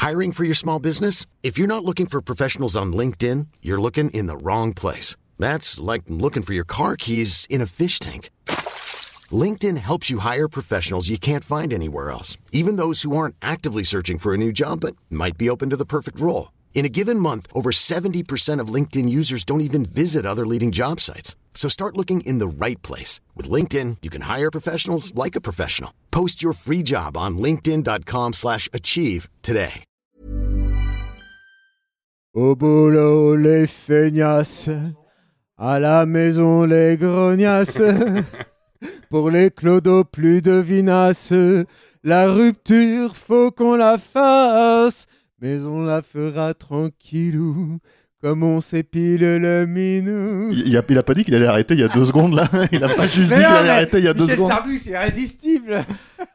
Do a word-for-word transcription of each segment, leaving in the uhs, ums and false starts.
Hiring for your small business? If you're not looking for professionals on LinkedIn, you're looking in the wrong place. That's like looking for your car keys in a fish tank. LinkedIn helps you hire professionals you can't find anywhere else, even those who aren't actively searching for a new job but might be open to the perfect role. In a given month, over seventy percent of LinkedIn users don't even visit other leading job sites. So start looking in the right place. With LinkedIn, you can hire professionals like a professional. Post your free job on linkedin.com slash achieve today. Au boulot, les feignasses. À la maison, les grognasses. Pour les clodos, plus de vinasse. La rupture, faut qu'on la fasse. Mais on la fera tranquillou. Comme on s'épile le minou. Il a, il a pas dit qu'il allait arrêter il y a deux secondes là. Il a pas juste mais dit non, qu'il allait arrêter il y a deux Michel secondes. Sardou, c'est irrésistible.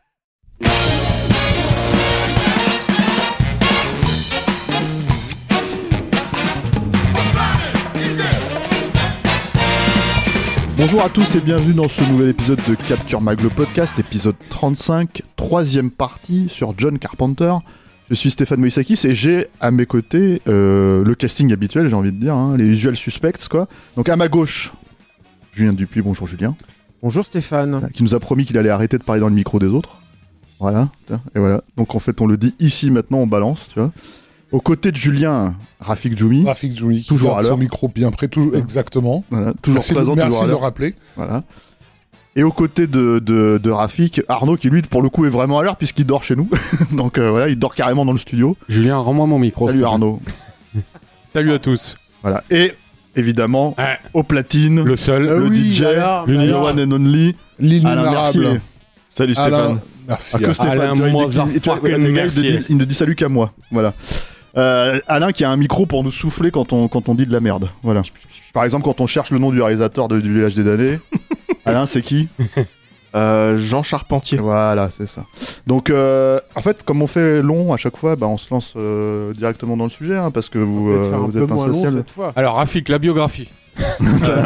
Bonjour à tous et bienvenue dans ce nouvel épisode de Capture Mag, le podcast, épisode trente-cinq, troisième partie sur John Carpenter. Je suis Stéphane Moïsakis et j'ai à mes côtés euh, le casting habituel, j'ai envie de dire, hein, les usual suspects, quoi. Donc à ma gauche, Julien Dupuis, bonjour Julien. Bonjour Stéphane. Qui nous a promis qu'il allait arrêter de parler dans le micro des autres. Voilà, et voilà. Donc en fait, on le dit ici, maintenant, on balance, tu vois. Aux côtés de Julien, Rafik Djoumi. Rafik Djoumi, toujours à l'heure. Son micro bien prêt, toujours exactement. Voilà, toujours merci présent, de, merci toujours à de le l'heure. rappeler. Voilà. Et aux côtés de, de, de Rafik, Arnaud qui lui pour le coup est vraiment à l'heure puisqu'il dort chez nous. Donc euh, voilà, il dort carrément dans le studio. Julien, rends-moi mon micro. Salut Arnaud. Salut à tous. Voilà. Et évidemment, ouais. au platine, le seul, le oui, D J, alors, l'unique one and only, l'inénarrable. Alain Mercier. Salut Stéphane. Alain, merci. Ah, que Stéphane, Alain tu vois, il, Mozart, dit, il, tu vois, fucking le gars, il, ne Mercier. dit, il ne dit salut qu'à moi. Voilà. Euh, Alain qui a un micro pour nous souffler quand on, quand on dit de la merde. Voilà. Par exemple, quand on cherche le nom du réalisateur de, du Village des damnés, Alain, c'est qui? Euh, Jean Charpentier. Voilà, c'est ça. Donc, euh, en fait, comme on fait long à chaque fois, bah, on se lance euh, directement dans le sujet, hein, parce que vous, euh, euh, un vous peu êtes moins long insatiable. cette fois. Alors Rafik, la biographie. euh,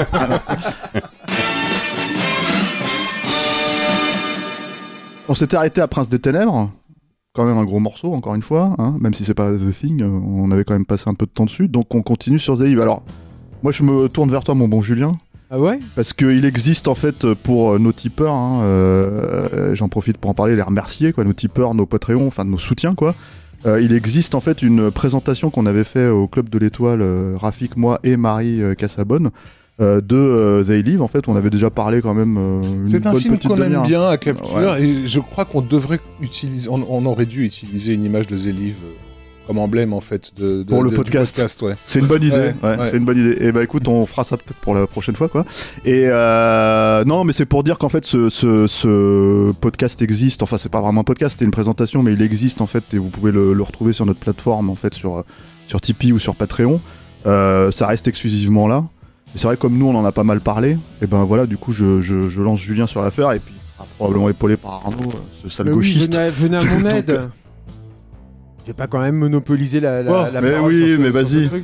on s'était arrêté à Prince des Ténèbres, quand même un gros morceau, encore une fois, hein, même si c'est pas The Thing, on avait quand même passé un peu de temps dessus, donc on continue sur The Eve. Alors, moi je me tourne vers toi, mon bon Julien. Ah ouais? Parce qu'il existe en fait pour nos tipeurs, hein, euh, j'en profite pour en parler, les remercier, quoi, nos tipeurs, nos Patreons, enfin nos soutiens, quoi. Euh, il existe en fait une présentation qu'on avait fait au Club de l'Étoile, euh, Rafik, moi et Marie euh, Cassabonne, euh, de euh, They Live. En fait, on avait déjà parlé quand même. Euh, une C'est un bonne film petite qu'on aime demi-heure. bien à Capture, Ouais. et je crois qu'on devrait utiliser, on, on aurait dû utiliser une image de The Live euh, comme emblème en fait de, de Pour le de- podcast. du podcast ouais. C'est une bonne idée. Ouais, Ouais, ouais. C'est une bonne idée. Et bah écoute, on fera ça peut-être pour la prochaine fois, quoi. Et euh, non, mais c'est pour dire qu'en fait, ce, ce, ce podcast existe. Enfin, c'est pas vraiment un podcast, c'était une présentation, mais il existe en fait, et vous pouvez le, le retrouver sur notre plateforme, en fait, sur sur Tipeee ou sur Patreon. Euh, ça reste exclusivement là. Et c'est vrai, comme nous, on en a pas mal parlé. Et ben voilà, du coup, je, je, je lance Julien sur l'affaire, et puis il sera probablement épaulé par Arnaud, ce sale Mais oui, gauchiste. venez, venez à mon Donc, aide. euh, Je vais pas quand même monopoliser la, la, Oh, la mais parole oui, sur ce- mais sur ce vas-y. truc.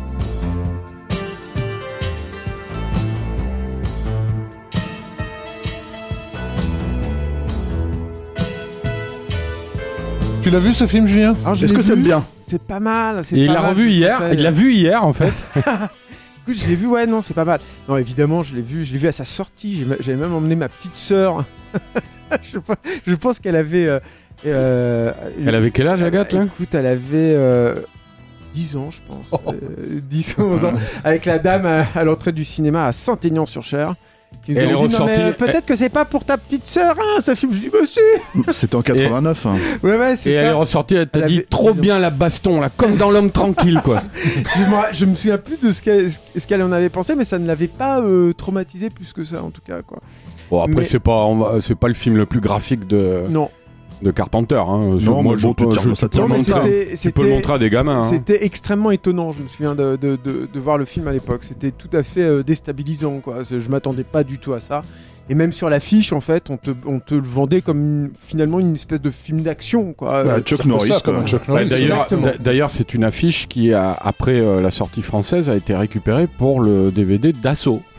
Tu l'as vu ce film, Julien? Alors, je Est-ce l'ai que t'aimes vu, bien? C'est pas mal. c'est Et il pas l'a mal, revu je hier. conseille. Il l'a vu hier en fait. Écoute, je l'ai vu, ouais, non, c'est pas mal. Non, évidemment, je l'ai vu, je l'ai vu à sa sortie. J'ai ma- J'avais même emmené ma petite sœur. je, pense- je pense qu'elle avait. euh, euh, Elle avait quel âge, Agathe, là? Écoute, elle avait euh, dix ans, je pense. Euh, dix, onze ans. Avec la dame à, à l'entrée du cinéma à Saint-Aignan-sur-Cher. Qui nous Et a elle est dit, non, mais, ressortie- euh, peut-être que c'est pas pour ta petite sœur, hein, ce film. Je dis, bah si. C'était en quatre-vingt-neuf. Hein. Ouais, ouais, c'est Et ça. elle est ressortie, elle t'a Elle dit avait- trop ils ont- bien la baston là, comme dans L'Homme Tranquille quoi. je, me, je me souviens plus de ce qu'elle, ce qu'elle en avait pensé, mais ça ne l'avait pas euh, traumatisé plus que ça, en tout cas, quoi. Bon après Mais- c'est pas, on va- c'est pas le film le plus graphique de, Non. de Carpenter. Hein. Non, moi mais je bon, peux, tu je tires- ça peux tire le Non, mais montrer. montrer. c'était, Tu peux le c'était- montrer à des gamins. Hein. C'était extrêmement étonnant, je me souviens de, de, de, de voir le film à l'époque. C'était tout à fait euh, déstabilisant, quoi. C'est- Je m'attendais pas du tout à ça. Et même sur l'affiche, en fait, on te, on te le vendait comme une- finalement une espèce de film d'action, quoi. Bah, Euh, Chuck Comme Norris, ça, quoi. comme un Chuck Bah, Norris. d'ailleurs, exactement. d'a- d'ailleurs, c'est une affiche qui, a, après euh, la sortie française, a été récupérée pour le D V D d'Assaut.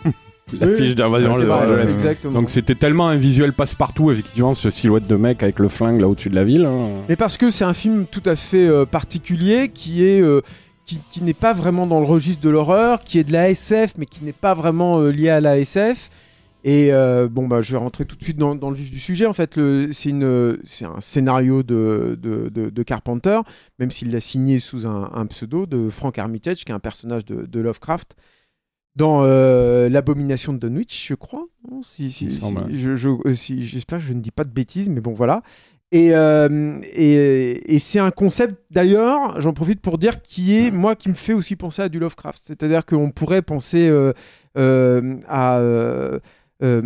l'affiche d'Invasion Ouais, Los c'est vrai, Angeles. exactement. Donc c'était tellement un visuel passe-partout, effectivement, ce silhouette de mec avec le flingue là au-dessus de la ville. Hein. Mais parce que c'est un film tout à fait euh, particulier qui est euh, qui, qui n'est pas vraiment dans le registre de l'horreur, qui est de la S F mais qui n'est pas vraiment euh, lié à la S F. Et euh, bon bah je vais rentrer tout de suite dans, dans le vif du sujet. En fait, le, c'est une c'est un scénario de de, de, de Carpenter, même s'il l'a signé sous un, un pseudo de Frank Armitage, qui est un personnage de, de Lovecraft. Dans euh, l'Abomination de Dunwich, je crois. Non, si, si, si, je, je, euh, si, j'espère que je ne dis pas de bêtises, mais bon, voilà. Et, euh, et, et c'est un concept, d'ailleurs, j'en profite pour dire, qui est, moi, qui me fait aussi penser à du Lovecraft. C'est-à-dire qu'on pourrait penser euh, euh, à... Euh, Euh,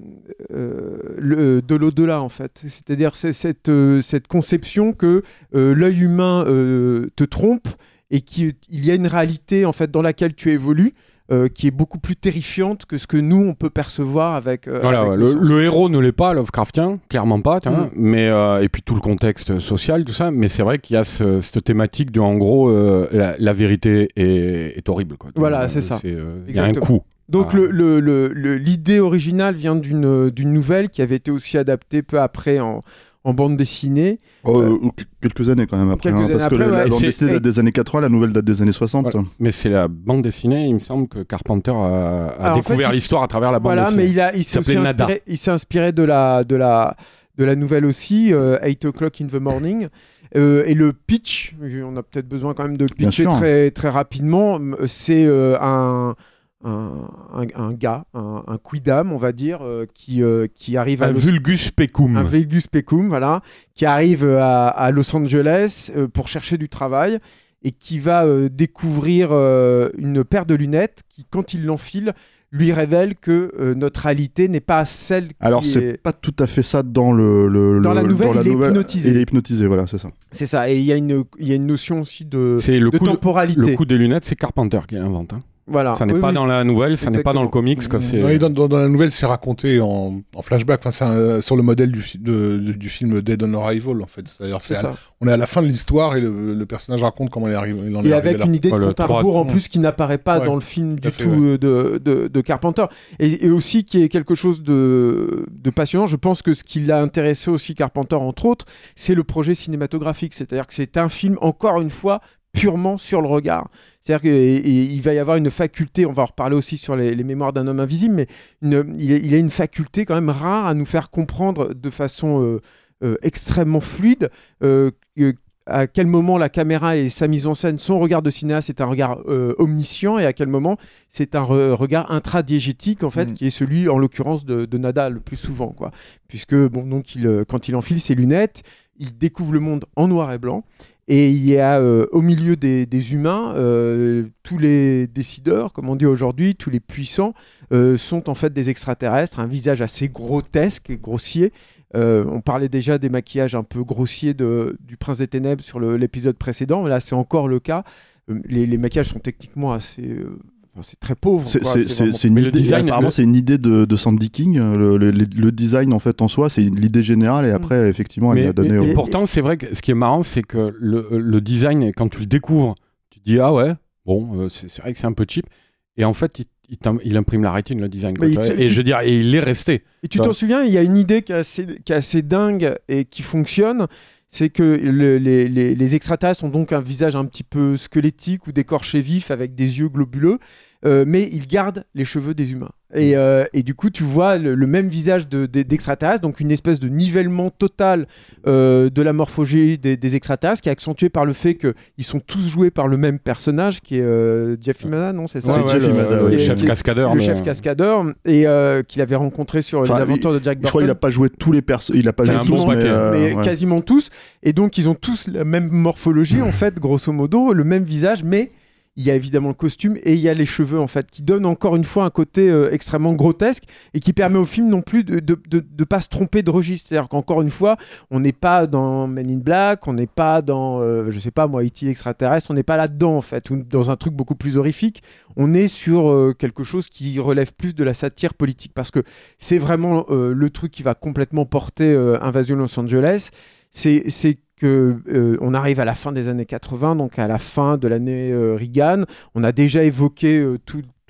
euh, le, de l'au-delà en fait, c'est-à-dire c'est cette, euh, cette conception que euh, l'œil humain euh, te trompe et qu'il y a une réalité en fait dans laquelle tu évolues euh, qui est beaucoup plus terrifiante que ce que nous on peut percevoir avec, euh, voilà, avec ouais, le, le, le héros ne l'est pas Lovecraftien, clairement pas, tu vois, Mm. mais euh, et puis tout le contexte social, tout ça, mais c'est vrai qu'il y a ce, cette thématique de en gros euh, la, la vérité est, est horrible quoi. Voilà, Euh, c'est ça. euh, il y a un Exactement. coup. Donc Ah. le, le, le, le- l'idée originale vient d'une, d'une nouvelle qui avait été aussi adaptée peu après en, en bande dessinée. Oh, euh, quelques années quand même après. Quelques hein, années parce que après, la, la ouais. bande Et dessinée c'est- date des années quatre-vingts, la nouvelle date des années soixante. Voilà. Mais c'est la bande dessinée, il me semble que Carpenter a, a Alors, en découvert fait, il- l'histoire à travers la bande Voilà, dessinée. mais il, a, il, s'est aussi s'appelait Nada. inspiré, il s'est inspiré de la, de la, de la nouvelle aussi, euh, eight o'clock in the morning. Euh, et le pitch, on a peut-être besoin quand même de le Bien pitcher sûr. très, très rapidement, c'est euh, un... Un, un, un gars, un, un quidam, on va dire, euh, qui, euh, qui arrive à Un Los- vulgus pecum. un Vegas Pecum, voilà, qui arrive à, à Los Angeles euh, pour chercher du travail et qui va euh, découvrir euh, une paire de lunettes qui, quand il l'enfile, lui révèle que euh, notre réalité n'est pas celle qui Alors c'est est... pas tout à fait ça dans le, le- Dans le- la nouvelle, il est hypnotisé. Il est hypnotisé, voilà, c'est ça. C'est ça, et il y a une, il y a une notion aussi de, C'est le de coup, de, temporalité. le coup des lunettes, c'est Carpenter qui l'invente. Hein. Voilà. Ça n'est Oui, pas oui, dans c'est- la nouvelle, ça n'est pas dans le Exactement. comics. Quoi, c'est... Oui, dans, dans- dans la nouvelle, c'est raconté en, en flashback. Enfin, c'est un- sur le modèle du, fi- de- de- du film Dead on Arrival, en fait. C'est-à-dire, C'est c'est à- ça. on est à la fin de l'histoire et le, le personnage raconte comment il, est arrivé, il en est Et arrivé avec là. une idée de Voilà, compte à trois- rebours en plus qui n'apparaît pas Ouais, dans le film tout à du fait, tout ouais. euh, de, de, de Carpenter. Et, et aussi qui est quelque chose de, de passionnant. Je pense que ce qui l'a intéressé aussi Carpenter, entre autres, c'est le projet cinématographique. C'est-à-dire que c'est un film, encore une fois, purement sur le regard. C'est-à-dire qu'il va y avoir une faculté, on va en reparler aussi sur les, les mémoires d'un homme invisible, mais une, il, a, il a une faculté quand même rare à nous faire comprendre de façon euh, euh, extrêmement fluide euh, euh, à quel moment la caméra et sa mise en scène, son regard de cinéaste est un regard euh, omniscient et à quel moment c'est un re- regard intradiégétique en fait, Mm. qui est celui en l'occurrence de, de Nada le plus souvent, quoi. Puisque bon, donc il, euh, quand il enfile ses lunettes, il découvre le monde en noir et blanc. Et il y a euh, au milieu des, des humains, euh, tous les décideurs, comme on dit aujourd'hui, tous les puissants, euh, sont en fait des extraterrestres, un visage assez grotesque et grossier. Euh, on parlait déjà des maquillages un peu grossiers de, du Prince des Ténèbres sur le- l'épisode précédent, mais là c'est encore le cas. Euh, les, les maquillages sont techniquement assez... euh, enfin, c'est très pauvre. C'est quoi. c'est- C'est c'est- vraiment- c'est une Mais le idée, design, apparemment le- c'est une idée de, de Sandy King, le, le- le- le design en fait en soi, c'est l'idée générale et après effectivement elle Mais, a donné mais- au- et pourtant, c'est vrai que ce qui est marrant, c'est que le, le design, quand tu le découvres, tu te dis ah ouais, bon, euh, c'est c'est vrai que c'est un peu cheap. Et en fait, il, il, t'im- il imprime la rétine, le design. quoi, Mais tu il vois. te- et tu- je veux dire, et il est resté. Et tu Bah. t'en souviens, il y a une idée qui est assez, qui est assez dingue et qui fonctionne, c'est que le- les, les- les extraterrestres ont donc un visage un petit peu squelettique ou d'écorché vif avec des yeux globuleux, euh, mais ils gardent les cheveux des humains. Et, euh, et du coup, tu vois le, le même visage de- de- d'extraterrestres, donc une espèce de nivellement total euh, de la morphologie des, des extraterrestres, qui est accentué par le fait qu'ils sont tous joués par le même personnage, qui est euh, Jeff Imada, non c'est ça C'est Ouais, Jeff le, Imada, le oui. chef Qui est- cascadeur. le mais, chef euh, cascadeur, et euh, qu'il avait rencontré sur Enfin, les aventures de Jack Je crois qu'il Burton. a pas joué tous les persos, il a pas C'est joué un tous, bon mais, paquet. euh, mais ouais. quasiment tous. Et donc, ils ont tous la même morphologie, en fait, grosso modo, le même visage, mais il y a évidemment le costume et il y a les cheveux, en fait, qui donnent encore une fois un côté euh, extrêmement grotesque et qui permet au film non plus de de, de, de pas se tromper de registre. C'est-à-dire qu'encore une fois, on n'est pas dans Men in Black, on n'est pas dans, euh, je sais pas moi, E T extraterrestre, on n'est pas là-dedans, en fait, ou dans un truc beaucoup plus horrifique. On est sur euh, quelque chose qui relève plus de la satire politique, parce que c'est vraiment euh, le truc qui va complètement porter euh, Invasion Los Angeles. C'est, c'est que euh, on arrive à la fin des années quatre-vingts, donc à la fin de l'année euh, Reagan. On a déjà évoqué euh, tout-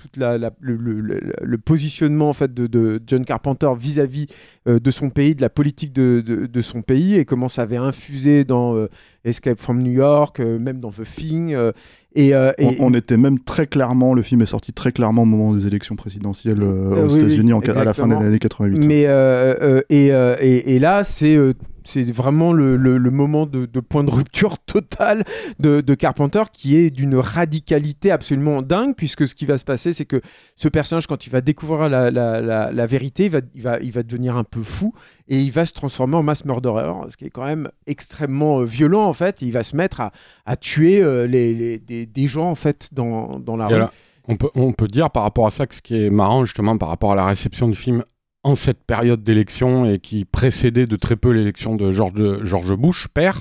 toute la, la le, le, le, le positionnement en fait de, de John Carpenter vis-à-vis euh, de son pays, de la politique de, de, de son pays, et comment ça avait infusé dans euh, Escape from New York, euh, même dans The Thing. Euh, et, euh, et on, on était même très clairement, le film est sorti très clairement au moment des élections présidentielles euh, aux oui, États-Unis oui, en, à la fin des années quatre-vingt-huit. Mais euh, euh, et, euh, et, et là, c'est euh, c'est vraiment le, le, le moment de, de point de rupture totale de, de Carpenter, qui est d'une radicalité absolument dingue, puisque ce qui va se passer, c'est que ce personnage, quand il va découvrir la, la, la, la vérité, il va, il, va, il va devenir un peu fou, et il va se transformer en mass murderer, ce qui est quand même extrêmement euh, violent, en fait. Il va se mettre à, à tuer euh, les, les, des, des gens, en fait, dans, dans la et rue. Là, on, peut, on peut dire par rapport à ça que ce qui est marrant, justement, par rapport à la réception du film en cette période d'élection et qui précédait de très peu l'élection de George, George Bush, père,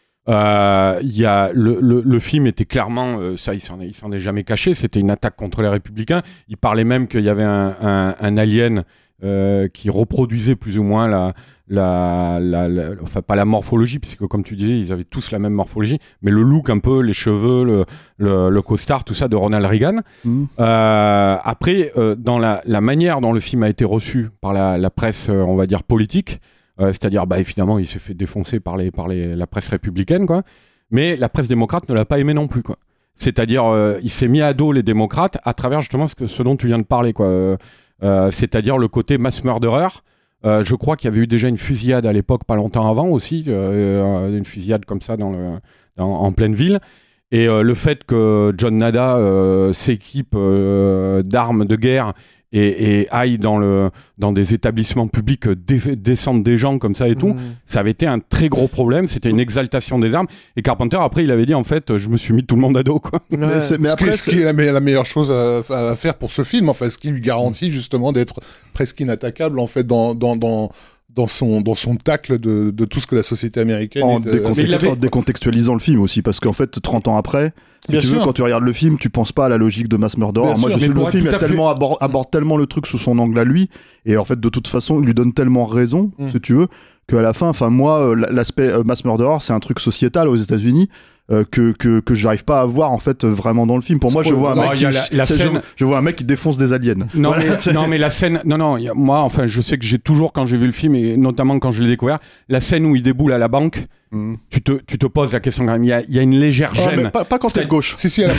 euh, y a le, le, le film était clairement, euh, ça il s'en est, il s'en est jamais caché, c'était une attaque contre les républicains. Il parlait même qu'il y avait un, un, un alien euh, qui reproduisait plus ou moins la, la, la, la, enfin pas la morphologie, puisque comme tu disais, ils avaient tous la même morphologie, mais le look un peu, les cheveux, le, le, le costard, tout ça de Ronald Reagan. Mmh. Euh, après, euh, dans la, la manière dont le film a été reçu par la, la presse, euh, on va dire politique, euh, c'est-à-dire, bah, évidemment, il s'est fait défoncer par, les, par les, la presse républicaine, quoi. Mais la presse démocrate ne l'a pas aimé non plus, quoi. C'est-à-dire, euh, il s'est mis à dos les démocrates à travers justement ce, que, ce dont tu viens de parler, quoi. Euh, euh, c'est-à-dire le côté mass murderer. Euh, je crois qu'il y avait eu déjà une fusillade à l'époque, pas longtemps avant aussi, euh, une fusillade comme ça dans le, dans, en pleine ville. Et euh, le fait que John Nada euh, s'équipe euh, d'armes de guerre et, et aille dans, le, dans des établissements publics, dé- descendre des gens comme ça et tout, mmh. ça avait été un très gros problème. C'était une exaltation des armes. Et Carpenter, après, il avait dit, en fait, je me suis mis tout le monde à dos, quoi. Ouais. Mais, c'est, mais après, ce qui est la, me- la meilleure chose à, à faire pour ce film, enfin, ce qui lui garantit justement d'être presque inattaquable, en fait, dans... dans, dans... Dans son, dans son tacle de, de tout ce que la société américaine... En, est, décontextu- euh, avait... en décontextualisant le film aussi, parce qu'en fait, trente ans après, si tu veux, quand tu regardes le film, tu penses pas à la logique de mass murderer. Moi, je sais que le film a tellement aborde, aborde tellement le truc sous son angle à lui, et en fait, de toute façon, il lui donne tellement raison, mm. si tu veux, qu'à la fin, enfin, moi, l'aspect euh, mass murderer, c'est un truc sociétal aux États-Unis. Euh, que, que, que j'arrive pas à voir en fait vraiment dans le film. Pour c'est moi, je vois, un mec qui, la, la scène... je, je vois un mec qui défonce des aliens. Non, voilà, mais, non mais la scène, non, non, y a, moi, enfin, je sais que j'ai toujours, quand j'ai vu le film, et notamment quand je l'ai découvert, la scène où il déboule à la banque, mm. tu, te, tu te poses la question quand même. Il y a, y a une légère gêne. Oh, pas, pas quand t'es de gauche. Si, si, à la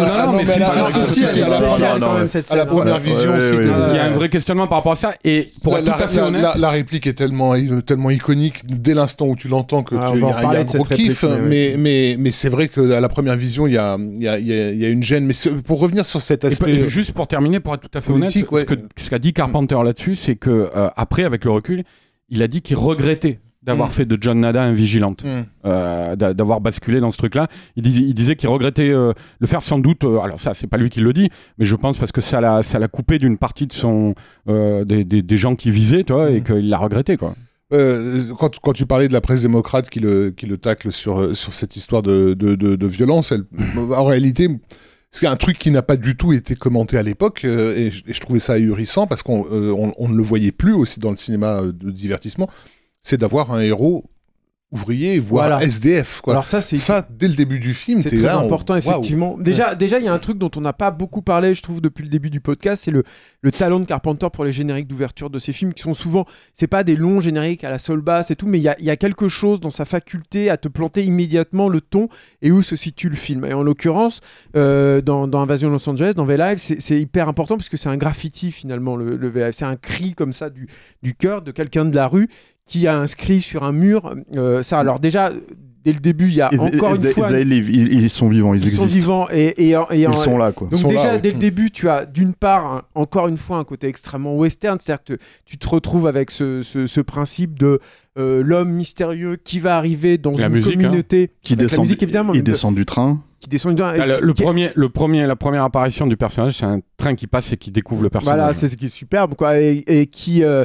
première vision, il y a un vrai questionnement par rapport à ça. Et pour être tout à fait honnête, la réplique est tellement iconique dès l'instant où tu l'entends que il y a un gros kiff. Mais c'est vrai qu'à la première vision, il y a, y, a, y, a, y a une gêne. Mais pour revenir sur cet aspect... Et juste pour terminer, pour être tout à fait politique, honnête, ouais. ce, que, ce qu'a dit Carpenter là-dessus, c'est que euh, après, avec le recul, il a dit qu'il regrettait d'avoir mm. fait de John Nada un vigilante, mm. euh, d'avoir basculé dans ce truc-là. Il, dis, il disait qu'il regrettait euh, le faire sans doute... Euh, alors ça, c'est pas lui qui le dit, mais je pense parce que ça l'a, ça l'a coupé d'une partie de son, euh, des, des, des gens qui visaient, toi, mm. et qu'il l'a regretté, quoi. Euh, quand, quand tu parlais de la presse démocrate qui le, qui le tacle sur, sur cette histoire de, de, de, de violence, elle, en réalité, c'est un truc qui n'a pas du tout été commenté à l'époque, euh, et, et je trouvais ça ahurissant parce qu'on euh, on, on ne le voyait plus aussi dans le cinéma de divertissement, c'est d'avoir un héros ouvrier, voire voilà. S D F, quoi. Alors ça, c'est ça dès le début du film, c'est t'es très là, important, on... effectivement. Wow. Déjà, déjà, il y a un truc dont on n'a pas beaucoup parlé, je trouve, depuis le début du podcast, c'est le, le talent de Carpenter pour les génériques d'ouverture de ses films, qui sont souvent, c'est pas des longs génériques à la soul bass et tout, mais il y a, y a quelque chose dans sa faculté à te planter immédiatement le ton et où se situe le film. Et en l'occurrence, euh, dans, dans Invasion Los Angeles, dans V-Live, c'est, c'est hyper important parce que c'est un graffiti finalement, le, le V-Live. C'est un cri comme ça du, du cœur de quelqu'un de la rue qui a inscrit sur un mur euh, ça. Alors déjà, dès le début, il y a et encore et une fois... Ils, ils, ils sont vivants, ils, ils existent. Ils sont vivants et... et, et ils en, sont là, quoi. Donc sont déjà, là, dès oui. le début, tu as d'une part, un, encore une fois, un côté extrêmement western, c'est-à-dire que tu te retrouves avec ce, ce, ce principe de euh, l'homme mystérieux qui va arriver dans la une musique, communauté... Hein. Qui descend, la musique, évidemment. Il descend du train. Qui descend du train. Ah, le, qui, le, qui... premier, le premier, la première apparition du personnage, c'est un train qui passe et qui découvre le personnage. Voilà, c'est ce qui est superbe, quoi, et, et qui... Euh,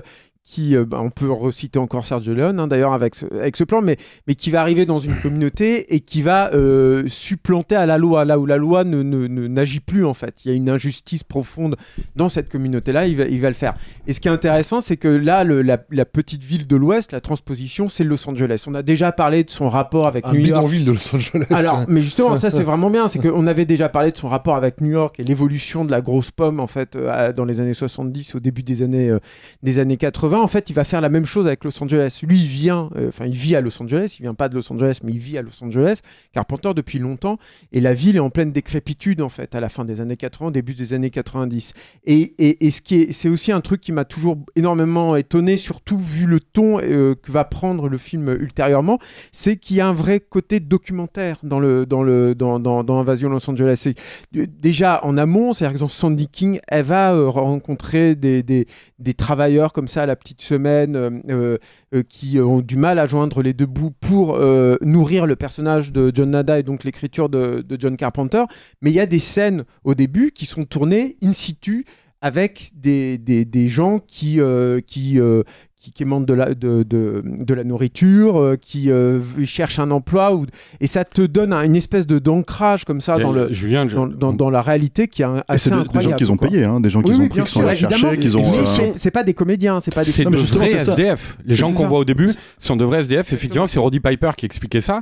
qui, euh, bah, on peut reciter encore Sergio Leone, hein, d'ailleurs, avec ce, avec ce plan, mais, mais qui va arriver dans une communauté et qui va euh, supplanter à la loi, là où la loi ne, ne, ne, n'agit plus, en fait. Il y a une injustice profonde dans cette communauté-là, il va, il va le faire. Et ce qui est intéressant, c'est que là, le, la, la petite ville de l'Ouest, la transposition, c'est Los Angeles. On a déjà parlé de son rapport avec Un New York. bidonville de Los Angeles. Alors, mais justement, ça, c'est vraiment bien. C'est qu'on avait déjà parlé de son rapport avec New York et l'évolution de la grosse pomme, en fait, euh, dans les années soixante-dix, au début des années, euh, des années quatre-vingts. En fait, il va faire la même chose avec Los Angeles. Lui, il vient, enfin, euh, il vit à Los Angeles. Il vient pas de Los Angeles, mais il vit à Los Angeles, Carpenter, depuis longtemps. Et la ville est en pleine décrépitude, en fait, à la fin des années quatre-vingts, début des années quatre-vingt-dix. Et, et, et ce qui est, c'est aussi un truc qui m'a toujours énormément étonné, surtout vu le ton euh, que va prendre le film ultérieurement, c'est qu'il y a un vrai côté documentaire dans le dans le dans dans, dans Invasion Los Angeles. C'est, déjà en amont, c'est-à-dire que dans Sandy King, elle va euh, rencontrer des, des des travailleurs comme ça à la petite semaine euh, euh, qui ont du mal à joindre les deux bouts pour euh, nourrir le personnage de John Nada et donc l'écriture de, de John Carpenter. Mais il y a des scènes au début qui sont tournées in situ avec des, des, des gens qui, euh, qui, euh, qui, qui émanent de la, de, de, de la nourriture, euh, qui euh, cherchent un emploi, ou... et ça te donne un, une espèce de, d'ancrage comme ça et dans, le, Julien, je... dans, dans, dans la réalité qui est un, assez et c'est incroyable. des gens qu'ils ont payé, hein, des gens oui, qu'ils oui, ont pris, qui sont sûr, allés chercher, qu'ils ont... Mais euh... c'est, c'est pas des comédiens, c'est pas des... C'est non, de vrais c'est S D F. Les gens c'est qu'on ça. voit au début sont de vrais S D F. Effectivement, c'est Roddy Piper qui expliquait ça,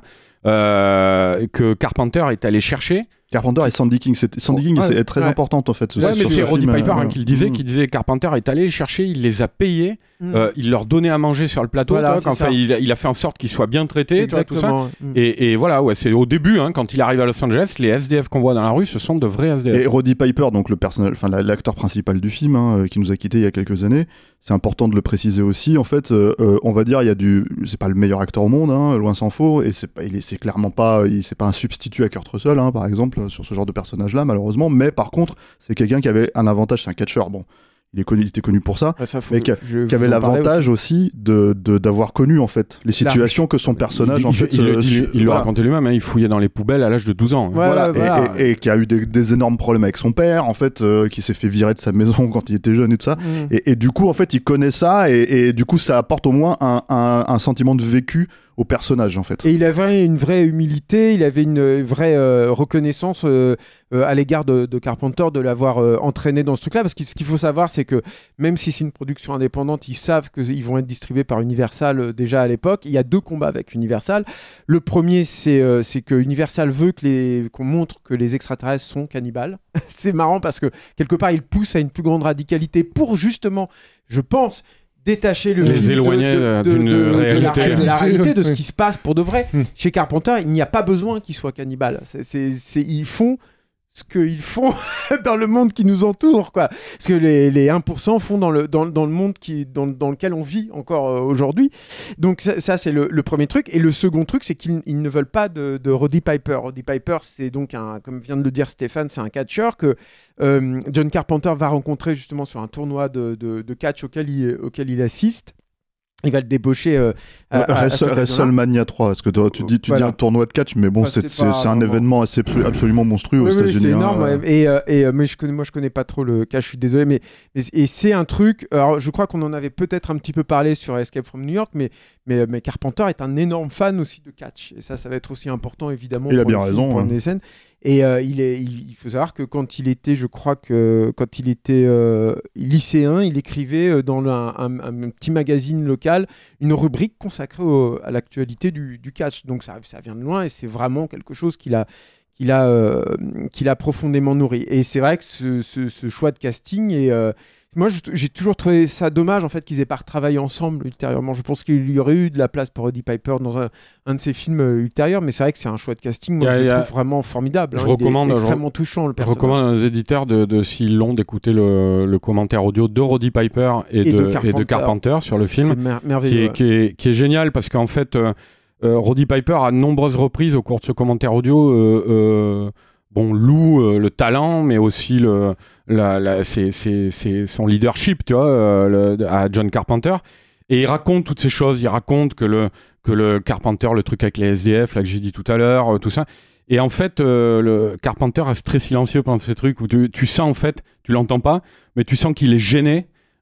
euh, que Carpenter est allé chercher. Carpenter et Sandy King, c'est... Sandy King Ouais, est très ouais. importante en fait. Ouais, mais sur c'est ce Roddy film, Piper euh, hein, qui le disait, mm. qui disait Carpenter est allé les chercher, il les a payés, Mm. euh, il leur donnait à manger sur le plateau, Voilà, toi, c'est enfin, ça. il, a- il a fait en sorte qu'ils soient bien traités, toi, tout ça. Exactement. Mm. Et, et voilà, ouais, c'est au début, hein, quand il arrive à Los Angeles, les S D F qu'on voit dans la rue, ce sont de vrais S D F. Et Roddy Piper, donc le personnage, enfin la- l'acteur principal du film, hein, euh, qui nous a quittés il y a quelques années, c'est important de le préciser aussi. En fait, euh, euh, on va dire, il y a du, c'est pas le meilleur acteur au monde, hein, loin s'en faut, et c'est pas, il est, c'est clairement pas, il, c'est pas un substitut à Kurt Russell, hein, par exemple, sur ce genre de personnage-là, malheureusement. Mais par contre, c'est quelqu'un qui avait un avantage, c'est un catcheur. Bon, il est connu, il était connu pour ça. Ah, ça, faut- Mais qui, a- je- qui avait vous en parlez l'avantage aussi, de, de- d'avoir connu en fait les situations que son personnage il, en il- fait il, euh, il- su- il le voilà. racontait lui-même, hein, il fouillait dans les poubelles à l'âge de douze ans. hein. Ouais, Voilà, ouais, et, voilà. et- et qui a eu des, des énormes problèmes avec son père en fait, euh, qui s'est fait virer de sa maison quand il était jeune et tout ça. Mm. Et, et du coup en fait il connaît ça et, et du coup ça apporte au moins un, un, un sentiment de vécu au personnage en fait. Et il avait une vraie humilité, il avait une vraie euh, reconnaissance euh, euh, à l'égard de, de Carpenter de l'avoir euh, entraîné dans ce truc-là, parce que ce qu'il faut savoir, c'est que même si c'est une production indépendante, ils savent qu'ils vont être distribués par Universal euh, déjà à l'époque. Il y a deux combats avec Universal. Le premier, c'est, euh, c'est que Universal veut que les, qu'on montre que les extraterrestres sont cannibales. C'est marrant parce que quelque part, ils poussent à une plus grande radicalité pour justement, je pense, détacher le Les film éloigner de, de, d'une de- de la réalité. ré- de la réalité de ce Oui. qui se passe pour de vrai. Mm. Chez Carpenter, il n'y a pas besoin qu'ils soient cannibales. C'est, c'est, c'est- ils font ce qu'ils font dans le monde qui nous entoure, quoi. Ce que les, les un pour cent font dans le, dans, dans le monde qui, dans, dans lequel on vit encore euh, aujourd'hui. Donc ça, ça, c'est le, le premier truc. Et le second truc, c'est qu'ils ils ne veulent pas de, de Roddy Piper. Roddy Piper, c'est donc, un, comme vient de le dire Stéphane, c'est un catcheur que euh, John Carpenter va rencontrer justement sur un tournoi de, de, de catch auquel il, auquel il assiste. Il va le débaucher euh, à, à- à Wrestle- cette occasion-là. WrestleMania trois, parce que toi, tu dis, tu Voilà. dis un tournoi de catch, mais bon, Enfin, c'est, c'est c'est, pas c'est un vraiment- événement assez, absolu- absolument monstrueux Oui, aux oui, États-Unis. c'est hein, énorme. euh. ouais. Et, euh, et euh, mais je connais, moi, je connais pas trop le cas. Je suis désolé, mais, mais et c'est un truc. Alors, je crois qu'on en avait peut-être un petit peu parlé sur Escape from New York, mais mais, mais Carpenter est un énorme fan aussi de catch. Et ça, ça va être aussi important évidemment. Il a pour bien le film, raison, pour hein. les scènes. Et euh, il est, il, il faut savoir que quand il était, je crois que quand il était euh, lycéen, il écrivait euh, dans le- un, un- un petit magazine local une rubrique consacrée au- à l'actualité du, du catch. Donc ça, ça vient de loin et c'est vraiment quelque chose qu'il a, qu'il a, euh, qu'il a profondément nourri. Et c'est vrai que ce, ce- ce choix de casting est, euh, moi, je- j'ai toujours trouvé ça dommage en fait qu'ils aient pas retravaillé ensemble ultérieurement. Je pense qu'il y aurait eu de la place pour Roddy Piper dans un, un de ses films euh, ultérieurs, mais c'est vrai que c'est un choix de casting. Moi, Il y a- je il y le a- trouve vraiment formidable. Je hein. Il est recommande- extrêmement touchant le Je personnage. recommande aux éditeurs de, de s'ils l'ont, d'écouter le, le commentaire audio de Roddy Piper et, Et de, de et de Carpenter. Carpenter sur le film, C'est mer- qui merveilleux. est, ouais. qui, est, qui est génial parce qu'en fait, euh, euh, Roddy Piper, à de nombreuses reprises au cours de ce commentaire audio, euh, euh, bon, loue euh, le talent, mais aussi le, la, la, c'est, c'est, c'est son leadership, tu vois, euh, le- à John Carpenter. Et il raconte toutes ces choses. Il raconte que le, que le Carpenter, le truc avec les S D F, là que j'ai dit tout à l'heure, euh, tout ça. Et en fait, euh, le Carpenter reste très silencieux pendant ces trucs où tu, tu sens, en fait, tu l'entends pas, mais tu sens qu'il est gêné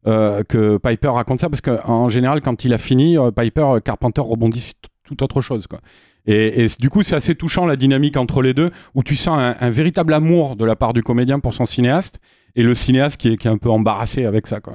euh, que Piper raconte ça, parce qu'en général, quand il a fini, euh, Piper, Carpenter rebondit sur tout autre chose, quoi. Et, et du coup, c'est assez touchant la dynamique entre les deux, où tu sens un, un véritable amour de la part du comédien pour son cinéaste, et le cinéaste qui est, qui est un peu embarrassé avec ça, quoi.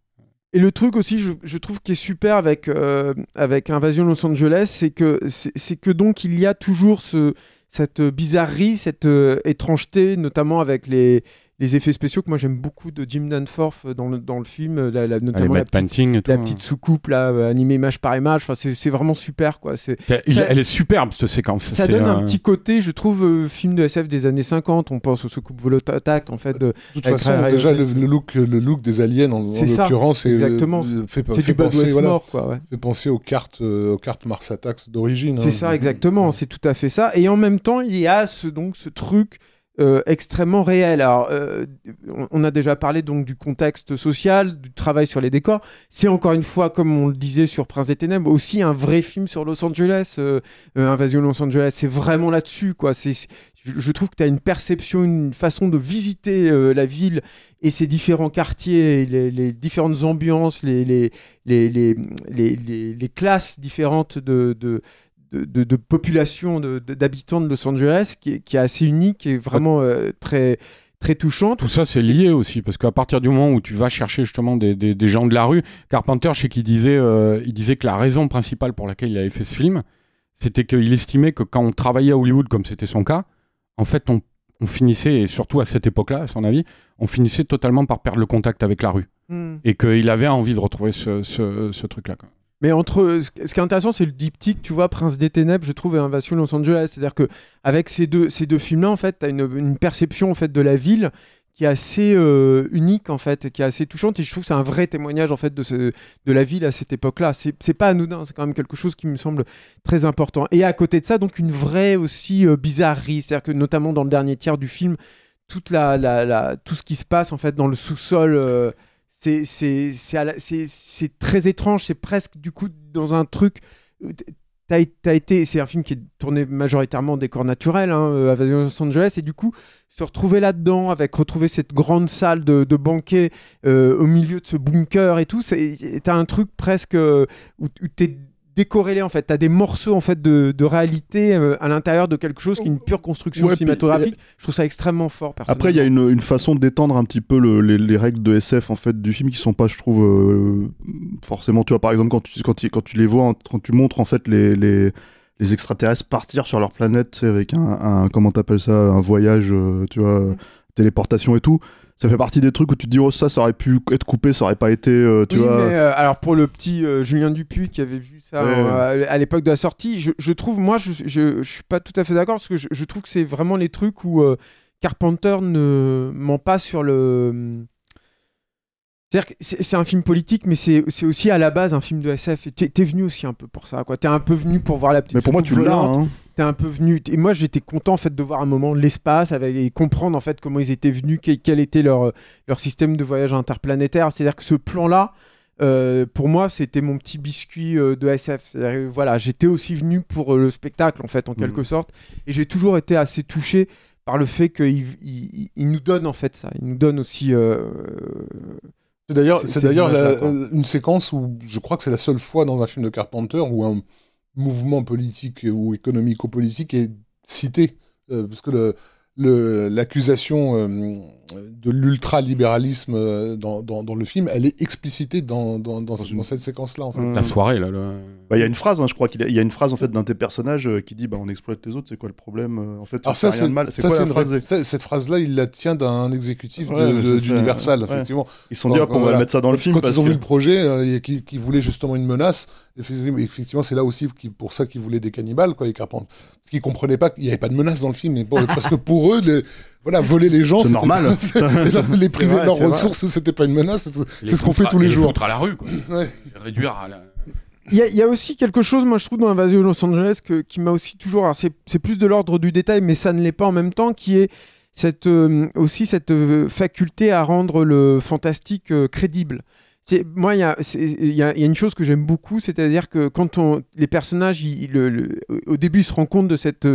Et le truc aussi, je, je trouve qui est super avec, euh, avec Invasion Los Angeles, c'est que, c'est, c'est que donc il y a toujours ce, cette bizarrerie, cette euh, étrangeté, notamment avec les, les effets spéciaux que moi j'aime beaucoup de Jim Danforth dans le, dans le film, la, la, notamment ah, la, petite, et tout, la hein. petite soucoupe là, euh, animée image par image. Enfin, c'est, c'est vraiment super, quoi. C'est, il, ça, elle est superbe cette séquence. Ça c'est, donne euh... un petit côté, je trouve, euh, film de S F des années cinquante. On pense aux soucoupes Volotac, en fait. De, de toute façon, déjà le, le look, le look des aliens en, en l'occurrence, c'est exactement. Euh, fait, c'est fait du Bad penser, West voilà, mort, quoi. Ouais. Fait penser aux cartes, euh, aux cartes Mars Attacks d'origine. C'est hein. ça, exactement. C'est tout à fait ça. Et en même temps, il y a ce donc ce truc. Euh, extrêmement réel. Alors, euh, on a déjà parlé donc du contexte social, du travail sur les décors. C'est encore une fois, comme on le disait sur Prince des Ténèbres, aussi un vrai film sur Los Angeles. Euh, euh, Invasion Los Angeles, c'est vraiment là-dessus, quoi. C'est, je, je trouve que tu as une perception, une façon de visiter euh, la ville et ses différents quartiers, les, les différentes ambiances, les, les, les, les, les, les, les classes différentes de, de De, de, de population de, de, d'habitants de Los Angeles qui est, qui est assez unique et vraiment euh, très, très touchante. Tout ça, c'est lié aussi, parce qu'à partir du moment où tu vas chercher justement des, des, des gens de la rue, Carpenter, je sais qu'il disait, euh, il disait que la raison principale pour laquelle il avait fait ce film, c'était qu'il estimait que quand on travaillait à Hollywood, comme c'était son cas, en fait, on, on finissait, et surtout à cette époque-là, à son avis, on finissait totalement par perdre le contact avec la rue. Mm. Et qu'il avait envie de retrouver ce, ce, ce truc-là, quoi. Mais entre, ce qui est intéressant, c'est le diptyque, tu vois, Prince des Ténèbres, je trouve, et Invasion Los Angeles. C'est-à-dire qu'avec ces deux, ces deux films-là, en fait, tu as une, une perception en fait, de la ville qui est assez euh, unique, en fait, qui est assez touchante. Et je trouve que c'est un vrai témoignage, en fait, de, ce, de la ville à cette époque-là. C'est, c'est pas anodin, c'est quand même quelque chose qui me semble très important. Et à côté de ça, donc, une vraie aussi euh, bizarrerie. C'est-à-dire que, notamment dans le dernier tiers du film, toute la, la, la, tout ce qui se passe, en fait, dans le sous-sol... Euh, C'est, c'est, c'est, la, c'est, c'est très étrange, c'est presque du coup dans un truc. T'as, t'as été, c'est un film qui est tourné majoritairement en décor naturel, hein, Invasion Los Angeles, et du coup, se retrouver là-dedans, avec retrouver cette grande salle de, de banquet euh, au milieu de ce bunker et tout, c'est, t'as un truc presque euh, où, où t'es décorrélé en fait, t'as des morceaux en fait de, de réalité euh, à l'intérieur de quelque chose qui est une pure construction ouais, cinématographique. Puis, je trouve ça extrêmement fort. Après, il y a une, une façon d'étendre un petit peu le, les, les règles de S F en fait du film qui sont pas, je trouve, euh, forcément. Tu vois, par exemple, quand tu quand tu, quand tu les vois, quand tu montres en fait les les, les extraterrestres partir sur leur planète avec un, un comment t'appelles ça, un voyage, euh, tu vois, mmh. téléportation et tout. Ça fait partie des trucs où tu te dis oh ça ça aurait pu être coupé, ça aurait pas été euh, tu oui, vois. Mais, euh, alors pour le petit euh, Julien Dupuis qui avait vu ça ouais. euh, à l'époque de la sortie, je, je trouve moi je, je je suis pas tout à fait d'accord parce que je, je trouve que c'est vraiment les trucs où euh, Carpenter ne ment pas sur le. C'est-à-dire que c'est, c'est un film politique, mais c'est, c'est aussi à la base un film de S F. Et t'es, t'es venu aussi un peu pour ça, quoi. T'es un peu venu pour voir la petite. Mais pour moi, tu l'as. Hein. T'es un peu venu. Et moi, j'étais content en fait de voir un moment l'espace avec et comprendre en fait comment ils étaient venus, quel, quel était leur leur système de voyage interplanétaire. C'est-à-dire que ce plan-là, euh, pour moi, c'était mon petit biscuit euh, de S F. C'est-à-dire, voilà, j'étais aussi venu pour euh, le spectacle en fait, en mmh. quelque sorte. Et j'ai toujours été assez touché par le fait qu'il il, il nous donne en fait ça. Il nous donne aussi. Euh, C'est d'ailleurs, c'est, c'est d'ailleurs la, une séquence où je crois que c'est la seule fois dans un film de Carpenter où un mouvement politique ou économico-politique est cité. Euh, parce que le, le, l'accusation euh, de l'ultralibéralisme euh, dans, dans, dans le film, elle est explicitée dans, dans, dans, dans, une... dans cette séquence-là. En fait. La soirée, là. Le... Bah, y a une phrase, hein, je crois qu'il y a, y a une phrase en fait, d'un de tes personnages euh, qui dit bah, on exploite les autres, c'est quoi le problème euh, en fait, alors ça, ça, c'est, rien de mal. C'est ça, quoi c'est la phrase ré... ça, cette phrase-là, il la tient d'un exécutif ouais, de, de, d'Universal, ouais. effectivement. Ils se sont dit, hop, on va mettre ça dans le film. Quand parce ils ont que... vu le projet, euh, qui, qui voulait justement une menace, effectivement, c'est là aussi qui, pour ça qu'ils voulaient des cannibales, quoi, les Carpenters. Parce qu'ils comprenaient pas qu'il n'y avait pas de menace dans le film, mais pour, parce que pour eux, les, voilà, voler les gens, c'est c'était normal. Pas, les priver de leurs ressources, vrai. C'était pas une menace, c'est, c'est ce qu'on fait tous les, les jours. Foutre à la rue, quoi. Ouais. Réduire à la... Il y, y a aussi quelque chose, moi je trouve, dans Invasion Los Angeles que, qui m'a aussi toujours... Alors c'est, c'est plus de l'ordre du détail, mais ça ne l'est pas en même temps, qui est cette, euh, aussi cette euh, faculté à rendre le fantastique euh, crédible. C'est, moi, il y a, y, y a une chose que j'aime beaucoup, c'est-à-dire que quand on, les personnages, ils, le, le, au début, ils se rendent compte de cette euh,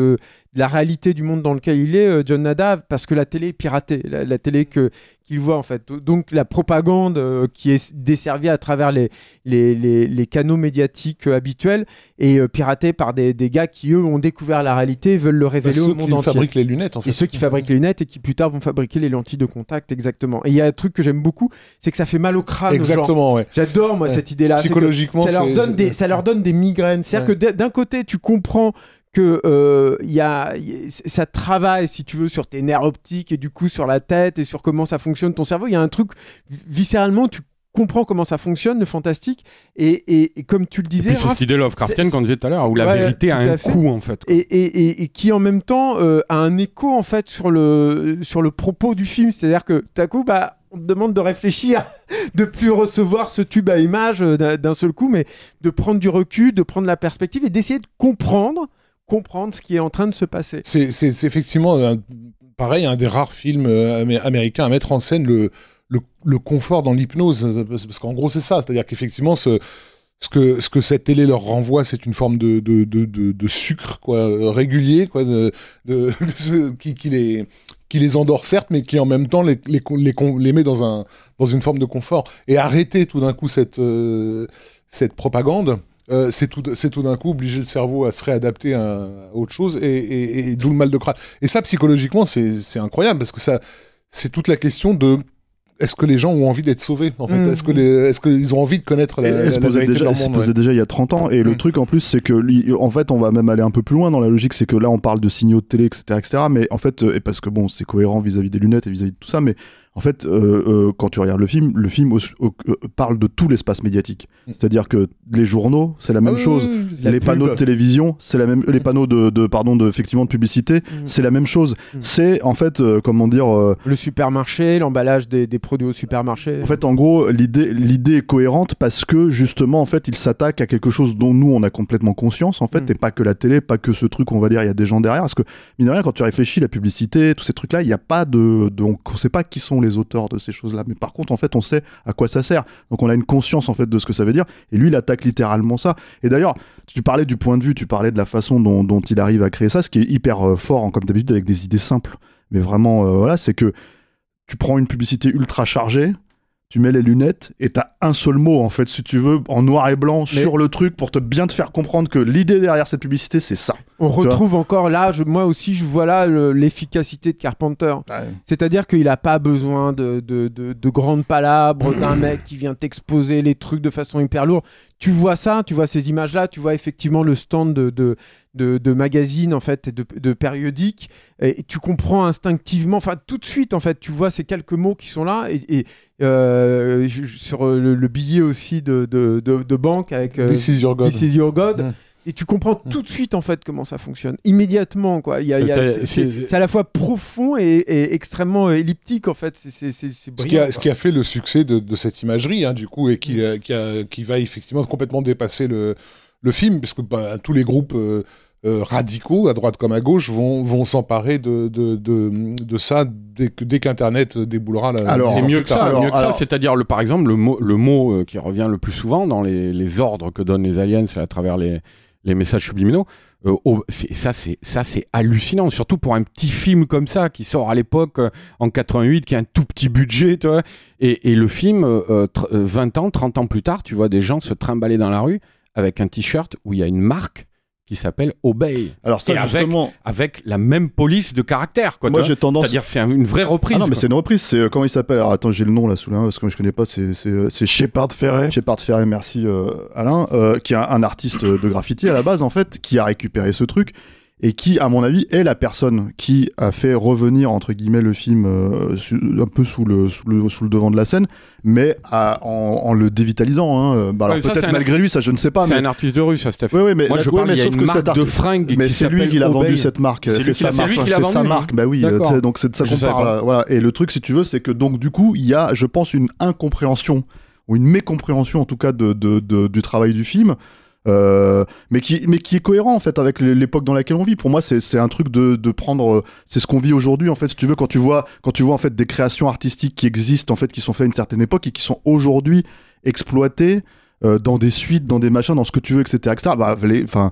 de la réalité du monde dans lequel il est, euh, John Nadav, parce que la télé est piratée, la, la télé que, qu'il voit en fait. Donc la propagande euh, qui est desservie à travers les, les, les, les canaux médiatiques euh, habituels est euh, piratée par des, des gars qui, eux, ont découvert la réalité et veulent le révéler Bah, au ceux monde qui entier. fabriquent les lunettes, en fait. Et ceux qui fabriquent les lunettes et qui plus tard vont fabriquer les lentilles de contact, exactement. Et il y a un truc que j'aime beaucoup, c'est que ça fait mal au crâne. Exactement, genre. ouais. J'adore moi Ouais. cette idée-là. C'est que Psychologiquement, ça leur c'est- donne c'est- des, ça leur donne des migraines. C'est-à-dire Ouais. que d- d'un côté, tu comprends que euh, y a, y- ça travaille, si tu veux, sur tes nerfs optiques et du coup sur la tête et sur comment ça fonctionne ton cerveau. Il y a un truc viscéralement, tu comprends comment ça fonctionne, le fantastique. Et, et, et comme tu le Et disais, puis c'est Raph, cette idée Lovecraftienne c'est- qu'on disait tout à l'heure, où la Ouais, vérité a tout à un fait. coût en fait. et, et, et, et qui en même temps euh, a un écho en fait sur le, sur le propos du film. C'est-à-dire que tout à coup, bah, on te demande de réfléchir, de plus recevoir ce tube à images euh, d'un, d'un seul coup, mais de prendre du recul, de prendre la perspective et d'essayer de comprendre, comprendre ce qui est en train de se passer. C'est, c'est, c'est effectivement, un- pareil, un des rares films euh, amé- américains à mettre en scène le, le, le confort dans l'hypnose. euh, Parce, parce qu'en gros, c'est ça. C'est-à-dire qu'effectivement, ce, ce, que, ce que cette télé leur renvoie, c'est une forme de, de, de, de, de sucre quoi, euh, régulier quoi, de, de, de- qui, qui, les, qui les endort, certes, mais qui en même temps les, les, les, les met dans, un, dans une forme de confort. Et arrêter tout d'un coup cette, euh, cette propagande. Euh, c'est tout, c'est tout d'un coup obliger le cerveau à se réadapter à, à autre chose et, et, et d'où le mal de crâne. Et ça, psychologiquement, c'est, c'est incroyable parce que ça, c'est toute la question de est-ce que les gens ont envie d'être sauvés en fait Mmh. Est-ce que les, est-ce qu'ils ont envie de connaître la, Et la, elle se la posait vérité de déjà, leur elle se monde posait ouais. déjà il y a trente ans. Et le Mm. truc en plus, c'est que, li- en fait, on va même aller un peu plus loin dans la logique, c'est que là, on parle de signaux de télé, et cetera, et cetera. Mais en fait, euh, et parce que bon, c'est cohérent vis-à-vis des lunettes et vis-à-vis de tout ça, mais en fait, euh, euh, quand tu regardes le film, le film au- au- euh, parle de tout l'espace médiatique. Mm. C'est-à-dire que les journaux, c'est la même Ah oui, chose. oui, oui, La Les pub. panneaux de télévision, c'est la même. Les panneaux de, de pardon, de effectivement de publicité, c'est la même chose. Mm. C'est en fait, euh, comment dire. euh, Le supermarché, l'emballage des, des produits au supermarché. En fait, en gros, l'idée, l'idée est cohérente parce que justement, en fait, il s'attaque à quelque chose dont nous, on a complètement conscience, en fait, Mm. et pas que la télé, pas que ce truc, on va dire, il y a des gens derrière. Parce que, mine de rien, quand tu réfléchis, la publicité, tous ces trucs-là, il n'y a pas de, de on ne sait pas qui sont les auteurs de ces choses-là. Mais par contre, en fait, on sait à quoi ça sert. Donc, on a une conscience, en fait, de ce que ça veut dire. Et lui, il attaque littéralement ça. Et d'ailleurs, tu parlais du point de vue, tu parlais de la façon dont, dont il arrive à créer ça, ce qui est hyper euh, fort, hein, comme d'habitude, avec des idées simples. Mais vraiment, euh, voilà, c'est que tu prends une publicité ultra chargée, tu mets les lunettes et t'as un seul mot en fait si tu veux en noir et blanc Mais- sur le truc pour te bien te faire comprendre que l'idée derrière cette publicité c'est ça. On vois. retrouve encore là, je- moi aussi, je vois là le- l'efficacité de Carpenter. C'est-à-dire qu'il n'a pas besoin de, de, de, de grandes palabres, d'un mec qui vient t'exposer les trucs de façon hyper lourde. Tu vois ça, tu vois ces images-là, tu vois effectivement le stand de, de, de, de magazines en fait, et de, de périodiques, et tu comprends instinctivement, enfin tout de suite en fait, tu vois ces quelques mots qui sont là, et, et euh, je- je- sur le, le billet aussi de, de, de, de banque avec euh, This is your God. This is your God. Mm. Et tu comprends tout de suite en fait comment ça fonctionne, immédiatement quoi. Il y a, il y a- C'est- c'est, c'est- c'est- c'est à la fois profond et, et extrêmement euh, elliptique en fait. C'est, c'est, c'est, c'est Ce brillant, qui, a, quoi. ce qui a fait le succès de, de cette imagerie, hein, du coup, et qui, a- qui, a- qui va effectivement complètement dépasser le, le film, parce que bah, tous les groupes euh, euh, radicaux, à droite comme à gauche, vont, vont s'emparer de, de, de, de ça dès, que, dès qu'Internet déboulera. La, Alors, dix C'est ans mieux plus que tard. ça, alors- mieux que ça, alors- c'est-à-dire le, par exemple le mot, le mot euh, qui revient le plus souvent dans les, les ordres que donnent les aliens à travers les, les messages subliminaux. Euh, oh, c'est, ça, c'est, ça, c'est hallucinant, surtout pour un petit film comme ça qui sort à l'époque euh, en quatre-vingt-huit, qui a un tout petit budget, tu vois. Et, et le film, euh, tr- euh, vingt ans, trente ans plus tard, tu vois des gens se trimballer dans la rue avec un t-shirt où il y a une marque qui s'appelle Obey, Alors ça Et avec- justement, avec la même police de caractère, quoi. moi tu vois. j'ai tendance. C'est-à-dire c'est un- une vraie reprise. Ah non mais quoi. c'est une reprise. C'est euh, comment il s'appelle? Alors attends, j'ai le nom là sous la main parce que moi, je connais pas. C'est c'est euh, c'est Shepard Ferret. Shepard Ferret, merci euh, Alain, euh, qui est un, un artiste de graffiti à la base en fait, qui a récupéré ce truc et qui, à mon avis, est la personne qui a fait revenir entre guillemets le film euh, su- un peu sous le, sous le sous le devant de la scène, mais à- en, en le dévitalisant. Hein. Bah, alors Ouais, ça, peut-être c'est un- malgré lui, ça je ne sais pas. C'est mais... un artiste de rue, ça, Steph. Oui, oui, mais Moi, la- je ouais, parle, mais il y a sauf une que marque cet de artiste- fringues mais qui c'est lui s'appelle qui l'a vendu Obey. cette marque. C'est lui qui l'a- sa c'est lui marque. qui l'a C'est sa vendu. marque. Bah oui. D'accord. tu sais, donc c'est de ça Je qu'on savais parle. pas. Voilà. Et le truc, si tu veux, c'est que donc du coup, il y a, je pense, une incompréhension ou une mécompréhension en tout cas de, de, de- du travail du film. Euh, mais qui mais qui est cohérent en fait avec l'époque dans laquelle on vit. Pour moi, c'est c'est un truc de de prendre, euh, c'est ce qu'on vit aujourd'hui en fait. Si tu veux, quand tu vois quand tu vois en fait des créations artistiques qui existent en fait, qui sont faites à une certaine époque et qui sont aujourd'hui exploitées euh, dans des suites, dans des machins, dans ce que tu veux, et cetera, et cetera. Bah, les- enfin.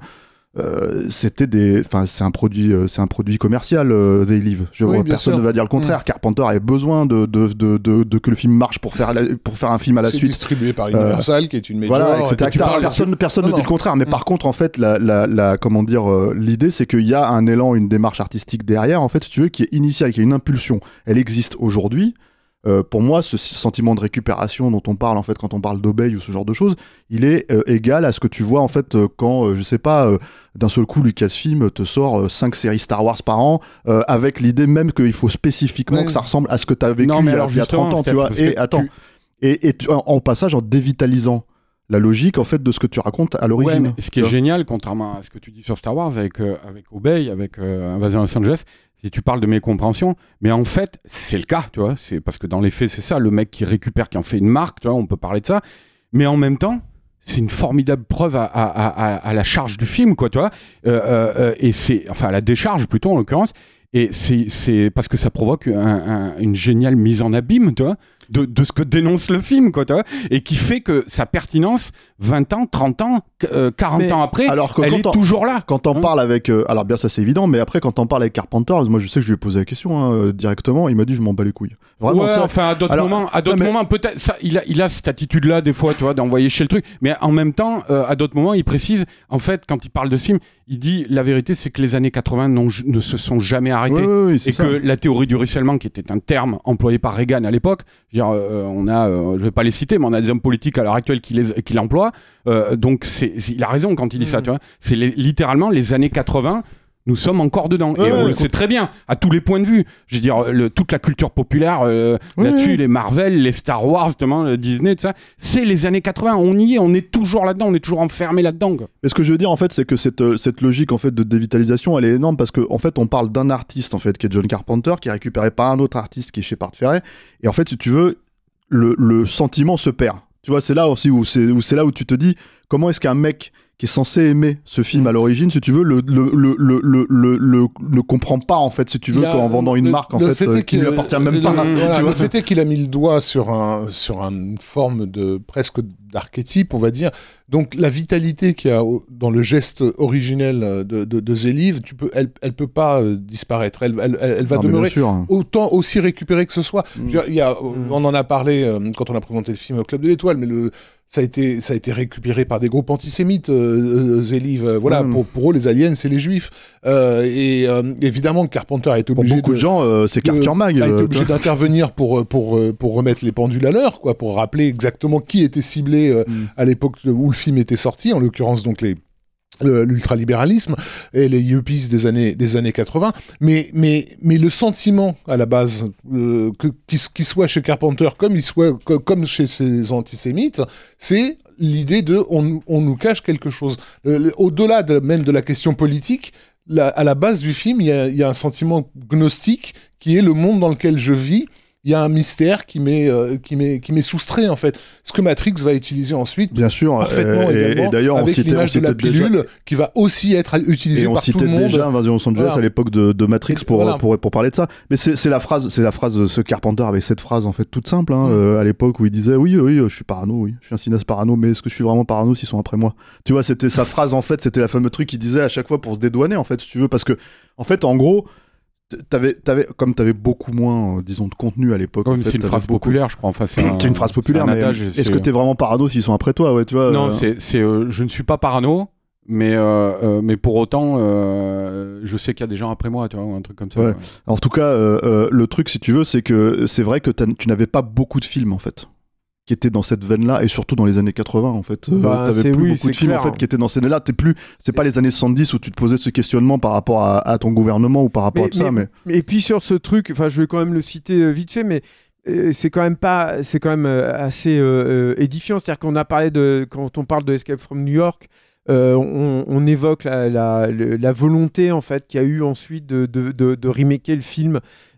Euh, c'était des, enfin c'est un produit, euh, c'est un produit commercial. Euh, They Live. Je Oui, vois, bien personne sûr. ne va dire le contraire. Mm. Carpenter avait besoin de, de, de, de, de que le film marche pour faire la, pour faire un film à la C'est suite. distribué par Universal, euh, qui est une major. Voilà, et cetera. Tu parles, Personne, tu... personne non, ne dit non. le contraire. Mais Mm. par contre, en fait, la, la, la comment dire, euh, l'idée, c'est qu'il y a un élan, une démarche artistique derrière, en fait, si tu veux, qui est initiale, qui est une impulsion. Elle existe aujourd'hui. Euh, pour moi, ce sentiment de récupération dont on parle en fait quand on parle d'Obey ou ce genre de choses, il est euh, égal à ce que tu vois en fait euh, quand, euh, je sais pas, euh, d'un seul coup Lucasfilm te sort cinq séries Star Wars par an euh, avec l'idée même qu'il faut spécifiquement ouais. que ça ressemble à ce que tu as vécu Non, mais il y a, alors il y a trente ans, justement, tu vois. Steph, parce Et que attends, tu- et, et tu- en, en passage en dévitalisant la logique en fait de ce que tu racontes à l'origine. Ouais, mais ce qui est génial, contrairement à ce que tu dis sur Star Wars avec, euh, avec Obey, avec euh, Invasion Los Angeles, si tu parles de mécompréhension, mais en fait, c'est le cas, tu vois, c'est parce que dans les faits, c'est ça, le mec qui récupère, qui en fait une marque, tu vois, on peut parler de ça, mais en même temps, c'est une formidable preuve à, à, à, à la charge du film, quoi, tu vois, euh, euh, et c'est, enfin, à la décharge plutôt, en l'occurrence, et c'est, c'est parce que ça provoque un, un, une géniale mise en abîme, tu vois, de, de ce que dénonce le film, quoi, tu vois, et qui fait que sa pertinence, vingt ans, trente ans, euh, quarante Mais ans après, alors que elle quand est on- toujours là. Quand on Hein parle avec, euh, alors bien ça c'est évident, mais après quand on parle avec Carpenter, moi je sais que je lui ai posé la question hein, euh, directement, il m'a dit je m'en bats les couilles. Vraiment, ouais, ça, enfin à d'autres Alors, moments, à d'autres non, mais- moments peut-être ça, il a, il a cette attitude-là des fois, tu vois, d'envoyer chez le truc. Mais en même temps, euh, à d'autres moments, il précise, en fait, quand il parle de ce film, il dit la vérité, c'est que les années quatre-vingts n'ont- ne se sont jamais arrêtées. Oui, oui, oui, c'est Et ça. que la théorie du ruissellement, qui était un terme employé par Reagan à l'époque, je veux dire, euh, on a, euh, je vais pas les citer, mais on a des hommes politiques à l'heure actuelle qui les- qui l'emploient. Euh, donc c'est, c'est- il a raison quand il dit ça, Mhm. tu vois. C'est les- littéralement les années quatre-vingts. Nous sommes encore dedans Ouais, et on ouais, le sait très bien à tous les points de vue. Je veux dire, le- toute la culture populaire euh, Ouais, là-dessus, ouais. les Marvel, les Star Wars, justement, le Disney, tout ça, c'est les années quatre-vingts. On y est, on est toujours là-dedans, on est toujours enfermé là-dedans. quoi. Mais ce que je veux dire en fait, c'est que cette, euh, cette logique en fait de dévitalisation, elle est énorme parce que en fait, on parle d'un artiste en fait qui est John Carpenter, qui est récupéré par un autre artiste qui est Shepard Fairey, et en fait, si tu veux, le, le sentiment se perd. Tu vois, c'est là aussi où c'est où c'est là où tu te dis comment est-ce qu'un mec qui est censé aimer ce film à l'origine, si tu veux, le le le le le le, le, le comprend pas en fait, si tu veux, Il a- qu'en vendant une le- marque en le fait, fait euh, est qui ne lui que- appartient même le- pas. voilà, tu vois. le fait est qu'il a mis le doigt sur un sur une forme de presque d'archétype, on va dire. Donc la vitalité qu'il y a au- dans le geste originel de de, de The Live, tu peux, elle elle peut pas euh, disparaître. Elle elle elle, elle va Non, mais bien demeurer sûr. autant aussi récupéré que ce soit. Mm. Je veux dire, il y a, on en a parlé euh, quand on a présenté le film au Club de l'Étoile, mais le ça a été ça a été récupéré par des groupes antisémites. Euh, euh, The Live, euh, voilà, Mm. pour pour eux les aliens c'est les juifs. Euh, et euh, évidemment Carpenter a été Pour obligé beaucoup de, de gens, euh, c'est de- Capture Mag. a été euh, obligé d'intervenir pour, pour, pour remettre les pendules à l'heure, quoi, pour rappeler exactement qui était ciblé euh, Mm. à l'époque où le film était sorti, en l'occurrence donc les le- l'ultralibéralisme et les yuppies des années des années quatre-vingts, mais mais mais le sentiment à la base euh, que qu'il qu'il soit chez Carpenter comme il soit co- comme chez ces antisémites, c'est l'idée de on, on nous cache quelque chose. Euh, le- au-delà de, même de la question politique, la- à la base du film, il y a, il y a un sentiment gnostique qui est le monde dans lequel je vis. Il y a un mystère qui m'est euh, qui m'est qui m'est soustrait en fait. Ce que Matrix va utiliser ensuite Bien sûr. parfaitement euh, et, également, et d'ailleurs, on avec citait, on l'image de la citait déjà- pilule qui va aussi être utilisée Et on par tout citait le monde. déjà Invasion Los Angeles Voilà. à l'époque de, de Matrix Et pour, voilà. pour, pour parler de ça. Mais c'est c'est la phrase, c'est la phrase de ce Carpenter avec cette phrase en fait toute simple hein, Mm. euh, à l'époque où il disait oui oui je suis parano, oui je suis un cinéaste parano, mais est-ce que je suis vraiment parano s'ils sont après moi? Tu vois, c'était sa phrase en fait, c'était la fameuse truc qu'il disait à chaque fois pour se dédouaner en fait, si tu veux, parce que en fait en gros t'avais, t'avais, comme t'avais beaucoup moins euh, disons de contenu à l'époque. Comme en fait, c'est une t'avais phrase beaucoup- populaire, je crois. Enfin, c'est, un- C'est une phrase populaire, c'est un mais adage, est-ce c'est- que t'es vraiment parano s'ils sont après toi, ouais, tu vois? Non, euh, c'est, c'est, euh, je ne suis pas parano, mais, euh, euh, mais pour autant, euh, je sais qu'il y a des gens après moi, tu vois, ou un truc comme ça. Ouais. quoi. En tout cas, euh, euh, le truc, si tu veux, c'est que c'est vrai que t'as- tu n'avais pas beaucoup de films, en fait, qui étaient dans cette veine-là, et surtout dans les années quatre-vingts, en fait. Euh, Bah, t'avais c'est- plus oui, beaucoup de c'est films, clair. en fait, qui étaient dans ces années-là. T'es plus, c'est pas les années soixante-dix où tu te posais ce questionnement par rapport à, à ton gouvernement ou par rapport à tout ça, mais... Et puis sur ce truc, enfin, je vais quand même le citer euh, vite fait, mais euh, c'est quand même pas, c'est quand même euh, assez euh, euh, édifiant. C'est-à-dire qu'on a parlé de, quand on parle de Escape from New York, euh, on, on évoque la, la, le- la volonté en fait qu'il y a eu ensuite de, de, de, de remaker le film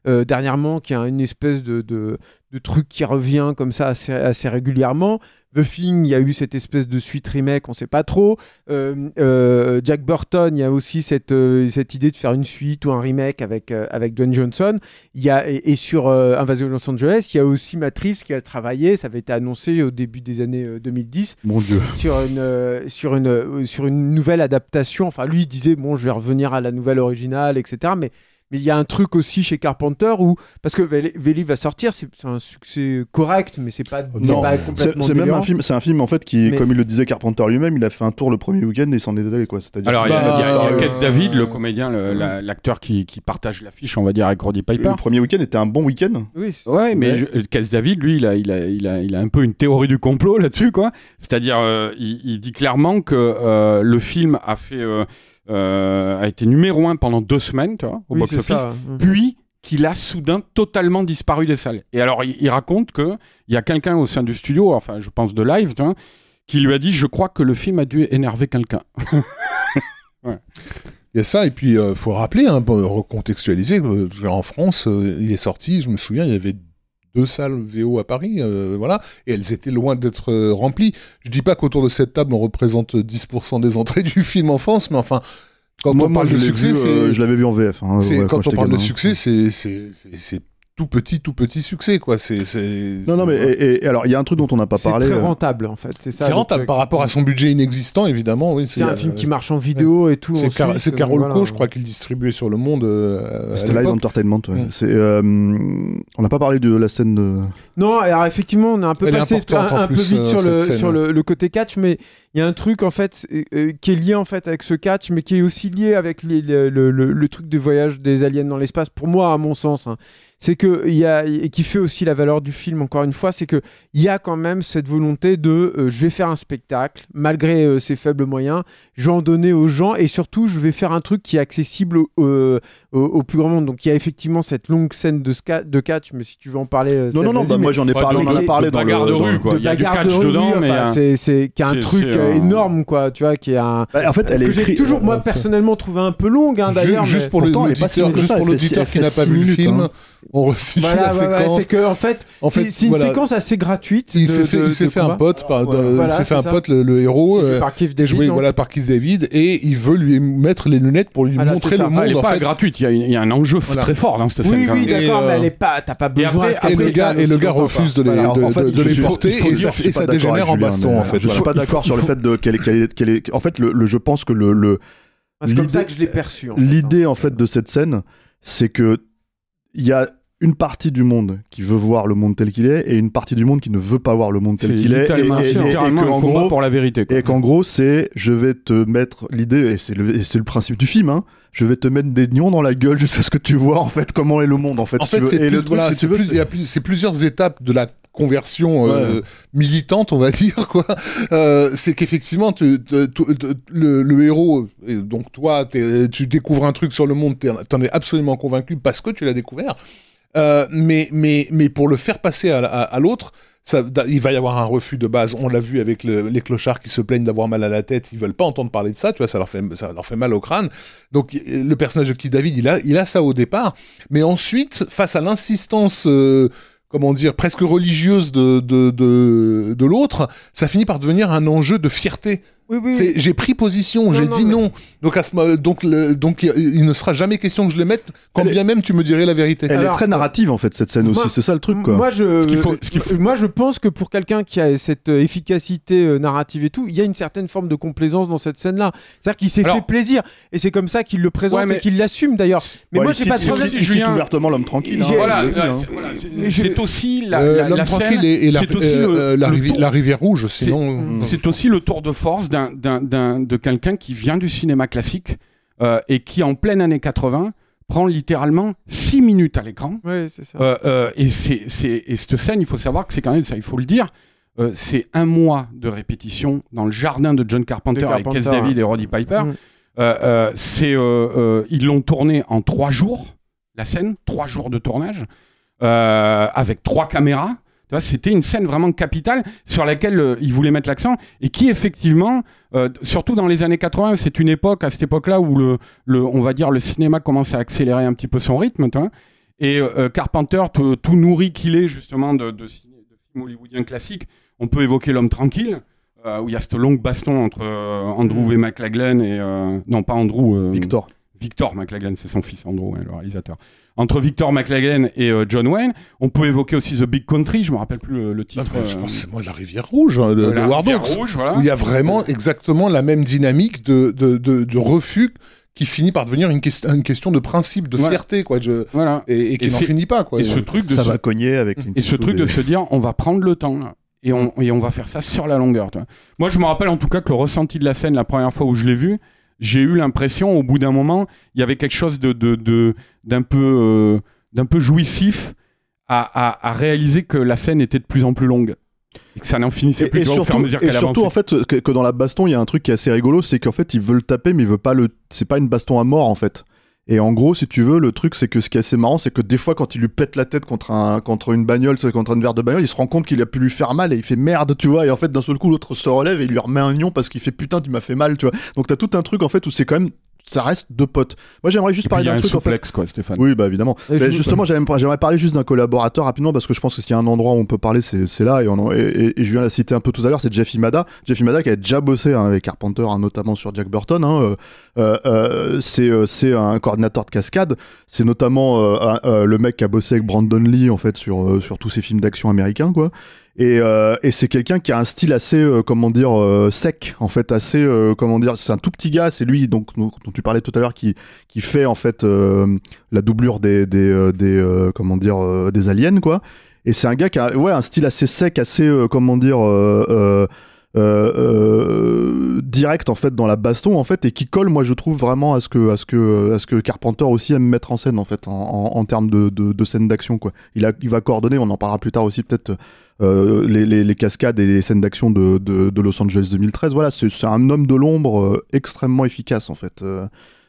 euh, dernièrement, qui a une espèce de, de, de truc qui revient comme ça assez, assez régulièrement. The Thing, il y a eu cette espèce de suite remake, on sait pas trop. Euh, euh, Jack Burton, il y a aussi cette, euh, cette idée de faire une suite ou un remake avec, euh, avec Dwayne Johnson. Il y a, et, et sur euh, Invasion de Los Angeles, il y a aussi Matrix qui a travaillé, ça avait été annoncé au début des années euh, deux mille dix. Mon Dieu. Sur une, euh, sur, une, euh, sur une nouvelle adaptation. Enfin, lui, il disait, bon, je vais revenir à la nouvelle originale, et cetera. Mais Mais il y a un truc aussi chez Carpenter où, parce que Veli va sortir, c'est, c'est un succès correct, mais c'est pas, c'est Non, pas c'est, complètement c'est même délirant. un film, c'est un film en fait qui, Mais- comme il le disait Carpenter lui-même, il a fait un tour le premier week-end et il s'en est allé quoi. C'est-à-dire Alors, il y a, Bah, il y a- il y a euh, Keith David, le comédien, le- la- l'acteur qui, qui partage l'affiche, on va dire, avec Roddy Piper. le premier week-end était un bon week-end. Oui, c'est- Ouais, mais Ouais. je- Keith David, lui, il a, il, a, il, a, il a un peu une théorie du complot là-dessus, quoi. C'est-à-dire, euh, il, il dit clairement que euh, le film a fait, euh, euh, a été numéro un pendant deux semaines, tu vois, au oui, c'est box-office, ça. puis qu'il a soudain totalement disparu des salles. Et alors, il, il raconte que il y a quelqu'un au sein du studio, enfin, je pense de Live, tu vois, qui lui a dit, je crois que le film a dû énerver quelqu'un. Il y a ça, et puis il euh, faut rappeler, hein, pour recontextualiser, euh, en France, euh, il est sorti, je me souviens, il y avait deux salles V O à Paris, euh, voilà, et elles étaient loin d'être euh, remplies. Je dis pas qu'autour de cette table, on représente dix pour cent des entrées du film en France, mais enfin, quand moi, on moi, parle je de l'ai succès, vu, c'est... euh, je l'avais vu en V F. Hein, c'est- ouais, quand on j'étais parle de gamin. succès, c'est, c'est, c'est, c'est tout petit, tout petit succès, quoi. C'est, c'est, Non, non, mais et, et- et alors il y a un truc dont on n'a pas C'est parlé. très euh, rentable, en fait. C'est, ça, c'est le rentable truc. par rapport à son budget inexistant, évidemment. Oui, C'est un euh, film qui marche en vidéo et tout. C'est, ensuite, Car- c'est donc Carolco, voilà. je crois, qu'il distribuait sur le monde. Euh, à C'était Live l'époque. Entertainment. Ouais. Mm. C'est, euh, on n'a pas parlé de la scène de. Non, alors effectivement, on a un peu Elle est passé importante, un, en un peu plus, vite euh, sur, le, cette scène. sur le, le côté catch, mais il y a un truc en fait euh, euh, qui est lié en fait avec ce catch, mais qui est aussi lié avec les- le, le, le, le truc de voyage des aliens dans l'espace. Pour moi, à mon sens, hein, c'est que il y a et qui fait aussi la valeur du film. Encore une fois, c'est que il y a quand même cette volonté de euh, je vais faire un spectacle malgré euh, ses faibles moyens, je vais en donner aux gens et surtout je vais faire un truc qui est accessible au, au, au- au plus grand monde. Donc il y a effectivement cette longue scène de, ska- de catch, mais si tu veux en parler, euh, Non, Steph, non, non. vas-y, Bah, mais- moi j'en ai Ouais, parlé. de- On en a de- parlé de dans bagarre le. de dans rue, le- quoi. de Il y a du bagarre catch de rue, dedans, enfin, mais, euh, c'est, c'est qui a un c'est- truc c'est, euh, euh, énorme, quoi. Tu vois, qui est un Bah, en fait, elle est que j'ai écrite. toujours moi personnellement trouvé un peu longue, hein, Ju- d'ailleurs. juste mais- pour, le- pourtant, elle est pas si l'auditeur, longue que juste ça, pour elle fait l'auditeur six- qui elle n'a fait pas six vu le minutes, film, hein. on resitue Voilà, la ouais, ouais, séquence. c'est que en fait, En fait, c'est, c'est une voilà. séquence assez gratuite. Il de- s'est fait, de- il s'est de fait un combat. pote, par, Ouais, de- voilà, il s'est fait c'est un ça. pote, le, le héros, Joué euh, par Keith David, joué donc. voilà, par Keith David, et il veut lui mettre les lunettes pour lui Voilà, montrer c'est ça. le Ah, elle monde. est en pas fait. gratuite, il y, a une- il y a un enjeu f- Voilà. très fort dans cette scène. Oui, quand oui, même. d'accord, Et, mais euh, elle est pas, t'as pas et besoin. après- à ce Et qu'après, le gars, t'as et le aussi gars longtemps, refuse de quoi. les, Voilà. de, en fait, de- de je les suis- porter, il faut et dire- ça, je fait- suis et pas ça d'accord dégénère avec en Julien, baston, mais, en euh, fait. Je suis voilà. pas d'accord Il sur le faut- fait de qu'elle est- qu'elle est- qu'elle est- En fait, le, le- je pense que le, le C'est comme l'idée- ça que je l'ai perçu. en fait, hein. l'idée en fait de cette scène, c'est que il y a une partie du monde qui veut voir le monde tel qu'il est et une partie du monde qui ne veut pas voir le monde C'est tel qu'il est. Et, littéralement, et- et- et littéralement que, un en combat gros, pour la vérité. quoi. et qu'en gros, c'est je vais te mettre l'idée, et c'est le, et c'est le principe du film, hein, je vais te mettre des nions dans la gueule jusqu'à ce que tu vois en fait comment est le monde en fait. En si tu fait, veux. c'est et plus- le truc, voilà, si c'est tu veux, plus- c'est- il y a plus- c'est plusieurs étapes de la conversion euh, Ouais. militante, on va dire, quoi. Euh, c'est qu'effectivement, tu- tu- tu- tu- le, le héros, et donc toi, t'es- tu découvres un truc sur le monde, t'es- t'en es absolument convaincu parce que tu l'as découvert. Euh, mais, mais, mais pour le faire passer à, à, à l'autre, ça, il va y avoir un refus de base. On l'a vu avec le- les clochards qui se plaignent d'avoir mal à la tête. Ils veulent pas entendre parler de ça. Tu vois, ça leur fait, ça leur fait mal au crâne. Donc, le personnage de Keith David, il a, il a ça au départ. Mais ensuite, face à l'insistance, euh, comment dire, presque religieuse de, de, de, de l'autre, ça finit par devenir un enjeu de fierté. Oui, oui. C'est, j'ai pris position, Non, j'ai non, dit mais- non. Donc, à ce, mo- donc, le, donc il, il ne sera jamais question que je le mette, quand Elle est- bien même tu me dirais la vérité. elle Alors, est très narrative en fait cette scène moi- aussi. C'est ça le truc quoi. Moi, je, Ce qu'il faut- ce qu'il faut- moi, je pense que pour quelqu'un qui a cette euh, efficacité euh, narrative et tout, il y a une certaine forme de complaisance dans cette scène-là. C'est-à-dire qu'il s'est Alors- fait plaisir, et c'est comme ça qu'il le présente Ouais, mais- et qu'il l'assume d'ailleurs. Mais Ouais, moi, il j'ai cite- pas de il problème. cite- il cite Julien- ouvertement l'homme tranquille. hein, J'ai- Voilà, je l'ai dit, là, hein. c'est, voilà, c'est- Mais je- c'est aussi la, Euh, la, L'homme la tranquille scène, et, et la, c'est aussi euh, le- euh, la, le rivi- tour- la rivière rouge, c'est- sinon. c'est aussi le tour de force d'un, d'un, d'un- de quelqu'un qui vient du cinéma classique euh, et qui, en pleine année quatre-vingts, prend littéralement six minutes à l'écran. Ouais, c'est ça. Euh, euh, et, c'est, c'est, et cette scène, il faut savoir que c'est quand même, ça, il faut le dire, euh, c'est un mois de répétition dans le jardin de John Carpenter, De avec Carpenter, Keith David ouais. et Roddy Piper. Mm. Euh, euh, c'est, euh, euh, ils l'ont tourné en trois jours, la scène, trois jours de tournage, euh, avec trois caméras. Tu vois, c'était une scène vraiment capitale sur laquelle euh, ils voulaient mettre l'accent et qui effectivement, euh, surtout dans les années quatre-vingts, c'est une époque, à cette époque-là où le, le, on va dire le cinéma commence à accélérer un petit peu son rythme, tu vois. Et euh, Carpenter, tout, tout nourri qu'il est justement de, de, de films hollywoodiens classiques, on peut évoquer L'Homme tranquille, euh, où il y a cette longue baston entre euh, Andrew mmh. et McLaglen et euh, non pas Andrew, euh, Victor. Victor McLaglen, c'est son fils Andrew, hein, le réalisateur. Entre Victor McLaglen et euh, John Wayne, on peut évoquer aussi The Big Country, je me rappelle plus le, le titre. Ah, je pense que c'est moi La Rivière Rouge hein, de, euh, de La War Rivière Dogs, Rouge, voilà. où il y a vraiment exactement la même dynamique de, de, de, de refus qui finit par devenir une, que- une question de principe, de Voilà. fierté, quoi, je- Voilà. et, et qui Et n'en c'est- finit pas, quoi. Et ce truc de Ça se- va cogner avec Clint Et ce Eastwood truc de se dire, on va prendre le temps là, et on, et on va faire ça sur la longueur. Tu vois. Moi, je me rappelle en tout cas que le ressenti de la scène, la première fois où je l'ai vu, j'ai eu l'impression, au bout d'un moment, il y avait quelque chose de, de, de, d'un, peu, euh, d'un peu jouissif à, à, à réaliser que la scène était de plus en plus longue. Et que ça n'en finissait plus et, et tu vois, au fur et à surtout, mesure et qu'elle surtout avançait. en fait que, que dans la baston il y a un truc qui est assez rigolo, c'est qu'en fait ils veulent taper mais ils veulent pas le c'est pas une baston à mort en fait. Et en gros, si tu veux, le truc, c'est que ce qui est assez marrant, c'est que des fois, quand il lui pète la tête contre, un, contre une bagnole, contre une verre de bagnole, il se rend compte qu'il a pu lui faire mal et il fait merde, tu vois. Et en fait, d'un seul coup, l'autre se relève et il lui remet un nion parce qu'il fait putain, tu m'as fait mal, tu vois. Donc, t'as tout un truc, en fait, où c'est quand même. Ça reste deux potes. Moi, j'aimerais juste Et puis, parler il y a d'un un truc, en fait. souplex, quoi, Stéphane. Oui, bah évidemment. Et Mais je- justement, j'aimerais, j'aimerais parler juste d'un collaborateur rapidement parce que je pense que s'il y a un endroit où on peut parler, c'est, c'est là. Et, on en- et, et, et je viens de la citer un peu tout à l'heure, c'est Jeff Imada. Jeff Imada qui a déjà bossé hein, avec Carpenter, hein, notamment sur Jack Burton. Hein, euh, euh, euh, c'est, euh, c'est un coordinateur de cascade. C'est notamment euh, un- euh, le mec qui a bossé avec Brandon Lee en fait sur, euh, sur tous ces films d'action américains, quoi. Et, euh, et c'est quelqu'un qui a un style assez, euh, comment dire, euh, sec, en fait, assez, euh, comment dire, c'est un tout petit gars, c'est lui donc, dont, dont tu parlais tout à l'heure qui, qui fait en fait euh, la doublure des, des, euh, des euh, comment dire, euh, des aliens, quoi. Et c'est un gars qui a ouais, un style assez sec, assez, euh, comment dire, euh, euh, euh, euh, direct en fait dans la baston en fait et qui colle moi je trouve vraiment à ce que à ce que à ce que Carpenter aussi aime mettre en scène en fait en, en, en termes de, de, de scènes d'action quoi. Il a il va coordonner, on en parlera plus tard aussi peut-être euh, les, les, les cascades et les scènes d'action de, de, de Los Angeles deux mille treize. Voilà, c'est, c'est un homme de l'ombre euh, extrêmement efficace en fait. Euh,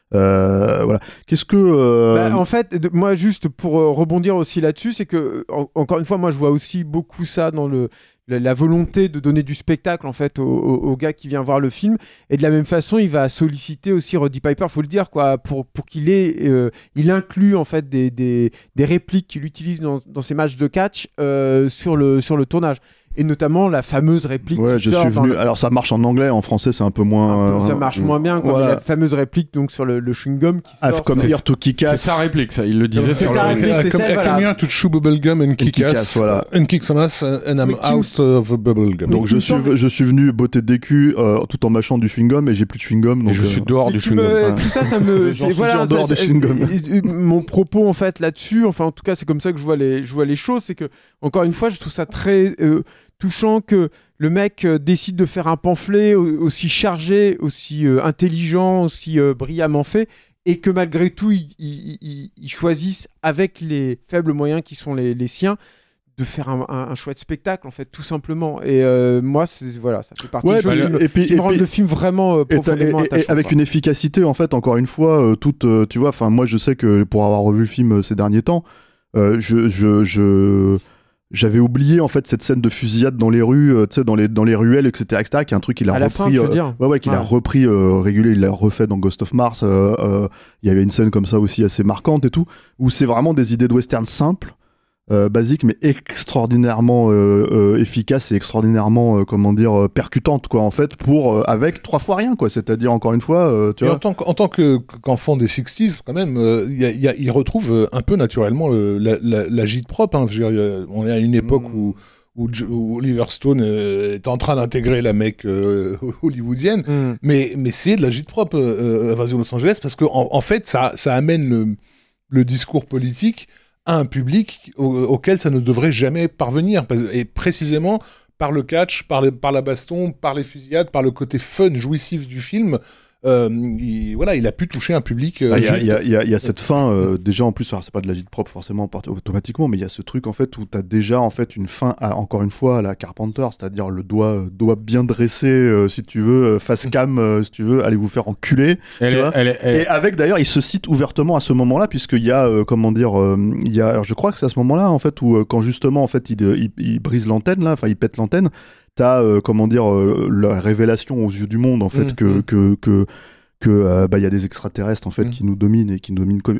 euh, voilà. Qu'est-ce que euh... Bah, en fait, de, moi juste pour euh, rebondir aussi là-dessus, c'est que en, encore une fois, moi je vois aussi beaucoup ça dans le la, la volonté de donner du spectacle en fait au, au, au gars qui vient voir le film, et de la même façon, il va solliciter aussi Roddy Piper, faut le dire quoi, pour pour qu'il ait, euh, il inclut en fait des des, des répliques qu'il utilise dans, dans ses matchs de catch euh, sur le sur le tournage. Et notamment la fameuse réplique Ouais, qui je sort suis dans venu. le- Alors ça marche en anglais, en français c'est un peu moins. Un peu- ça euh, marche moins bien, quoi. voilà. Mais la fameuse réplique donc sur le, le chewing-gum qui I've sort. come c'est- here to kick C'est ass. sa réplique, ça. Il le disait C'est sur sa le... réplique, c'est Comme celle, I come voilà. here to chew bubblegum and kick, kick ass, ass, voilà. and kick some ass, and I'm Mais qui- out of bubblegum. Donc je suis, je suis venu botter des culs euh, tout en mâchant du chewing-gum et j'ai plus de chewing-gum. Et Donc, je euh, suis dehors Mais du tu chewing-gum. me- Voilà. Tout ça, ça me. J'en c'est- suis voilà, en dehors ça- des ça- chewing-gums. et- et- mon propos en fait là-dessus, enfin en tout cas c'est comme ça que je vois les, je vois les choses, c'est que encore une fois je trouve ça très euh, touchant que le mec euh, décide de faire un pamphlet au- aussi chargé, aussi euh, intelligent, aussi euh, brillamment fait, et que malgré tout ils il, il, il choisissent avec les faibles moyens qui sont les, les siens de faire un, un, un chouette spectacle en fait tout simplement. Et euh, moi c'est voilà, ça fait partie Ouais, des choses bah, qui me- et puis, qui et me rendent puis- le film vraiment euh, et t'as- profondément et- et- attachant. avec quoi. une efficacité en fait encore une fois euh, toute euh, tu vois enfin moi je sais que pour avoir revu le film euh, ces derniers temps euh, je je je j'avais oublié en fait cette scène de fusillade dans les rues euh, tu sais dans les dans les ruelles etc etc qui est un truc qu'il a À la repris fin, tu veux euh, dire ouais ouais qu'il a Ouais. repris euh, régulier il l'a refait dans Ghost of Mars euh, euh, il y avait une scène comme ça aussi assez marquante et tout où c'est vraiment des idées de western simples euh, basiques mais extraordinairement euh, euh, efficaces et extraordinairement euh, comment dire euh, percutantes quoi en fait pour euh, avec trois fois rien quoi c'est-à-dire encore une fois euh, tu Et vois en tant, que- en tant que, qu'enfant des sixties, quand même, euh, il y a- il y a- il retrouve euh, un peu naturellement le- la, la, la gîte propre. Hein. Je veux dire, il y a- on est à une époque Mm. où, où, Jo- où Oliver Stone euh, est en train d'intégrer la mec euh, hollywoodienne, Mm. mais, mais c'est de la gîte propre, euh, Invasion Los Angeles, parce qu'en en, en fait, ça, ça amène le, le discours politique à un public au- auquel ça ne devrait jamais parvenir. Parce- Et précisément par le catch, par, les- par la baston, par les fusillades, par le côté fun, jouissif du film, euh, il, voilà, il a pu toucher un public. euh, Ah, Il y, a- juste. il y a- il y a- il y a cette fin euh, déjà en plus alors, c'est pas de la gîte propre forcément part- automatiquement mais il y a ce truc en fait où t'as déjà en fait une fin à, encore une fois à la Carpenter c'est-à-dire le doigt euh, doigt bien dressé euh, si tu veux euh, face cam euh, si tu veux allez vous faire enculer Elle tu est- vois. elle est- elle est- et avec d'ailleurs il se cite ouvertement à ce moment-là puisqu'il y a euh, comment dire euh, il y a alors, je crois que c'est à ce moment-là en fait où euh, quand justement en fait il, il, il brise l'antenne là enfin il pète l'antenne t'as euh, comment dire euh, la révélation aux yeux du monde en fait Mhm. que que que que euh, bah il y a des extraterrestres en fait Mhm. qui nous dominent et qui nous dominent co-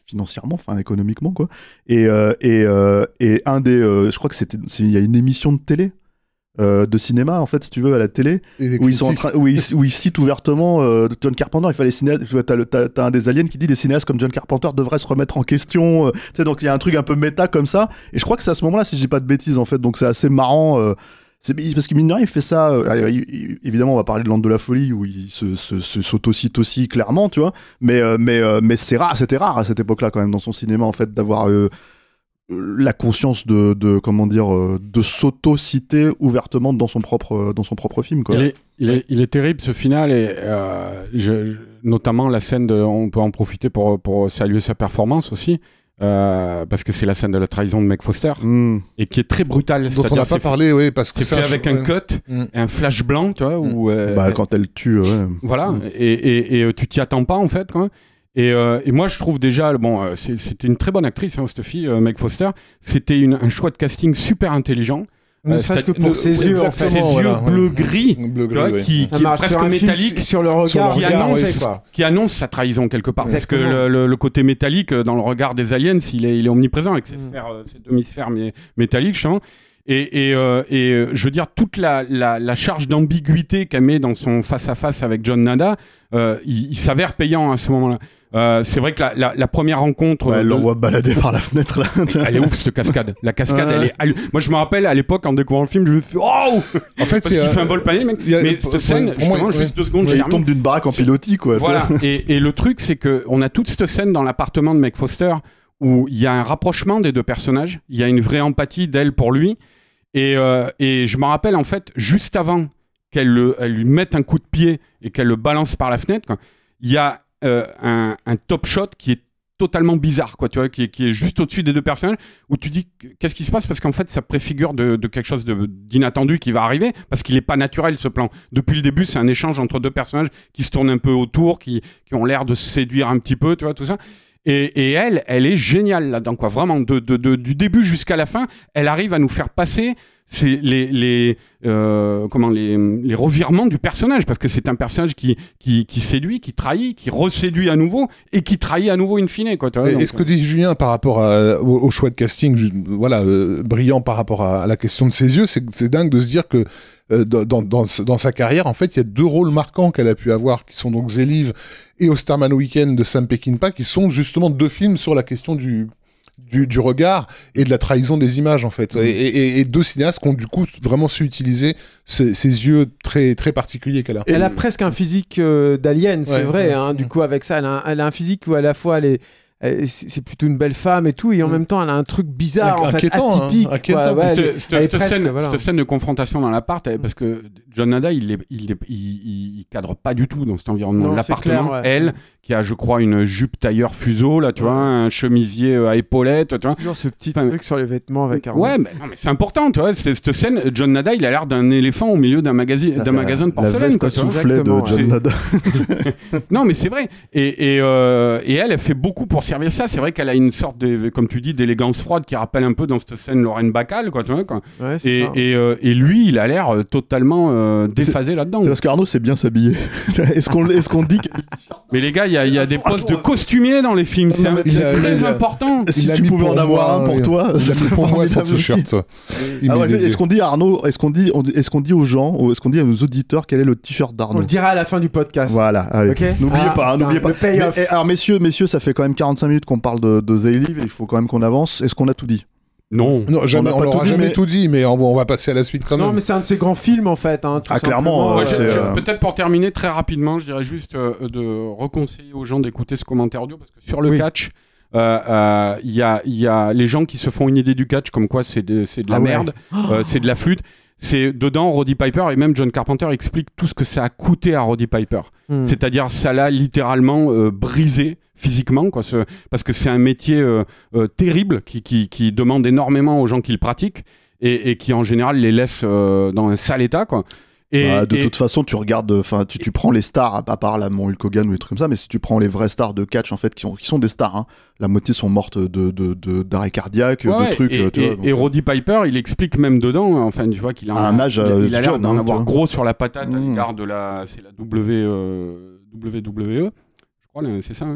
financièrement, enfin économiquement quoi. Et euh, et euh, et un des, euh, je crois que c'était, il y a une émission de télé. Euh, de cinéma en fait si tu veux à la télé où ils sont en train où ils, où ils citent ouvertement euh, John Carpenter. Il fallait cinéastes, t'as, le, t'as, t'as un des aliens qui dit des cinéastes comme John Carpenter devraient se remettre en question, euh, tu sais, donc il y a un truc un peu méta comme ça et je crois que c'est à ce moment-là si je dis pas de bêtises en fait, donc c'est assez marrant euh, c'est, parce que mine de rien il fait ça euh, il, il, évidemment on va parler de L'Antre de la Folie où il se, se, se, s'autocite aussi clairement tu vois mais, euh, mais, euh, mais c'est rare, c'était rare à cette époque-là quand même dans son cinéma en fait d'avoir euh, la conscience de, de comment dire de s'auto-citer ouvertement dans son propre dans son propre film quoi. Il est, il est, il est terrible ce final et euh, je, je, notamment la scène de, on peut en profiter pour pour saluer sa performance aussi euh, parce que c'est la scène de la trahison de Meg Foster mm. et qui est très brutale. Dont on n'a pas parlé, oui, parce que c'est fait avec un cut, mm. et un flash blanc, tu vois, mm. où euh, bah, quand elle tue, ouais. Voilà, mm. et, et, et tu t'y attends pas en fait quoi. Et, euh, et moi, je trouve déjà, bon, euh, c'est, c'était une très bonne actrice, hein, cette fille, euh, Meg Foster. C'était une, un choix de casting super intelligent. Ne serait-ce que pour le, ses yeux, en fait. Ses voilà, yeux bleu-gris, bleu tu vois, oui. qui, qui est presque métallique. Sur le regard, sur le qui, regard annonce, oui, quoi. qui annonce sa trahison quelque part. Exactement. Parce que le, le, le côté métallique dans le regard des aliens, il est, il est omniprésent avec ses, mm. sphères, ses demi-sphères mé- métalliques, je sens. Et, et, euh, et euh, je veux dire, toute la, la, la charge d'ambiguïté qu'elle met dans son face-à-face avec John Nada, euh, il, il s'avère payant à ce moment-là. Euh, c'est vrai que la, la, la première rencontre... Ouais, elle de... l'envoie balader par la fenêtre, là. Elle est ouf, cette cascade. La cascade, ouais. elle est... Moi, je me rappelle, à l'époque, en découvrant le film, je me suis dit, oh en fait, Parce qu'il euh... fait un bol panier, mec. A... Mais cette scène, ouais, justement, moi, juste ouais. deux secondes, ouais, je il tombe d'une baraque en pilotis, quoi. Voilà. et, et le truc, c'est qu'on a toute cette scène dans l'appartement de Meg Foster où il y a un rapprochement des deux personnages. Il y a une vraie empathie d'elle pour lui. Et, euh, et je me rappelle, en fait, juste avant qu'elle le, elle lui mette un coup de pied et qu'elle le balance par la fenêtre, il y a euh, un, un top shot qui est totalement bizarre, quoi, tu vois, qui est, qui est juste au-dessus des deux personnages, où tu dis qu'est-ce qui se passe, parce qu'en fait, ça préfigure de, de quelque chose de, d'inattendu qui va arriver, parce qu'il n'est pas naturel, ce plan. Depuis le début, c'est un échange entre deux personnages qui se tournent un peu autour, qui, qui ont l'air de se séduire un petit peu, tu vois, tout ça. Et, et elle, elle est géniale là-dedans, quoi. Vraiment, de, de, de, du début jusqu'à la fin, elle arrive à nous faire passer c'est les, les, euh, comment, les, les revirements du personnage, parce que c'est un personnage qui, qui, qui séduit, qui trahit, qui reséduit à nouveau, et qui trahit à nouveau in fine, quoi. Tu vois, et, donc, et ce que dit Julien par rapport à, au, au choix de casting, voilà, euh, brillant par rapport à, à la question de ses yeux, c'est, c'est dingue de se dire que euh, dans, dans, dans sa carrière, en fait, il y a deux rôles marquants qu'elle a pu avoir, qui sont donc Zélive et Osterman Weekend de Sam Peckinpah, qui sont justement deux films sur la question du... Du, du regard et de la trahison des images en fait, mmh. et, et, et deux cinéastes qui ont du coup vraiment su utiliser ces, ces yeux très très particuliers qu'elle a. Elle a presque un physique euh, d'alien, c'est ouais, vrai. Ouais, hein, ouais. Du coup, avec ça, elle a, un, elle a un physique où à la fois elle est Elle, c'est plutôt une belle femme et tout, et en mmh. même temps elle a un truc bizarre, en fait, atypique. Hein, quoi. Ouais, cette, elle, cette, elle cette, presque, scène, voilà. cette scène de confrontation dans l'appart, elle, parce que John Nada, il, est, il, est, il, il, il cadre pas du tout dans cet environnement. Non, l'appartement, clair, ouais. Elle, qui a, je crois, une jupe tailleur fuseau, là, tu ouais. vois, un chemisier à épaulettes, tu vois. Toujours ce petit enfin, truc sur les vêtements avec un. Ouais, mais, non, mais c'est important, tu vois. C'est, cette scène, John Nada, il a l'air d'un éléphant au milieu d'un, magasi- d'un la, magasin de porcelaine. La veste quoi, soufflet de John c'est... Nada. Non, mais c'est vrai. Et, et, euh, et elle, elle fait beaucoup pour servir ça. C'est vrai qu'elle a une sorte de, comme tu dis, d'élégance froide qui rappelle un peu dans cette scène Lorraine Bacall, quoi, tu vois, quoi. Ouais, c'est et, ça. Et, euh, et lui, il a l'air totalement euh, déphasé c'est, là-dedans. C'est parce qu'Arnaud sait bien s'habiller. est-ce qu'on, est-ce qu'on dit que... Mais les gars, il y a, y a des postes de costumier dans les films, c'est, un, c'est a, très a, important. Si tu pouvais en avoir un pour toi, ça serait pour moi son t-shirt. Ah ouais, est-ce qu'on dit Arnaud, est-ce qu'on dit, est-ce qu'on dit aux gens, ou est-ce qu'on dit à nos auditeurs quel est le t-shirt d'Arnaud? On le dira à la fin du podcast. Voilà, allez. Okay. N'oubliez ah, pas, hein, n'oubliez pas. Mais, alors messieurs, messieurs, ça fait quand même quarante-cinq minutes qu'on parle de, de Zélive, et il faut quand même qu'on avance. Est-ce qu'on a tout dit? Non, non jamais, on, on l'aura jamais mais... tout dit, mais on, on va passer à la suite quand même. Non, mais c'est un de ces grands films en fait. Hein, tout ah, clairement. Ouais, euh, je, je, euh... Peut-être pour terminer très rapidement, je dirais juste euh, de reconseiller aux gens d'écouter ce commentaire audio, parce que sur le oui. catch, il euh, euh, y, a, y a les gens qui se font une idée du catch, comme quoi c'est de, c'est de la ah merde, ouais. euh, c'est de la flûte. C'est dedans Roddy Piper, et même John Carpenter explique tout ce que ça a coûté à Roddy Piper. Mm. C'est-à-dire ça l'a littéralement euh, brisé physiquement, quoi, ce, parce que c'est un métier euh, euh, terrible qui, qui, qui demande énormément aux gens qui le pratiquent, et, et qui en général les laisse euh, dans un sale état, quoi. Et, bah, de et... toute façon, tu regardes, enfin, tu, tu prends les stars, à part la mon Hulk Hogan ou des trucs comme ça, mais si tu prends les vraies stars de catch, en fait, qui, ont, qui sont des stars, hein, la moitié sont mortes de, de, de, d'arrêt cardiaque, ouais, de trucs. Et, tu et, vois, donc, et Roddy Piper, il explique même dedans, enfin, tu vois qu'il a un, un âge, il, euh, il a l'air jeune, d'en hein, avoir gros sur la patate mmh. à l'égard de la, c'est la W, euh, W W E, je crois, là, c'est ça. Hein.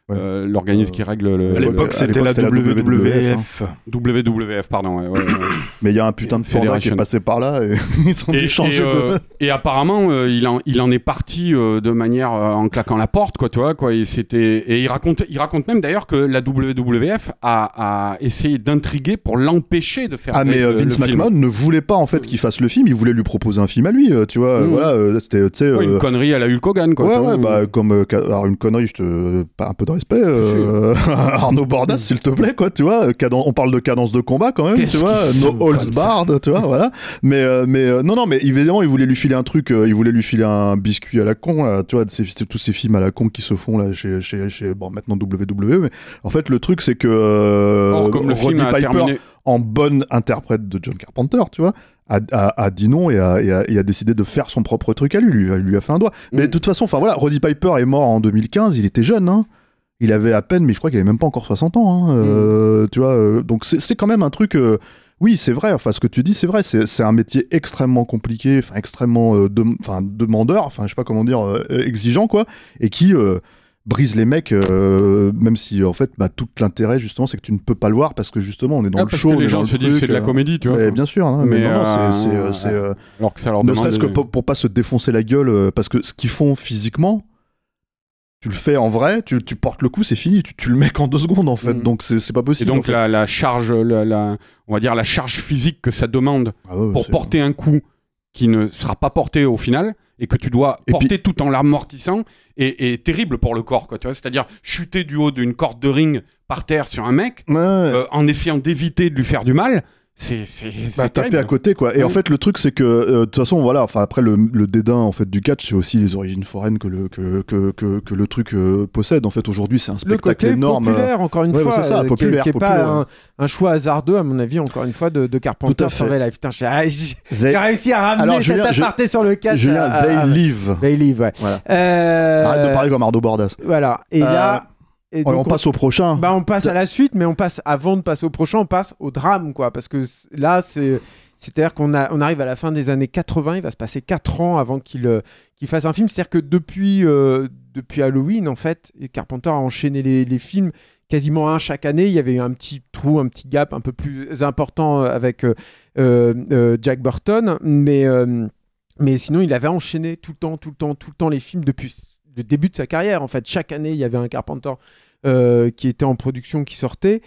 Ouais. euh, l'organisme Euh, qui règle le. À l'époque, à c'était l'époque, la c'était la W W F. W W F, pardon. Ouais, ouais, ouais. Mais il y a un putain de panda qui Fédération. est passé par là et ils ont Et, dû changer et, euh, de. et apparemment, euh, il, en, il en est parti euh, de manière euh, en claquant la porte, quoi, tu vois, quoi. Et c'était, et il raconte, il raconte même d'ailleurs que la W W F a, a essayé d'intriguer pour l'empêcher de faire. Ah mais le, euh, Vince le film. McMahon ne voulait pas en fait qu'il fasse le film, il voulait lui proposer un film à lui, euh, tu vois. euh, Mmh. Voilà, euh, c'était, tu sais. Ouais, euh, une connerie à la Hulk Hogan, quoi. Ouais, tu vois. ouais, bah, comme, euh, ca- alors une connerie, je te, pas un peu de respect, euh, Arnaud Bordas, s'il te plaît, quoi, tu vois, caden- on parle de cadence de combat quand même, Qu'est-ce tu vois, qu'ils no sont holds comme ça. barred, tu vois, voilà, mais, euh, mais, euh, non, non, mais évidemment, il voulait lui filer un truc, euh, il voulait lui filer un biscuit à la con, là, tu vois, de ces- de tous ces films à la con qui se font, là, chez, chez, chez bon, maintenant W W E, mais en fait, le truc, c'est que, euh, Or, comme le Roddy film a Piper, terminé. en bonne interprète de John Carpenter, tu vois, a, a, a dit non et a, et, a, et a décidé de faire son propre truc à lui, lui, lui a fait un doigt. Mais Mm. de toute façon, enfin voilà, Roddy Piper est mort en deux mille quinze, il était jeune, hein. Il avait à peine, mais je crois qu'il avait même pas encore soixante ans, hein. Euh, tu vois, euh, donc c'est, c'est quand même un truc. Euh, oui, c'est vrai. Enfin, ce que tu dis, c'est vrai. C'est, c'est un métier extrêmement compliqué, enfin extrêmement, euh, dem- enfin demandeur, enfin je sais pas comment dire, euh, exigeant quoi, et qui euh, brise les mecs, euh, même si en fait, bah, tout l'intérêt justement, c'est que tu ne peux pas le voir parce que justement, on est dans Ah, le parce show, que on les est gens dans se le disent truc, c'est de la euh, comédie, tu vois. mais bien sûr, hein, mais, Mais, non, non, euh, c'est, c'est, euh, c'est, euh, Alors que ça leur ne demande. serait-ce que de- pour, pour pas se défoncer la gueule, euh, parce que ce qu'ils font physiquement, tu le fais en vrai, tu, tu portes le coup, c'est fini, tu, tu le mets qu'en deux secondes en fait, Mm. donc c'est, c'est pas Et possible. donc en fait. la, la charge, la, la- on va dire la charge physique que ça demande Ah ouais, pour c'est- porter un coup qui ne sera pas porté au final et que tu dois Et porter tout en l'amortissant est, est terrible pour le corps, quoi. Tu vois, c'est-à-dire chuter du haut d'une corde de ring par terre sur un mec Ouais, ouais. euh, en essayant d'éviter de lui faire du mal. C'est, c'est, c'est Bah, taper terrible. à côté quoi. Et Oui. en fait le truc c'est que euh, de toute façon voilà, enfin après le, le dédain en fait du catch, c'est aussi les origines foraines que le que que que, que le truc euh, possède. En fait aujourd'hui c'est un Le spectacle côté énorme. populaire, encore une Ouais, fois, bah, c'est ça, euh, qui est- populaire, qui est populaire, pas un, un choix hasardeux, à mon avis, encore une fois, de, de Carpenter Tout à fait. sur Live. Putain, j'ai ah, j'ai- They, j'ai réussi à ramener Alors, cet Julien, je- aparté sur le catch. Julien, à- they à- live. They live, ouais. Voilà. Euh, Arrête de parler comme Arnaud Bordas. Voilà. Et Euh, là. Et on, donc, on passe au prochain. Bah, on passe à la suite, mais on passe avant de passer au prochain, on passe au drame, quoi, parce que c- là, c'est, c'est-à-dire qu'on a, on arrive à la fin des années quatre-vingts, il va se passer quatre ans avant qu'il, euh, qu'il fasse un film. C'est-à-dire que depuis, euh, depuis Halloween, en fait, et Carpenter a enchaîné les, les films quasiment un chaque année. Il y avait eu un petit trou, un petit gap un peu plus important avec euh, euh, euh, Jack Burton, mais euh, mais sinon, il avait enchaîné tout le temps, tout le temps, tout le temps les films depuis le début de sa carrière. En fait, chaque année, il y avait un Carpenter euh, qui était en production, qui sortait.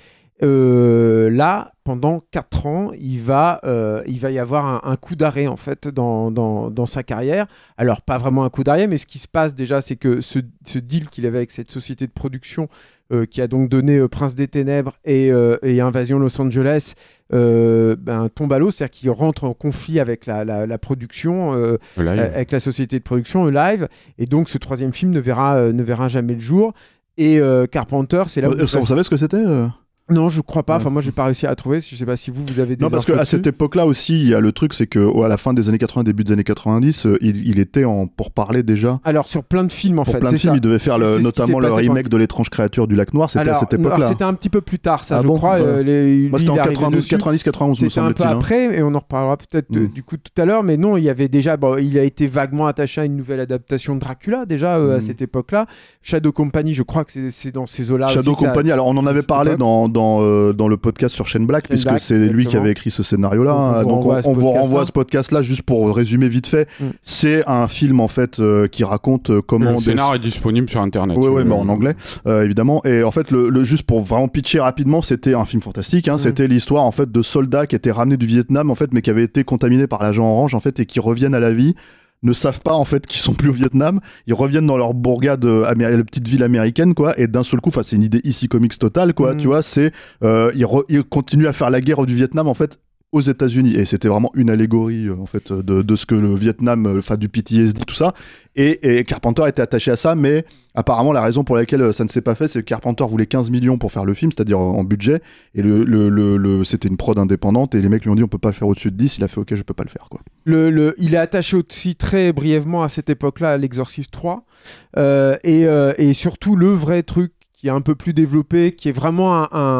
Euh, là, pendant quatre ans, il va, euh, il va y avoir un, un coup d'arrêt en fait dans, dans, dans sa carrière. Alors, pas vraiment un coup d'arrêt, mais ce qui se passe déjà, c'est que ce, ce deal qu'il avait avec cette société de production euh, qui a donc donné euh, Prince des Ténèbres et, euh, et Invasion Los Angeles euh, ben, tombe à l'eau, c'est-à-dire qu'il rentre en conflit avec la, la, la production, euh, Le live. euh, avec la société de production, le live, et donc ce troisième film ne verra, euh, ne verra jamais le jour. Et euh, Carpenter, c'est là où Euh, Vous savez ce que c'était euh non, je crois pas. Ouais. Enfin, moi, j'ai pas réussi à trouver. Je sais pas si vous, vous avez des Non, parce infos qu'à dessus. cette époque-là aussi, il y a le truc, c'est qu'à la fin des années quatre-vingts, début des années quatre-vingt-dix, euh, il, il était en pourparlers déjà. Alors, sur plein de films, en Pour fait. plein de c'est films, ça. il devait faire C'est- le- c'est ce qui notamment s'est le passé remake de L'étrange créature du lac noir. C'était à Alors, cette non, alors, époque-là. c'était un petit peu plus tard, ça, Ah je bon crois. Ouais. euh, les, Moi, lui, c'était en il est arrivé quatre-vingt-douze, dessus. quatre-vingt-dix, quatre-vingt-onze, me C'était un peu semble-t-il. hein. après, et on en reparlera peut-être euh, Mm. du coup tout à l'heure. Mais non, il y avait déjà. Bon, il a été vaguement attaché à une nouvelle adaptation de Dracula déjà euh, à Mm. cette époque-là. Shadow Company, je crois que c'est, c'est dans ces eaux-là. Shadow aussi, ça- Company, alors on en avait cette parlé époque. dans, dans, euh, dans le podcast sur Shane Black, Shane puisque Black, c'est lui qui exactement. avait écrit ce scénario-là. Donc, on hein. vous Donc renvoie on, à ce on vous podcast-là. renvoie à ce podcast-là juste pour résumer vite fait. Mm. C'est un film en fait euh, qui raconte euh, comment... Le des- scénar est disponible sur internet. Ouais, ouais, Euh, mais en anglais, euh, évidemment. Et en fait, le, le- juste pour vraiment pitcher rapidement, c'était un film fantastique. Hein, Mm. C'était l'histoire en fait de soldats qui étaient ramenés du Vietnam, en fait, mais qui avaient été contaminés par l'agent orange, en fait, et qui reviennent à la vie. Ne savent pas en fait qu'ils sont plus au Vietnam, ils reviennent dans leur bourgade, euh, améri- la petite ville américaine quoi, et d'un seul coup, enfin c'est une idée ici comics totale quoi, Mhm. tu vois, c'est euh, ils, re- ils continuent à faire la guerre du Vietnam en fait aux États-Unis, et c'était vraiment une allégorie euh, en fait de, de ce que le Vietnam, euh, enfin du P T S D tout ça, et, et Carpenter était attaché à ça, mais apparemment la raison pour laquelle euh, ça ne s'est pas fait, c'est que Carpenter voulait quinze millions pour faire le film, c'est-à-dire euh, en budget, et le, le, le, le- c'était une prod indépendante, et les mecs lui ont dit on peut pas le faire au-dessus de dix, il a fait ok je peux pas le faire quoi. Le, le- il est attaché aussi très brièvement à cette époque-là à l'Exorcist trois euh, et, euh, et surtout le vrai truc qui est un peu plus développé, qui est vraiment un, un,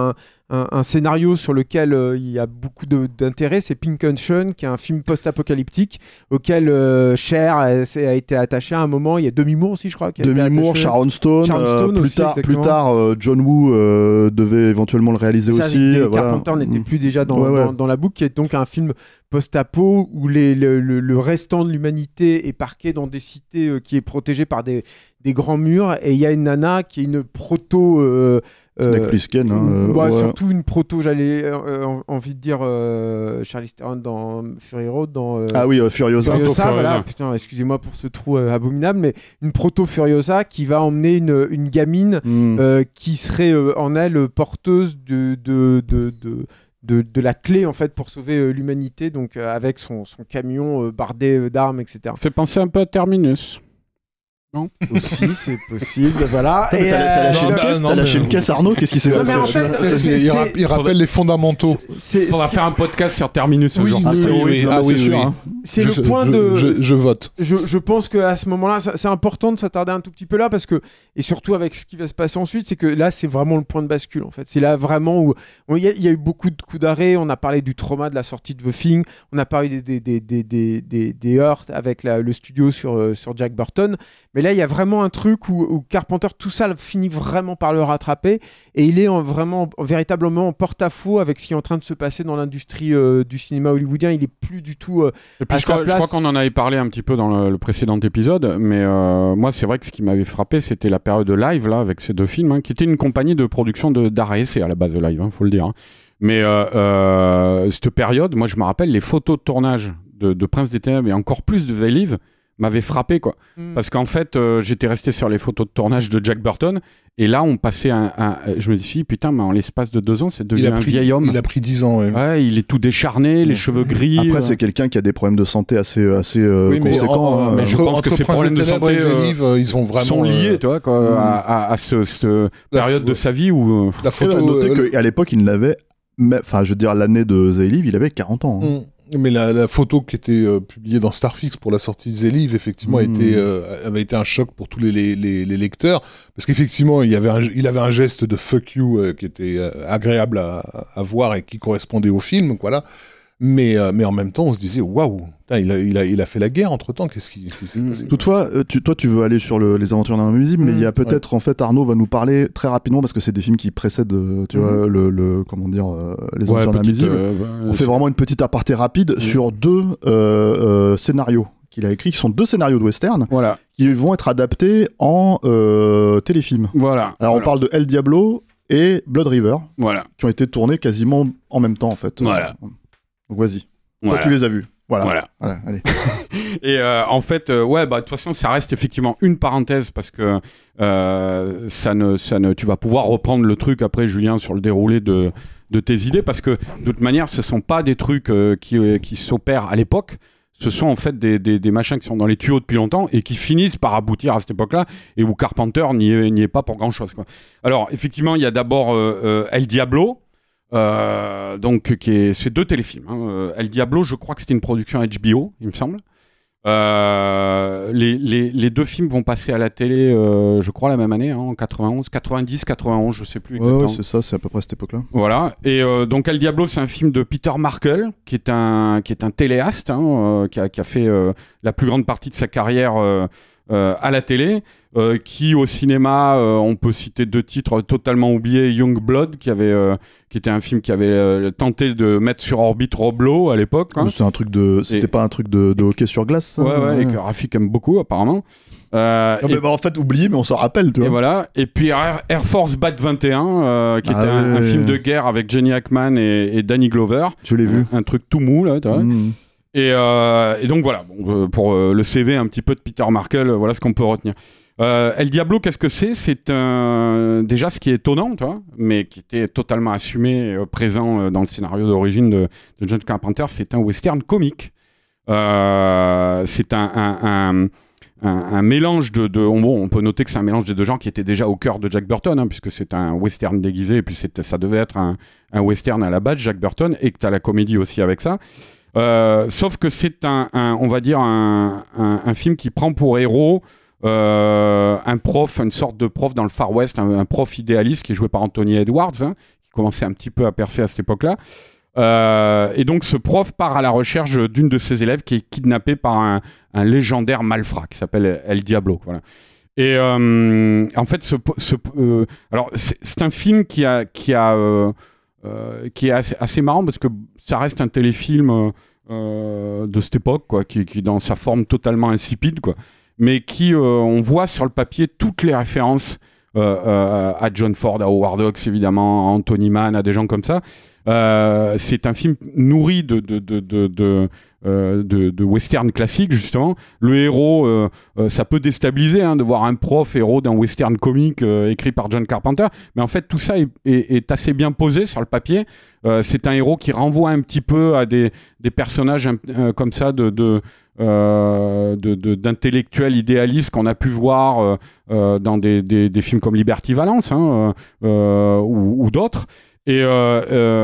un, un scénario sur lequel euh, il y a beaucoup de, d'intérêt, c'est Pink Ocean, qui est un film post-apocalyptique auquel euh, Cher a, a été attaché à un moment. Il y a Demi Moore aussi, je crois. Qui a Demi été Moore, attaché. Sharon Stone, Sharon Stone euh, plus aussi, tard, plus exactement. tard euh, John Woo euh, devait éventuellement le réaliser Ça, aussi. les euh, voilà. Carpenter n'était Mm. plus déjà dans, Ouais, ouais. dans, dans la boucle, qui est donc un film post-apo où les, le, le, le restant de l'humanité est parqué dans des cités euh, qui est protégé par des, des grands murs, et il y a une nana qui est une proto euh, Snake euh, Plissken. Hein, euh, ouais, ouais. surtout une proto, j'allais euh, en- envie de dire euh, Charlize Theron dans Fury Road, dans euh, Ah oui, euh, Furiosa. Furiosa, Furiosa. voilà, putain, excusez-moi pour ce trou euh, abominable, mais une proto Furiosa qui va emmener une, une gamine Mm. euh, qui serait euh, en elle porteuse de, de, de, de, de, de la clé en fait pour sauver euh, l'humanité, donc euh, avec son, son camion euh, bardé euh, d'armes, et cetera. Fait penser un peu à Terminus. Aussi, c'est possible, voilà. T'as Et, t'as- t'as euh, lâché non, une non, caisse, non, t'as lâché mais- une caisse, Arnaud. Qu'est-ce qui s'est Non, passé mais en fait, Il, c'est- il c'est- ra- il rappelle les fondamentaux. c'est Faudra c'est- faire un podcast sur Terminus un Oui, jour. Ah, c'est oui, oui, oui, non, ah mais oui, c'est sûr. oui. hein. c'est Je- le point je- de. Je, je vote. Je, je pense qu'à ce moment-là, ça- c'est important de s'attarder un tout petit peu là, parce que, et surtout avec ce qui va se passer ensuite, c'est que là, c'est vraiment le point de bascule en fait. C'est là vraiment où où il y, a- il y a eu beaucoup de coups d'arrêt. On a parlé du trauma de la sortie de The Thing, on a parlé des, des, des, des, des, des, des heurts avec la- le studio sur, euh, sur Jack Burton. Mais là, il y a vraiment un truc où, où Carpenter, tout ça finit vraiment par le rattraper, et il est en, vraiment, en- véritablement en porte-à-faux avec ce qui est en train de se passer dans l'industrie euh, du cinéma hollywoodien. Il est plus du tout. euh, Et puis à je sa crois, je crois place. qu'on en avait parlé un petit peu dans le, le précédent épisode, mais euh, moi c'est vrai que ce qui m'avait frappé, c'était la période de Live là avec ces deux films, hein, qui était une compagnie de production de d'art et essai à la base de Live, hein, faut le dire. hein. Mais euh, euh, cette période, moi je me rappelle les photos de tournage de, de Prince des Ténèbres et encore plus de The Live m'avaient frappé quoi. Mm. Parce qu'en fait, euh, j'étais resté sur les photos de tournage de Jack Burton, et là on passait un, un- je me dis si putain, mais en l'espace de deux ans, c'est devenu Il a, un pris, vieil homme. il a pris dix ans. ouais. Ouais, il est tout décharné, les Ouais. cheveux gris. Après, euh, c'est quelqu'un qui a des problèmes de santé assez, assez euh, Oui, mais, conséquents. en- hein. mais je entre- pense que entre ces Prince problèmes des de Ténèbres santé, et The euh, Live, euh, ils ont vraiment sont liés, euh, tu vois, quoi, Mm. à, à- à ce, cette la période f- de sa vie où. euh, la Et photo. bah, notez euh, qu'à l'époque, il n'avait. mais- Enfin, je veux dire, l'année de The Live, il avait quarante ans. hein. Mm. Mais la, la photo qui était euh, publiée dans Starfix pour la sortie de The Live, effectivement, a Mm. été, euh, avait été un choc pour tous les, les, les, les lecteurs. Parce qu'effectivement, il, y avait un- il avait un geste de fuck you euh, qui était euh, agréable à, à voir et qui correspondait au film. Voilà. Mais, euh, mais en même temps, on se disait, waouh, putain, il a, il, a, il a fait la guerre entre temps. Qu'est-ce qui, qu'est-ce qui s'est Mm. passé Toutefois, euh, tu, toi, tu veux aller sur le- les aventures d'un homme invisible, mais Mm, il y a peut-être, en fait, Arnaud va nous parler très rapidement, parce que c'est des films qui précèdent, euh, tu Mm. vois, le, le- comment dire, euh, les ouais, aventures d'un petite, invisible. euh, On euh, fait vraiment une petite aparté rapide sur deux euh, euh, scénarios qu'il a écrits, qui sont deux scénarios de western, Voilà, qui vont être adaptés en euh, téléfilm. voilà. Alors, on voilà, parle de El Diablo et Blood River, Voilà. qui ont été tournés quasiment en même temps, en fait. Voilà. Donc, vas-y. Toi, voilà. tu les as vus. Voilà. Voilà. Voilà, allez. Et euh, en fait, euh, ouais, bah de toute façon, ça reste effectivement une parenthèse parce que euh, ça ne, ça ne, tu vas pouvoir reprendre le truc après, Julien, sur le déroulé de, de tes idées, parce que de toute manière, ce sont pas des trucs euh, qui, euh, qui s'opèrent à l'époque. Ce sont en fait des, des, des machins qui sont dans les tuyaux depuis longtemps et qui finissent par aboutir à cette époque-là, et où Carpenter n'y est, n'y est pas pour grand-chose, quoi. Alors, effectivement, il y a d'abord euh, euh, El Diablo. Euh, donc qui est c'est deux téléfilms, hein. Euh, El Diablo, je crois que c'était une production H B O, il me semble. Euh, les, les, les deux films vont passer à la télé, euh, je crois la même année, hein, en quatre-vingt-onze, quatre-vingt-dix, quatre-vingt-onze, je sais plus Ouais, exactement. ouais, c'est ça, c'est à peu près cette époque-là. Voilà. Et euh, donc El Diablo, c'est un film de Peter Markle, qui est un qui est un téléaste, hein, euh, qui a qui a fait euh, la plus grande partie de sa carrière euh, euh, à la télé. Euh, qui au cinéma, euh, on peut citer deux titres totalement oubliés, Young Blood, qui avait, euh, qui était un film qui avait euh, tenté de mettre sur orbite Rob Lowe à l'époque. Hein. C'est un truc de, c'était Et- pas un truc de, de hockey sur glace. ça Ouais, ouais, et que Rafik aime beaucoup apparemment. Euh, Non, et, mais bah, en fait, oublié, mais on s'en rappelle, tu et vois. voilà. Et puis Air, Air Force Bat vingt et un, euh, qui Ah était un, ouais. un film de guerre avec Jenny Hackman et, et Danny Glover. Je l'ai vu. Un, un truc tout mou là. Tu vois. Mmh. Et, euh, et donc voilà, bon, euh, pour euh, le C V un petit peu de Peter Markle, euh, voilà ce qu'on peut retenir. Euh, El Diablo, qu'est-ce que c'est ? C'est un... déjà ce qui est étonnant, tu vois, mais qui était totalement assumé et euh, présent euh, dans le scénario d'origine de, de John Carpenter, c'est un western comique. Euh, c'est un, un, un, un, un mélange de... de on, bon, on peut noter que c'est un mélange des deux genres qui était déjà au cœur de Jack Burton, hein, puisque c'est un western déguisé, et puis c'était, ça devait être un, un western à la base, Jack Burton, et que tu as la comédie aussi avec ça. Euh, sauf que c'est un, un, on va dire, un, un, un film qui prend pour héros euh, un prof, une sorte de prof dans le Far West, un, un prof idéaliste qui est joué par Anthony Edwards, hein, qui qui commençait un petit peu à percer à cette époque-là. Euh, et donc ce prof part à la recherche d'une de ses élèves qui est kidnappée par un, un légendaire malfrat qui s'appelle El Diablo. Voilà. Et euh, en fait, ce, ce, euh, alors c'est, c'est un film qui a, qui a, euh, euh, qui est assez, assez marrant parce que ça reste un téléfilm euh, de cette époque, quoi, qui, qui est dans sa forme totalement insipide, quoi, mais qui, euh, on voit sur le papier toutes les références euh, euh, à John Ford, à Howard Hawks évidemment, à Anthony Mann, à des gens comme ça. Euh, c'est un film nourri de, de, de, de, de, euh, de, de western classique, justement. Le héros, euh, euh, ça peut déstabiliser hein, de voir un prof héros d'un western comique euh, écrit par John Carpenter, mais en fait tout ça est, est, est assez bien posé sur le papier. Euh, c'est un héros qui renvoie un petit peu à des, des personnages euh, comme ça de, de, euh, de, de, d'intellectuels idéalistes qu'on a pu voir euh, euh, dans des, des, des films comme Liberty Valance hein, euh, ou, ou d'autres. Et euh,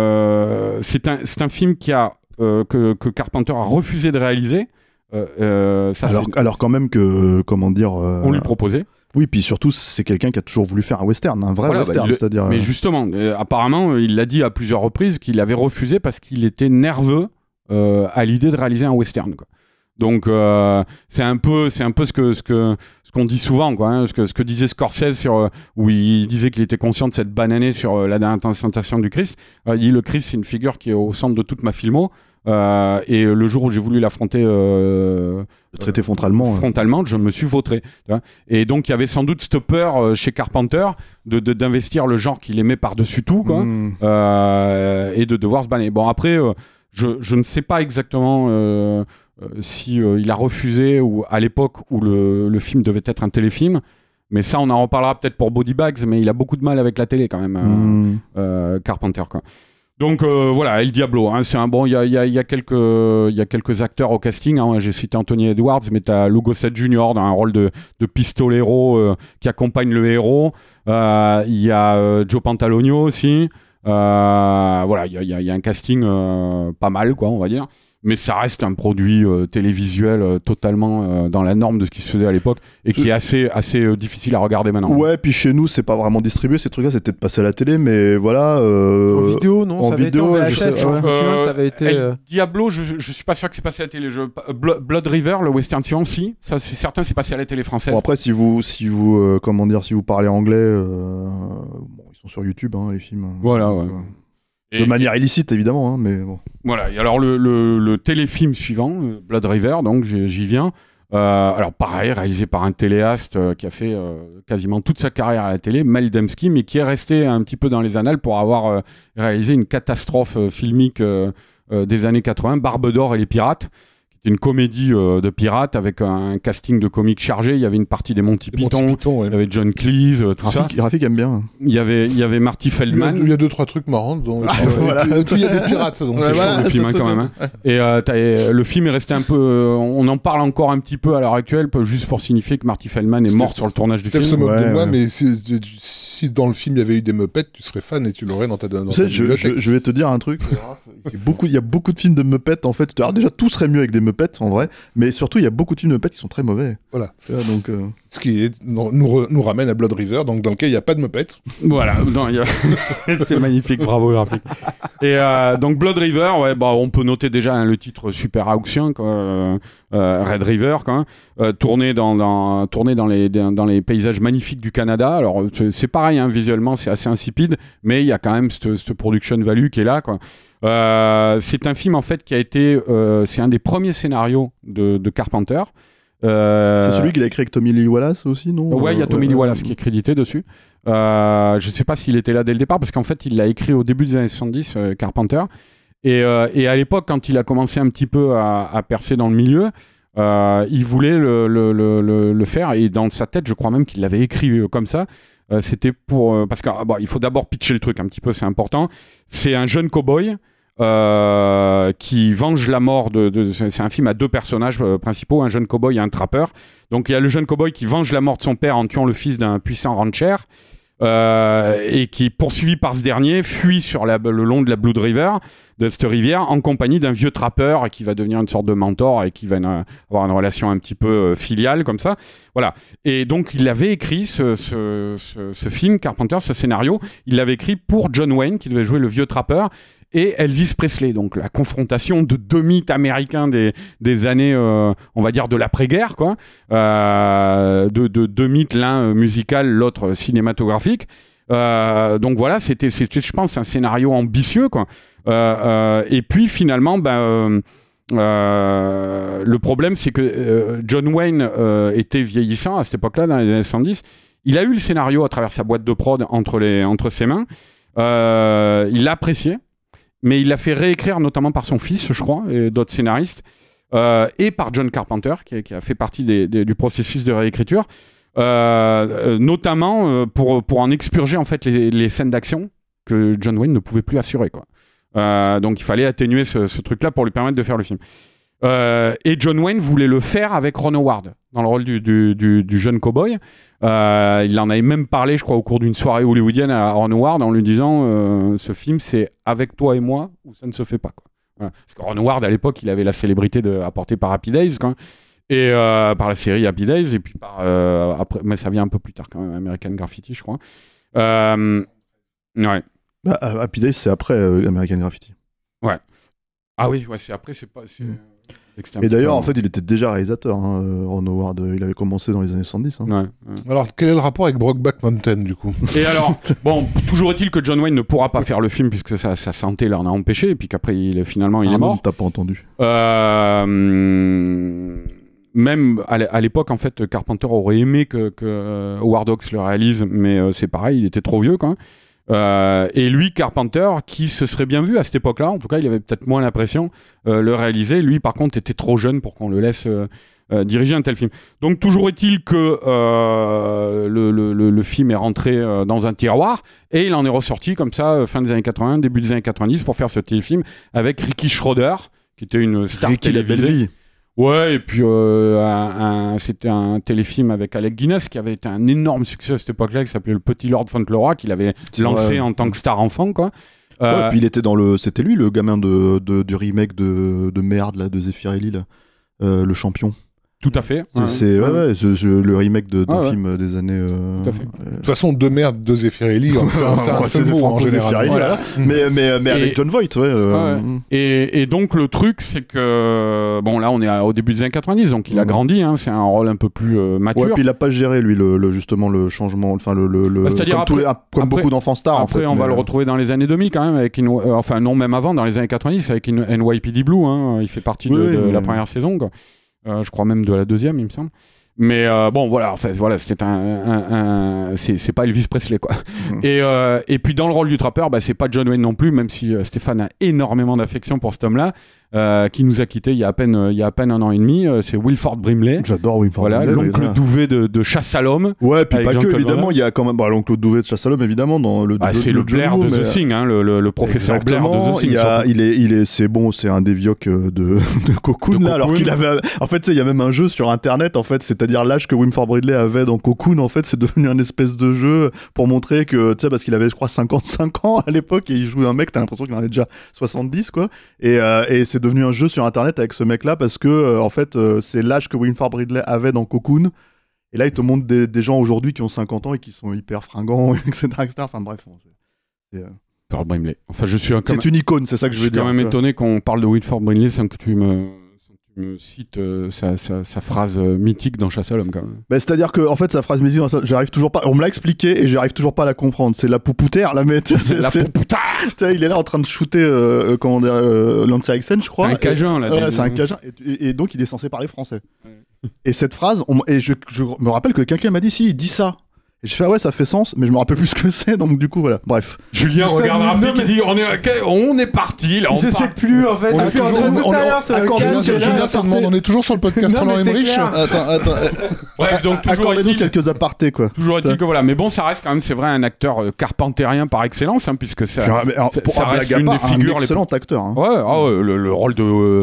euh, c'est, un, c'est un film qui a, euh, que, que Carpenter a refusé de réaliser. Euh, euh, ça, alors, alors quand même que, comment dire... Euh... On lui proposait. Oui, puis surtout, c'est quelqu'un qui a toujours voulu faire un western, un vrai voilà, western. Bah, c'est-à-dire, mais euh... justement, euh, apparemment, il l'a dit à plusieurs reprises qu'il avait refusé parce qu'il était nerveux euh, à l'idée de réaliser un western, quoi. Donc euh, c'est un peu c'est un peu ce que ce que ce qu'on dit souvent quoi hein, ce que ce que disait Scorsese sur euh, où il disait qu'il était conscient de cette bananée sur euh, la dernière tentation du Christ. Euh, il dit le Christ c'est une figure qui est au centre de toute ma filmo euh, et le jour où j'ai voulu l'affronter euh, le traiter frontalement euh, frontalement je me suis vautré. Et donc il y avait sans doute cette peur euh, chez Carpenter de, de d'investir le genre qu'il aimait par-dessus tout quoi mmh. euh, et de devoir se banner. Bon après euh, je je ne sais pas exactement euh, Euh, si euh, il a refusé ou à l'époque où le, le film devait être un téléfilm, mais ça on en reparlera peut-être pour Body Bags, mais il a beaucoup de mal avec la télé quand même, euh, mmh. euh, Carpenter quoi. Donc euh, voilà, El Diablo, hein, c'est un bon, il y a, y, a, y a quelques il y a quelques acteurs au casting, hein, j'ai cité Anthony Edwards, mais t'as Lou Gossett junior dans un rôle de, de pistolero euh, qui accompagne le héros. Il euh, y a euh, Joe Pantalonio aussi. Euh, voilà, il y a, y, a, y a un casting euh, pas mal quoi, on va dire. Mais ça reste un produit euh, télévisuel euh, totalement euh, dans la norme de ce qui se faisait à l'époque et qui est assez, assez euh, difficile à regarder maintenant. Ouais, puis chez nous, c'est pas vraiment distribué, ces trucs-là, c'était de passer à la télé, mais voilà. Euh, en vidéo, non en ça avait vidéo, été en V H S, je, sais, je ouais. me souviens que ça avait été... El euh... Diablo, je, je suis pas sûr que c'est passé à la télé. Je, Blood River, le western suivant, si. Ça, c'est certain, c'est passé à la télé française. Bon, après, si vous, si vous, euh, comment dire, si vous parlez anglais, euh, bon, ils sont sur YouTube, hein, les films. Voilà, donc, ouais. Euh... Et, de manière illicite évidemment hein, mais bon. Voilà, et alors le, le, le téléfilm suivant, Blood River, donc j'y viens. Euh, alors pareil, réalisé par un téléaste euh, qui a fait euh, quasiment toute sa carrière à la télé, Mel Dembski, mais qui est resté un petit peu dans les annales pour avoir euh, réalisé une catastrophe euh, filmique euh, euh, des années quatre-vingts, Barbe d'or et les pirates. Une comédie euh, de pirates avec un casting de comiques chargé. Il y avait une partie des Monty Python, Monty Python ouais. Il y avait John Cleese, euh, tout Rafik, ça. Rafik aime bien. Il y avait, il y avait Marty Feldman. Il y a, il y a deux trois trucs marrants. Donc, ah, euh, voilà. Et puis il y a des pirates. Donc ouais, c'est voilà, chaud le film hein, quand même. Hein. Et euh, t'as, le film est resté un peu. Euh, on en parle encore un petit peu à l'heure actuelle, juste pour signifier que Marty Feldman est Steph, mort sur le tournage du Steph film. se moque ouais, de moi, ouais. mais si, si dans le film il y avait eu des Muppets, tu serais fan et tu l'aurais dans ta, dans tu ta sais, je, bibliothèque. je, je vais te dire un truc. Il y a beaucoup, il y a beaucoup de films de Muppets en fait. Alors déjà, tout serait mieux avec des Muppets en vrai, mais surtout il y a beaucoup de films de Muppets qui sont très mauvais. Voilà. Vois, donc, euh... ce qui est, nous, nous, nous ramène à Blood River, donc dans lequel il n'y a pas de Muppets. Voilà, non, y a... c'est magnifique, bravo graphique. Et euh, donc Blood River, ouais, bah, on peut noter déjà hein, le titre super auction, quoi, euh, euh, Red River, quoi, euh, tourné dans, dans, tourné dans les, dans les paysages magnifiques du Canada. Alors c'est, c'est pareil, hein, visuellement c'est assez insipide, mais il y a quand même cette, cette production value qui est là, quoi. Euh, c'est un film en fait qui a été, euh, c'est un des premiers scénarios de, de Carpenter. Euh... C'est celui qu'il a écrit avec Tommy Lee Wallace aussi, non? Ouais, il y a Tommy Lee Wallace qui est crédité dessus. Euh, je sais pas s'il était là dès le départ, parce qu'en fait, il l'a écrit au début des années soixante-dix, euh, Carpenter. Et, euh, et à l'époque, quand il a commencé un petit peu à, à percer dans le milieu, euh, il voulait le, le, le, le, le faire. Et dans sa tête, je crois même qu'il l'avait écrit comme ça. Euh, c'était pour... Euh, parce qu'il bon, faut d'abord pitcher le truc un petit peu, c'est important. C'est un jeune cow-boy... Euh, qui venge la mort de, de c'est un film à deux personnages euh, principaux, un jeune cow-boy et un trappeur. Donc il y a le jeune cow-boy qui venge la mort de son père en tuant le fils d'un puissant rancher. euh, et qui est poursuivi par ce dernier, fuit sur la, le long de la Blood River, de cette rivière, en compagnie d'un vieux trappeur qui va devenir une sorte de mentor et qui va une, avoir une relation un petit peu euh, filiale comme ça. Voilà. Et donc il avait écrit ce, ce, ce, ce film, Carpenter, ce scénario, il l'avait écrit pour John Wayne qui devait jouer le vieux trappeur, et Elvis Presley, donc la confrontation de deux mythes américains des, des années, euh, on va dire, de l'après-guerre, quoi. Euh, de, de deux mythes, l'un musical, l'autre cinématographique. Euh, donc voilà, c'était, c'était, je pense, un scénario ambitieux, quoi. Euh, euh, et puis finalement, ben, euh, euh, le problème, c'est que euh, John Wayne euh, était vieillissant à cette époque-là, dans les années soixante-dix. Il a eu le scénario à travers sa boîte de prod entre, les, entre ses mains. Euh, il l'a apprécié. Mais il l'a fait réécrire notamment par son fils, je crois, et d'autres scénaristes, euh, et par John Carpenter, qui, qui a fait partie des, des, du processus de réécriture, euh, notamment euh, pour, pour en expurger en fait les, les scènes d'action que John Wayne ne pouvait plus assurer, quoi. Euh, donc il fallait atténuer ce, ce truc-là pour lui permettre de faire le film. Euh, et John Wayne voulait le faire avec Ron Howard dans le rôle du, du, du, du jeune cow-boy. Euh, il en avait même parlé, je crois, au cours d'une soirée hollywoodienne à Ron Howard en lui disant euh, ce film, c'est avec toi et moi ou ça ne se fait pas, quoi. Voilà. Parce que Ron Howard, à l'époque, il avait la célébrité de, apportée par Happy Days, quoi. Et euh, par la série Happy Days, et puis par euh, après, mais ça vient un peu plus tard quand même, American Graffiti, je crois. Euh, ouais. Bah, Happy Days, c'est après euh, American Graffiti. Ouais. Ah oui, ouais, c'est après, c'est pas. C'est... Mm. Et d'ailleurs, en fait, il était déjà réalisateur, hein, Ron Howard. Il avait commencé dans les années soixante-dix. Hein. Ouais, ouais. Alors, quel est le rapport avec Brokeback Mountain, du coup ? Et alors, bon, toujours est-il que John Wayne ne pourra pas faire le film puisque sa, sa santé l'en a empêché, et puis qu'après, il, finalement, il ah est mort. Non, t'as pas entendu. Euh, même à l'époque, en fait, Carpenter aurait aimé que, que Howard Hawks le réalise, mais euh, c'est pareil, il était trop vieux, quoi. Euh, et lui, Carpenter, qui se serait bien vu à cette époque-là, en tout cas il avait peut-être moins l'impression, euh, le réaliser. Lui par contre était trop jeune pour qu'on le laisse euh, euh, diriger un tel film. Donc toujours est-il que euh, le, le, le, le film est rentré euh, dans un tiroir et il en est ressorti comme ça euh, fin des années quatre-vingts, début des années quatre-vingt-dix pour faire ce téléfilm avec Ricky Schroder qui était une star Ricky télévisée. Ouais, et puis euh, un, un, c'était un téléfilm avec Alec Guinness qui avait été un énorme succès à cette époque-là, qui s'appelait Le Petit Lord Fauntleroy, qu'il avait lancé ouais. en tant que star enfant, quoi. Ouais, euh, puis il était dans le, c'était lui le gamin de, de du remake de, de merde là, de Zeffirelli là, euh, le champion. Tout à fait. C'est, ouais. c'est ouais, ouais, ce, ce, le remake de, d'un ouais, film ouais. des années. Euh, Tout à fait. Euh... De toute façon, de merde de Zeffirelli, c'est un, c'est un seul mot en général. Voilà. Mais, mais, mais avec et, John Voight, ouais. Euh... ouais. Et, et donc le truc, c'est que bon là, on est au début des années quatre-vingt-dix, donc il a mmh. grandi. Hein, c'est un rôle un peu plus euh, mature. Ouais, puis il a pas géré lui le, le justement le changement, enfin le, le, le bah, c'est-à-dire comme, après, tous les, comme après, beaucoup d'enfants stars. Après, en fait, on mais... va le retrouver dans les années deux mille quand même, avec une, euh, enfin non même avant, dans les années quatre-vingt-dix, avec une N Y P D Blue. Hein, il fait partie oui, de, de mais... la première saison, quoi. Euh, je crois même de la deuxième, il me semble. Mais euh, bon, voilà, en fait, voilà, c'était un, un, un c'est, c'est pas Elvis Presley, quoi. Mmh. Et, euh, et puis dans le rôle du trappeur, bah, c'est pas John Wayne non plus, même si euh, Stéphane a énormément d'affection pour cet homme-là, euh, qui nous a quittés il y a à peine, euh, il y a à peine un an et demi. Euh, c'est Wilford Brimley. J'adore Wilford voilà, Brimley. L'oncle voilà. Douvet de, de Chasse à l'homme. Ouais, puis pas que, évidemment, il y a a quand même bah, l'oncle Douvet de Chasse à l'homme, évidemment, dans le. Ah, le c'est le, le Blair de The Thing, hein, le, le, le professeur Exactement. Blair de The Thing. Il, a, il est, il est, c'est bon, c'est un des vioques de, de Cocoon, de là, alors qu'il avait. En fait, il y a même un jeu sur Internet, en fait, c'est-à-dire l'âge que Wilford Brimley avait dans Cocoon, en fait, c'est devenu un espèce de jeu pour montrer que, tu sais, parce qu'il avait, je crois, cinquante-cinq ans à l'époque et il jouait un mec, t'as l'impression qu'il en avait déjà soixante-dix, quoi. Et, euh, et c'est devenu un jeu sur Internet avec ce mec-là parce que, euh, en fait, euh, c'est l'âge que Wilford Brimley avait dans Cocoon. Et là, il te montre des, des gens aujourd'hui qui ont cinquante ans et qui sont hyper fringants, et cetera, et cetera. Enfin, bref. C'est, c'est, euh... Brimley. Enfin, je suis c'est une icône, c'est ça que je veux dire. Je suis quand même étonné qu'on parle de Wilford Brimley sans que tu me. me cite euh, sa, sa, sa phrase euh, mythique dans Chasse à l'homme quand même. Bah, c'est-à-dire que en fait sa phrase mythique, j'arrive toujours pas, on me l'a expliqué et j'arrive toujours pas à la comprendre. C'est la poupoutère là, mais c'est la poupoutère. Il est là en train de shooter euh, comment dire, euh, Lance Erickson, je crois. Un cajun là. Ouais, c'est un cajun et, et, et donc il est censé parler français. Ouais. Et cette phrase, on, et je, je me rappelle que quelqu'un m'a dit si il dit ça. Et je fais ah ouais ça fait sens mais je me rappelle plus ce que c'est donc du coup voilà bref. Julien regarde Rafik et dit on est okay, on est parti là on je part. sais plus en fait on est toujours on, on, on, Julien, Julien se demande on est toujours sur le podcast Roland Emmerich. Attends attends bref donc toujours est-il quelques apartés quoi. Toujours est-il que voilà mais bon ça reste quand même c'est vrai un acteur euh, carpentérien par excellence hein, puisque ça Genre, alors, ça, pour ça reste une des figures un excellent les plus... acteur hein. Ouais, ah, ouais le, le rôle de euh,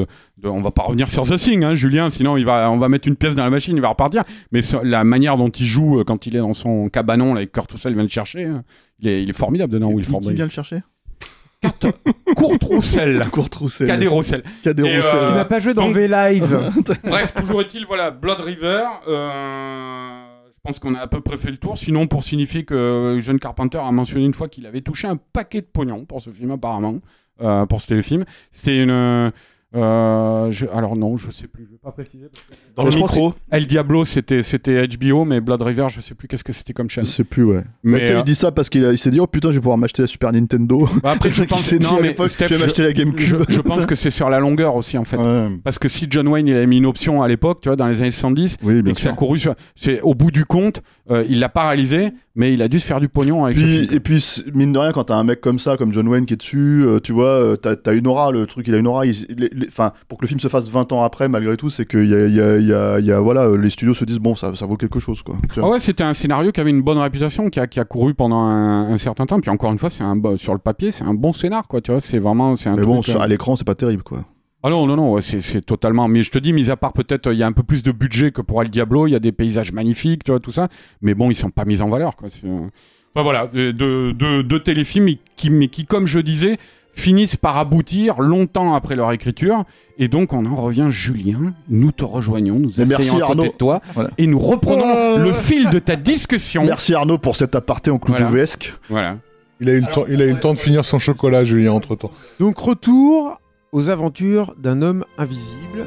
de, on va pas revenir sur The Thing, hein, Julien, sinon il va, on va mettre une pièce dans la machine, il va repartir. Mais la manière dont il joue euh, quand il est dans son cabanon, là, et que Kurt Russell vient le chercher, hein, il, est, il est formidable dedans. Will Qui vient le chercher? Kurt Russell. Kurt Russell. Cadet Russell. Cadet Et, Russell. euh, Qui n'a pas joué dans donc- V-Live. Bref, toujours est-il, voilà, Blood River. Euh, je pense qu'on a à peu près fait le tour. Sinon, pour signifier que John Carpenter a mentionné une fois qu'il avait touché un paquet de pognon pour ce film, apparemment, euh, pour ce téléfilm. C'était une. Euh, je, alors non, je sais plus, je vais pas préciser. Parce que... Dans le Je crois que micro. El Diablo, c'était, c'était H B O, mais Blood River, je sais plus qu'est-ce que c'était comme chaîne. Je sais plus, ouais. Mais, Mais tu sais, euh, il dit ça parce qu'il a- il s'est dit oh putain, je vais pouvoir m'acheter la Super Nintendo. bah, après, je Il pense, s'est dit non, à mais l'époque, Steph, je vais je, m'acheter la je, GameCube. je pense que c'est sur la longueur aussi, en fait. Ouais. Parce que si John Wayne il avait mis une option à l'époque, tu vois, dans les années soixante-dix, Oui, et bien que ça a sûr. couru sur, c'est au bout du compte, euh, il l'a pas réalisé, mais il a dû se faire du pognon avec ce Puis, film. et puis, c- mine de rien, quand t'as un mec comme ça, comme John Wayne qui est dessus, euh, tu vois, euh, t'as, t'as une aura, le truc, il a une aura. il- les- les- Enfin, pour que le film se fasse vingt ans après, malgré tout, c'est qu'il y a, il y a, il y a, il y a- voilà, euh, les studios se disent, bon, ça, ça vaut quelque chose, quoi. Tu vois. Ah ouais, c'était un scénario qui avait une bonne réputation, qui a, qui a couru pendant un, un certain temps. Puis encore une fois, c'est un bo- sur le papier, c'est un bon scénar, quoi. Tu vois, c'est vraiment, c'est un Mais truc. bon, euh, sur- à l'écran, c'est pas terrible, quoi. Ah non, non, non, ouais, c'est, c'est totalement. Mais je te dis, mis à part peut-être, il y a un peu plus de budget que pour El Diablo, il y a des paysages magnifiques, tu vois, tout ça. Mais bon, ils sont pas mis en valeur, quoi. C'est, euh, Enfin voilà, deux de, de, de téléfilms qui, mais qui, comme je disais, finissent par aboutir longtemps après leur écriture. Et donc, on en revient, Julien. Nous te rejoignons, nous Mais asseyons merci, à côté Arnaud. de toi Voilà. et nous reprenons Oh le fil de ta discussion. Merci Arnaud pour cet aparté en clou Voilà. bouvesque. Voilà. Il a eu le temps, il a eu le temps de finir son chocolat, Julien, entre temps. Donc retour aux aventures d'un homme invisible.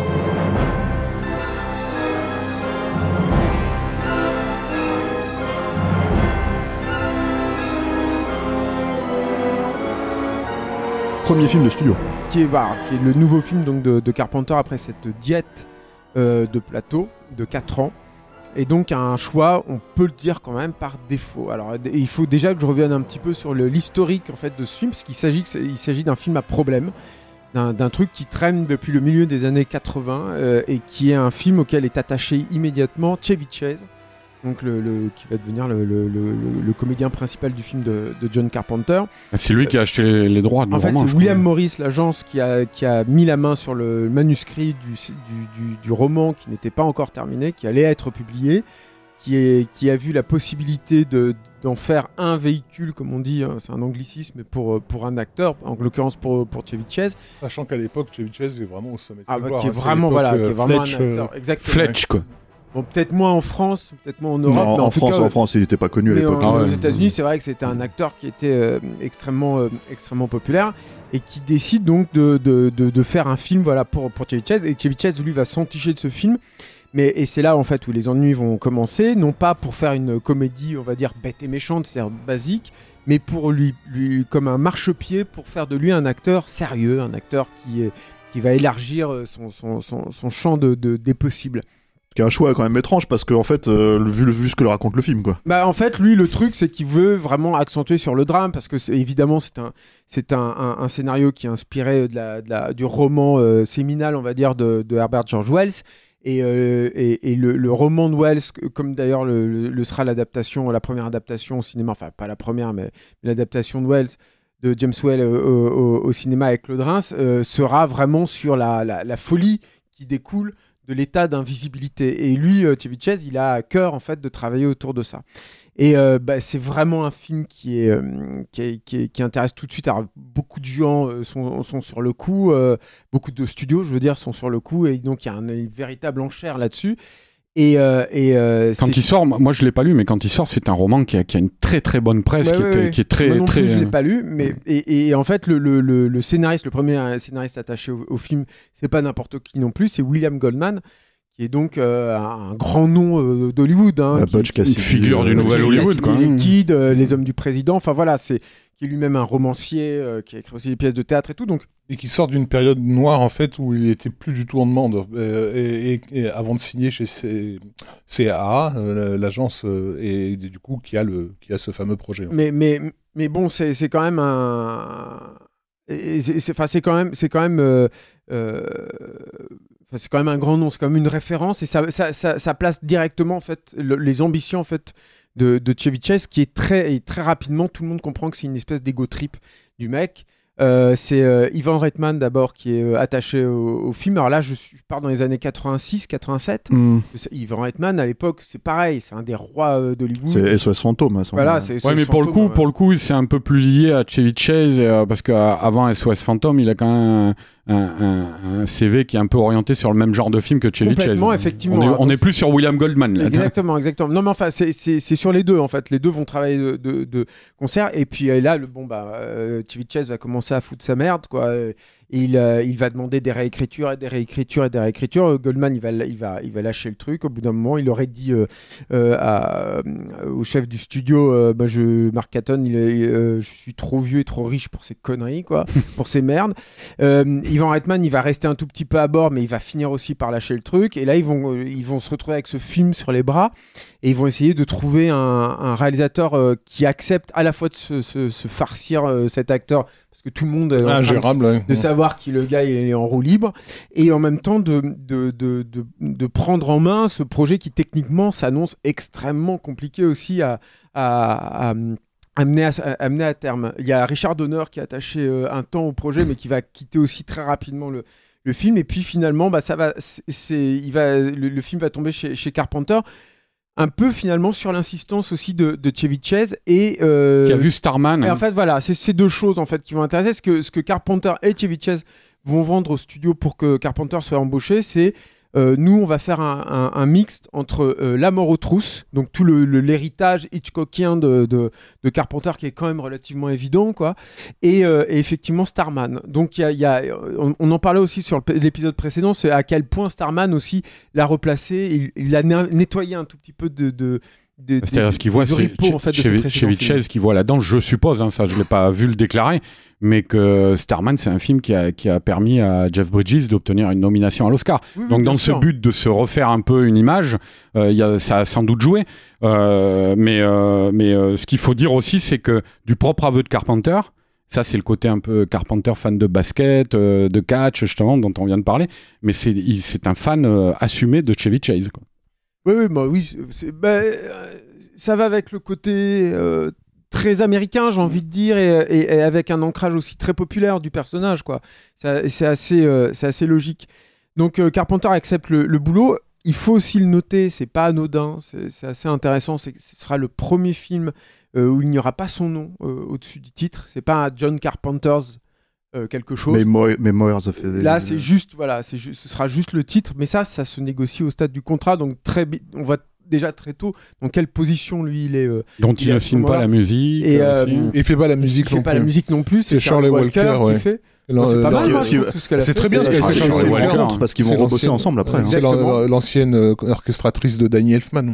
Premier film de studio. Qui est, bah, qui est le nouveau film donc, de, de Carpenter après cette diète euh, de plateau de quatre ans. Et donc un choix, on peut le dire quand même, par défaut. Alors d- il faut déjà que je revienne un petit peu sur le- l'historique en fait, de ce film, parce qu'il s'agit, que c'est- il s'agit d'un film à problème, d'un, d'un truc qui traîne depuis le milieu des années quatre-vingts, euh, et qui est un film auquel est attaché immédiatement Chevy Chase, donc le, le- qui va devenir le, le- le- le- le comédien principal du film de, de John Carpenter. C'est lui qui a acheté les, les droits de En le fait, roman, c'est je William crois. Morris, l'agence, qui a, qui a mis la main sur le manuscrit du, du, du- du roman qui n'était pas encore terminé, qui allait être publié, qui, est, qui a vu la possibilité de, d'en faire un véhicule, comme on dit, hein, c'est un anglicisme, pour, pour un acteur, en l'occurrence pour, pour Chevy Chase, Sachant qu'à l'époque, Chevy Chase est vraiment au sommet de ah, sa bah, gloire, qui est hein, c'est vraiment, l'époque, voilà, euh, qui est vraiment Fletch, un euh, acteur. Exactement. Fletch, quoi. Bon, peut-être moins en France, peut-être moins en Europe, Non, mais en, en tout France, cas, en France, il était pas connu à mais l'époque. en- Ah aux ouais. États-Unis, c'est vrai que c'était un acteur qui était euh, extrêmement, euh, extrêmement populaire et qui décide donc de, de, de, de faire un film, voilà, pour, pour Chevy Chase. Et Chevy Chase, lui, va s'enticher de ce film. Mais, et c'est là, en fait, où les ennuis vont commencer, non pas pour faire une comédie, on va dire, bête et méchante, c'est-à-dire basique, mais pour lui, lui, comme un marchepied, pour faire de lui un acteur sérieux, un acteur qui, est, qui va élargir euh, son, son, son, son champ de, de, des possibles. Ce qui est un choix quand même étrange parce que en fait, euh, le- vu, le- vu ce que le raconte le film, quoi. Bah en fait, lui, le truc, c'est qu'il veut vraiment accentuer sur le drame, parce que c'est, évidemment, c'est un, c'est un, un, un scénario qui est inspiré de la, de la, du roman euh, séminal, on va dire, de, de Herbert George Wells. Et, euh, et, et le, le roman de Wells, comme d'ailleurs le, le, le sera l'adaptation, la première adaptation au cinéma, enfin pas la première, mais l'adaptation de Wells, de James Whale au, au, au cinéma avec Claude Reims, euh, sera vraiment sur la, la, la folie qui découle de l'état d'invisibilité. Et lui, euh, Chevy Chase, il a à cœur en fait de travailler autour de ça. Et euh, bah, c'est vraiment un film qui, est, euh, qui, est, qui, est, qui intéresse tout de suite. Alors, beaucoup de gens euh, sont, sont sur le coup, euh, beaucoup de studios, je veux dire, sont sur le coup, et donc il y a un, une véritable enchère là-dessus. Et, euh, et euh, Quand c'est... il sort, moi je l'ai pas lu, mais quand il sort, c'est un roman qui a, qui a une très très bonne presse, Ouais, qui, ouais, était, ouais. qui est très Moi non très. plus, je l'ai pas lu, mais et, et en fait le, le, le, le scénariste, le premier scénariste attaché au, au film, c'est pas n'importe qui non plus, c'est William Goldman, qui est donc euh, un grand nom euh, d'Hollywood, hein, La qui- Butch qui- Cassidy, figure du euh, nouvel qui- Hollywood, qui a quoi. signé Les Kids, euh, Les Hommes du Président, enfin voilà, c'est qui est lui-même un romancier, euh, qui a écrit aussi des pièces de théâtre et tout, donc Et qui sort d'une période noire, en fait, où il était plus du tout en demande. Euh, et, et- et avant de signer chez C- CAA, euh, l'agence, euh, et, et du coup, qui a, le, qui a ce fameux projet. en fait. Mais, mais, mais bon, c'est, c'est quand même un. et C'est, c'est, enfin, c'est quand même. C'est quand même euh, euh, enfin, c'est quand même un grand nom, c'est quand même une référence. Et ça, ça, ça, ça place directement en fait, le- les ambitions en fait, de, de Chevy Chase, qui est très, et très rapidement, tout le monde comprend que c'est une espèce d'ego trip du mec. Euh, c'est euh, Ivan Reitman d'abord qui est euh, attaché au, au film. Alors là, je, suis, je pars dans les années quatre-vingt-six quatre-vingt-sept. Mm. Ivan Reitman, à l'époque, c'est pareil, c'est un des rois euh, d'Hollywood. C'est S O S Fantôme. À ce Voilà, moment-là. c'est S O S Ouais, mais pour le Fantôme, coup, ouais. pour le coup, c'est un peu plus lié à Chevy Chase euh, parce qu'avant S O S Phantom, il a quand même un, un, un C V qui est un peu orienté sur le même genre de film que Chevy Chase. Complètement, effectivement. On est, hein, on donc est plus sur William Goldman là. Exactement, exactement. Non, mais enfin, c'est, c'est, c'est sur les deux en fait. Les deux vont travailler de, de, de concert. Et puis euh, là, le bon bah, euh, Chevy Chase va commencer à foutre sa merde, quoi. Il, euh, il va demander des réécritures et des réécritures et des réécritures. Goldman, il va, il va, il va lâcher le truc. Au bout d'un moment, il aurait dit euh, euh, à, euh, au chef du studio, euh, bah, je, Mark Catton, il est, euh, je suis trop vieux et trop riche pour ces conneries, quoi, pour ces merdes. Euh, Ivan Reitman, il va rester un tout petit peu à bord, mais il va finir aussi par lâcher le truc. Et là, ils vont, euh, ils vont se retrouver avec ce film sur les bras et ils vont essayer de trouver un, un réalisateur euh, qui accepte à la fois de se, se, se farcir euh, cet acteur. Parce que tout le monde est en train Ingérable, de, ouais. de savoir que le gars il est en roue libre et en même temps de, de, de, de, de prendre en main ce projet qui techniquement s'annonce extrêmement compliqué aussi à, à, à, à, mener, à, à amener à terme. Il y a Richard Donner qui est attaché euh, un temps au projet mais qui va quitter aussi très rapidement le, le film et puis finalement bah, ça va, c'est, c'est, il va, le, le film va tomber chez, chez Carpenter. Un peu finalement sur l'insistance aussi de, de Chevy Chase et euh, Qui a vu Starman. et hein. en fait voilà c'est ces deux choses en fait qui vont intéresser. Ce que ce que Carpenter et Chevy Chase vont vendre au studio pour que Carpenter soit embauché, c'est euh, nous on va faire un, un, un mixte entre euh, La mort aux trousses, donc tout le, le l'héritage Hitchcockien de, de de Carpenter qui est quand même relativement évident quoi, et, euh, et effectivement Starman. Donc il y a, y a on, on en parlait aussi sur le, l'épisode précédent, c'est à quel point Starman aussi l'a replacé, il, il a nettoyé un tout petit peu de, de Des, C'est-à-dire des, ce qu'il voit, des oripeaux, c'est en fait, de ses Chevy, précédents Chevy films. Chase qui voit là-dedans, je suppose, hein, ça je l'ai pas vu le déclarer, mais que Starman c'est un film qui a, qui a permis à Jeff Bridges d'obtenir une nomination à l'Oscar. Oui, oui, Donc bien dans sûr. ce but de se refaire un peu une image, euh, y a, ça a sans doute joué, euh, mais, euh, mais euh, ce qu'il faut dire aussi c'est que du propre aveu de Carpenter, ça c'est le côté un peu Carpenter fan de basket, euh, de catch justement dont on vient de parler, mais c'est, il, c'est un fan euh, assumé de Chevy Chase, quoi. Oui, oui, bah, oui c'est, bah, euh, ça va avec le côté euh, très américain, j'ai envie de dire, et, et, et avec un ancrage aussi très populaire du personnage, quoi. C'est, c'est, assez, euh, c'est assez logique. Donc euh, Carpenter accepte le, le boulot. Il faut aussi le noter, c'est pas anodin, c'est, c'est assez intéressant. C'est, ce sera le premier film euh, où il n'y aura pas son nom euh, au-dessus du titre. C'est pas un John Carpenter's euh, quelque chose. Memo- Memoirs of Edith. Là, c'est juste, voilà, c'est ju- ce sera juste le titre, mais ça, ça se négocie au stade du contrat, donc très, bi- on voit déjà très tôt dans quelle position lui il est. euh, Dont Il il y a ne ce signe pas moment-là. la musique. Et, euh, euh, aussi, hein. Il fait pas la il musique fait non pas plus. la musique non plus, C'est Charlie Shirley Walker, Walker, ouais. qui fait. L'an- c'est pas euh, mal, qui- moi, ce je qui- trouve, tout ce qu'elle a c'est fait, très bien ce c'est- qu'elle Ah, fait c'est Shirley Shirley Walker, Walker, parce qu'ils vont C'est rebosser l'ancienne- ensemble après. hein. C'est Exactement. l'an- l'ancienne euh, orchestratrice de Danny Elfman.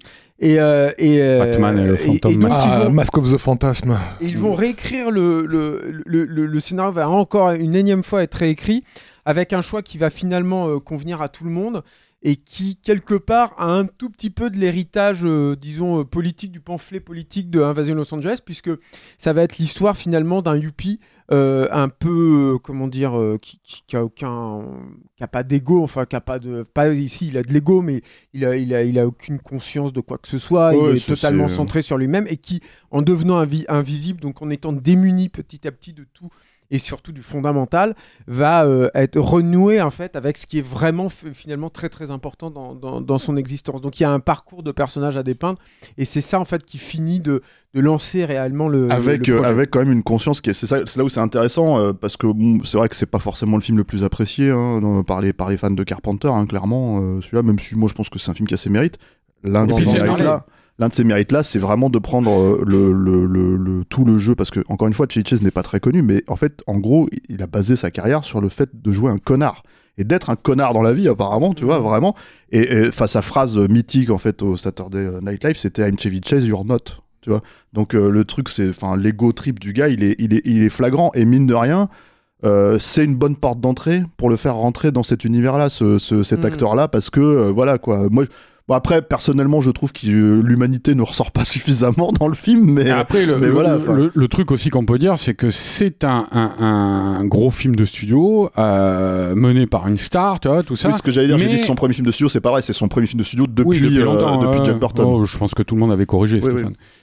Et, euh, et, euh, Batman et le fantôme et donc, masqué. ils Ah, vont- Mask of the Phantasm. Et ils vont réécrire le, le, le, le, le scénario, va encore une énième fois être réécrit, avec un choix qui va finalement euh, convenir à tout le monde, et qui, quelque part, a un tout petit peu de l'héritage, euh, disons, euh, politique, du pamphlet politique de Invasion Los Angeles, puisque ça va être l'histoire finalement d'un youpi euh, un peu, euh, comment dire, euh, qui, qui, qui a aucun, qui a pas d'ego, enfin, qui a pas de, pas ici, il a de l'ego, mais il a, il a, il a aucune conscience de quoi que ce soit, Ouais, il est c'est- totalement c'est- centré sur lui-même, et qui, en devenant invi- invisible, donc en étant démuni petit à petit de tout, et surtout du fondamental, va euh, être renoué en fait avec ce qui est vraiment f- finalement très très important dans, dans, dans son existence. Donc il y a un parcours de personnage à dépeindre, et c'est ça en fait qui finit de, de lancer réellement le, avec le euh, projet. avec quand même une conscience qui est c'est ça c'est là où c'est intéressant euh, parce que bon, c'est vrai que c'est pas forcément le film le plus apprécié hein, dans- par les par les fans de Carpenter hein, clairement euh, celui-là, même si moi je pense que c'est un film qui a ses mérites. L'un de Et ses puis c'est mérites là l'un de ses mérites là c'est vraiment de prendre euh, le, le, le, le tout le jeu, parce que encore une fois Chevy Chase n'est pas très connu, mais en fait en gros il a basé sa carrière sur le fait de jouer un connard et d'être un connard dans la vie apparemment, tu vois, vraiment. Et, et enfin, sa phrase mythique en fait au Saturday Night Live, c'était I'm Chevy Chase, you're not, tu vois. Donc euh, le truc, c'est, enfin, l'ego trip du gars, il est, il est, il est flagrant, et mine de rien, euh, c'est une bonne porte d'entrée pour le faire rentrer dans cet univers-là, ce, ce, cet Mhm. acteur-là, parce que euh, voilà quoi. Moi, je- bon, après, personnellement, je trouve que euh, l'humanité ne ressort pas suffisamment dans le film, mais Et après, le, mais le- voilà, le- enfin. le- le truc aussi qu'on peut dire, c'est que c'est un, un, un gros film de studio euh, mené par une star, tu vois, tout ça. oui, ce que j'allais dire, j'ai Mais- dit c'est son premier film de studio, c'est pareil, c'est son premier film de studio depuis, Oui, depuis euh, longtemps. depuis euh, Jack Burton. oh, je pense que tout le monde avait corrigé, Oui, Stéphane.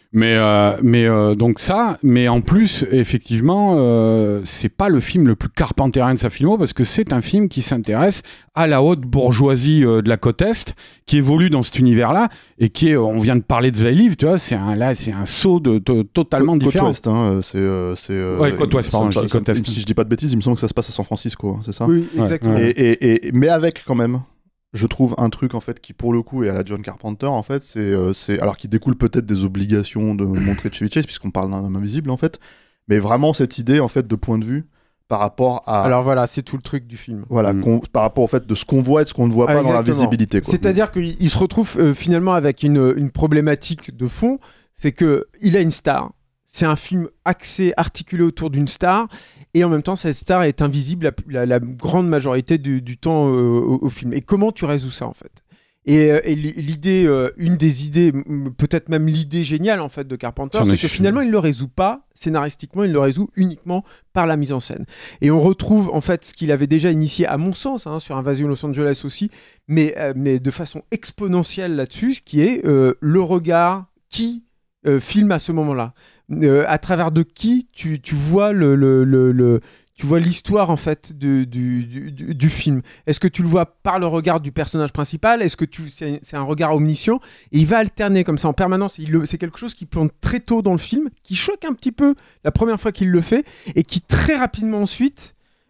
Mais, euh, mais euh, donc ça, mais en plus, effectivement, euh, c'est pas le film le plus carpentérien de sa filmo, parce que c'est un film qui s'intéresse à la haute bourgeoisie euh, de la côte Est, qui évolue dans cet univers-là, et qui est, on vient de parler de Zaïliv, tu vois, c'est un, là, c'est un saut de, de, totalement côte différent. Ouest, hein, c'est, euh, c'est, euh, ouais, côte ouest, pardon, ça, je dis ça, côte est. Si je dis pas de bêtises, il me semble que ça se passe à San Francisco, hein, c'est ça? Oui, exactement. Ouais, ouais. Et, et, et, mais avec quand même, je trouve un truc en fait qui pour le coup est à la John Carpenter en fait, c'est, euh, c'est alors qui découle peut-être des obligations de montrer Chevy Chase puisqu'on parle d'un homme invisible en fait, mais vraiment cette idée en fait de point de vue par rapport à Alors voilà, c'est tout le truc du film. voilà Mm. qu'on- par rapport au fait de ce qu'on voit et de ce qu'on ne voit Ah, pas dans la exactement. visibilité quoi. C'est-à-dire qu'il il se retrouve euh, finalement avec une, une problématique de fond, c'est que il a une star. C'est un film axé, articulé autour d'une star, et en même temps, cette star est invisible la, la, la grande majorité du, du temps euh, au, au film. Et comment tu résous ça, en fait? Et, euh, et l'idée, euh, une des idées, m- peut-être même l'idée géniale en fait de Carpenter, C'en c'est est que sûr. finalement il le résout pas scénaristiquement, il le résout uniquement par la mise en scène. Et on retrouve en fait ce qu'il avait déjà initié, à mon sens, hein, sur Invasion Los Angeles aussi, mais, euh, mais de façon exponentielle là-dessus, ce qui est euh, le regard qui euh, filme à ce moment-là, euh, à travers de qui tu, tu vois le, le, le, le tu vois l'histoire en fait de, du, du, du, du film. Est-ce que tu le vois par le regard du personnage principal? Est-ce que tu, c'est, c'est un regard omniscient? Et il va alterner comme ça en permanence. Il le, c'est quelque chose qui plante très tôt dans le film, qui choque un petit peu la première fois qu'il le fait, et qui très rapidement ensuite,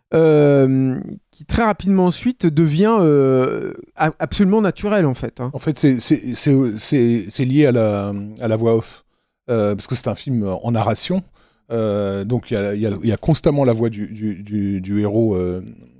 euh, qui très rapidement ensuite devient euh, a- absolument naturel en fait. Hein. En fait, c'est, c'est, c'est, c'est, c'est lié à la, à la voix off. Euh, parce que c'est un film en narration. Euh, donc il y a, y, a, y a constamment la voix du, du, du, du héros euh,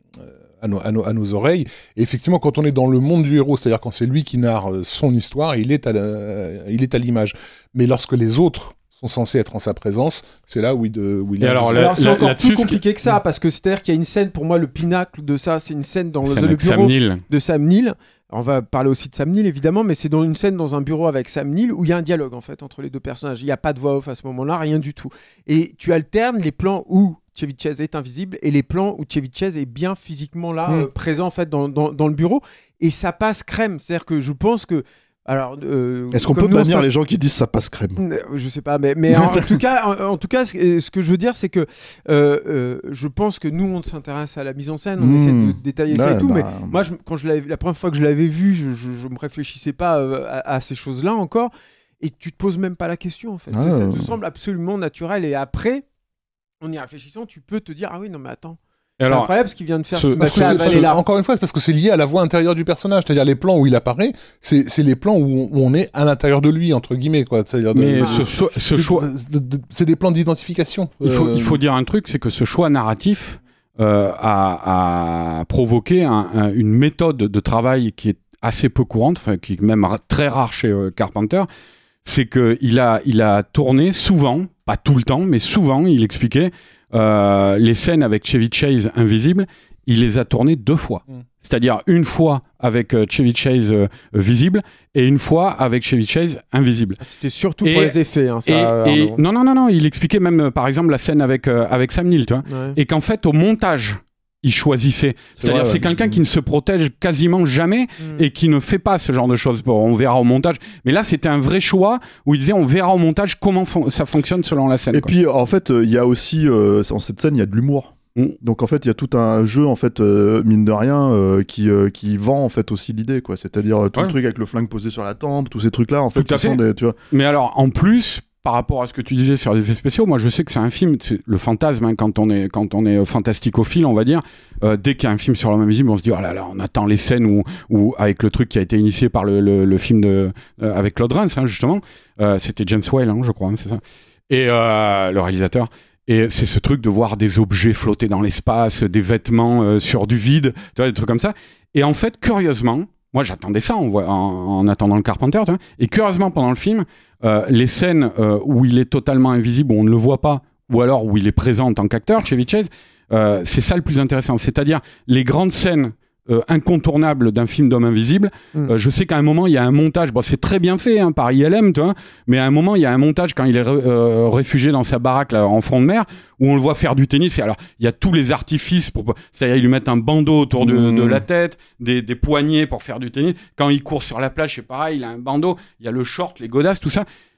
à, nos, à, nos, à nos oreilles. Et effectivement, quand on est dans le monde du héros, c'est-à-dire quand c'est lui qui narre son histoire, il est à, la, il est à l'image. Mais lorsque les autres sont censés être en sa présence, c'est là où il, de, où il Et est alors, invisible. là- Alors c'est là- encore là-dessus, plus ce qui- compliqué que ça, parce que c'est-à-dire qu'il y a une scène, pour moi le pinacle de ça, c'est une scène dans le, C'est le avec Sam bureau Neill. de Sam Neill. Alors, on va parler aussi de Sam Neill évidemment, mais c'est dans une scène dans un bureau avec Sam Neill où il y a un dialogue en fait entre les deux personnages. Il n'y a pas de voix off à ce moment-là, rien du tout. Et tu alternes les plans où Chevy Chase est invisible et les plans où Chevy Chase est bien physiquement là, Mm. euh, présent en fait dans, dans, dans le bureau. Et ça passe crème. C'est-à-dire que je pense que alors, euh, Est-ce qu'on comme peut nous, on bannir s'in- les gens qui disent ça passe crème? Euh, Je sais pas, mais, mais en, en tout cas, en, en tout cas, ce, ce que je veux dire, c'est que euh, euh, je pense que nous, on s'intéresse à la mise en scène, on Mmh. essaie de détailler ça Ouais, et tout, bah, mais moi, je, quand je l'avais, la première fois que je l'avais vu, je, je, je me réfléchissais pas euh, à, à ces choses-là encore, et tu te poses même pas la question en fait. Ah, ça, ça euh. te semble absolument naturel, et après, en y réfléchissant, tu peux te dire ah oui, non mais attends, Et c'est alors, incroyable ce qu'il vient de faire, ce- ce qu'il m'a Parce que fait c'est- avaler c'est- là. encore une fois, c'est parce que c'est lié à la voix intérieure du personnage. C'est-à-dire les plans où il apparaît, c'est, c'est les plans où on, où on est à l'intérieur de lui, entre guillemets. Quoi. C'est-à-dire de- mais de- ce, cho- ce de- choix, de- de- c'est des plans d'identification. il faut, Euh, il faut dire un truc, c'est que ce choix narratif euh, a, a provoqué un- un- une méthode de travail qui est assez peu courante, enfin, qui est même ra- très rare chez euh, Carpenter. C'est qu'il a, il a tourné souvent, pas tout le temps, mais souvent, il expliquait, euh, les scènes avec Chevy Chase invisible, il les a tournées deux fois. Mm. C'est-à-dire une fois avec euh, Chevy Chase euh, visible et une fois avec Chevy Chase invisible. C'était surtout Et- pour les effets, hein, ça. Et, et- Arnaud. non, non, non, non, il expliquait même, euh, par exemple, la scène avec, euh, avec Sam Neill, tu vois. Ouais. Et qu'en fait, au montage, il choisissait. C'est-à-dire, vrai, c'est ouais. quelqu'un qui ne se protège quasiment jamais Mm. et qui ne fait pas ce genre de choses. Bon, on verra au montage. Mais là, c'était un vrai choix où il disait, on verra au montage comment fon- ça fonctionne selon la scène. Et quoi. puis en fait, il y a aussi euh, dans cette scène, il y a de l'humour. Mm. Donc en fait, il y a tout un jeu en fait euh, mine de rien euh, qui euh, qui vend en fait aussi l'idée quoi. C'est-à-dire euh, tout Ouais. le truc avec le flingue posé sur la tempe, tous ces trucs là en fait, Tout à qui sont fait. des, tu vois. Mais alors, en plus, par rapport à ce que tu disais sur les effets spéciaux, moi, je sais que c'est un film, c'est le fantasme, hein, quand on est, quand on est fantasticophile, on va dire, euh, dès qu'il y a un film sur l'homme invisible, on se dit, oh là là, on attend les scènes où, où avec le truc qui a été initié par le, le, le film de, euh, avec Claude Rains, hein, justement, euh, c'était James Whale, hein, je crois, hein, c'est ça, et euh, le réalisateur. Et c'est ce truc de voir des objets flotter dans l'espace, des vêtements euh, sur du vide, tu vois, des trucs comme ça. Et en fait, curieusement, moi j'attendais ça en, voit- en, en attendant le Carpenter, tu vois. Et curieusement, pendant le film, euh, les scènes euh, où il est totalement invisible, où on ne le voit pas, ou alors où il est présent en tant qu'acteur, Chevy Chase, euh, c'est ça le plus intéressant. C'est-à-dire les grandes scènes euh, incontournables d'un film d'homme invisible. Mm. Euh, je sais qu'à un moment, il y a un montage, bon, c'est très bien fait hein, par I L M, tu vois, mais à un moment, il y a un montage quand il est re- euh, réfugié dans sa baraque là, en front de mer, où on le voit faire du tennis. Et alors, il y a tous les artifices, pour, c'est-à-dire ils lui mettent un bandeau autour de, Mmh. de la tête, des, des poignets pour faire du tennis. Quand il court sur la plage, c'est pareil, il a un bandeau, il y a le short, les godasses, tout ça.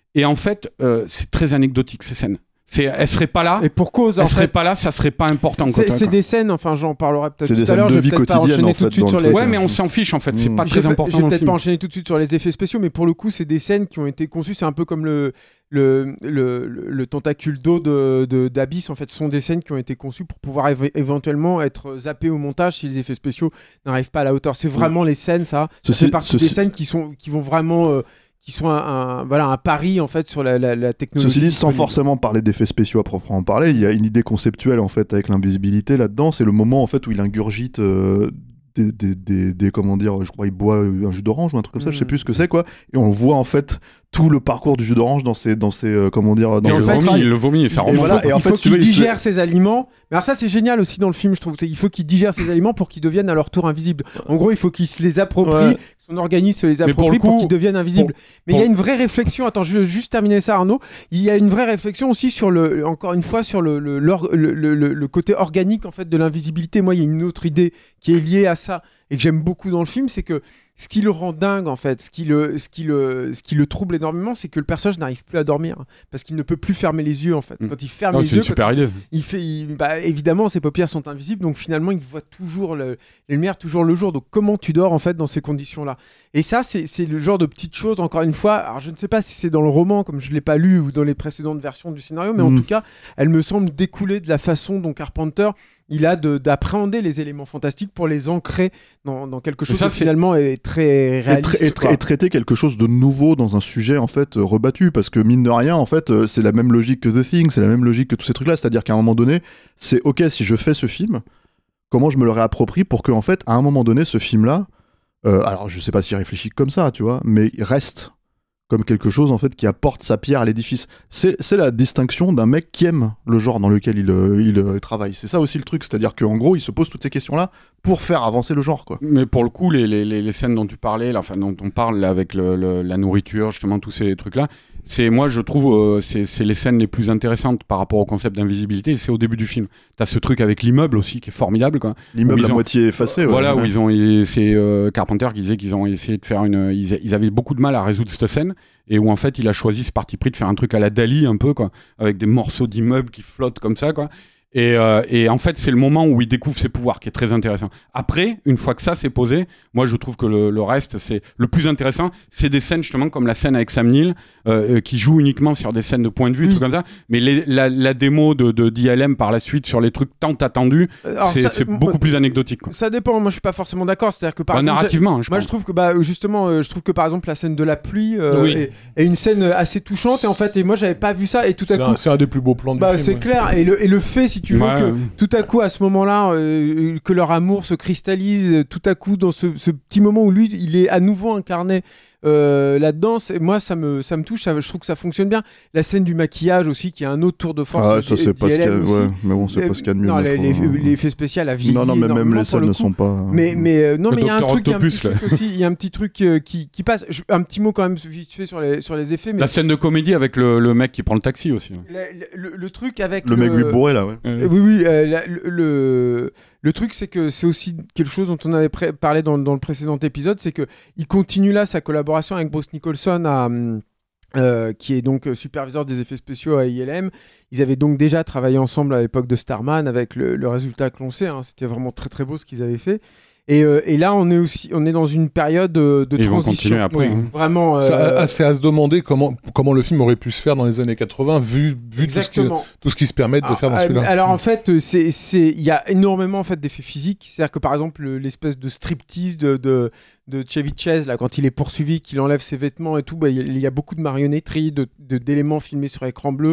Et en fait, euh, c'est très anecdotique ces scènes. C'est, elle serait pas là. Et pour cause, en elle fait, serait pas là, ça serait pas important. C'est, quoi, c'est quoi. des scènes, enfin j'en parlerai peut-être C'est tout des à l'heure. scènes de Je vais vie peut-être pas quotidienne, enchaîner en tout de fait, suite dans sur le les. truc. Ouais, mais on s'en fiche en fait. C'est Mmh. pas Je très vais, important je vais dans le peut-être film. pas enchaîner tout de suite sur les effets spéciaux, mais pour le coup, c'est des scènes qui ont été conçues. C'est un peu comme le le, le, le, le tentacule d'eau de, de, d'Abyss. En fait, ce sont des scènes qui ont été conçues pour pouvoir éve- éventuellement être zappées au montage si les effets spéciaux n'arrivent pas à la hauteur. C'est vraiment les scènes, ça. Ça Ceci- fait partie ceci- des scènes qui sont qui vont vraiment euh, qui sont un, un voilà un pari en fait sur la, la, la technologie. Ceci dit, sans disponible. forcément parler d'effets spéciaux à proprement parler, il y a une idée conceptuelle en fait avec l'invisibilité là-dedans. C'est le moment en fait où il ingurgite euh, des, des, des, des- comment dire, je crois il boit un jus d'orange ou un truc comme ça, Mmh. je sais plus ce que c'est quoi. Et on voit en fait tout le parcours du jus d'orange dans ses, dans ses, euh, comment dire, dans Et on ses le fait, vomit, entrailles. il le vomit, et ça Et remonte. voilà, et en il fait, faut si tu qu'il veux, il se- digère ses aliments. Mais alors ça, c'est génial aussi dans le film, je trouve. C'est- Il faut qu'il digère ses aliments pour qu'ils deviennent à leur tour invisibles. En gros, il faut qu'il se les approprie, Ouais. que son organisme se les Mais pour approprie le pour, coup, qu'ils deviennent invisibles. pour- Mais il y a pour- une vraie réflexion. Attends, je veux juste terminer ça, Arnaud. Il y a une vraie réflexion aussi sur le, encore une fois, sur le, le, l'or- le, le, le- le côté organique en fait de l'invisibilité. Moi, il y a une autre idée qui est liée à ça et que j'aime beaucoup dans le film, c'est que ce qui le rend dingue en fait, ce qui le, ce qui le, ce qui le trouble énormément, c'est que le personnage n'arrive plus à dormir parce qu'il ne peut plus fermer les yeux en fait. Mm. Quand il ferme Non, les c'est yeux, une super quand il- idée. il fait, il- bah, évidemment, ses paupières sont invisibles, donc finalement, il voit toujours le, les lumières, toujours le jour. Donc, comment tu dors en fait dans ces conditions-là? Et ça, c'est, c'est le genre de petites choses. Encore une fois, alors je ne sais pas si c'est dans le roman, comme je l'ai pas lu, ou dans les précédentes versions du scénario, mais en Mm. tout cas, elle me semble découler de la façon dont Carpenter il a de, d'appréhender les éléments fantastiques pour les ancrer dans, dans quelque chose ça, qui c'est- finalement est très Et, réaliste. tra- et tra- quoi. et traiter quelque chose de nouveau dans un sujet en fait euh, rebattu, parce que mine de rien en fait euh, c'est la même logique que The Thing, c'est la même logique que tous ces trucs là, c'est-à-dire qu'à un moment donné c'est ok, si je fais ce film, comment je me le réapproprie pour que en fait à un moment donné ce film là, alors je sais pas s'il réfléchit comme ça tu vois, mais il reste comme quelque chose en fait qui apporte sa pierre à l'édifice. C'est, c'est la distinction d'un mec qui aime le genre dans lequel il, euh, il euh, travaille. C'est ça aussi le truc, c'est-à-dire qu'en gros il se pose toutes ces questions là pour faire avancer le genre quoi. Mais pour le coup, les, les, les les scènes dont tu parlais, là, enfin, dont on parle là, avec le, le- la nourriture, justement, tous ces trucs-là, c'est, moi, je trouve, euh, c'est, c'est les scènes les plus intéressantes par rapport au concept d'invisibilité. Et c'est au début du film. T'as ce truc avec l'immeuble aussi qui est formidable, quoi. L'immeuble Où ils à ont- moitié effacé. ouais. Voilà, Ouais. où ils ont, et c'est euh, Carpenter qui disait qu'ils ont essayé de faire une, ils, ils avaient beaucoup de mal à résoudre cette scène, et où en fait il a choisi ce parti pris de faire un truc à la Dali un peu quoi, avec des morceaux d'immeubles qui flottent comme ça quoi. Et, euh, et en fait, c'est le moment où il découvre ses pouvoirs qui est très intéressant. Après, une fois que ça s'est posé, moi je trouve que le, le reste, c'est le plus intéressant. C'est des scènes justement comme la scène avec Sam Neill, euh, euh, qui joue uniquement sur des scènes de point de vue, Oui. trucs comme ça. Mais les, la, la démo de, de d'I L M par la suite sur les trucs tant attendus, Alors, c'est, ça- c'est moi- beaucoup plus anecdotique. Quoi. Ça dépend. Moi, je suis pas forcément d'accord. C'est-à-dire que par Bah, exemple, j'ai- narrativement, hein, je Moi, pense. je trouve que bah justement, euh, je trouve que par exemple la scène de la pluie euh, Oui. est, est une scène assez touchante et en fait, et moi j'avais pas vu ça et tout à C'est coup, un, c'est un des plus beaux plans du bah film. c'est ouais. clair et le et le fait si tu veux Ouais. que tout à coup à ce moment-là euh, que leur amour se cristallise, euh, tout à coup dans ce, ce petit moment où lui il est à nouveau incarné euh, là-dedans, c'est- moi ça me ça me touche, ça- je trouve que ça fonctionne bien. La scène du maquillage aussi qui est un autre tour de force. Ah, ça d'I- c'est pas ce qu'il y a, d'I L M aussi. ouais, mais bon, c'est Euh, pas ce qu'il y a de mieux. Non, mais les, faut- les- les effets spéciaux à vie. Non, non, mais même les scènes ne sont pas. Mais, mais euh, non, Le mais il y a un Docteur truc, il y a un petit Octopus, truc aussi, il y a un petit truc euh, qui, qui passe. Je- un petit mot quand même vite fait sur les, sur les effets, mais La scène de comédie avec le, le mec qui prend le taxi aussi. le, le- le truc avec Le mec lui bourré là, ouais. Euh, oui, oui, euh, la- le, le, le truc, c'est que c'est aussi quelque chose dont on avait pré- parlé dans, dans le précédent épisode, c'est qu'il continue là sa collaboration avec Bruce Nicholson, à, hum, euh, qui est donc euh, superviseur des effets spéciaux à I L M. Ils avaient donc déjà travaillé ensemble à l'époque de Starman, avec le, le résultat que l'on sait. Hein, c'était vraiment très très beau ce qu'ils avaient fait. Et, euh, et là, on est aussi, on est dans une période de, de Et ils vont transition. continuer après, Oui, hein. Vraiment. C'est euh, assez à se demander comment, comment le film aurait pu se faire dans les années quatre-vingts, vu, vu tout, ce qui, exactement. tout ce qui se permet de Ah, faire dans euh, celui-là. Alors en fait, euh, c'est c'est il y a énormément en fait d'effets physiques. C'est-à-dire que par exemple le- l'espèce de striptease de de de Chevy Chase là quand il est poursuivi, qu'il enlève ses vêtements et tout, bah, il y a- il y, a beaucoup de marionnetterie, de de- d'éléments filmés sur écran bleu.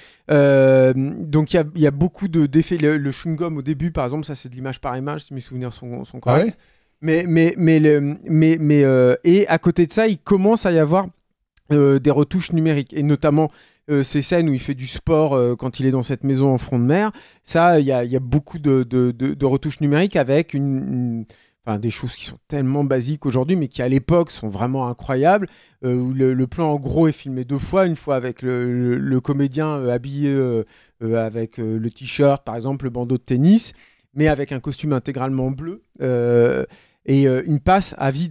Euh, donc il y a, il y a beaucoup de d'effets. Le, le chewing-gum au début, par exemple, ça c'est de l'image par image, si mes souvenirs sont, sont Ah corrects. ouais Mais mais mais le, mais mais euh, et à côté de ça, il commence à y avoir euh, des retouches numériques et notamment euh, ces scènes où il fait du sport euh, quand il est dans cette maison en front de mer. Ça, il y a, il y a beaucoup de, de, de, de retouches numériques avec une, une- enfin, des choses qui sont tellement basiques aujourd'hui, mais qui à l'époque sont vraiment incroyables. Euh, où le, le plan en gros est filmé deux fois, une fois avec le, le, le comédien euh, habillé euh, euh, avec euh, le t-shirt, par exemple, le bandeau de tennis, mais avec un costume intégralement bleu. Euh, et euh, une passe à vide.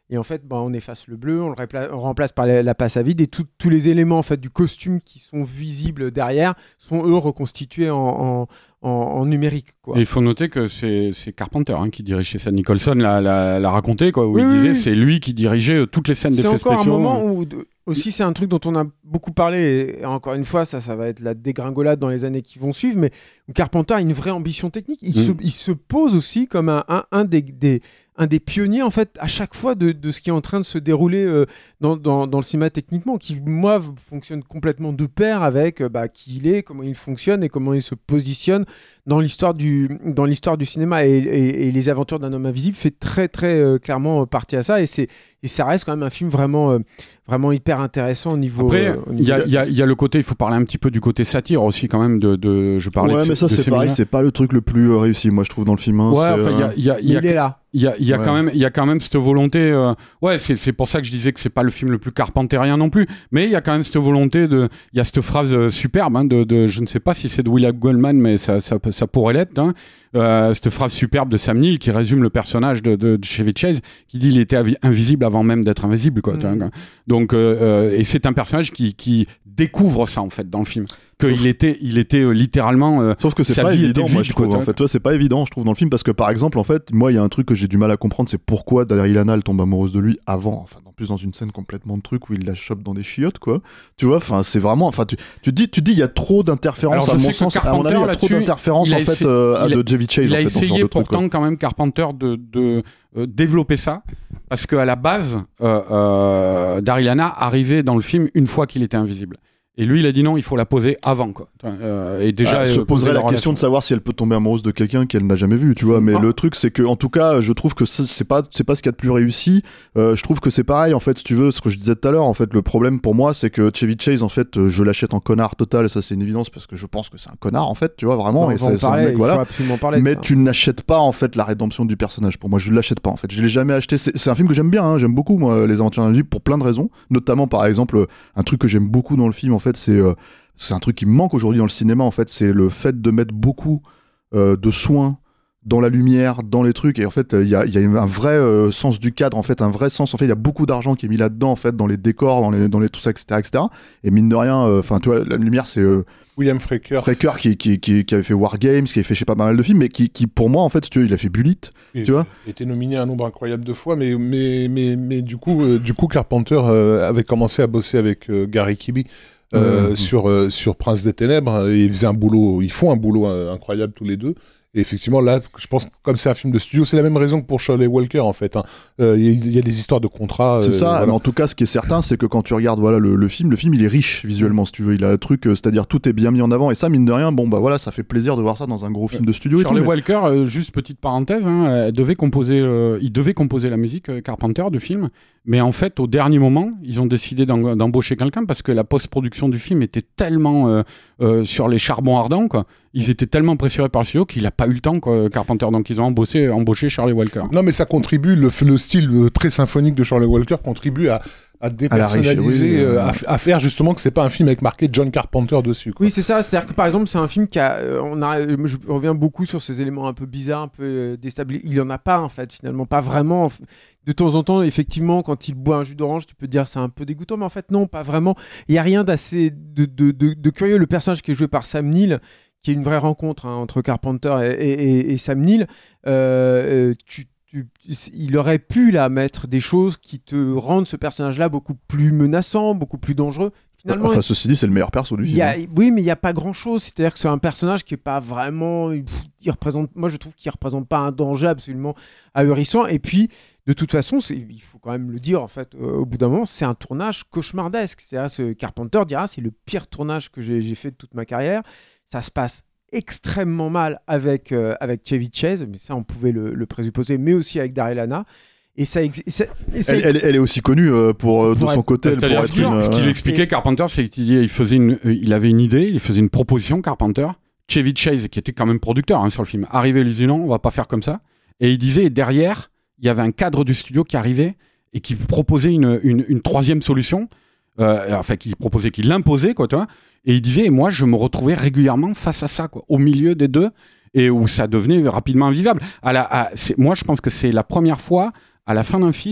et en fait, bah, on efface le bleu, on le répla- on remplace par la, la passe à vide, et tout- tous les éléments en fait du costume qui sont visibles derrière sont eux reconstitués en, en, en, en numérique, quoi. Et il faut noter que c'est, c'est Carpenter hein, qui dirige chez Sam Nicholson, l'a, l'a, l'a raconté, quoi, où Oui, il oui, disait oui. c'est lui qui dirigeait toutes les scènes C'est d'effets encore spéciaux. un moment où de- aussi c'est un truc dont on a beaucoup parlé, et encore une fois ça, ça va être la dégringolade dans les années qui vont suivre, mais où Carpenter a une vraie ambition technique. Il, Mm. se, il se pose aussi comme un, un, un des, des un des pionniers en fait à chaque fois de, de ce qui est en train de se dérouler euh, dans, dans, dans le cinéma techniquement, qui moi fonctionne complètement de pair avec euh, bah, qui il est, comment il fonctionne et comment il se positionne dans l'histoire du, dans l'histoire du cinéma, et, et, et Les Aventures d'un homme invisible fait très très euh, clairement euh, partie à ça, et, c'est, et ça reste quand même un film vraiment, euh, vraiment hyper intéressant au niveau... Après, euh, au il y, niveau- a- il y a- il y a le côté, il faut parler un petit peu du côté satire aussi quand même de, de je parlais Ouais, de, mais ça de c'est ces pareil, milieux. c'est pas le truc le plus euh, réussi, moi je trouve dans le film. Hein, Ouais, c'est, enfin, il y euh, a, il y a, il Mais y a il est là. Il y a, il y a Ouais. quand même, il y a quand même cette volonté. euh, ouais, c'est, c'est pour ça que je disais que c'est pas le film le plus carpentérien non plus. Mais il y a quand même cette volonté de. Il y a cette phrase euh, superbe hein, de, de. Je ne sais pas si c'est de William Goldman, mais ça, ça, ça pourrait l'être. Hein, euh, cette phrase superbe de Sam Neill qui résume le personnage de, de, de Chevy Chase, qui dit il était avi- invisible avant même d'être invisible. Quoi, Mm. tu vois, quoi. Donc, euh, euh, et c'est un personnage qui, qui découvre ça en fait dans le film. Qu'il était, il était euh, littéralement. euh, Sauf que c'est sa pas vie évident, était moi vide, je trouve. quoi, En fait, toi, c'est pas évident, je trouve, dans le film, parce que par exemple, en fait, moi, il y a un truc que j'ai du mal à comprendre, c'est pourquoi Daryl Hannah elle tombe amoureuse de lui avant. Enfin, en plus dans une scène complètement de truc où il la chope dans des chiottes, quoi. Tu vois, enfin, c'est vraiment. Enfin, tu, tu te dis, tu te dis, il y a trop d'interférences Alors, à je mon sais que sens. À mon Carpenter, avis, il y a trop là-dessus, d'interférences il a en fait essayé- euh, il a- de Chevy Chase. Il en a fait, dans ce genre essayé de truc, pourtant quoi. quand même Carpenter de, de euh, développer ça, parce qu'à la base, euh, euh, Daryl Hannah arrivait dans le film une fois qu'il était invisible. Et lui, il a dit non, il faut la poser avant, quoi. Euh, et déjà, Ah, se euh, poserait poser la leur question relation. de savoir si elle peut tomber amoureuse de quelqu'un qu'elle n'a jamais vu, tu vois. Mais Ah. le truc, c'est que, en tout cas, je trouve que c'est c'est pas, c'est pas ce qu'il y a de plus réussi. Euh, je trouve que c'est pareil, en fait, si tu veux, ce que je disais tout à l'heure. En fait, le problème pour moi, c'est que Chevy Chase, en fait, euh, je l'achète en connard total. Ça, c'est une évidence parce que je pense que c'est un connard, en fait, tu vois, vraiment. on et va c'est en c'est un parler, mec, il voilà. faut absolument parler de Mais ça. tu n'achètes pas, en fait, la rédemption du personnage. Pour moi, je l'achète pas, en fait. Je l'ai jamais acheté. C'est c'est un film que j'aime bien, hein. J'aime beaucoup, moi, Les Aventures invisibles, pour plein de raisons. Notamment, par exemple, un truc que j'aime beaucoup dans le film, en fait, c'est. Euh, C'est un truc qui me manque aujourd'hui dans le cinéma, en fait, c'est le fait de mettre beaucoup euh, de soins dans la lumière, dans les trucs, et en fait, il y a, y a un vrai euh, sens du cadre, en fait, un vrai sens, en fait, il y a beaucoup d'argent qui est mis là-dedans, en fait, dans les décors, dans les, dans les tout ça, et cetera, et cetera. Et mine de rien, enfin, euh, tu vois, la lumière, c'est euh, William Fraker. Fraker qui, qui, qui, qui avait fait War Games, qui avait fait, je sais pas, pas mal de films, mais qui, qui pour moi, en fait, si tu veux, il a fait Bullitt, Il tu vois. a été nominé un nombre incroyable de fois, mais, mais, mais, mais du, coup, euh, du coup, Carpenter euh, avait commencé à bosser avec euh, Gary Kibbe. Euh, Mmh. sur, euh, sur Prince des Ténèbres, et ils faisaient un boulot, ils font un boulot euh, incroyable tous les deux. Et effectivement, là, je pense que comme c'est un film de studio, c'est la même raison que pour Shirley Walker, en fait. Il hein. euh, y, y a des histoires de contrats. C'est euh, ça, voilà. mais en tout cas, ce qui est certain, c'est que quand tu regardes voilà, le, le film, le film, il est riche visuellement, si tu veux. Il a un truc, euh, c'est-à-dire tout est bien mis en avant, et ça, mine de rien, bon, bah voilà, ça fait plaisir de voir ça dans un gros film de studio. et Shirley tout, mais- Walker, euh, juste petite parenthèse, hein, elle devait composer, euh, il devait composer la musique euh, Carpenter du film, mais en fait, au dernier moment, ils ont décidé d'en- d'embaucher quelqu'un parce que la post-production du film était tellement euh, euh, sur les charbons ardents, quoi. Ils étaient tellement pressurés par le studio qu'il n'a pas eu le temps, quoi, Carpenter. Donc ils ont embauché, embauché Shirley Walker. Non, mais ça contribue, le, le style euh, très symphonique de Shirley Walker contribue à, à dépersonnaliser, riche, oui, euh, euh, à, à faire justement que c'est pas un film avec marqué John Carpenter dessus. Quoi. Oui, c'est ça. C'est-à-dire que par exemple, c'est un film qui a. euh, on a euh, je reviens beaucoup sur ces éléments un peu bizarres, un peu euh, déstabilisés. Il en a pas, en fait, finalement. Pas vraiment. De temps en temps, effectivement, quand il boit un jus d'orange, tu peux te dire c'est un peu dégoûtant, mais en fait, non, pas vraiment. Il n'y a rien d'assez de, de, de, de curieux. Le personnage qui est joué par Sam Neill, qui est une vraie rencontre hein, entre Carpenter et, et, et, et Sam Neill, euh, euh, tu. Tu, il aurait pu là mettre des choses qui te rendent ce personnage-là beaucoup plus menaçant, beaucoup plus dangereux. Finalement, Enfin, ceci dit, c'est le meilleur perso du il film. y a, hein. oui, mais il n'y a pas grand-chose. C'est-à-dire que c'est un personnage qui est pas vraiment... pff, il représente, moi, je trouve qu'il représente pas un danger absolument ahurissant. Et puis, de toute façon, c'est, il faut quand même le dire, en fait, euh, au bout d'un moment, c'est un tournage cauchemardesque. C'est-à-dire, ce Carpenter dira, c'est le pire tournage que j'ai, j'ai fait de toute ma carrière. Ça se passe extrêmement mal avec, euh, avec Chevy Chase, mais ça, on pouvait le, le présupposer, mais aussi avec Daryl Hannah. Et ça, ex- et ça, et ça Elle, elle- elle est aussi connue euh, pour, euh, de Pour son être- côté. C'est-à-dire pour ce être qu'il une, ce qu'il euh, expliquait, Et- Carpenter, c'est qu'il il faisait une, euh, il avait une idée, il faisait une proposition, Carpenter. Chevy Chase, qui était quand même producteur hein, sur le film, arrivait, il disait non, on va pas faire comme ça. Et il disait, et derrière, il y avait un cadre du studio qui arrivait et qui proposait une, une, une troisième solution, euh, enfin, qui proposait, qui l'imposait, quoi, tu vois. Et il disait, et moi, je me retrouvais régulièrement face à ça, quoi, au milieu des deux, et où ça devenait rapidement invivable. À la, à, c'est, moi, je pense que c'est la première fois, à la fin d'un film,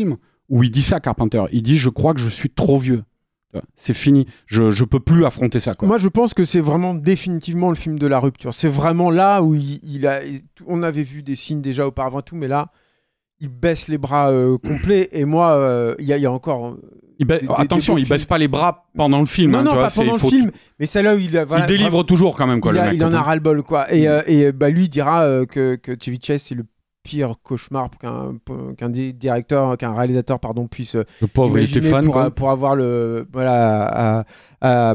où il dit ça, Carpenter. Il dit, je crois que je suis trop vieux. C'est fini. Je, je peux plus affronter ça, quoi. Moi, je pense que c'est vraiment définitivement le film de la rupture. C'est vraiment là où il, il a. On avait vu des signes déjà auparavant, tout, mais là, il baisse les bras euh, complets. Et moi, il euh, y, y a encore. Il ba... des, Attention, des il baisse pas les bras pendant le film. Non, hein, non, tu pas vois, pendant le faut... film. Mais c'est là où il. Voilà, il délivre vraiment, toujours quand même, quoi. Il, le a, mec, il en a ras-le-bol, quoi. Et, mmh. euh, et bah, lui, il dira euh, que, que Chevy Chase, c'est le pire cauchemar qu'un, qu'un directeur, qu'un réalisateur, pardon, puisse le pauvre, il était fan, pour, quoi. pour avoir le voilà à, à, à,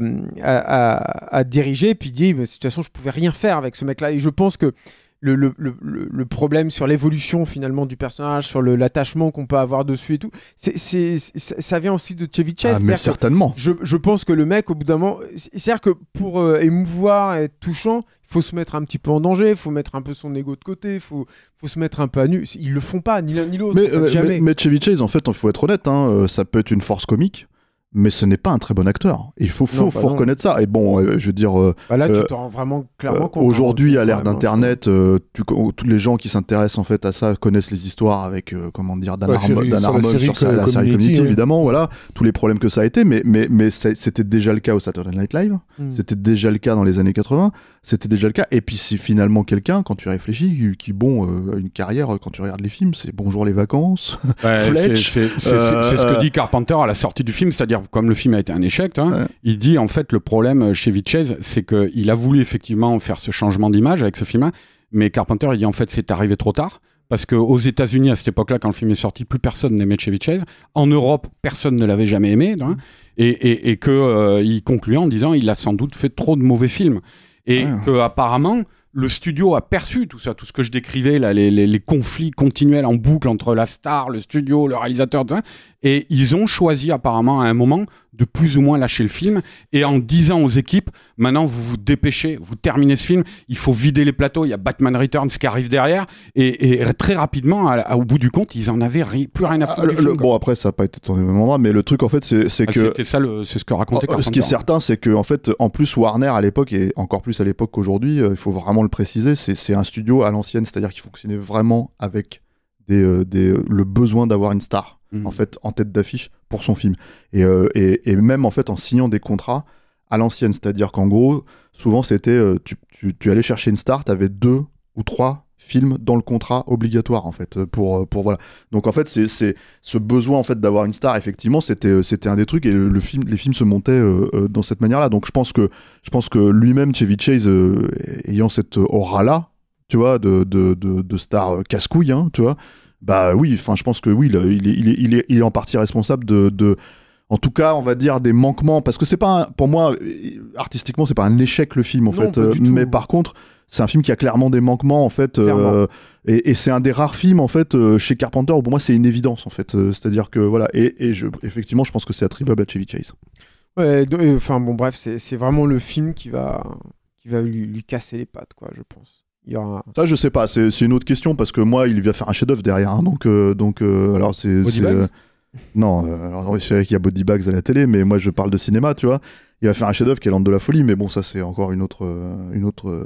à, à diriger. Puis il dit, de toute façon, je pouvais rien faire avec ce mec-là. Et je pense que le, le, le, le problème sur l'évolution finalement du personnage, sur le, l'attachement qu'on peut avoir dessus et tout, c'est, c'est, c'est, ça vient aussi de Chevy Chase. Ah, mais certainement. Je, je pense que le mec, au bout d'un moment, c'est-à-dire que pour euh, émouvoir et être touchant, il faut se mettre un petit peu en danger, il faut mettre un peu son ego de côté, il faut, faut se mettre un peu à nu. Ils le font pas, ni l'un ni l'autre. Mais, euh, jamais. mais, mais Chevy Chase, en fait, il faut être honnête, hein, ça peut être une force comique, mais ce n'est pas un très bon acteur. Il faut, faut, non, bah faut reconnaître ça. Et bon, euh, je veux dire... Euh, bah là, tu euh, te rends vraiment clairement compte. Aujourd'hui, à l'ère d'Internet, euh, tu, tous les gens qui s'intéressent en fait à ça connaissent les histoires avec, euh, comment dire, Dan, ouais, Harmon, Dan sur Harmon la série, sur la série Community, oui. évidemment, voilà, tous les problèmes que ça a été, mais, mais, mais c'était déjà le cas au Saturday Night Live, mm. c'était déjà le cas dans les années quatre-vingts, c'était déjà le cas. Et puis c'est finalement quelqu'un, quand tu réfléchis, qui, qui bon, euh, une carrière, quand tu regardes les films, c'est Bonjour les vacances, ouais, Fletch. C'est, c'est, c'est, euh, c'est ce que dit Carpenter à la sortie du film, c'est-à-dire comme le film a été un échec, hein, ouais. il dit en fait le problème chez Chevy Chase, c'est qu'il a voulu effectivement faire ce changement d'image avec ce film, mais Carpenter il dit en fait c'est arrivé trop tard. Parce qu'aux États-Unis, à cette époque-là, quand le film est sorti, plus personne n'aimait Chevy Chase. En Europe, personne ne l'avait jamais aimé. Hein, et, et, et qu'il euh, concluait en disant il a sans doute fait trop de mauvais films. Et ouais. qu'apparemment, le studio a perçu tout ça, tout ce que je décrivais, là, les, les, les conflits continuels en boucle entre la star, le studio, le réalisateur, tout ça, et ils ont choisi apparemment à un moment de plus ou moins lâcher le film, et en disant aux équipes, maintenant vous vous dépêchez, vous terminez ce film, il faut vider les plateaux, il y a Batman Returns qui arrive derrière, et, et très rapidement, à, à, au bout du compte, ils en avaient ri, plus rien à foutre ah, du le, film. Le, bon après, ça n'a pas été tourné au même endroit, mais le truc en fait, c'est, c'est ah, que... C'était ça, le, c'est ce que racontait Carpenter. Ce qui est certain, c'est que en fait, en plus, Warner à l'époque, et encore plus à l'époque qu'aujourd'hui, il faut vraiment le préciser, c'est, c'est un studio à l'ancienne, c'est-à-dire qu'il fonctionnait vraiment avec des, euh, des, le besoin d'avoir une star. Mmh. En fait, en tête d'affiche pour son film. Et, euh, et, et même en fait en signant des contrats à l'ancienne, c'est-à-dire qu'en gros, souvent c'était euh, tu, tu, tu allais chercher une star, t'avais deux ou trois films dans le contrat obligatoire en fait pour pour voilà. Donc en fait c'est c'est ce besoin en fait d'avoir une star, effectivement c'était c'était un des trucs, et le, le film les films se montaient euh, euh, dans cette manière-là. Donc je pense que je pense que lui-même Chevy Chase euh, ayant cette aura là, tu vois, de de de, de star euh, casse-couille, hein, tu vois. Bah oui, enfin je pense que oui, il est, il est, il est, il est en partie responsable de, de, en tout cas, on va dire des manquements, parce que c'est pas, un, pour moi, artistiquement, c'est pas un échec le film en non, fait, euh, mais par contre, c'est un film qui a clairement des manquements en fait, euh, et, et c'est un des rares films en fait euh, chez Carpenter où pour moi c'est une évidence en fait, euh, c'est-à-dire que voilà, et, et je, effectivement, je pense que c'est attribuable à Chevy Chase. Ouais, enfin bon, bref, c'est, c'est vraiment le film qui va, qui va lui, lui casser les pattes, quoi, je pense. Il y aura... Ça je sais pas, c'est, c'est une autre question, parce que moi il va faire un chef-d'œuvre derrière, hein, donc euh, donc euh, alors c'est, c'est euh, non, euh, alors c'est vrai qu'il y a Body Bags à la télé, mais moi je parle de cinéma, tu vois. Il va faire un chef-d'œuvre qui est Land de la folie, mais bon ça c'est encore une autre euh, une autre. Euh...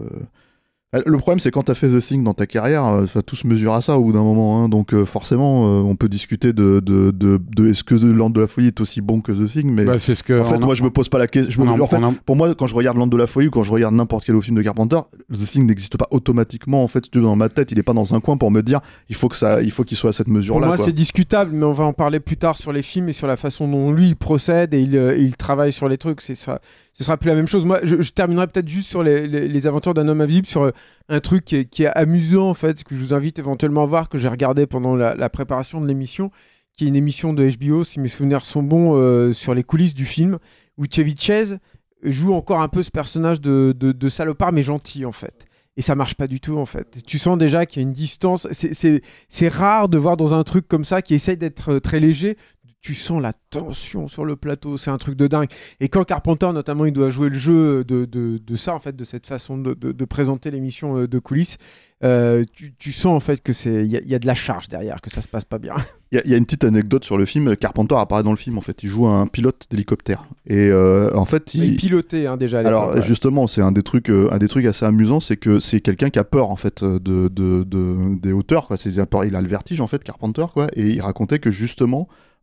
Le problème c'est quand t'as fait The Thing dans ta carrière, euh, ça tout se mesure à ça au bout d'un moment, hein, donc euh, forcément euh, on peut discuter de de, de de est-ce que Land de la folie est aussi bon que The Thing, mais bah, c'est ce que en fait moi a... je me pose pas la question. En, en fait, a... pour moi quand je regarde Land de la folie ou quand je regarde n'importe quel autre film de Carpenter, The Thing n'existe pas automatiquement en fait, dans ma tête, il est pas dans un coin pour me dire il faut que ça il faut qu'il soit à cette mesure là. Pour moi quoi. C'est discutable, mais on va en parler plus tard sur les films et sur la façon dont lui il procède et il, euh, il travaille sur les trucs, c'est ça. Ce sera plus la même chose. Moi, je, je terminerai peut-être juste sur les, les, les aventures d'un homme invisible, sur euh, un truc qui est, qui est amusant, en fait, que je vous invite éventuellement à voir, que j'ai regardé pendant la, la préparation de l'émission, qui est une émission de H B O, si mes souvenirs sont bons, euh, sur les coulisses du film, où Chevy Chase joue encore un peu ce personnage de, de, de salopard, mais gentil, en fait. Et ça marche pas du tout, en fait. Tu sens déjà qu'il y a une distance. C'est, c'est, c'est rare de voir dans un truc comme ça, qui essaye d'être très léger, tu sens la tension sur le plateau, c'est un truc de dingue. Et quand Carpenter, notamment, il doit jouer le jeu de, de, de ça, en fait, de cette façon de, de, de présenter l'émission de coulisses, euh, tu, tu sens en fait que c'est, il y, y a de la charge derrière, que ça se passe pas bien. Il y, y a une petite anecdote sur le film. Carpenter apparaît dans le film, en fait, il joue un pilote d'hélicoptère. Et euh, en fait, il, il pilotait hein, déjà. À alors ouais. justement, c'est un des trucs, euh, un des trucs assez amusants, c'est que c'est quelqu'un qui a peur en fait de, de, de des hauteurs, quoi. C'est, il a le vertige en fait, Carpenter, quoi. Et il racontait que justement,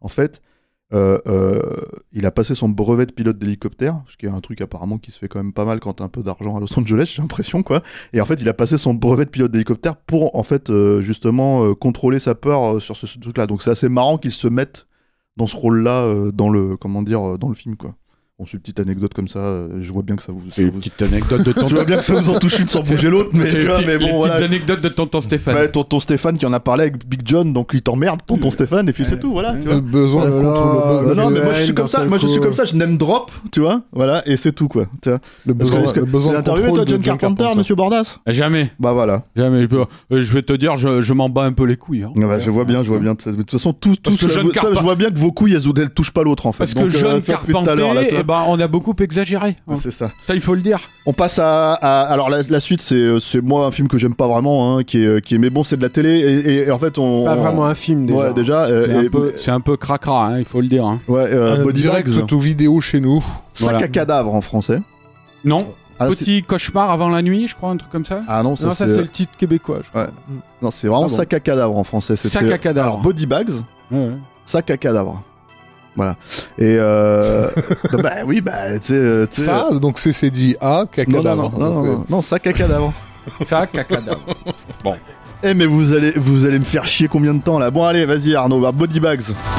en fait, euh, euh, il a passé son brevet de pilote d'hélicoptère, ce qui est un truc apparemment qui se fait quand même pas mal quand t'as un peu d'argent à Los Angeles, j'ai l'impression, quoi. Et en fait, il a passé son brevet de pilote d'hélicoptère pour, en fait, euh, justement, euh, contrôler sa peur euh, sur ce, ce truc-là. Donc c'est assez marrant qu'il se mette dans ce rôle-là, euh, dans le, comment dire, euh, dans le film, quoi. Bon, c'est une petite anecdote comme ça, euh, je vois bien que ça vous... C'est une vous... petite anecdote de tonton. Je vois bien que ça vous en touche une sans bouger l'autre, mais, C'est tu vois, une mais petite- bon, une voilà. petite anecdote de tonton Stéphane. Ouais, tonton Stéphane qui en a parlé avec Big John, donc il t'emmerde, tonton Stéphane, et puis c'est tout, voilà. Tu vois. Le besoin de Oh là contrôle, là, le, Non, mais moi je suis haine comme d'un ça, seul moi je suis coup. comme ça, je n'aime drop, tu vois, voilà, et c'est tout, quoi. Tu vois. le Parce que- besoin, parce que le besoin vous de avez interviewé, contrôle toi, de John Carpenter, monsieur Bordas Jamais, Bah voilà. jamais. Je, peux- euh, je vais te dire, je, je m'en bats un peu les couilles. hein. Ah bah, je vois bien, je vois bien. De toute façon, tous, Parce tous, que euh, John vous- Carpa- je vois bien que vos couilles, elles, elles touchent pas l'autre, en fait. Parce que Donc, euh, John ça, depuis tout à l'heure, là, Carpenter, toi. eh ben, on a beaucoup exagéré. hein. C'est ça. Ça, il faut le dire. On passe à, à- alors la, la suite, c'est, euh, c'est moi un film que j'aime pas vraiment, hein, qui est, qui est, mais bon, c'est de la télé et, et- et en fait on. Pas on- vraiment un film déjà. Ouais, déjà. euh, C'est et- un peu, c'est un peu cracra, hein, il faut le dire. hein. Ouais, euh, Un Body direct Bags, tout vidéo chez nous. sac Voilà. à cadavre en français. Non, Ah, c'est- petit cauchemar avant la nuit, je crois, un truc comme ça. ah non, ça, Non, ça c'est, c'est le titre québécois. Je crois. Ouais. non, c'est vraiment Ah bon. sac à cadavre en français. C'était- Sac à cadavre. Alors, Body Bags, Ouais, ouais. sac à cadavre. Voilà. Et euh... bah oui, bah tu sais, euh, tu sais, Ça, donc c'est c'est dit A, euh, non, non, cacadavre. non, non, non, non, non, sac à cadavre. Sac à cadavre. Eh mais vous allez, vous allez me faire chier combien de temps là? Bon allez, vas-y Arnaud, va Body Bags.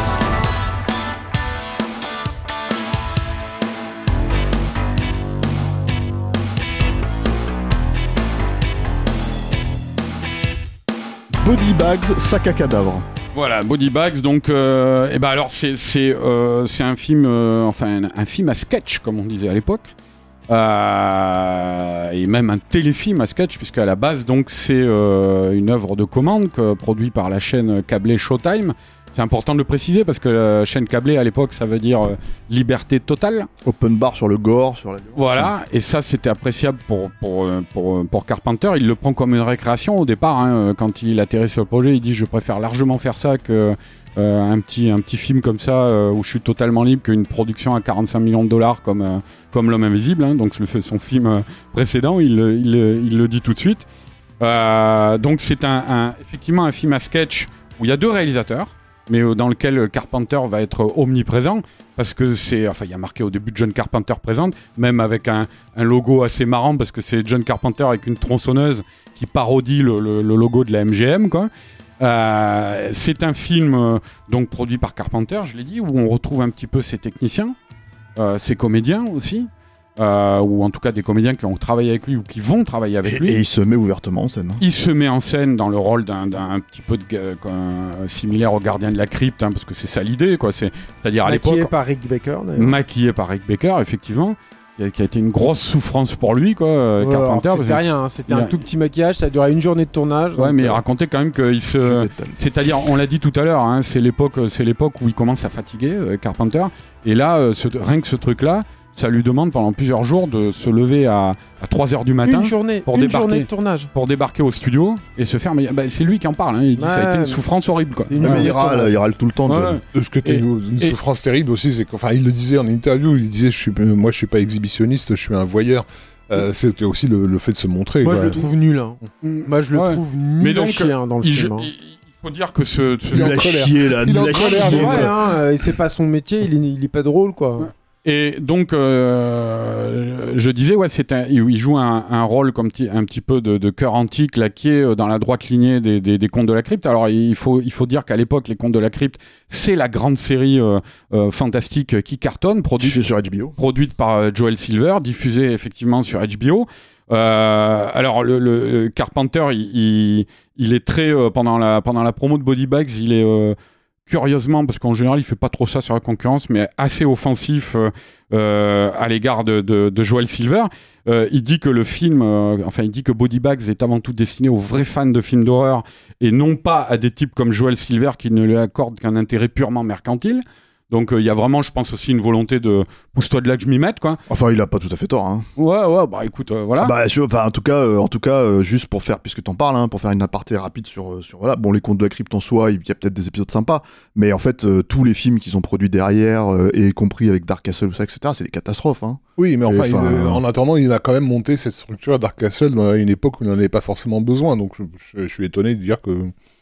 Body Bags, sac à cadavre. Voilà, Body Bags. Donc, euh, eh ben alors c'est c'est euh, c'est un film, euh, enfin un, un film à sketch comme on disait à l'époque, euh, et même un téléfilm à sketch puisque à la base donc c'est euh, une œuvre de commande que, produite par la chaîne câblée Showtime. C'est important de le préciser parce que la chaîne câblée à l'époque ça veut dire euh, liberté totale. Open bar sur le gore, sur la. Voilà, et ça c'était appréciable pour, pour, euh, pour, pour Carpenter. Il le prend comme une récréation au départ. Hein, quand il atterrit sur le projet, il dit je préfère largement faire ça que euh, un, petit, un petit film comme ça euh, où je suis totalement libre qu'une production à quarante-cinq millions de dollars comme, euh, comme L'Homme Invisible. Hein, donc le- son film euh, précédent, il, le- il, le- il le dit tout de suite. Euh, donc c'est un, un- effectivement un film à sketch où il y a deux réalisateurs, mais euh, dans lequel Carpenter va être omniprésent. Parce que c'est, enfin, il y a marqué au début John Carpenter présente, même avec un, un logo assez marrant, parce que c'est John Carpenter avec une tronçonneuse qui parodie le, le- le logo de la M G M, quoi. Euh, c'est un film euh, donc produit par Carpenter, je l'ai dit, où on retrouve un petit peu ses techniciens, euh, ses comédiens aussi, euh, ou en tout cas des comédiens qui ont travaillé avec lui ou qui vont travailler avec Et, lui. et il se met ouvertement en scène. Il se met en scène dans le rôle d'un, d'un un petit peu de, ga- quoi, similaire au gardien de la crypte, hein, parce que c'est ça l'idée, quoi. C'est, c'est-à-dire à Maquillé l'époque par Rick Baker. d'ailleurs. maquillé par Rick Baker, effectivement, qui a, qui a été une grosse souffrance pour lui, quoi, euh, Ouais, alors, Carpenter. parce C'était que- rien, hein, c'était il un a- tout petit maquillage, ça a duré une journée de tournage. Ouais, donc, mais il euh, racontait quand même qu'il Je se, m'étonne. c'est-à-dire, on l'a dit tout à l'heure, hein, c'est l'époque, c'est l'époque où il commence à fatiguer, euh, Carpenter. Et là, euh, ce- rien que ce truc-là, ça lui demande pendant plusieurs jours de se lever à, à trois heures du matin une journée, pour une débarquer. journée de tournage. pour débarquer au studio et se faire. Mais bah, c'est lui qui en parle. Hein, il dit Ouais, ça a été une mais- souffrance horrible, quoi. Une Non, mais journée il de râle, tournage. il râle tout le temps. Ouais, John. ouais. Ce que t'as Et- une, une et- souffrance terrible aussi, c'est qu'enfin, il le disait en interview, il disait, je suis, euh, moi, je suis pas exhibitionniste, je suis un voyeur. Euh, c'était aussi le, le fait de se montrer. Moi quoi. je le trouve nul. hein. Moi je le Ouais. trouve Mais nul à donc, chier hein, dans le Il, film. je- hein. il- il faut dire que ce, ce- Il est en Il a colère. chié là, Il est en a colère, chié, C'est donc, vrai, quoi. hein, euh, et c'est pas son métier, il est, il est pas drôle quoi. et donc euh, je disais ouais c'est un, il joue un, un rôle comme ti- un petit peu de, de cœur antique là qui est dans la droite lignée des, des, des Contes de la Crypte. Alors il faut il faut dire qu'à l'époque les Contes de la Crypte c'est la grande série euh, euh, fantastique qui cartonne produite Diffusé sur H B O. produite par euh, Joel Silver, diffusée effectivement sur H B O. Euh, alors le, le Carpenter, il, il, il est très euh, pendant la pendant la promo de Body Bags, il est euh, curieusement, parce qu'en général il fait pas trop ça sur la concurrence, mais assez offensif euh, euh, à l'égard de, de, de Joel Silver. Euh, il dit que le film, euh, enfin il dit que Body Bags est avant tout destiné aux vrais fans de films d'horreur et non pas à des types comme Joel Silver qui ne lui accordent qu'un intérêt purement mercantile. Donc il euh, y a vraiment, je pense aussi, une volonté de pousse-toi de là que je m'y mette, quoi. Enfin, il a pas tout à fait tort. Hein. Ouais, ouais, bah écoute, euh, voilà. Bah, je- enfin, en tout cas, euh, en tout cas, euh, juste pour faire, puisque t'en parles, hein, pour faire une aparté rapide sur, euh, sur voilà, bon, les Contes de la Crypte en soi, il y a peut-être des épisodes sympas, mais en fait, euh, tous les films qu'ils ont produits derrière, euh, et compris avec Dark Castle, tout ça, et cetera, c'est des catastrophes. Hein. Oui, mais enfin, Et enfin, il- euh, en attendant, il a quand même monté cette structure Dark Castle à une époque où il n'en avait pas forcément besoin. Donc, je, je- je suis étonné de dire que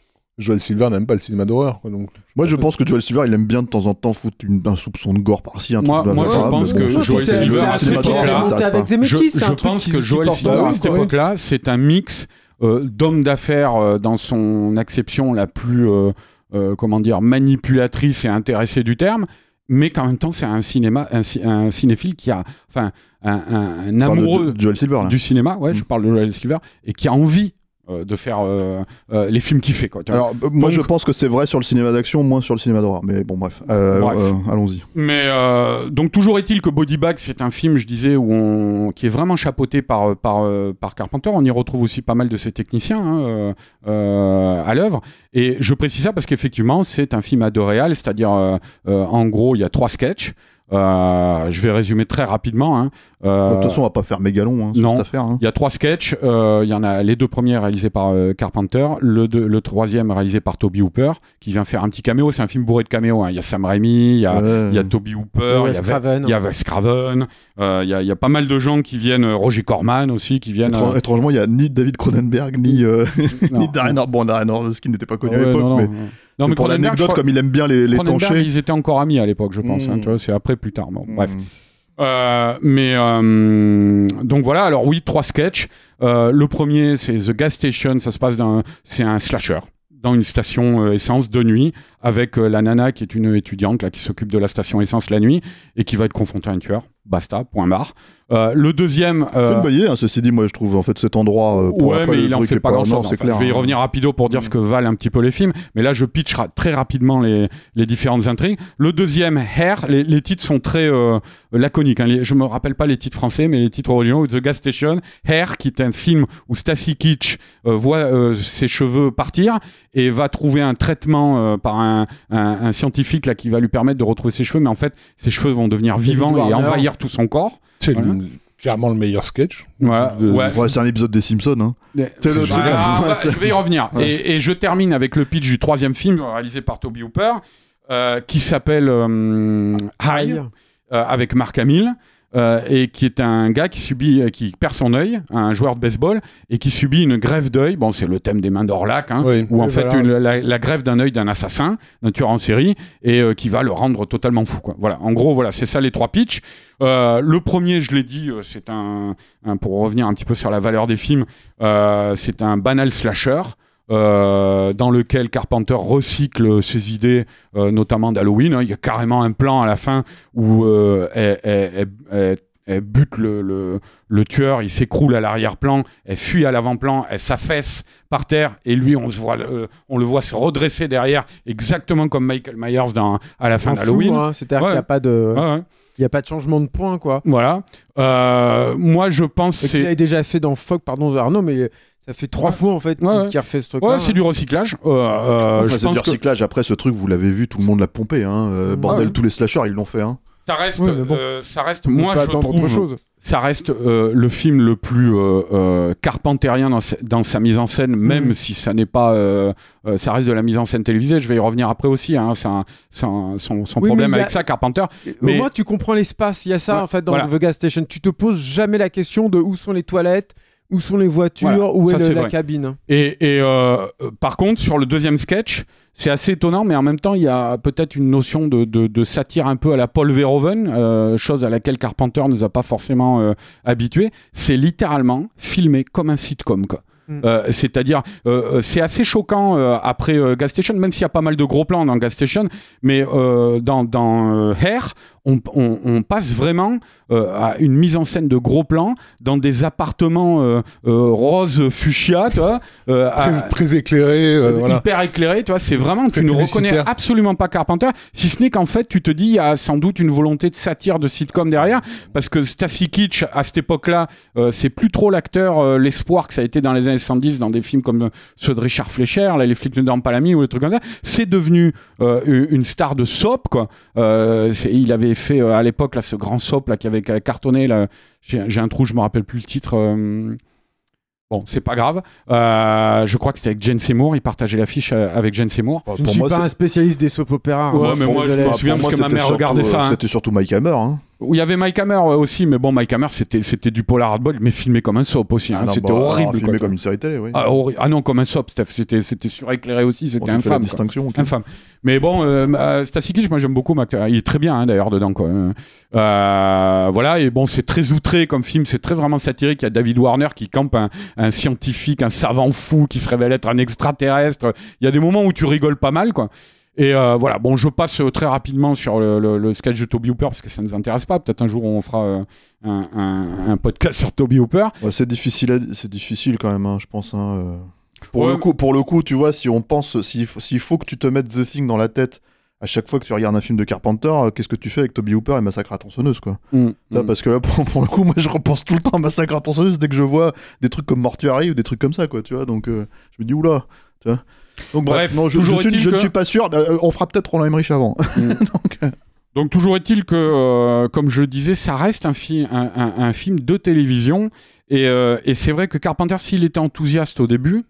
Joel Silver n'aime pas le cinéma d'horreur, quoi, donc. Moi, je pense que Joel Silver, il aime bien de temps en temps foutre une, un soupçon de gore par-ci. Un Moi- truc moi, je blablabla, pense mais que bon, Joel c'est- Silver, c'est- à c'est cette cinéma d'horreur, époque-là, ça m'intéresse avec pas. Zemeckis, Je, c'est un je truc pense qui- que qui Joel porte Silver, pas. à cette Oui, oui. époque-là, c'est un mix euh, d'homme d'affaires euh, dans son acception la plus, euh, euh, comment dire, manipulatrice et intéressée du terme, mais qu'en même temps, c'est un cinéma, un, ci- un cinéphile qui a, enfin, un, un- un On parle de amoureux Joel Silver, là. du cinéma, ouais, je Mm. parle de Joel Silver, et qui a envie euh, de faire euh, euh, les films qu'il fait, quoi. tu vois. Alors, euh, moi, Donc- je pense que c'est vrai sur le cinéma d'action, moins sur le cinéma d'horreur. Mais bon, bref. Euh, Bref. euh, allons-y. Mais euh, donc toujours est-il que Body Bag, c'est un film, je disais, où on, qui est vraiment chapeauté par par euh, par Carpenter. On y retrouve aussi pas mal de ses techniciens hein, euh, euh, à l'œuvre. Et je précise ça parce qu'effectivement, c'est un film à deux réals, c'est-à-dire euh, euh, en gros, il y a trois sketchs. Euh, je vais résumer très rapidement. Hein. Euh, De toute façon, on va pas faire mégalon hein, sur non. cette affaire. Hein. Il y a trois sketchs. Euh, il y en a les deux premiers réalisés par euh, Carpenter, le, deux, le troisième réalisé par Toby Hooper, qui vient faire un petit caméo. C'est un film bourré de caméos. Hein. Il y a Sam Raimi, il y a, Ouais. il y a Toby Hooper, il y Wes a, Craven. il y a Wes Craven, euh, il, y a, il y a pas mal de gens qui viennent. euh, Roger Corman aussi, qui viennent. Étran- euh, Étrangement, il y a ni David Cronenberg, ni, euh, non. ni Darren Aronofsky. Bon, Darren Aronofsky n'était pas connu Ouais, à l'époque, non, non, mais, non. Non, mais pour Cronenberg, je l'anecdote, crois- comme il aime bien les, les Cronenberg, tanchés. ils étaient encore amis à l'époque, je pense. hein, Mm. tu vois, c'est après, plus tard. Bon, Mm. bref. Euh, mais euh, donc voilà, alors oui, trois sketchs. Euh, le premier, c'est The Gas Station. Ça se passe dans, c'est un slasher dans une station euh, essence de nuit avec euh, la nana qui est une étudiante là qui s'occupe de la station essence la nuit et qui va être confrontée à un tueur. Basta, point barre. Euh, le deuxième. C'est euh, une bonne idée, hein, ceci dit, moi je trouve en fait cet endroit euh, pour ouais, après, mais le il en truc fait est pas grand chose. non, c'est clair, je vais y hein. revenir rapido pour dire ce que valent un petit peu les films, mais là je pitch ra- très rapidement les, les différentes intrigues. Le deuxième, Hair, les, les titres sont très euh, laconiques. Hein. Les, je me rappelle pas les titres français, mais les titres originaux. The Gas Station, Hair, qui est un film où Stacy Keach euh, voit euh, ses cheveux partir et va trouver un traitement euh, par un, un, un scientifique là qui va lui permettre de retrouver ses cheveux, mais en fait ses cheveux vont devenir vivants et Warner. envahir tout son corps. C'est Voilà. le- clairement le meilleur sketch. Voilà, De- ouais. Ouais, c'est un épisode des Simpsons. Hein. C'est le C'est truc. génial. Ah, hein. bah, je vais y revenir. Ouais. Et, et je termine avec le pitch du troisième film réalisé par Toby Hooper, euh, qui s'appelle euh, High, euh, avec Mark Hamill, euh, et qui est un gars qui subit, euh, qui perd son œil, un joueur de baseball, et qui subit une greffe d'œil. Bon, c'est le thème des Mains d'Orlac, hein, Oui. où en Oui, fait voilà. une- la, la greffe d'un œil d'un assassin, d'un tueur en série, et euh, qui va le rendre totalement fou. Quoi. Voilà. En gros, voilà, c'est ça les trois pitchs. Euh, le premier, je l'ai dit, euh, c'est un, un- pour revenir un petit peu sur la valeur des films, euh, c'est un banal slasher. Euh, dans lequel Carpenter recycle ses idées, euh, notamment d'Halloween. Hein. Il y a carrément un plan à la fin où euh, elle, elle- elle- elle- elle bute le, le- le tueur, il s'écroule à l'arrière-plan, elle fuit à l'avant-plan, elle s'affaisse par terre, et lui, on, se voit, le- on le voit se redresser derrière, exactement comme Michael Myers dans, à la fin S'en fout, d'Halloween. hein, c'est-à-dire Ouais. qu'il n'y a pas de, Ouais, ouais. il y a pas de changement de point, quoi. Voilà. Euh, moi, je pense Et c'est qu'il avait déjà fait dans Fog, pardon, Arnaud, mais ça fait trois Ouais. fois en fait qu'il Ouais, ouais. qu'il refait ce truc-là. ouais, c'est du recyclage. Euh, euh, Enfin, je c'est pense du que recyclage. Après, ce truc, vous l'avez vu, tout le monde l'a pompé. Hein. Euh, bordel, ouais. tous les slashers, ils l'ont fait. Hein. ça reste, Ouais, mais bon. euh, ça reste. On peut Moi, pas je attendre trouve. autre chose. Ça reste euh, le film le plus euh, euh, carpentérien dans sa, dans sa mise en scène, même Mhm. si ça n'est pas, euh, euh, ça reste de la mise en scène télévisée. Je vais y revenir après aussi. Hein, c'est un- c'est un- son, son Oui, problème mais il y a- avec ça, Carpenter. Au Mais- moins, tu comprends l'espace. Il y a ça Ouais, en fait dans voilà. The Gas Station. Tu te poses jamais la question de où sont les toilettes, où sont les voitures, Voilà, où ça, est le- c'est la vrai. cabine. Et, et euh, euh, par contre, sur le deuxième sketch, c'est assez étonnant, mais en même temps, il y a peut-être une notion de, de, de satire un peu à la Paul Verhoeven, euh, chose à laquelle Carpenter nous a pas forcément euh, habitués. C'est littéralement filmé comme un sitcom, quoi. Mm. Euh, c'est-à-dire, euh, c'est assez choquant euh, après euh, Gas Station, même s'il y a pas mal de gros plans dans Gas Station, mais euh, dans, dans euh, Hair, on, on, on passe vraiment euh, à une mise en scène de gros plans dans des appartements euh, euh, rose fuchsia, tu vois, euh, à- Très, très éclairé. euh, voilà. hyper éclairé, tu vois, c'est vraiment, tu Très ne publicitaire. reconnais absolument pas Carpenter, si ce n'est qu'en fait, tu te dis, il y a sans doute une volonté de satire de sitcom derrière, parce que Stacy Keach, à cette époque-là, euh, c'est plus trop l'acteur, euh, l'espoir que ça a été dans les années soixante-dix, dans des films comme euh, ceux de Richard Fleischer, là, Les flics ne dorment pas la nuit, ou des trucs comme ça, c'est devenu euh, une star de soap, quoi. Euh, c'est- il avait fait, euh, à l'époque, là, ce grand soap, là, qui avait cartonné, là, j'ai j'ai un trou, je me rappelle plus le titre, euh, Bon, c'est pas grave. Euh, je crois que c'était avec Jane Seymour. Il partageait l'affiche euh, avec Jane Seymour. Je ne suis pas un spécialiste des soap opéras. Ouais, hein. mais moi, je Désolé. me souviens parce que ma c'était mère surtout- regardait ça, hein. C'était surtout Mike Hammer. Hein. Où il y avait Mike Hammer aussi, mais bon, Mike Hammer, c'était, c'était du polar hardball, mais filmé comme un soap aussi. Hein. Ah non, c'était bah, horrible. Filmé quoi, comme une série télé, oui. Ah, horri- ah non, comme un soap, Steph. C'était, c'était suréclairé aussi, c'était On te fait la infâme. distinction. ok. Infâme. Mais bon, euh, euh, Stacy Keach, moi j'aime beaucoup. Mac- Il est très bien hein, d'ailleurs dedans. Quoi. Euh, voilà, et bon, c'est très outré comme film, c'est très vraiment satirique. Il y a David Warner qui campe un, un scientifique, un savant fou qui se révèle être un extraterrestre. Il y a des moments où tu rigoles pas mal, quoi. Et euh, voilà, bon, je passe euh, très rapidement sur le, le, le sketch de Toby Hooper parce que ça ne nous intéresse pas. Peut-être un jour on fera euh, un, un, un podcast sur Toby Hooper. Ouais, c'est difficile, à... c'est difficile quand même, hein, je pense. Hein, euh... pour, Ouais. le coup, pour le coup, tu vois, si on pense, s'il faut, s'il faut que tu te mettes The Thing dans la tête à chaque fois que tu regardes un film de Carpenter, euh, qu'est-ce que tu fais avec Toby Hooper et Massacre à la tronçonneuse, quoi. Mmh, Là, mmh. parce que là, pour, pour le coup, moi, je repense tout le temps à Massacre à la tronçonneuse dès que je vois des trucs comme Mortuary ou des trucs comme ça, quoi, tu vois. Donc, euh, je me dis, oula, tu vois. Donc, bref, Bref, non, je, toujours je, suis- est-il je ne que- suis pas sûr. Euh, on fera peut-être Roland Emmerich avant. Donc, euh, Donc toujours est-il que, euh, comme je le disais, ça reste un, fi- un, un, un film de télévision. Et, euh, et c'est vrai que Carpenter, s'il était enthousiaste au début,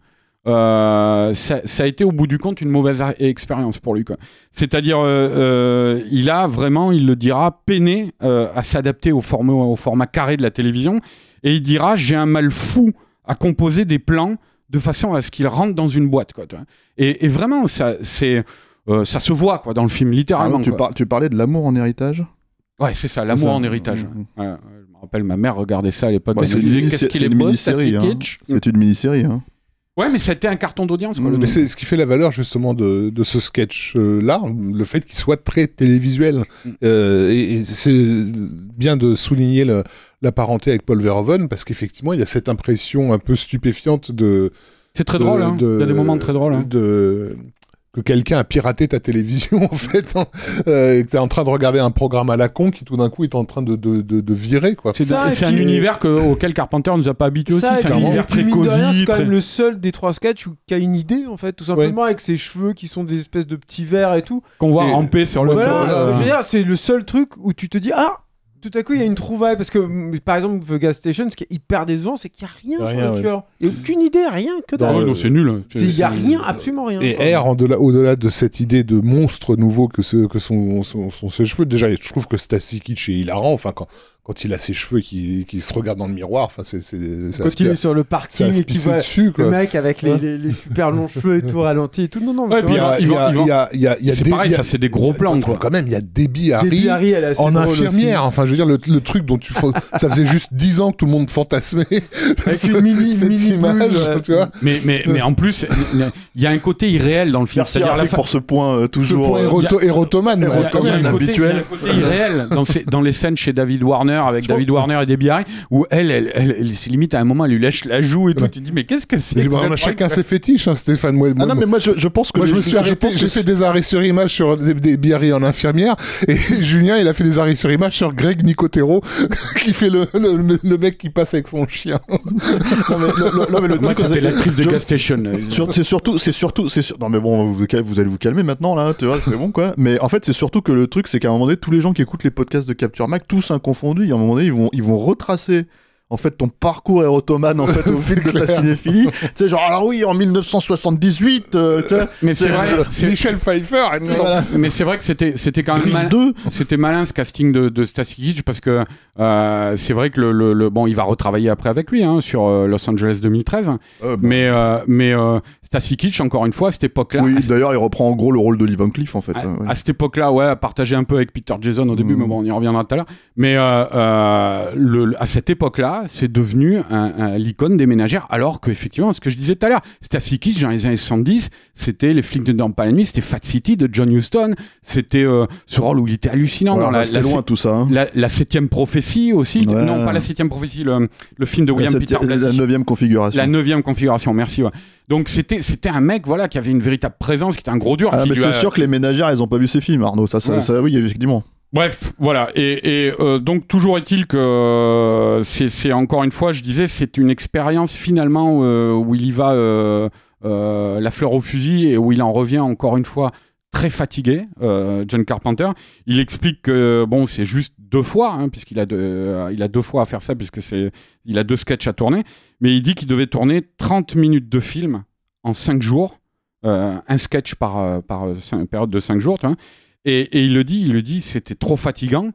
euh, ça, ça a été au bout du compte une mauvaise a- expérience pour lui, quoi. C'est-à-dire, euh, euh, il a vraiment, il le dira, peiné euh, à s'adapter au format, au format carré de la télévision. Et il dira, j'ai un mal fou à composer des plans de façon à ce qu'ils rentrent dans une boîte, quoi, tu vois. Et, et vraiment, ça, c'est, euh, ça se voit, quoi, dans le film, littéralement. ah, tu, quoi. par- tu parlais de l'amour en héritage. Ouais, c'est ça, l'amour Ça, en héritage. mmh. Ouais, ouais, je me rappelle, ma mère regardait ça à l'époque. Bah, elle c'est me une disait, mini- qu'est-ce c'est qu'il est une beau, mini-série, Stacy hein. Keach. C'est une mini-série. Hein. Ouais, mais c'était un carton d'audience, quoi, le Mmh. Mais truc. c'est ce qui fait la valeur justement de, de ce sketch-là, le fait qu'il soit très télévisuel. Mm. Euh, et, et c'est bien de souligner le- la parenté avec Paul Verhoeven, parce qu'effectivement, il y a cette impression un peu stupéfiante de... C'est très de- drôle, hein. de- Il y a des moments très drôles. Hein. de- que quelqu'un a piraté ta télévision, en fait, hein, euh, et que t'es en train de regarder un programme à la con qui, tout d'un coup, est en train de, de, de, de virer, quoi. C'est, Ça, et et c'est puis- un univers que, auquel Carpenter nous a pas habitués aussi. Ça, C'est et un puis- univers et puis, très mine de rien, cosy. c'est quand très- même le seul des trois sketchs où- qui a une idée, en fait, tout simplement, avec ses cheveux qui sont des espèces de petits verres et tout. Qu'on voit Et- ramper sur le Voilà, sol. Voilà, euh, je veux dire, c'est le seul truc où tu te dis, ah, tout à coup, il y a une trouvaille. Parce que, mm, par exemple, The Gas Station, ce qui est hyper décevant, c'est qu'il n'y a rien Rien, sur le ouais. tueur. Il n'y a aucune idée, rien, que Dans Ah dalle. ouais, le- non, c'est nul. hein. C'est- Il n'y a c'est- rien, absolument rien. Et quoi. R, au-delà, au-delà de cette idée de monstre nouveau que, ce, que sont, sont, sont ses cheveux, déjà, je trouve que Stacy Keach est hilarant. Enfin, quand, quand il a ses cheveux qui, qui se regardent dans le miroir, enfin, c'est, c'est, c'est Quand il est sur le c'est parking à se et qu'il pisser voit dessus, quoi. le mec avec les, Ouais. les, les super longs cheveux et tout ralenti et tout. Non, non, mais Ouais, c'est puis vrai. il va- il y a, il y a, il y a, il y a C'est des- pareil, il y a- ça, c'est des gros il y a- plans, attends, quoi. Quand même, il y a Debbie Harry. Debbie Harry, elle est assez En drôle aussi. infirmière, enfin, je veux dire, le, le truc dont tu fa- ça faisait juste dix ans que tout le monde fantasmait. Avec ce- une mini, cette mini image, blouse, ouais. tu vois. Mais, mais, mais en plus, il y a un côté irréel dans le film. Merci C'est-à-dire la Rafik fa- pour ce point euh, Ce toujours. point euh, éroto- érotomane, Il y a- ouais, quand il y a même. un côté, il y a habituel. un côté irréel dans, ces- dans les scènes chez David Warner avec David Warner et Debbie Harry où elle, elle, elle, elle- c'est limite à un moment elle lui lèche la joue et tout. Ouais. Tu te dis mais qu'est-ce que c'est Mais que bon, cette on a chacun truc, ses fétiches, hein, Stéphane. Moi, Ah moi, non, mais moi je, je pense que. moi, je les- me suis je arrêté, pense que j'ai c'est- fait des arrêts sur image sur des, des Biarri en infirmière, et Julien, il a fait des arrêts sur image sur Greg Nicotero, qui fait le, le, le- le mec qui passe avec son chien. Non, mais le, le- non, mais le Moi truc, c'était c'est- l'actrice de je- Gas Station. Sur- c'est surtout, c'est surtout, c'est sur- non mais bon, vous, vous allez vous calmer maintenant là, tu vois, c'est bon quoi. Mais en fait, c'est surtout que le truc, c'est qu'à un moment donné, tous les gens qui écoutent les podcasts de Capture Mag, tous inconfondus, à un moment donné, ils vont, ils vont retracer. En fait, ton parcours érotomane en fait au C'est fil de ta clair. cinéphilie, tu sais genre alors oui en dix-neuf cent soixante-dix-huit, euh, tu vois, Mais c'est c'est- vrai, c'est- Michel Pfeiffer. et tout. voilà. mais c'est vrai que c'était c'était quand même Grise mal- deux. c'était malin ce casting de, de Stacy Keach parce que euh, c'est vrai que le, le, le- bon il va retravailler après avec lui hein, sur euh, Los Angeles deux mille treize. Euh, bah, Mais euh, mais euh, Stacy Keach encore une fois à cette époque-là. oui, à- d'ailleurs, il reprend en gros le rôle de Lee Van Cleef en fait. À, hein, ouais. à cette époque-là, ouais, à partager un peu avec Peter Jason au début, Mhm. mais bon, on y reviendra tout à l'heure. Mais euh, euh, le, à cette époque-là, c'est devenu un, un- l'icône des ménagères, alors qu'effectivement, ce que je disais tout à l'heure, Stacy Keach dans les années soixante-dix, c'était les flics de Dorm Palmy, c'était Fat City de John Huston, c'était euh, ce rôle où il était hallucinant Voilà, dans la, c'était la, loin tout ça. Hein. la, la septième prophétie aussi, Ouais. non pas la septième prophétie, le, le film de William La Peter septi- la Blatty. neuvième configuration. La neuvième configuration, merci. Ouais. Donc c'était c'était un mec voilà qui avait une véritable présence, qui était un gros dur. Ah, qui mais lui c'est a- sûr que les ménagères, elles ont pas vu ces films, Arnaud. Ça, ça, Voilà. ça oui, effectivement. Bref, voilà. Et, et, euh, donc toujours est-il que euh, c'est, c'est encore une fois, je disais, c'est une expérience finalement euh, où il y va euh, euh, la fleur au fusil et où il en revient encore une fois très fatigué, euh, John Carpenter. Il explique que bon, c'est juste deux fois, hein, puisqu'il a deux, euh, il a deux fois à faire ça, puisque c'est, il a deux sketchs à tourner. Mais il dit qu'il devait tourner trente minutes de film en cinq jours, euh, un sketch par, euh, par euh, cinq- période de cinq jours, tu vois. Et, et il le dit, il le dit, c'était trop fatigant.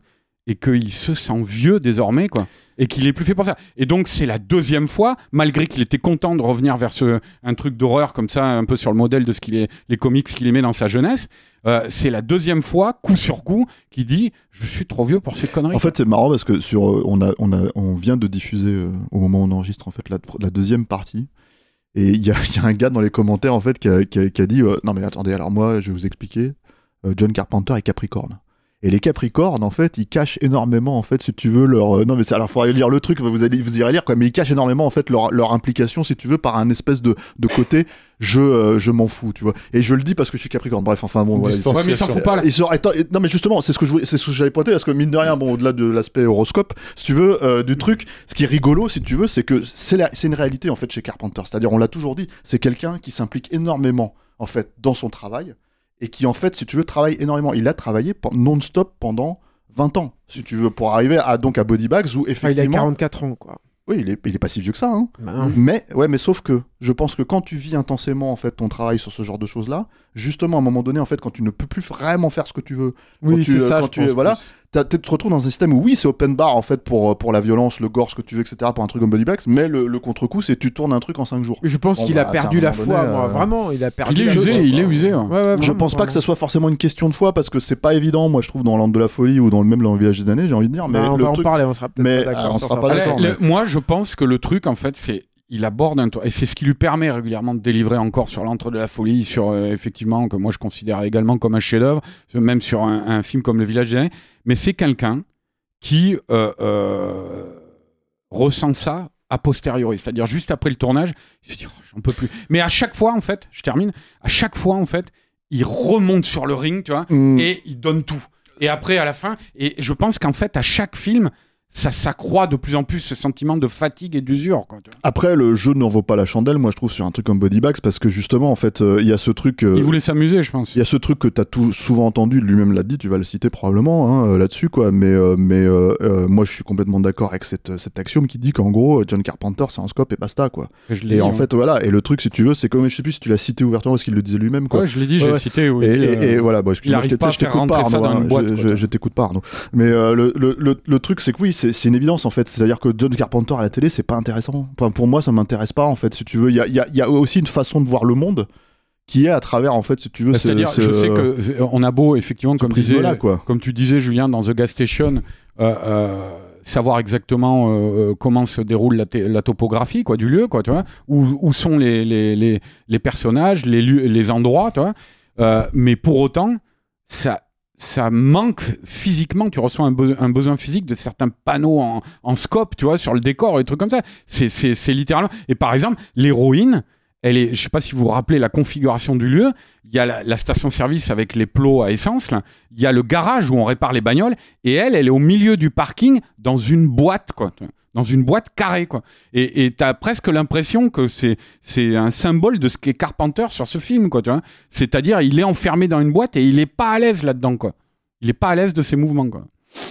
et qu'il se sent vieux désormais, quoi. Et qu'il est plus fait pour ça. Et donc, c'est la deuxième fois, malgré qu'il était content de revenir vers ce, un truc d'horreur comme ça, un peu sur le modèle de ce qu'il est, les comics qu'il aimait dans sa jeunesse, euh, c'est la deuxième fois, coup sur coup, qu'il dit « Je suis trop vieux pour ces conneries ». En fait, c'est marrant parce que sur, euh, on, a, on, a, on vient de diffuser, euh, au moment où on enregistre, en fait, la, la deuxième partie. Et il y, y a un gars dans les commentaires, en fait, qui a, qui a, qui a dit euh, « Non mais attendez, alors moi, je vais vous expliquer. Euh, John Carpenter est Capricorne. » Et les Capricornes, en fait, ils cachent énormément, en fait, si tu veux, leur... Euh, non, mais c'est... alors, il faudrait lire le truc, vous allez vous irez lire, quoi, mais ils cachent énormément, en fait, leur, leur implication, si tu veux, par un espèce de, de côté, je, euh, je m'en fous, tu vois. Et je le dis parce que je suis Capricorne, bref, enfin, bon, voilà. Ouais, mais il s'en fout pas, là. Ils sont... Attends, non, mais justement, c'est ce que je voulais... c'est ce que j'allais pointer, parce que, mine de rien, bon, au-delà de l'aspect horoscope, si tu veux, euh, du truc, ce qui est rigolo, si tu veux, c'est que c'est, la... c'est une réalité, en fait, chez Carpenter. C'est-à-dire, on l'a toujours dit, c'est quelqu'un qui s'implique énormément, en fait, dans son travail, et qui, en fait, si tu veux, travaille énormément. Il a travaillé non-stop pendant vingt ans, si tu veux, pour arriver à, donc, à Body Bags, où effectivement... Ah, il a quarante-quatre ans, quoi. Oui, il est, il est pas si vieux que ça, hein. Ben. Mais, ouais, mais sauf que, je pense que quand tu vis intensément, en fait, ton travail sur ce genre de choses-là, justement, à un moment donné, en fait, quand tu ne peux plus vraiment faire ce que tu veux, Oui, quand tu, c'est ça, quand je tu, pense. voilà, tu te retrouves dans un système où, oui, c'est open bar, en fait, pour, pour la violence, le gore, ce que tu veux, et cetera, pour un truc comme Body Bags, mais le, le contre-coup, c'est tu tournes un truc en cinq jours. Je pense Bon, qu'il bah, a perdu à un la moment foi, donné, moi, euh, vraiment, il a perdu Il est la usé, foi. il est usé. Ouais. Ouais, ouais, Je vraiment, pense pas vraiment. que ça soit forcément une question de foi, parce que c'est pas évident, moi, je trouve, dans l'Ande de la Folie ou dans le même dans le Village des Années, j'ai envie de dire, mais Bah, on le va truc... en parler, on sera peut-être mais, pas ah, d'accord on sur sera ça. pas Allez, d'accord, le- Moi, je pense que le truc, en fait, c'est il aborde un et c'est ce qui lui permet régulièrement de délivrer encore sur l'Antre de la Folie, sur euh, effectivement que moi je considère également comme un chef-d'œuvre, même sur un, un film comme Le Village des Années. Mais c'est quelqu'un qui euh, euh, ressent ça a posteriori, c'est-à-dire juste après le tournage, il se dit oh, j'en peux plus. Mais à chaque fois, en fait, je termine, à chaque fois, en fait, il remonte sur le ring, tu vois, Mm. et il donne tout. Et après, à la fin, et je pense qu'en fait, à chaque film, ça s'accroît de plus en plus ce sentiment de fatigue et d'usure, quoi, tu vois. Après, le jeu n'en vaut pas la chandelle, moi je trouve, sur un truc comme Body Bags, parce que justement, en fait, il euh, y a ce truc. Euh, Il voulait s'amuser, je pense. Il y a ce truc que t'as tout souvent entendu, lui-même l'a dit, tu vas le citer probablement hein, euh, là-dessus, quoi. Mais, euh, mais euh, euh, moi, je suis complètement d'accord avec cette, cet axiome qui dit qu'en gros, John Carpenter, c'est un scope et basta, quoi. Je l'ai Et dit, en ouais. fait, voilà. Et le truc, si tu veux, c'est comme je sais plus si tu l'as cité ouvertement parce qu'il le disait lui-même, quoi. Ouais, je l'ai dit, Ouais, j'ai ouais. cité. Oui, Et, il dit, et- euh, et voilà, bon, excuse-moi, arrive je pas à t'écoute faire rentrer pas, ça Arnaud, dans une hein, boîte, je- quoi, je, toi. je t'écoute pas, Arnaud. Mais euh, le, le, le, le truc, c'est que oui, c'est, c'est une évidence en fait. C'est-à-dire que John Carpenter à la télé, c'est pas intéressant. Enfin, pour moi, ça m'intéresse pas en fait. Si tu veux, il y a, il y, a, il y a aussi une façon de voir le monde qui est à travers en fait, si tu veux. Bah, c'est-à-dire, c'est- je sais c'est, que euh, c'est- on a beau effectivement, ce comme disait, prisme-là, quoi. comme tu disais, Julien, dans The Gas Station, euh, euh, savoir exactement euh, comment se déroule la, t- la topographie, quoi, du lieu, quoi, tu vois, où, où sont les, les, les, les personnages, les lieux, les endroits, tu vois. Euh, mais pour autant, ça. Ça manque physiquement, tu reçois un, be- un besoin physique de certains panneaux en, en scope, tu vois, sur le décor, et des trucs comme ça. C'est, c'est, c'est littéralement. Et par exemple, l'héroïne, elle est, je sais pas si vous vous rappelez la configuration du lieu. Il y a la, la station-service avec les plots à essence, là. Il y a le garage où on répare les bagnoles, et elle, elle est au milieu du parking dans une boîte, quoi. Dans une boîte carrée, quoi. Et et t'as presque l'impression que c'est c'est un symbole de ce qu'est Carpenter sur ce film, quoi. Tu vois. C'est-à-dire, il est enfermé dans une boîte et il est pas à l'aise là-dedans, quoi. Il est pas à l'aise de ses mouvements, quoi.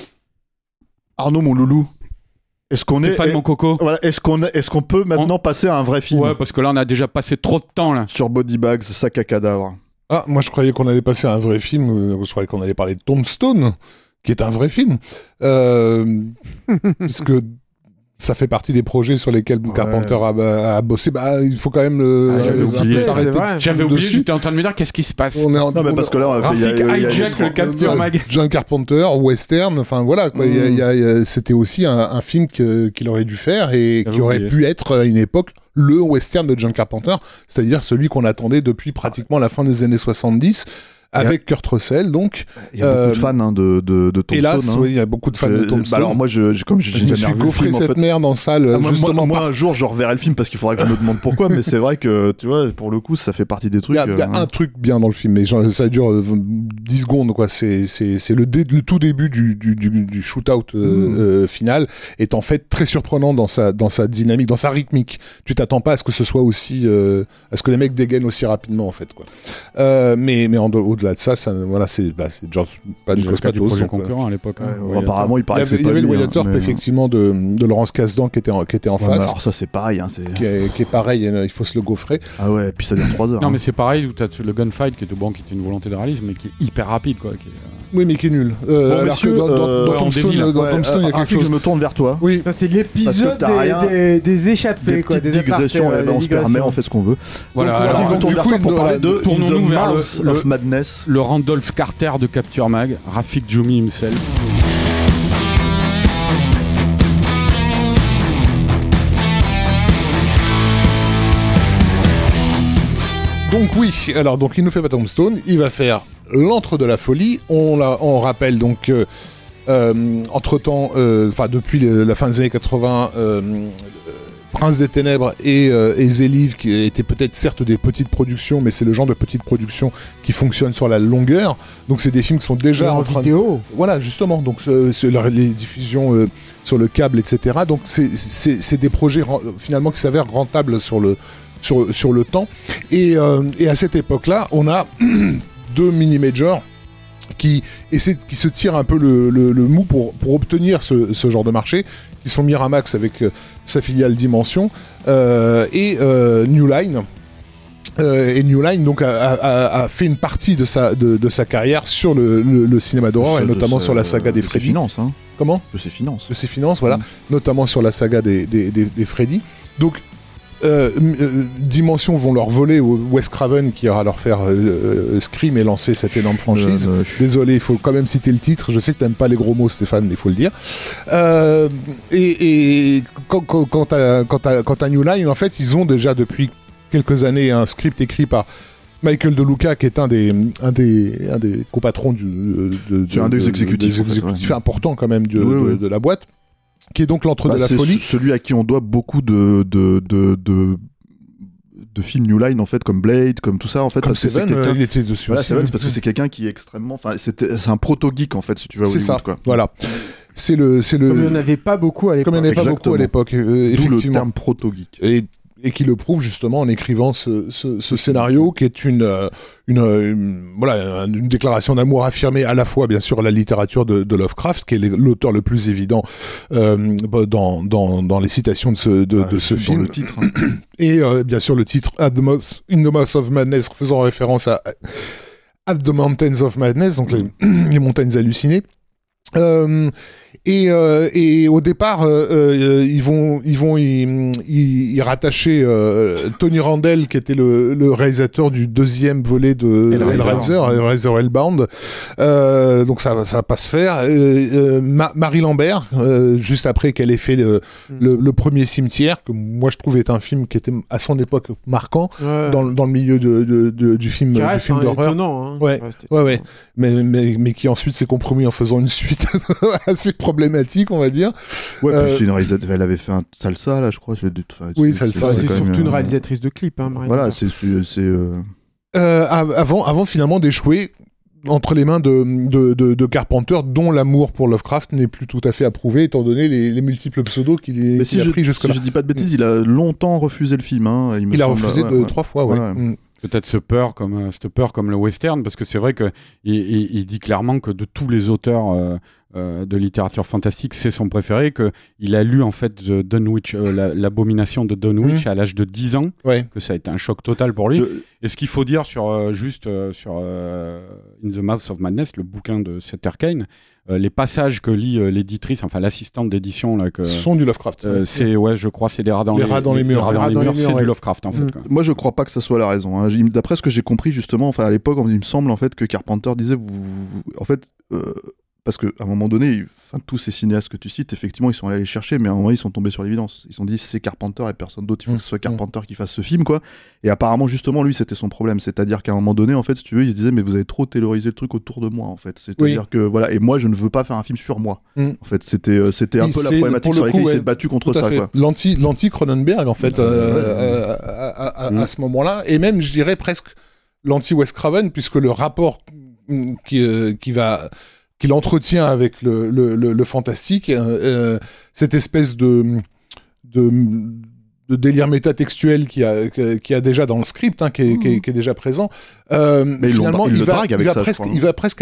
Arnaud, mon loulou. Est-ce qu'on est, Stéphane, est- mon coco. voilà, est-ce qu'on est- est-ce qu'on peut maintenant passer à un vrai film Ouais, parce que là, on a déjà passé trop de temps, là. sur Body Bags, sac à cadavre? Ah, moi je croyais qu'on allait passer à un vrai film, euh, je croyais qu'on allait parler de Tombstone, qui est un vrai film. Euh, puisque ça fait partie des projets sur lesquels Ouais. Carpenter a, a bossé. Bah, il faut quand même le, Ah, j'avais un oublié, peu c'est s'arrêter vrai. J'avais oublié, dessus. j'étais en train de me dire qu'est-ce qui se passe. On est en- Non, mais on- parce que là, on a fait. il y a- Rafik il y a- il y a- hijack le Capture Mag. John Carpenter, western, enfin voilà, quoi. Mm. Il y a- il y a- il y a- c'était aussi un, un film que- qu'il aurait dû faire et J'avais qui aurait oublié. pu être à une époque le western de John Carpenter, c'est-à-dire celui qu'on attendait depuis pratiquement la fin des années soixante-dix, avec Kurt Russell, donc. Il y a beaucoup Euh, de fans hein, de, de, de Tombstone. Hélas, hein. oui, il y a beaucoup de fans de C'est- Tombstone. bah alors moi, je, je- comme j'ai je me jamais suis revu le gaufré film, en cette fait. merde en salle, Ah, moi, justement moi, moi, parce un jour, je reverrai le film parce qu'il faudra que je me demande pourquoi, mais c'est vrai que, tu vois, pour le coup, ça fait partie des Il trucs. y a, il y a euh, un truc bien dans le film, mais genre, ça dure euh, dix secondes, quoi. C'est, c'est, c'est le, dé- le tout début du, du, du, du shootout euh, Mm. euh, final est en fait très surprenant dans sa, dans sa dynamique, dans sa rythmique. Tu t'attends pas à ce que ce soit aussi, euh, à ce que les mecs dégainent aussi rapidement, en fait, quoi. Euh, mais, mais en, au-delà de ça, ça, voilà, c'est, bah, c'est George, pas Le Nikos cas du Patos. projet donc, euh, concurrent à l'époque. hein. bon, Ouais, apparemment, il il y paraît que avait, c'est il y pas avait le lui, hein, Wyatt mais- effectivement, de, de Laurence Kasdan qui était en, qui était en Ouais, mais face. alors ça, c'est pareil. Hein, c'est... Qui est, qui est pareil, euh, il faut se le gaufrer. Ah ouais, puis ça dure trois heures. Non, hein. mais c'est pareil, où t'as le gunfight qui était bon, qui était une volonté de réalisme, mais qui est hyper rapide, quoi. Qui est, euh, Oui, mais qui est nul. Euh, Bon, alors messieurs, que dans, dans, euh, dans on Tombstone, dévie, là. dans Ouais, Tombstone, il y a quelque Rafik, chose. je me tourne vers toi. Oui. Ça, c'est l'épisode Parce que t'as des, rien. des, des échappés, Des quoi. petites Des apartés, digressions, euh, eh ben, on des se permet, digressions. on fait ce qu'on veut. Voilà, Donc, alors, Rafik, je me tourne du vers coup, toi pour il- parler de tournons-nous In the vers le- Mouth le- of Madness. Le Randolph Carter de Capture Mag, Rafik Djoumi himself. Donc oui, alors donc il nous fait pas Tombstone, il va faire l'Antre de la folie. On, la, on rappelle donc euh, euh, entre temps, enfin euh, depuis le, la fin des années quatre-vingts, euh, euh, Prince des Ténèbres et, euh, et Zéliv, qui étaient peut-être certes des petites productions, mais c'est le genre de petites productions qui fonctionnent sur la longueur. Donc c'est des films qui sont déjà en en train de... vidéo. Voilà, justement, donc euh, c'est la- les diffusions euh, sur le câble, et cetera. Donc c'est- c'est c'est des projets ren- finalement qui s'avèrent rentables sur le, sur, sur le temps. Et, euh, et à cette époque-là, on a deux mini-majors qui, essaient, qui se tirent un peu le, le, le mou pour, pour obtenir ce, ce genre de marché, qui sont Miramax avec euh, sa filiale Dimension euh, et euh, New Line. Euh, et New Line donc a, a- a fait une partie de sa, de, de sa carrière sur le, le- le cinéma d'horreur, et De notamment ce- sur la saga des de ses Freddy. finances, hein. Comment De ses finances. De ses finances, voilà, Mm. notamment sur la saga des, des, des, des Freddy. Donc, euh, euh, Dimension vont leur voler au Wes Craven qui ira leur faire euh, euh, Scream et lancer cette énorme franchise. Euh, euh, Désolé, il faut quand même citer le titre. Je sais que t'aimes pas les gros mots, Stéphane, mais il faut le dire. Euh, et et quand, quand, quand, à, quand, à, quand à New Line, en fait, ils ont déjà depuis quelques années un script écrit par Michael De Luca, qui est un des, un des, un des copatrons du, de, de, C'est un des de- exécutifs, des en fait, exécutifs ouais. importants quand même de, Oui, de, oui. de la boîte, qui est donc l'Entre bah, de la c'est folie. ce- celui à qui on doit beaucoup de, de, de, de, de films New Line, en fait, comme Blade, comme tout ça, en fait. Comme parce que c'est Seven, quelqu'un- euh, il était dessus. Voilà, aussi. Seven, parce que c'est quelqu'un qui est extrêmement. Enfin, c'était- c'est un proto-geek, en fait, si tu veux. à C'est Hollywood, ça, quoi. voilà. C'est le, c'est le, Comme il n'y en avait pas beaucoup à l'époque. comme il n'y en avait pas Exactement. beaucoup à l'époque, euh, D'où le effectivement. terme proto-geek. Et, et qui le prouve justement en écrivant ce, ce, ce scénario qui est une, euh, une, euh, une- voilà, une déclaration d'amour affirmée à la fois bien sûr à la littérature de, de Lovecraft, qui est l'auteur le plus évident euh, dans, dans, dans les citations de ce, de, Ah, de ce dans film, le titre. hein. et euh, bien sûr le titre At the Mouth, In the Mouth of Madness, faisant référence à At the Mountains of Madness, donc les, les montagnes hallucinées. Euh, et, euh, et au départ, euh, euh, ils vont, ils vont y, y- y rattacher euh, Tony Randell, qui était le, le réalisateur du deuxième volet de Hellraiser. Hellraiser, Hellraiser Hellbound. Euh, donc ça, ça va pas se faire. Euh, euh, Ma- Marie Lambert, euh, juste après qu'elle ait fait le, le, le premier cimetière, que moi je trouve est un film qui était à son époque marquant Ouais. dans, le- dans le milieu de, de, de- du film, Qui du reste, film hein, d'horreur. étonnant, hein. Ouais, c'était ouais, ouais. étonnant. Mais, mais, mais qui ensuite s'est compromis en faisant une suite assez problématique, on va dire. Ouais, Euh, puis c'est une réalisatrice. Elle avait fait un Salsa, là, je crois. je l'ai dit- enfin, Oui, c'est- Salsa, c'est- Ouais, c'est c'est quand même, surtout une euh, réalisatrice de clips, hein, Marie Voilà, Lambert. c'est. c'est- c'est, euh, Euh, av- avant, avant finalement d'échouer entre les mains de, de, de, de Carpenter, dont l'amour pour Lovecraft n'est plus tout à fait approuvé, étant donné les, les multiples pseudos qu'il est- Mais qu'il si a je, pris si jusque-là. je dis pas de bêtises, il a longtemps refusé le film. Hein, il me Il a semble. refusé Ouais, de ouais. trois fois, ouais. Ouais, ouais. Mm. Peut-être ce peur comme euh, cette peur comme le western, parce que c'est vrai que il, il- il dit clairement que de tous les auteurs euh, euh, de littérature fantastique, c'est son préféré, que il a lu en fait The Dunwich, euh, la- l'abomination de Dunwich Mhm. à l'âge de dix ans, Ouais. que ça a été un choc total pour lui. Je- Et ce qu'il faut dire sur euh, juste euh, sur euh, In the Mouth of Madness, le bouquin de Sutter Kane, euh, les passages que lit euh, l'éditrice, enfin l'assistante d'édition là, que Ce sont du Lovecraft. euh, ouais. c'est ouais, je crois, c'est des rats dans Les les, rats dans les murs. rats dans les murs, c'est ouais. du Lovecraft en fait. Mm. quoi. Moi, je crois pas que ça soit la raison. hein. J'ai- D'après ce que j'ai compris, justement, enfin, à l'époque, il me semble en fait que Carpenter disait, vous, vous- en fait, euh, parce qu'à un moment donné, il- enfin, tous ces cinéastes que tu cites, effectivement, ils sont allés les chercher, mais à un moment, ils sont tombés sur l'évidence. Ils se sont dit, c'est Carpenter et personne d'autre. Il faut Mm. que ce soit Carpenter qui fasse ce film, quoi. Et apparemment, justement, lui, c'était son problème. C'est-à-dire qu'à un moment donné, en fait, si tu veux, il se disait, mais vous avez trop taylorisé le truc autour de moi, en fait. C'est-à-dire Oui. que voilà, et moi, je ne veux pas faire un film sur moi. Mm. En fait, c'était, euh, c'était un Et peu la c'est, problématique pour le sur laquelle coup, il s'est ouais, battu contre Tout à ça, fait. quoi. L'anti, l'anti Cronenberg en fait euh, euh, à, à- à- Mm. à ce moment-là, et même je dirais presque l'anti Wes Craven, puisque le rapport mm, qui, euh, qui va qu'il entretient avec le, le, le, le fantastique, euh, euh, cette espèce de, de de délire métatextuel qui a qui a déjà dans le script, hein, qui, est, qui, est, qui est déjà présent. Euh, Mais ils l'ont- finalement, ils il le va, draguent il avec va ça, je presque, crois, il va presque aller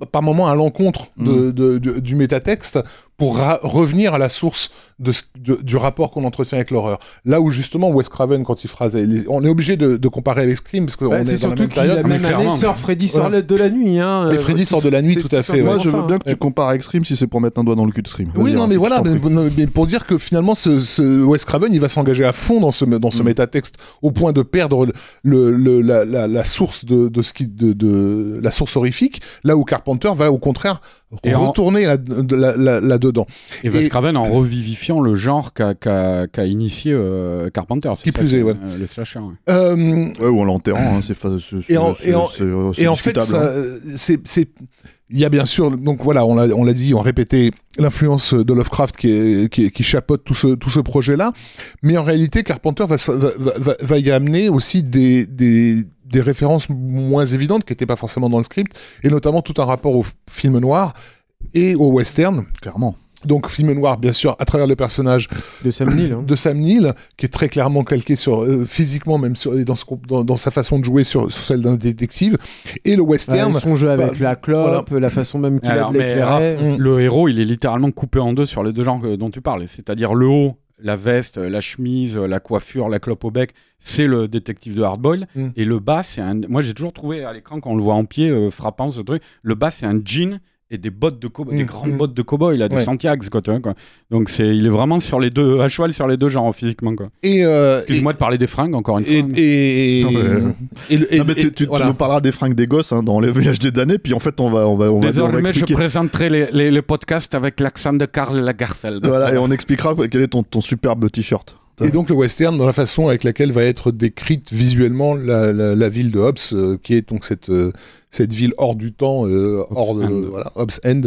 par moment à l'encontre de, mmh. de, de, du métatexte pour ra- revenir à la source de, de, du rapport qu'on entretient avec l'horreur. Là où justement Wes Craven, quand il phrase, on est obligé de, de comparer avec Scream parce qu'on bah, est, est dans la même période. C'est surtout qu'il la même année sort Freddy sort ouais. de la nuit. Hein, Et Freddy sort de la nuit, tout à fait. Moi, ouais. je veux bien que tu compares avec Scream si c'est pour mettre un doigt dans le cul de Scream. Oui, non, mais voilà, mais, mais pour dire que finalement, ce, ce Wes Craven, il va s'engager à fond dans ce dans ce mmh. métatexte au point de perdre le, le, le la, la, la source de, de ce qui de, de la source horrifique, là où Carpenter va au contraire et retourner en... là, là, là, là dedans. Et Wes Craven en revivifiant le genre qu'a, qu'a, qu'a initié euh, Carpenter. C'est qui plus est, ouais. Euh, le slasher. Ouais. Euh... Ouais, ou en l'enterrant, hein, c'est, c'est, c'est, et en, c'est, et en, c'est, c'est et en fait, ça, hein. c'est, c'est, il y a bien sûr, donc voilà, on l'a, on l'a dit, on répétait l'influence de Lovecraft qui, est, qui, qui chapeaute tout ce, tout ce projet-là, mais en réalité, Carpenter va, va, va, va y amener aussi des, des, des références moins évidentes qui n'étaient pas forcément dans le script, et notamment tout un rapport au film noir et au western. Clairement. Donc film noir, bien sûr, à travers le personnage de Sam Neill, hein. de Sam Neill, qui est très clairement calqué sur euh, physiquement, même sur, dans, ce, dans, dans sa façon de jouer sur, sur celle d'un détective, et le western. Ouais, son jeu avec bah, la clope, voilà. la façon même qu'il Alors, a de l'éclairer. Raph, mm. Le héros, il est littéralement coupé en deux sur les deux genres dont tu parles, c'est-à-dire le haut, la veste, la chemise, la coiffure, la clope au bec, c'est le détective de Hardboiled, mm. et le bas, c'est un. Moi, j'ai toujours trouvé à l'écran quand on le voit en pied, euh, frappant ce truc. Le bas, c'est un jean. Et des bottes de cow- mmh, des grandes mmh. bottes de cow-boy, là, des ouais. Santiago, quoi, tu vois, quoi. Donc c'est, il est vraiment sur les deux, à cheval sur les deux genres physiquement, quoi. Et euh, Excuse-moi et, de parler des fringues encore une et, fois. Et, et, non, et, et, non, mais tu, tu, voilà. tu nous parleras des fringues des gosses hein, dans les voyages des damnés, puis en fait on va, on va, on va, Désormais, on va expliquer. je présenterai les, les, les podcasts avec l'accent de Karl Lagerfeld. Voilà, et on expliquera quel est ton, ton superbe t-shirt. Et donc le western dans la façon avec laquelle va être décrite visuellement la, la, la ville de Hobbs, euh, qui est donc cette, euh, cette ville hors du temps, euh, hors de euh, voilà, Hobbs End,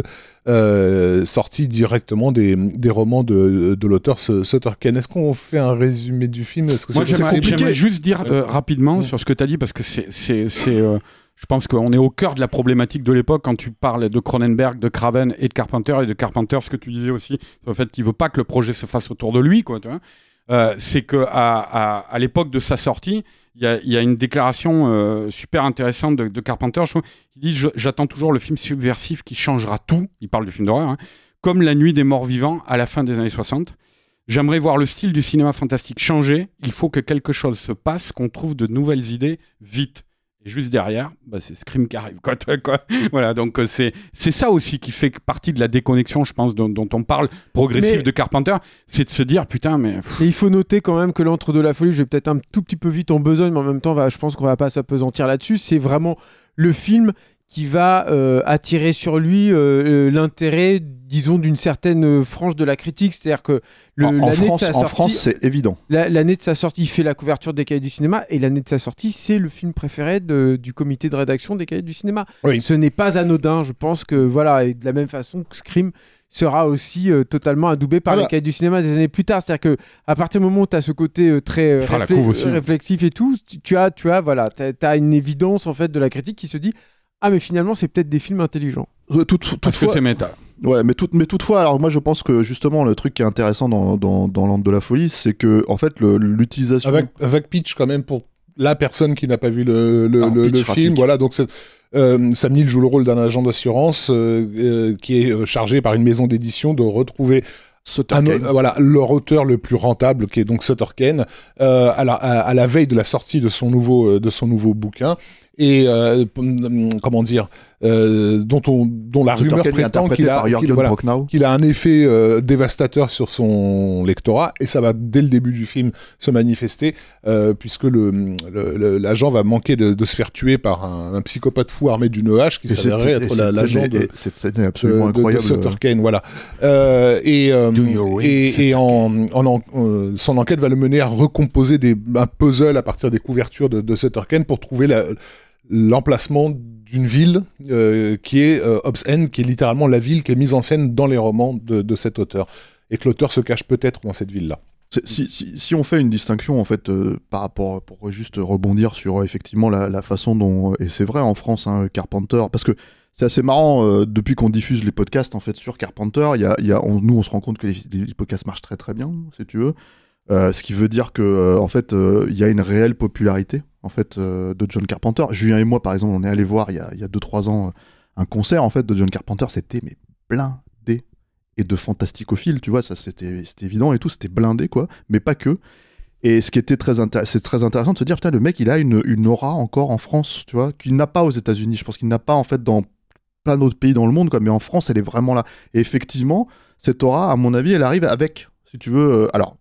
euh, sortie directement des, des romans de, de l'auteur Sutter Kane. Est-ce qu'on fait un résumé du film? Est-ce que Moi, c'est j'aimerais, j'aimerais juste dire euh, rapidement ouais. sur ce que tu as dit, parce que c'est... c'est, c'est euh... Je pense qu'on est au cœur de la problématique de l'époque quand tu parles de Cronenberg, de Craven et de Carpenter. Et de Carpenter, ce que tu disais aussi, sur le fait qu'il veut pas que le projet se fasse autour de lui, quoi, tu vois. Euh, c'est que à, à, à l'époque de sa sortie, il y a, y a une déclaration euh, super intéressante de, de Carpenter. Je trouve, il dit je, j'attends toujours le film subversif qui changera tout. Il parle du film d'horreur, hein, comme La Nuit des Morts Vivants à la fin des années soixante. J'aimerais voir le style du cinéma fantastique changer. Il faut que quelque chose se passe, qu'on trouve de nouvelles idées vite. Et juste derrière, bah, c'est Scream qui arrive. Quoi, quoi. Voilà, donc euh, c'est, c'est ça aussi qui fait partie de la déconnexion, je pense, dont, dont on parle, progressive mais... de Carpenter. C'est de se dire, putain, mais... Et il faut noter quand même que l'Antre de la Folie, je vais peut-être un tout petit peu vite en besogne, mais en même temps, va, je pense qu'on va pas s'appesantir là-dessus. C'est vraiment le film qui va euh, attirer sur lui euh, l'intérêt, disons, d'une certaine frange de la critique. C'est-à-dire que le, en, l'année en France, de sa en sortie, France, c'est évident. La, l'année de sa sortie, il fait la couverture des Cahiers du cinéma, et l'année de sa sortie, c'est le film préféré de, du comité de rédaction des Cahiers du cinéma. Oui. Ce n'est pas anodin, je pense que, voilà, et de la même façon que Scream sera aussi euh, totalement adoubé par voilà. les Cahiers du cinéma des années plus tard. C'est-à-dire qu'à partir du moment où tu as ce côté euh, très euh, réflex- aussi, réflexif et tout, tu, tu as, tu as, voilà, t'as, t'as une évidence en fait de la critique qui se dit ah mais finalement c'est peut-être des films intelligents. Euh, tout, tout, Parce que c'est méta. Ouais, mais, tout, mais toutefois, alors moi je pense que justement le truc qui est intéressant dans, dans, dans L'Antre de la Folie, c'est que en fait le, l'utilisation... Avec, avec pitch quand même pour la personne qui n'a pas vu le, le, le, le film, voilà, donc c'est... Euh, Sam Neill joue le rôle d'un agent d'assurance euh, euh, qui est chargé par une maison d'édition de retrouver un, euh, voilà, leur auteur le plus rentable, qui est donc Sutter Kane, euh, à, la, à, à la veille de la sortie de son nouveau, de son nouveau bouquin. Et euh, comment dire, euh, dont, on, dont la rumeur prétend qu'il a, qu'il, voilà, qu'il a un effet euh, dévastateur sur son lectorat, et ça va dès le début du film se manifester, euh, puisque le, le, le, l'agent va manquer de, de se faire tuer par un, un psychopathe fou armé d'une hache qui et s'avérerait être la, l'agent de, cette scène est absolument de, incroyable. de Sutter Kane, voilà. Euh, et euh, et, et en, en, en, euh, son enquête va le mener à recomposer des, un puzzle à partir des couvertures de, de Sutter Kane pour trouver la l'emplacement d'une ville euh, qui est euh, Hobbs End, qui est littéralement la ville qui est mise en scène dans les romans de, de cet auteur, et que l'auteur se cache peut-être dans cette ville-là. Si, si, si on fait une distinction en fait euh, par rapport, pour juste rebondir sur euh, effectivement la, la façon dont, et c'est vrai en France, hein, Carpenter, parce que c'est assez marrant, euh, depuis qu'on diffuse les podcasts en fait sur Carpenter, y a, y a, on, nous on se rend compte que les, les podcasts marchent très très bien, si tu veux. Euh, ce qui veut dire que euh, en fait il euh, y a une réelle popularité en fait euh, de John Carpenter. Julien et moi par exemple on est allé voir il y a, y a deux trois ans un concert en fait de John Carpenter, c'était mais blindé et de fantasticophiles, tu vois, ça c'était, c'était évident et tout, c'était blindé quoi, mais pas que. Et ce qui était très intéressant, c'est très intéressant de se dire putain le mec il a une, une aura encore en France, tu vois, qu'il n'a pas aux États-Unis. Je pense qu'il n'a pas en fait dans plein d'autres pays dans le monde quoi, mais en France elle est vraiment là. Et effectivement cette aura, à mon avis, elle arrive avec, si tu veux, euh, alors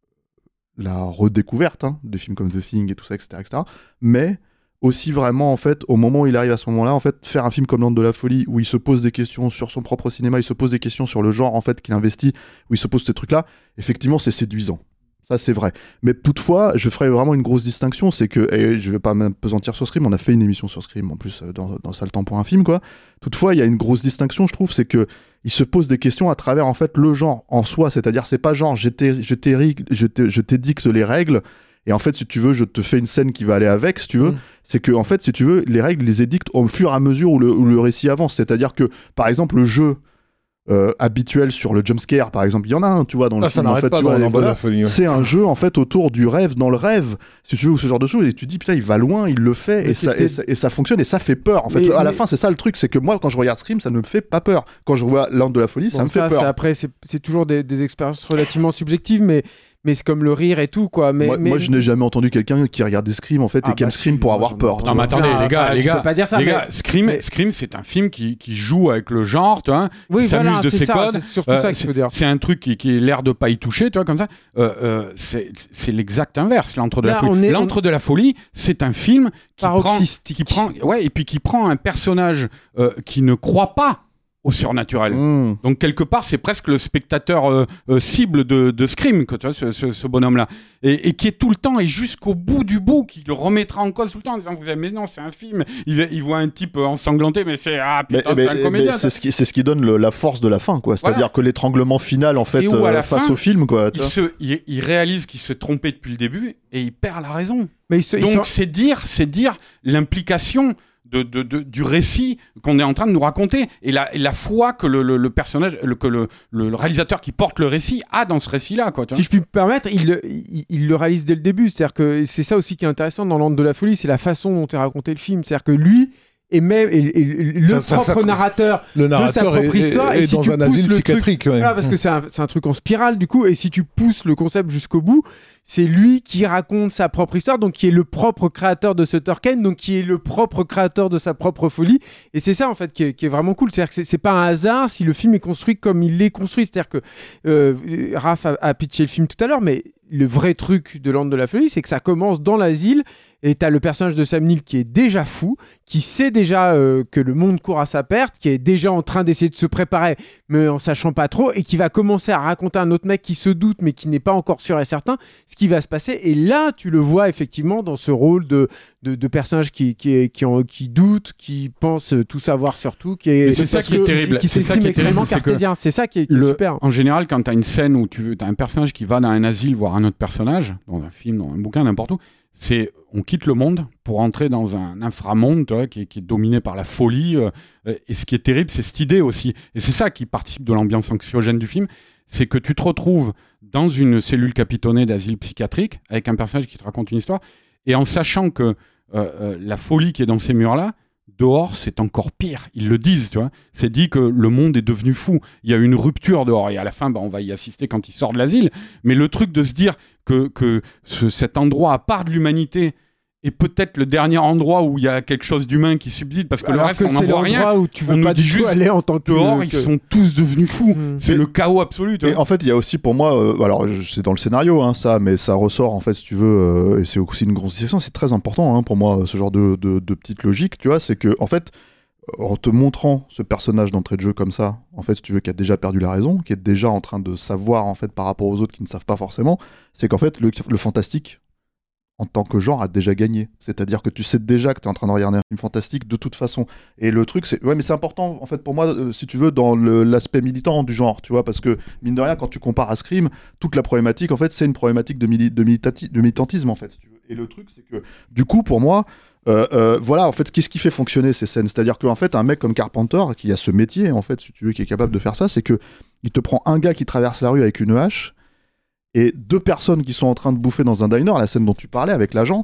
la redécouverte hein, de films comme The Thing et tout ça, et cetera, et cetera. Mais aussi vraiment en fait au moment où il arrive à ce moment-là en fait faire un film comme Land de la folie où il se pose des questions sur son propre cinéma, il se pose des questions sur le genre en fait qu'il investit, où il se pose ces trucs là, effectivement c'est séduisant, ça c'est vrai. Mais toutefois je ferais vraiment une grosse distinction, c'est que, et je vais pas m'apesantir sur Scream, on a fait une émission sur Scream en plus dans, dans Ça le temps pour un film quoi, toutefois il y a une grosse distinction je trouve, c'est que il se pose des questions à travers en fait le genre en soi, c'est-à-dire c'est pas genre je t'ai, je t'ai, je t'ai, je t'édicte les règles et en fait si tu veux je te fais une scène qui va aller avec si tu veux, mmh. c'est que en fait si tu veux les règles les édictent au fur et à mesure où le, où le récit avance, c'est-à-dire que par exemple le jeu euh, habituel sur le jumpscare par exemple, il y en a un tu vois dans le ah, film ça en fait, pas tu dans vois, voilà, la folie, ouais. C'est un jeu en fait autour du rêve dans le rêve si tu veux, ou ce genre de choses, et tu te dis putain il va loin, il le fait et ça, et, ça, et ça fonctionne et ça fait peur en fait, mais, à la mais... fin c'est ça le truc, c'est que moi quand je regarde Scream ça ne me fait pas peur, quand je vois Land de la folie bon, ça me ça, fait peur. C'est après c'est, c'est toujours des, des expériences relativement subjectives mais mais c'est comme le rire et tout quoi. Mais moi, mais... moi je n'ai jamais entendu quelqu'un qui regardait Scream en fait ah et qui bah aime Scream pour avoir peur. Non mais attendez les gars, les gars, pas dire ça, les mais... gars, Scream, mais... Scream c'est un film qui, qui joue avec le genre, tu vois, oui, qui voilà, s'amuse de ses ça, codes. C'est surtout euh, ça qu'il faut dire. C'est un truc qui, qui est l'air de pas y toucher, tu vois comme ça. Euh, euh, c'est, c'est l'exact inverse, l'antre de Là, la folie. Est, l'antre on... de la folie, c'est un film qui prend, qui prend, ouais, et puis qui prend un personnage euh, qui ne croit pas au surnaturel. Mmh. Donc quelque part, c'est presque le spectateur euh, euh, cible de, de Scream, que, tu vois, ce, ce, ce bonhomme-là, et, et qui est tout le temps et jusqu'au bout du bout, qui le remettra en cause tout le temps en disant vous avez mais non, c'est un film. Il, il voit un type ensanglanté, mais c'est ah putain, mais, c'est mais, un comédien. C'est ce qui, c'est ce qui donne le, la force de la fin, quoi. C'est-à-dire voilà. que l'étranglement final, en fait, euh, face fin, au film, quoi. Il, se, il, il réalise qu'il s'est trompé depuis le début et il perd la raison. Mais il se, Donc il se... c'est dire, c'est dire l'implication. De, de, de, du récit qu'on est en train de nous raconter et la, et la foi que le, le, le personnage, le, que le, le réalisateur qui porte le récit a dans ce récit-là. Quoi, si je puis me permettre, il, il, il le réalise dès le début. C'est-à-dire que c'est ça aussi qui est intéressant dans Land de la folie, c'est la façon dont est raconté le film. C'est-à-dire que lui et même et, et, et le ça, propre ça, ça, narrateur, le narrateur de sa propre est, histoire est, est et si dans tu un asile psychiatrique truc, ouais. voilà, parce que c'est un, c'est un truc en spirale du coup, et si tu pousses le concept jusqu'au bout, c'est lui qui raconte sa propre histoire, donc qui est le propre créateur de Sutter Kane, donc qui est le propre créateur de sa propre folie, et c'est ça en fait qui est, qui est vraiment cool. C'est-à-dire que c'est, c'est pas un hasard si le film est construit comme il l'est construit. C'est-à-dire que euh, Raph a, a pitché le film tout à l'heure, mais le vrai truc de Land de la folie, c'est que ça commence dans l'asile et t'as le personnage de Sam Neill qui est déjà fou, qui sait déjà euh, que le monde court à sa perte, qui est déjà en train d'essayer de se préparer mais en sachant pas trop, et qui va commencer à raconter à un autre mec qui se doute mais qui n'est pas encore sûr et certain ce qui va se passer. Et là tu le vois effectivement dans ce rôle de, de, de personnage qui, qui, qui, en, qui doute, qui pense tout savoir sur tout, qui est, c'est ça qui est terrible, qui c'est s'exprime ça qui est extrêmement terrible, cartésien. C'est, que c'est ça qui est, qui le, est super. En général, quand t'as une scène où tu veux, t'as un personnage qui va dans un asile voir un autre personnage, dans un film, dans un bouquin, n'importe où, c'est on quitte le monde pour entrer dans un inframonde, tu vois, qui, est, qui est dominé par la folie. Euh, et ce qui est terrible, c'est cette idée aussi. Et c'est ça qui participe de l'ambiance anxiogène du film, c'est que tu te retrouves dans une cellule capitonnée d'asile psychiatrique avec un personnage qui te raconte une histoire, et en sachant que euh, euh, la folie qui est dans ces murs-là, dehors, c'est encore pire. Ils le disent, tu vois. C'est dit que le monde est devenu fou. Il y a une rupture dehors. Et à la fin, bah, on va y assister quand il sort de l'asile. Mais le truc de se dire que, que ce, cet endroit, à part de l'humanité, est peut-être le dernier endroit où il y a quelque chose d'humain qui subside, parce que alors le reste, que on n'en voit rien. Où tu veux on pas nous dit juste aller en tant que dehors, que... ils sont tous devenus fous. Mmh. C'est mais, le chaos absolu. Et en fait, il y a aussi pour moi, euh, alors c'est dans le scénario, hein, ça, mais ça ressort en fait, si tu veux, euh, et c'est aussi une grosse discussion. C'est très important hein, pour moi, ce genre de, de, de petite logique, tu vois, c'est que en fait, en te montrant ce personnage d'entrée de jeu comme ça, en fait, si tu veux, qui a déjà perdu la raison, qui est déjà en train de savoir en fait par rapport aux autres qui ne savent pas forcément, c'est qu'en fait, le, le fantastique en tant que genre a déjà gagné. C'est-à-dire que tu sais déjà que tu es en train de regarder un film fantastique de toute façon. Et le truc, c'est... Ouais, mais c'est important, en fait, pour moi, euh, si tu veux, dans le, l'aspect militant du genre, tu vois, parce que, mine de rien, quand tu compares à Scream, toute la problématique, en fait, c'est une problématique de, mili- de, militati- de militantisme, en fait, si tu veux. Et le truc, c'est que, du coup, pour moi, euh, euh, voilà, en fait, qu'est-ce qui fait fonctionner ces scènes ? C'est-à-dire qu'en fait, un mec comme Carpenter, qui a ce métier, en fait, si tu veux, qui est capable de faire ça, c'est que il te prend un gars qui traverse la rue avec une hache, et deux personnes qui sont en train de bouffer dans un diner, la scène dont tu parlais avec l'agent,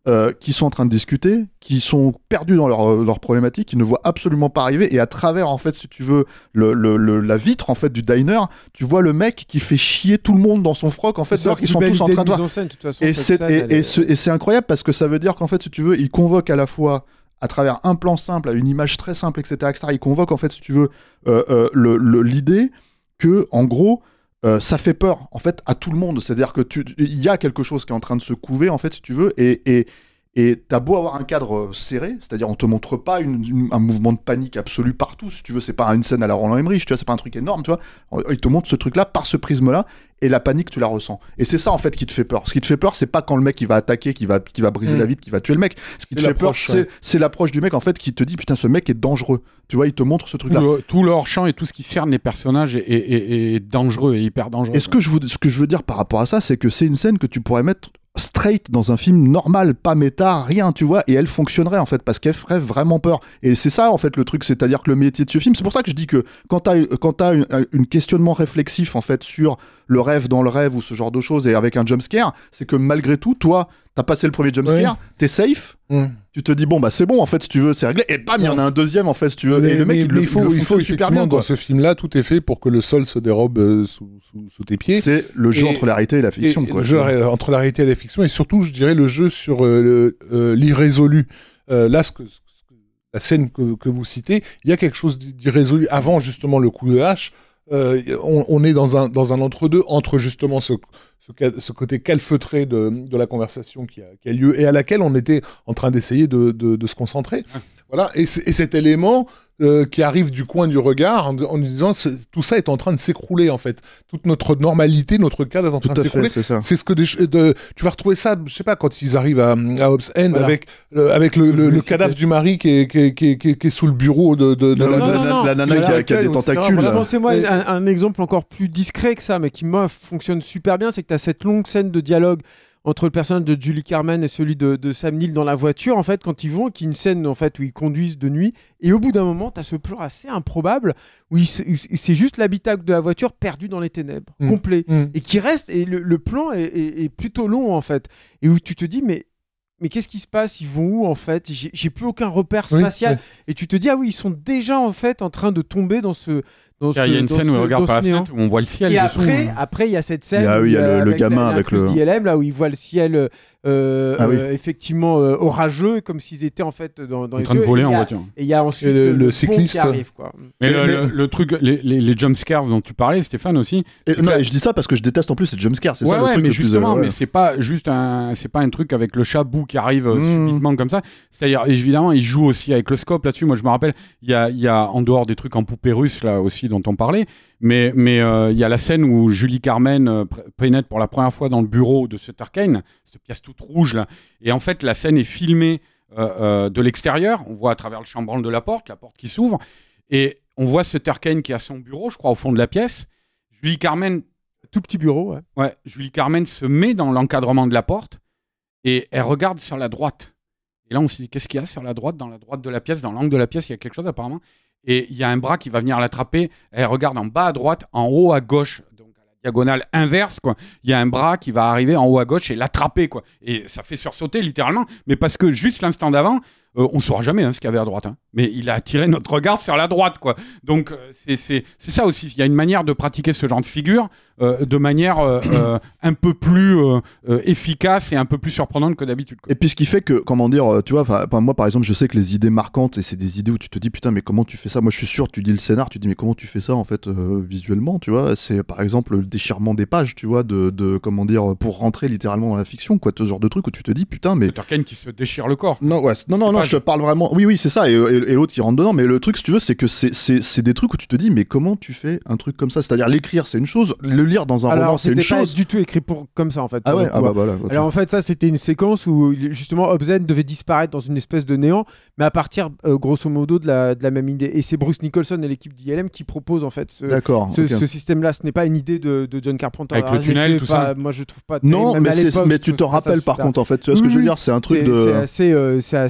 euh, qui sont en train de discuter, qui sont perdus dans leur, leur problématique, qui ne voient absolument pas arriver, et à travers, en fait, si tu veux, le, le, le, la vitre, en fait, du diner, tu vois le mec qui fait chier tout le monde dans son froc, en fait, alors qu'ils sont tous en train de voir. Scène, de toute façon, et, c'est, scène, et, est... et, ce, et c'est incroyable, parce que ça veut dire qu'en fait, si tu veux, il convoque à la fois, à travers un plan simple, à une image très simple, et cetera, et cetera, il convoque, en fait, si tu veux, euh, euh, le, le, l'idée que, en gros, Euh, ça fait peur en fait à tout le monde, c'est-à-dire que tu, il y a quelque chose qui est en train de se couver en fait si tu veux, et, et, et t'as beau avoir un cadre serré, c'est-à-dire on te montre pas une, une, un mouvement de panique absolu partout, si tu veux, c'est pas une scène à la Roland Emmerich, tu vois, c'est pas un truc énorme, tu vois, il te montre ce truc-là par ce prisme-là, et la panique tu la ressens, et c'est ça en fait qui te fait peur. Ce qui te fait peur, c'est pas quand le mec il va attaquer, qui va, qui va briser mmh. la vitre, qui va tuer le mec. Ce qui c'est te fait peur, c'est, ouais. c'est l'approche du mec en fait qui te dit putain ce mec est dangereux. Tu vois, il te montre ce truc-là. Tout, le, tout leur champ et tout ce qui cerne les personnages est, est, est, est dangereux et hyper dangereux. Et ce que, je vous, ce que je veux dire par rapport à ça, c'est que c'est une scène que tu pourrais mettre straight dans un film normal, pas méta, rien, tu vois, et elle fonctionnerait en fait, parce qu'elle ferait vraiment peur. Et c'est ça en fait le truc, c'est-à-dire que le métier de ce film, c'est pour ça que je dis que quand t'as, quand t'as une, une questionnement réflexif en fait sur le rêve dans le rêve ou ce genre de choses, et avec un jumpscare, c'est que malgré tout, toi, t'as passé le premier jumpscare, oui. t'es safe, mmh. tu te dis bon bah c'est bon en fait si tu veux c'est réglé, et bam il y en a un deuxième en fait si tu veux, mais, et le mec mais, il, mais le, il faut, il le il faut super bien dans ce film là tout est fait pour que le sol se dérobe euh, sous, sous, sous tes pieds. C'est le jeu et, entre la réalité et la fiction et, quoi. Le jeu euh, entre la réalité et la fiction, et surtout je dirais le jeu sur euh, euh, l'irrésolu. Euh, là ce que, ce que, la scène que, que vous citez, il y a quelque chose d'irrésolu avant justement le coup de hache. Euh, on, on est dans un, dans un entre-deux entre justement ce, ce, ce côté calfeutré de, de la conversation qui a, qui a lieu et à laquelle on était en train d'essayer de, de, de se concentrer. Voilà. Et, et cet élément euh, qui arrive du coin du regard en, en nous disant tout ça est en train de s'écrouler en fait. Toute notre normalité, notre cadre est en train tout de s'écrouler. Fait, c'est, c'est ce que des, de, tu vas retrouver ça, je sais pas, quand ils arrivent à, à Hobbs End voilà. avec, euh, avec le, le, le cadavre du mari qui est, qui, est, qui, est, qui, est, qui est sous le bureau de, de, de non, la, non, de, non, non, la, la nana qui a, qui a des tentacules. Pensez-moi un, un exemple encore plus discret que ça, mais qui moi fonctionne super bien, c'est que tu as cette longue scène de dialogue entre le personnage de Julie Carmen et celui de, de Sam Neill dans la voiture, en fait, quand ils vont, qui est une scène en fait où ils conduisent de nuit, et au bout d'un moment, tu as ce plan assez improbable où il, c'est juste l'habitacle de la voiture perdu dans les ténèbres, mmh. complet, mmh. et qui reste, et le, le plan est, est, est plutôt long en fait, et où tu te dis mais mais qu'est-ce qui se passe? Ils vont où en fait? J'ai, j'ai plus aucun repère spatial, oui, oui. et tu te dis ah oui, ils sont déjà en fait en train de tomber dans ce Il y a une scène ce, où il regarde par la fenêtre où on voit le ciel. Et dessous, après, hein. après, il y a cette scène. Il y a, où il y a le, avec le gamin la, la avec le D L M là où il voit le ciel euh, ah, oui. euh, effectivement euh, orageux, comme s'ils étaient en fait dans, dans en les train de voler en voiture. Et il y a ensuite le, le, le le cycliste qui arrive, quoi. Mais, mais, le, mais... Le, le truc, les, les, les jumpscares dont tu parlais, Stéphane aussi. Et, non, et je dis ça parce que je déteste en plus ces jumpscares. C'est ouais, ça ouais, le truc mais le justement, plus, euh, ouais. mais c'est pas juste un, c'est pas un truc avec le chat bout qui arrive mmh. subitement comme ça. C'est-à-dire évidemment, il joue aussi avec le scope là-dessus. Moi, je me rappelle, il y a, il y a en dehors des trucs en poupée russe là aussi dont on parlait. Mais mais il euh, y a la scène où Julie Carmen euh, pénètre pour la première fois dans le bureau de Sutter Kane, cette pièce toute rouge là. Et en fait, la scène est filmée euh, euh, de l'extérieur. On voit à travers le chambranle de la porte, la porte qui s'ouvre, et on voit Sutter Kane qui a son bureau, je crois, au fond de la pièce. Julie Carmen, tout petit bureau, ouais. Ouais. Julie Carmen se met dans l'encadrement de la porte et elle regarde sur la droite. Et là, on se dit qu'est-ce qu'il y a sur la droite, dans la droite de la pièce, dans l'angle de la pièce, il y a quelque chose apparemment. Et il y a un bras qui va venir l'attraper. Elle regarde en bas à droite, en haut à gauche, donc à la diagonale inverse, quoi. Il y a un bras qui va arriver en haut à gauche et l'attraper, quoi. Et ça fait sursauter littéralement, mais parce que juste l'instant d'avant, euh, on ne saura jamais hein, ce qu'il y avait à droite. Hein. Mais il a attiré notre regard sur la droite, quoi. Donc euh, c'est, c'est, c'est ça aussi. Il y a une manière de pratiquer ce genre de figure euh, de manière euh, euh, un peu plus euh, euh, efficace et un peu plus surprenante que d'habitude, quoi. Et puis ce qui fait que, comment dire, tu vois, moi par exemple, je sais que les idées marquantes, et c'est des idées où tu te dis putain, mais comment tu fais ça? Moi je suis sûr, tu dis le scénar, tu te dis mais comment tu fais ça en fait euh, visuellement, tu vois? C'est par exemple le déchirement des pages, tu vois, de, de comment dire, pour rentrer littéralement dans la fiction, quoi, ce genre de truc où tu te dis putain, mais. Sutter Kane qui se déchire le corps. Non, ouais, non, non, non, je te parle vraiment. Oui, oui, c'est ça, et, et, et l'autre il rentre dedans, mais le truc, si tu veux, c'est que c'est, c'est, c'est des trucs où tu te dis mais comment tu fais un truc comme ça? C'est-à-dire l'écrire, c'est une chose, le lire dans un Alors, roman, c'est une chose. Pas du tout écrit pour comme ça en fait. Ah ouais, ah bah voilà. Okay. Alors en fait, ça c'était une séquence où justement Hobbs devait disparaître dans une espèce de néant, mais à partir euh, grosso modo de la, de la même idée. Et c'est Bruce Nicholson et l'équipe d'I L M qui proposent en fait ce, ce, okay. ce système-là. Ce n'est pas une idée de, de John Carpenter. Avec le tunnel, tout pas, ça. Moi je trouve pas. Non, mais, mais tu te rappelles par contre en fait. Tu vois ce que je veux dire? C'est un truc c'est, de. C'est assez, euh, c'est assez, euh,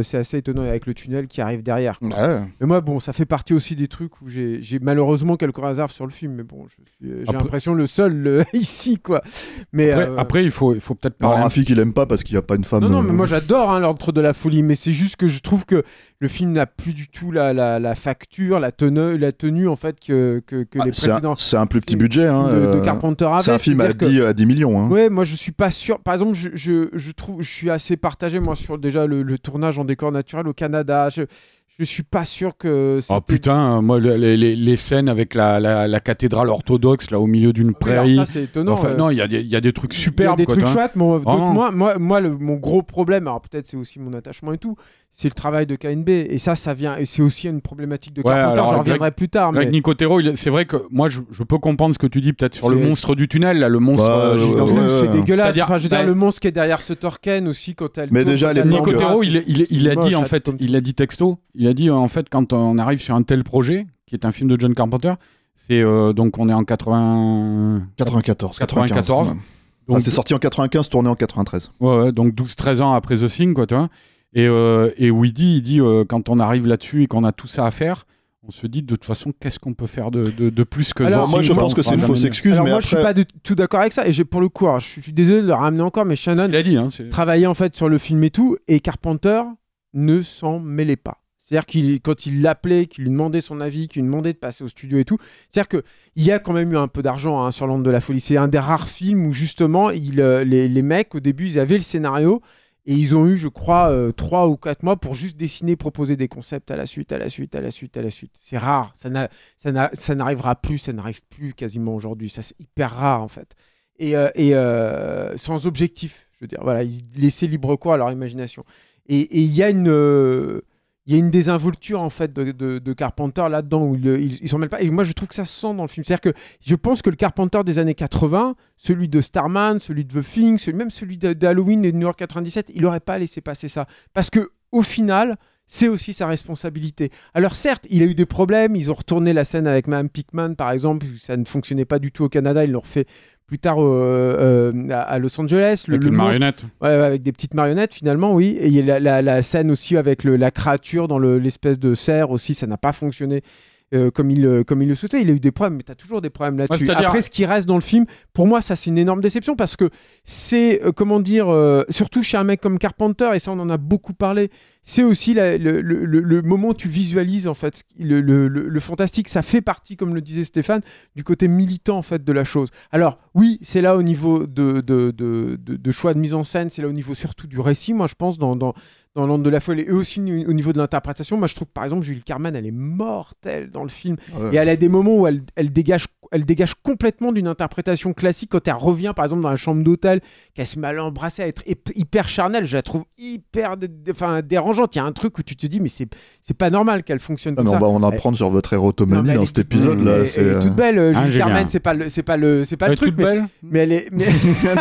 c'est assez étonnant avec le tunnel qui arrive derrière. quoi. Ouais. Mais moi, bon, ça fait partie aussi des trucs où j'ai, j'ai malheureusement quelques réserves sur le film, mais bon, je suis- j'ai Après- l'impression le seul le- ici, quoi. Mais Après, euh, après, il faut, il faut peut-être Alors, parler. un Rafi qu'il aime pas parce qu'il n'y a pas une femme. non, non, euh, mais moi j'adore hein, l'ordre de la folie, mais c'est juste que je trouve que le film n'a plus du tout la, la, la facture, la tenue, la tenue en fait que, que, que ah, les c'est, un, précédents c'est un plus petit films budget. Hein, de, de euh, Carpenter avaient. c'est un film à c'est-à-dire que- dix, à dix millions. Hein. Ouais, moi je suis pas sûr. Par exemple, je, je, je trouve, je suis assez partagé moi sur déjà le, le tournage en décor naturel au Canada. Je, je suis pas sûr que. Oh c'était- putain, euh, moi le- les, les, les scènes avec la, la, la cathédrale orthodoxe là au milieu d'une Oui, alors prairie. ça c'est étonnant. Enfin, euh, non, il y a, des- il y a des trucs Il y a superbes. des quoi, trucs tu vois. chouettes, mais on- d'autres Vraiment. moins. Moi, moi le, mon gros problème, alors peut-être c'est aussi mon attachement et tout, c'est le travail de K N B. Et ça, ça vient. Et c'est aussi une problématique de Ouais, Carpenter. alors, J'en Greg- reviendrai plus tard. Greg Mais... Nicotero, il- c'est vrai que moi je, je peux comprendre ce que tu dis peut-être sur le C'est- monstre du tunnel, là, le monstre Bah, euh, ouais, gigantesque. ouais, ouais. c'est dégueulasse. C'est-à-dire, Enfin, je veux dire, bah, le monstre qui est derrière ce Torken aussi, quand elle. Mais tourne, déjà, quand les elle Nicotero, l'embrasse, Nicotero, il, il, il c'est a moche, dit en ça, fait, comme- il a dit texto, il a dit en fait quand on arrive sur un tel projet, qui est un film de John Carpenter, c'est euh, donc on est en quatre-vingts... quatre-vingt-quatorze. quatre-vingt-quatorze. ouais. donc, Ah, c'est sorti en quatre-vingt-quinze, tourné en quatre-vingt-treize. ouais, ouais, donc douze treize ans après The Thing, quoi, tu vois. Et, euh, et où il dit, il dit euh, quand on arrive là-dessus et qu'on a tout ça à faire, on se dit de toute façon, qu'est-ce qu'on peut faire de, de, de plus que Alors, The moi, Thing, je quoi, pense on que fera c'est une jamais fausse mieux. excuse, Alors mais moi, après... je suis pas du tout d'accord avec ça. Et j'ai pour le coup, alors, je suis désolé de le ramener encore, mais Shannon Il a dit, hein, c'est- travaillait en fait sur le film et tout, et Carpenter ne s'en mêlait pas. C'est-à-dire qu'il, quand il l'appelait, qu'il lui demandait son avis, qu'il lui demandait de passer au studio et tout, c'est-à-dire qu'il y a quand même eu un peu d'argent hein, sur l'Onde de la Folie. C'est un des rares films où justement, il, euh, les, les mecs, au début, ils avaient le scénario, et ils ont eu, je crois, euh, trois ou quatre mois pour juste dessiner, proposer des concepts à la suite, à la suite, à la suite, à la suite. C'est rare, ça, n'a, ça, n'a, ça n'arrivera plus, ça n'arrive plus quasiment aujourd'hui. Ça, c'est hyper rare en fait. Et, euh, et euh, sans objectif, je veux dire, voilà, ils laissaient libre cours à leur imagination. Et il y a une... Euh, il y a une désinvolture en fait de, de, de Carpenter là-dedans où il, il, il s'en mêle pas, et moi je trouve que ça se sent dans le film. C'est-à-dire que je pense que le Carpenter des années quatre-vingts, celui de Starman, celui de The Thing, celui, même celui de, de Halloween et de New York quatre-vingt-dix-sept, il aurait pas laissé passer ça parce que au final c'est aussi sa responsabilité. Alors certes, il a eu des problèmes, ils ont retourné la scène avec Madame Pickman par exemple, ça ne fonctionnait pas du tout au Canada, ils l'ont refait plus tard euh, euh, à Los Angeles. Le, avec le une monstre- marionnette. Ouais, ouais, avec des petites marionnettes finalement, oui. Et il y a la, la, la scène aussi avec le, la créature dans le- l'espèce de cerf aussi, ça n'a pas fonctionné euh, comme, il, euh, comme il le souhaitait. Il a eu des problèmes, mais tu as toujours des problèmes là-dessus. Ouais, c'est-à-dire- Après, ce qui reste dans le film, pour moi, ça c'est une énorme déception parce que c'est, euh, comment dire, euh, surtout chez un mec comme Carpenter, et ça on en a beaucoup parlé, c'est aussi la- le, le- le- le moment où tu visualises en fait le, le- le- le fantastique. Ça fait partie, comme le disait Stéphane, du côté militant en fait de la chose. Alors oui, c'est là au niveau de, de, de, de- de choix de mise en scène, c'est là au niveau surtout du récit, moi je pense, dans, dans, dans L'Onde de la Folie, et aussi au niveau de l'interprétation. Moi je trouve que, par exemple, Julie Carman, elle est mortelle dans le film. Ouais. Et elle a des moments où elle, elle, dégage, elle dégage complètement d'une interprétation classique. Quand elle revient, par exemple, dans la chambre d'hôtel, qu'elle se met à l'embrasser, à être hip- hyper charnelle, je la trouve hyper dé- dé- enfin, dérangeante. Il y a un truc où tu te dis, mais c'est, c'est pas normal qu'elle fonctionne Ah, comme mais ça. on va en Elle- apprendre sur votre Non, érotomanie mais elle dans est cet toute- épisode-là. elle est- c'est, elle est euh, toute belle, euh, Ah, Julie Julien. Carman, c'est pas le, c'est pas le, c'est pas Elle le est truc, toute mais, belle. mais elle est, mais,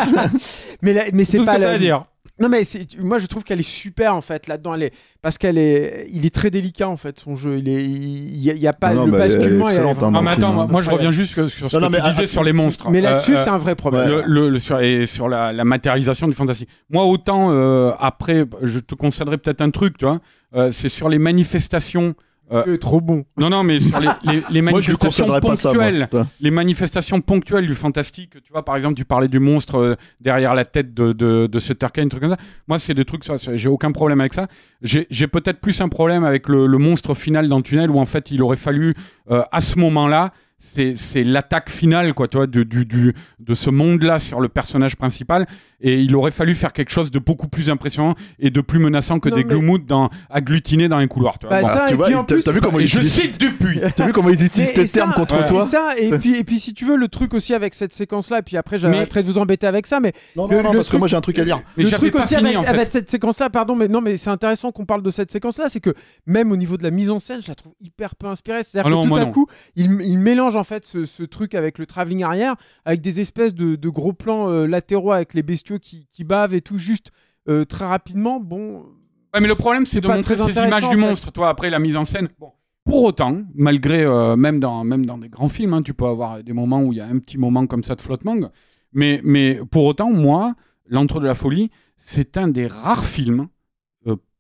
mais, la- mais c'est Tout ce pas que t'as le- à dire. Non mais c'est, moi je trouve qu'elle est super en fait là-dedans, elle est, parce qu'elle est, il est très délicat en fait son jeu, il est, il y, a- il y a pas Non, non, le mais elle est basculement. est excellente, vraiment- hein, Non, dans mais le film, attends, hein. moi, moi, je Incroyable. reviens juste sur sur ce Non, non, que mais tu disais att- sur les monstres. Mais Euh, là-dessus euh, c'est un vrai problème. ouais. le, le- sur, et sur la, la matérialisation du fantastique. Moi, autant euh, après, je te concéderai peut-être un truc, tu vois, euh, c'est sur les manifestations. euh, C'est trop bon. non, non, mais sur les, les, les Moi, je lui manifestations concéderais pas ça. moi. ponctuelles. Les manifestations ponctuelles du fantastique, tu vois, par exemple, tu parlais du monstre euh, derrière la tête de, de, de Sutter Kane, truc comme ça. Moi, c'est des trucs, ça, c'est- j'ai aucun problème avec ça. J'ai, j'ai peut-être plus un problème avec le, le monstre final dans le tunnel où en fait, il aurait fallu, euh, à ce moment-là, c'est, c'est l'attaque finale, quoi, tu vois, de, du, du, de ce monde-là sur le personnage principal. Et il aurait fallu faire quelque chose de beaucoup plus impressionnant et de plus menaçant que Non, des mais- gloomoutes dans, agglutinés dans un couloir, tu vois. Bah, Bon. ça, tu et vois, puis en t'as- plus, t'as vu comment Et il je utilise cite depuis. T'as vu comment il utilise Mais- et tes termes ça- contre ouais. Et toi ça, et puis, et puis si tu veux, le truc aussi avec cette séquence-là, et puis après j'arrêterai de vous embêter avec ça, mais Non, le- non, non, le parce que truc- moi j'ai un truc à dire. Mais le j'avais truc pas aussi fini, avec, en fait. avec cette séquence-là, pardon, mais non, mais c'est intéressant qu'on parle de cette séquence-là, c'est que même au niveau de la mise en scène, je la trouve hyper peu inspirée. C'est-à-dire Ah que non, tout moi à non. coup, il, il mélange en fait ce, ce truc avec le travelling arrière, avec des espèces de, de gros plans euh, latéraux avec les bestiaux qui, qui bavent et tout, juste euh, très rapidement. Bon, Ouais, mais le problème, c'est C'est de pas montrer très ces intéressant, images du en fait. monstre, toi, après la mise en scène. Bon. Pour autant, malgré, euh, même, dans, même dans des grands films, hein, tu peux avoir des moments où il y a un petit moment comme ça de flottement. Mais, mais pour autant, moi, L'Antre de la Folie, c'est un des rares films, euh,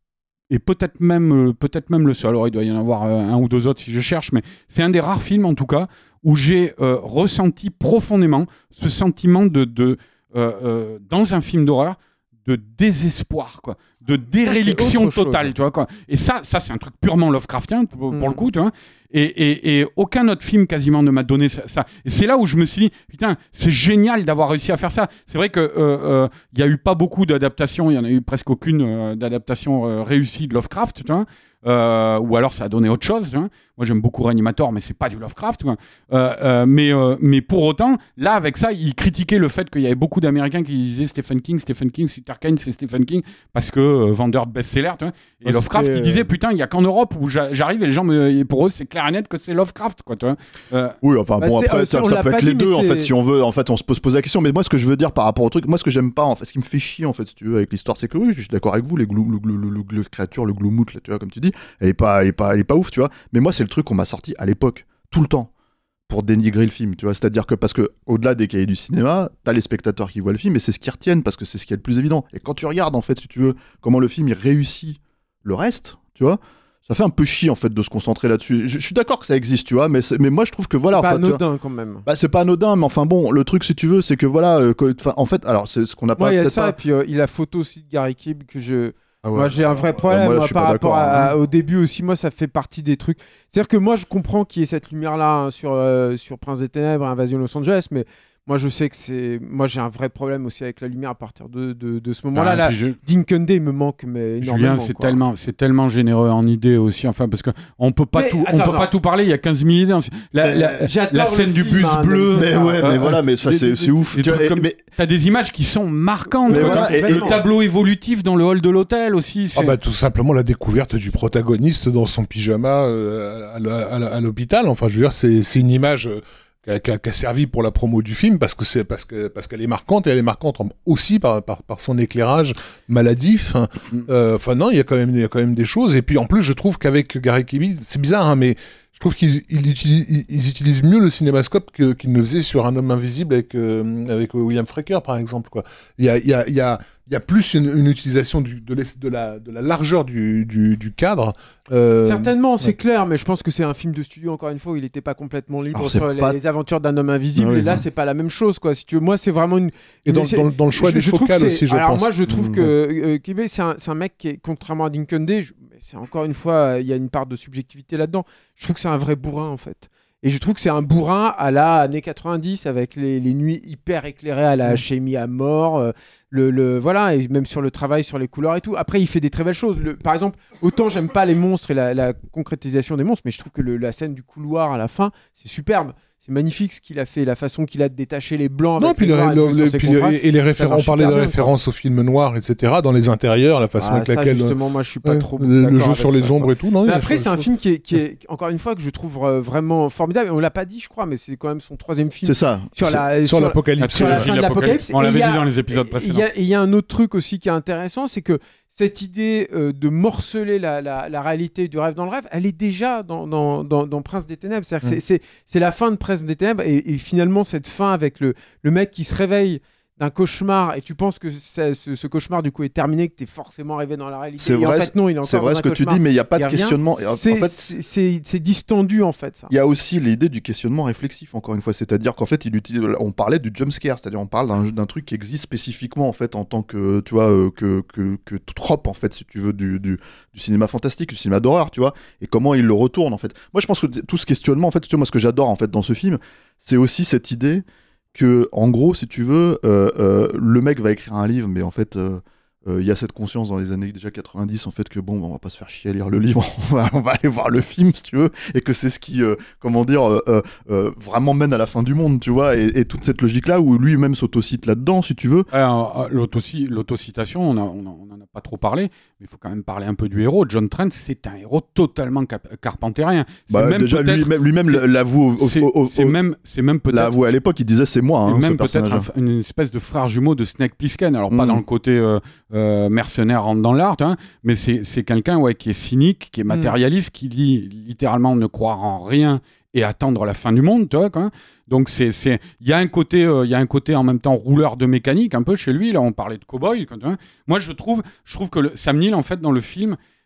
et peut-être même, peut-être même le seul. Alors, il doit y en avoir un ou deux autres si je cherche, mais c'est un des rares films, en tout cas, où j'ai euh, ressenti profondément ce sentiment de, de euh, euh, dans un film d'horreur, de désespoir, quoi, de déréliction ça, totale, chose. tu vois, quoi. Et ça, ça c'est un truc purement Lovecraftien pour, Mm. pour le coup, tu vois. Et, et, et aucun autre film quasiment ne m'a donné ça, ça. Et c'est là où je me suis dit, putain, c'est génial d'avoir réussi à faire ça. C'est vrai que il euh, euh, y a eu pas beaucoup d'adaptations, il y en a eu presque aucune euh, d'adaptation euh, réussie de Lovecraft, tu vois. Euh, ou alors ça a donné autre chose. Tu vois. Moi j'aime beaucoup Reanimator, mais c'est pas du Lovecraft. Tu vois. Euh, euh, mais, euh, mais pour autant, là avec ça, il critiquait le fait qu'il y avait beaucoup d'Américains qui disaient Stephen King, Stephen King, Sutter Kane, c'est Stephen King, parce que euh, vendeur de best-seller. Tu vois. Et Ouais, Lovecraft c'était, qui disait euh, putain, il y a qu'en Europe où j'a- j'arrive et les gens me, et pour eux c'est clair et net que c'est Lovecraft, quoi. Tu vois. Euh, Oui, enfin Bah, bon, c'est- après euh, ça, on ça l'a peut pas être les dit, deux mais en fait, c'est- si on veut. En fait, on se peut se poser la question. Mais moi, ce que je veux dire par rapport au truc, moi, ce que j'aime pas, en fait, ce qui me fait chier, en fait, si tu veux, avec l'histoire, c'est que oui, je suis d'accord avec vous, les glou, le, le, le, le- le créature, le gloumout, là, tu vois, comme tu dis, elle est pas, elle est pas, elle est pas ouf, tu vois. Mais moi, c'est le truc qu'on m'a sorti à l'époque, tout le temps, pour dénigrer le film, tu vois. C'est-à-dire que parce que au-delà des cahiers du cinéma, t'as les spectateurs qui voient le film, et c'est ce qu'ils retiennent parce que c'est ce qui est le plus évident. Et quand tu regardes, en fait, si tu veux, comment le film il réussit le reste, tu vois. Ça fait un peu chier en fait de se concentrer là-dessus. Je, je suis d'accord que ça existe, tu vois, mais, c'est- mais moi je trouve que voilà. C'est pas enfin, tu vois, anodin quand même. bah, c'est pas anodin, mais enfin bon, le truc si tu veux, c'est que voilà, euh, que- 'fin, en fait, alors c'est ce qu'on n'a pas. Moi, il y a peut-être ça, pas- et puis euh, il y a la photo aussi de Gary Kibb que je. Ah ouais. Moi, j'ai un vrai problème moi, là, moi, je suis par pas rapport d'accord, à- hein. au début aussi. Moi, ça fait partie des trucs. C'est-à-dire que moi, je comprends qu'il y ait cette lumière-là hein, sur, euh, sur Prince des Ténèbres, Invasion Los Angeles, mais moi, je sais que c'est. Moi, j'ai un vrai problème aussi avec la lumière à partir de, de, de ce moment-là. ah, Là, puis je- Dinkum Day me manque, mais énormément. Julien, c'est quoi. tellement, c'est tellement généreux en idées aussi, enfin parce que on peut pas Mais tout, attends, on peut non. pas tout parler. Il y a quinze mille idées. La, Mais la, j'adore la le scène du film, bus hein, bleu. Mais ouais, euh, mais voilà, mais ça des- c'est des- c'est ouf. des tu vois, trucs et- comme- mais T'as des images qui sont marquantes. Mais quoi. voilà, et- le et- tableau évolutif dans le hall de l'hôtel aussi. Ah c'est- bah tout simplement la découverte du protagoniste dans son pyjama euh, à, la- à la- à l'hôpital. Enfin, je veux dire, c'est c'est une image euh, qui a, qui a- qui a servi pour la promo du film parce que c'est parce que parce qu'elle est marquante et elle est marquante en- aussi par, par par son éclairage maladif. Hein. Euh, Enfin non, il y a quand même il y a quand même des choses. Et puis en plus, je trouve qu'avec Gary Kibbe, c'est bizarre, hein, mais je trouve qu'ils ils utilisent, ils- ils utilisent mieux le cinémascope que- qu'ils ne faisaient sur Un homme invisible avec, euh, avec William Fricker, par exemple. Quoi. Il, y a, il, y a, il, y a, il y a plus une, une utilisation du, de, l'es- de, la, de la largeur du, du, du cadre. Euh, Certainement, c'est ouais. clair, mais je pense que c'est un film de studio, encore une fois, où il n'était pas complètement libre Alors, c'est sur les, pas- les aventures d'un homme invisible. Ah oui, et là, ouais. c'est pas la même chose, quoi. Si tu veux, moi, c'est vraiment une. Et dans, c'est- dans, dans le choix je- des je trouve focales que c'est- aussi, je alors pense. moi, je trouve Mmh. que euh, Kibbe, c'est un, c'est un mec qui est, contrairement à Dinkum Day, je- c'est encore une fois, il y a une part de subjectivité là-dedans. Je trouve que c'est un vrai bourrin, en fait. Et je trouve que c'est un bourrin à la années quatre-vingt-dix, avec les, les nuits hyper éclairées à la Mmh. chimie à mort. euh, le, le- voilà, et même sur le travail, sur les couleurs et tout. Après, il fait des très belles choses. Le- par exemple, autant j'aime pas les monstres et la, la concrétisation des monstres, mais je trouve que le- la scène du couloir à la fin, c'est superbe. C'est magnifique ce qu'il a fait, la façon qu'il a de détacher les blancs. Non, avec puis les les- noirs et le- tout le- sur ses puis les- contrastes. et les références, on marche parlait de super bien, références au film noir, et cetera, dans les intérieurs, la façon Ah, avec ça, laquelle. justement, moi, je suis pas ouais, trop. le, le d'accord jeu avec sur les ça, quoi. ombres et tout. Non, il Mais y a après, des c'est un choses- film qui est, qui est, encore une fois, que je trouve euh, vraiment formidable. Et on l'a pas dit, je crois, mais c'est quand même son troisième film c'est ça. sur C'est- la Sur sur la- l'apocalypse. sur la trilogie fin de l'apocalypse. On Et l'avait il y a- dit dans les épisodes et- précédents. Il y a- et il y a un autre truc aussi qui est intéressant, c'est que cette idée euh, de morceler la, la, la réalité du rêve dans le rêve, elle est déjà dans, dans, dans, dans Prince des Ténèbres. C'est-à-dire que Mm. c'est- c'est c'est la fin de Prince des Ténèbres et, et finalement cette fin avec le, le mec qui se réveille d'un cauchemar et tu penses que ça- ce, ce cauchemar du coup est terminé, que tu es forcément arrivé dans la réalité. C'est et vrai, en fait non, il est encore C'est vrai dans ce un que tu cauchemar. dis, mais il n'y a pas Il y de a rien. questionnement. Et En en C'est fait, c'est- c'est- c'est distendu en fait ça. il y a aussi l'idée du questionnement réflexif, encore une fois. C'est-à-dire qu'en fait, il utilise, on parlait du jumpscare, c'est-à-dire on parle d'un, d'un truc qui existe spécifiquement en fait en tant que, tu vois, euh, que, que, que trope en fait, si tu veux, du, du, du cinéma fantastique, du cinéma d'horreur, tu vois, et comment il le retourne en fait. Moi, je pense que tout ce questionnement, en fait, tu vois, moi, ce que j'adore en fait dans ce film, c'est aussi cette idée que, en gros, si tu veux, euh, euh, le mec va écrire un livre, mais en fait. euh, euh, il y a cette conscience dans les années déjà quatre-vingt-dix en fait que bon on va pas se faire chier à lire le livre, on va, on va aller voir le film si tu veux, et que c'est ce qui euh, comment dire euh, euh, euh, vraiment mène à la fin du monde, tu vois, et, et toute cette logique là où lui-même s'autocite là-dedans si tu veux. Alors, euh, l'autoci- l'autocitation, on n'en on a, on en a pas trop parlé, mais il faut quand même parler un peu du héros. John Trent, c'est un héros totalement cap- carpentérien. C'est Bah, même déjà peut-être- lui-même lui-même c'est- l'avoue au, c'est- au- au- c'est au- même, c'est même peut-être l'a avoué à l'époque, il disait c'est moi hein, c'est ce même peut-être personnage. un- une espèce de frère jumeau de Snake Plissken. Alors, pas Mm. dans le côté euh, euh, mercenaire rentre dans l'art, hein, mais c'est, c'est quelqu'un ouais, qui est cynique, qui est matérialiste, qui dit littéralement ne croire en rien et attendre la fin du monde, tu vois, quoi. Donc, c'est, c'est, il y a un côté, euh, il y a un côté en même temps rouleur de mécanique, un peu chez lui. Là, on parlait de cow-boy. Quoi, tu vois. Moi, je trouve, je trouve que le, Sam Neill, en fait, dans le film,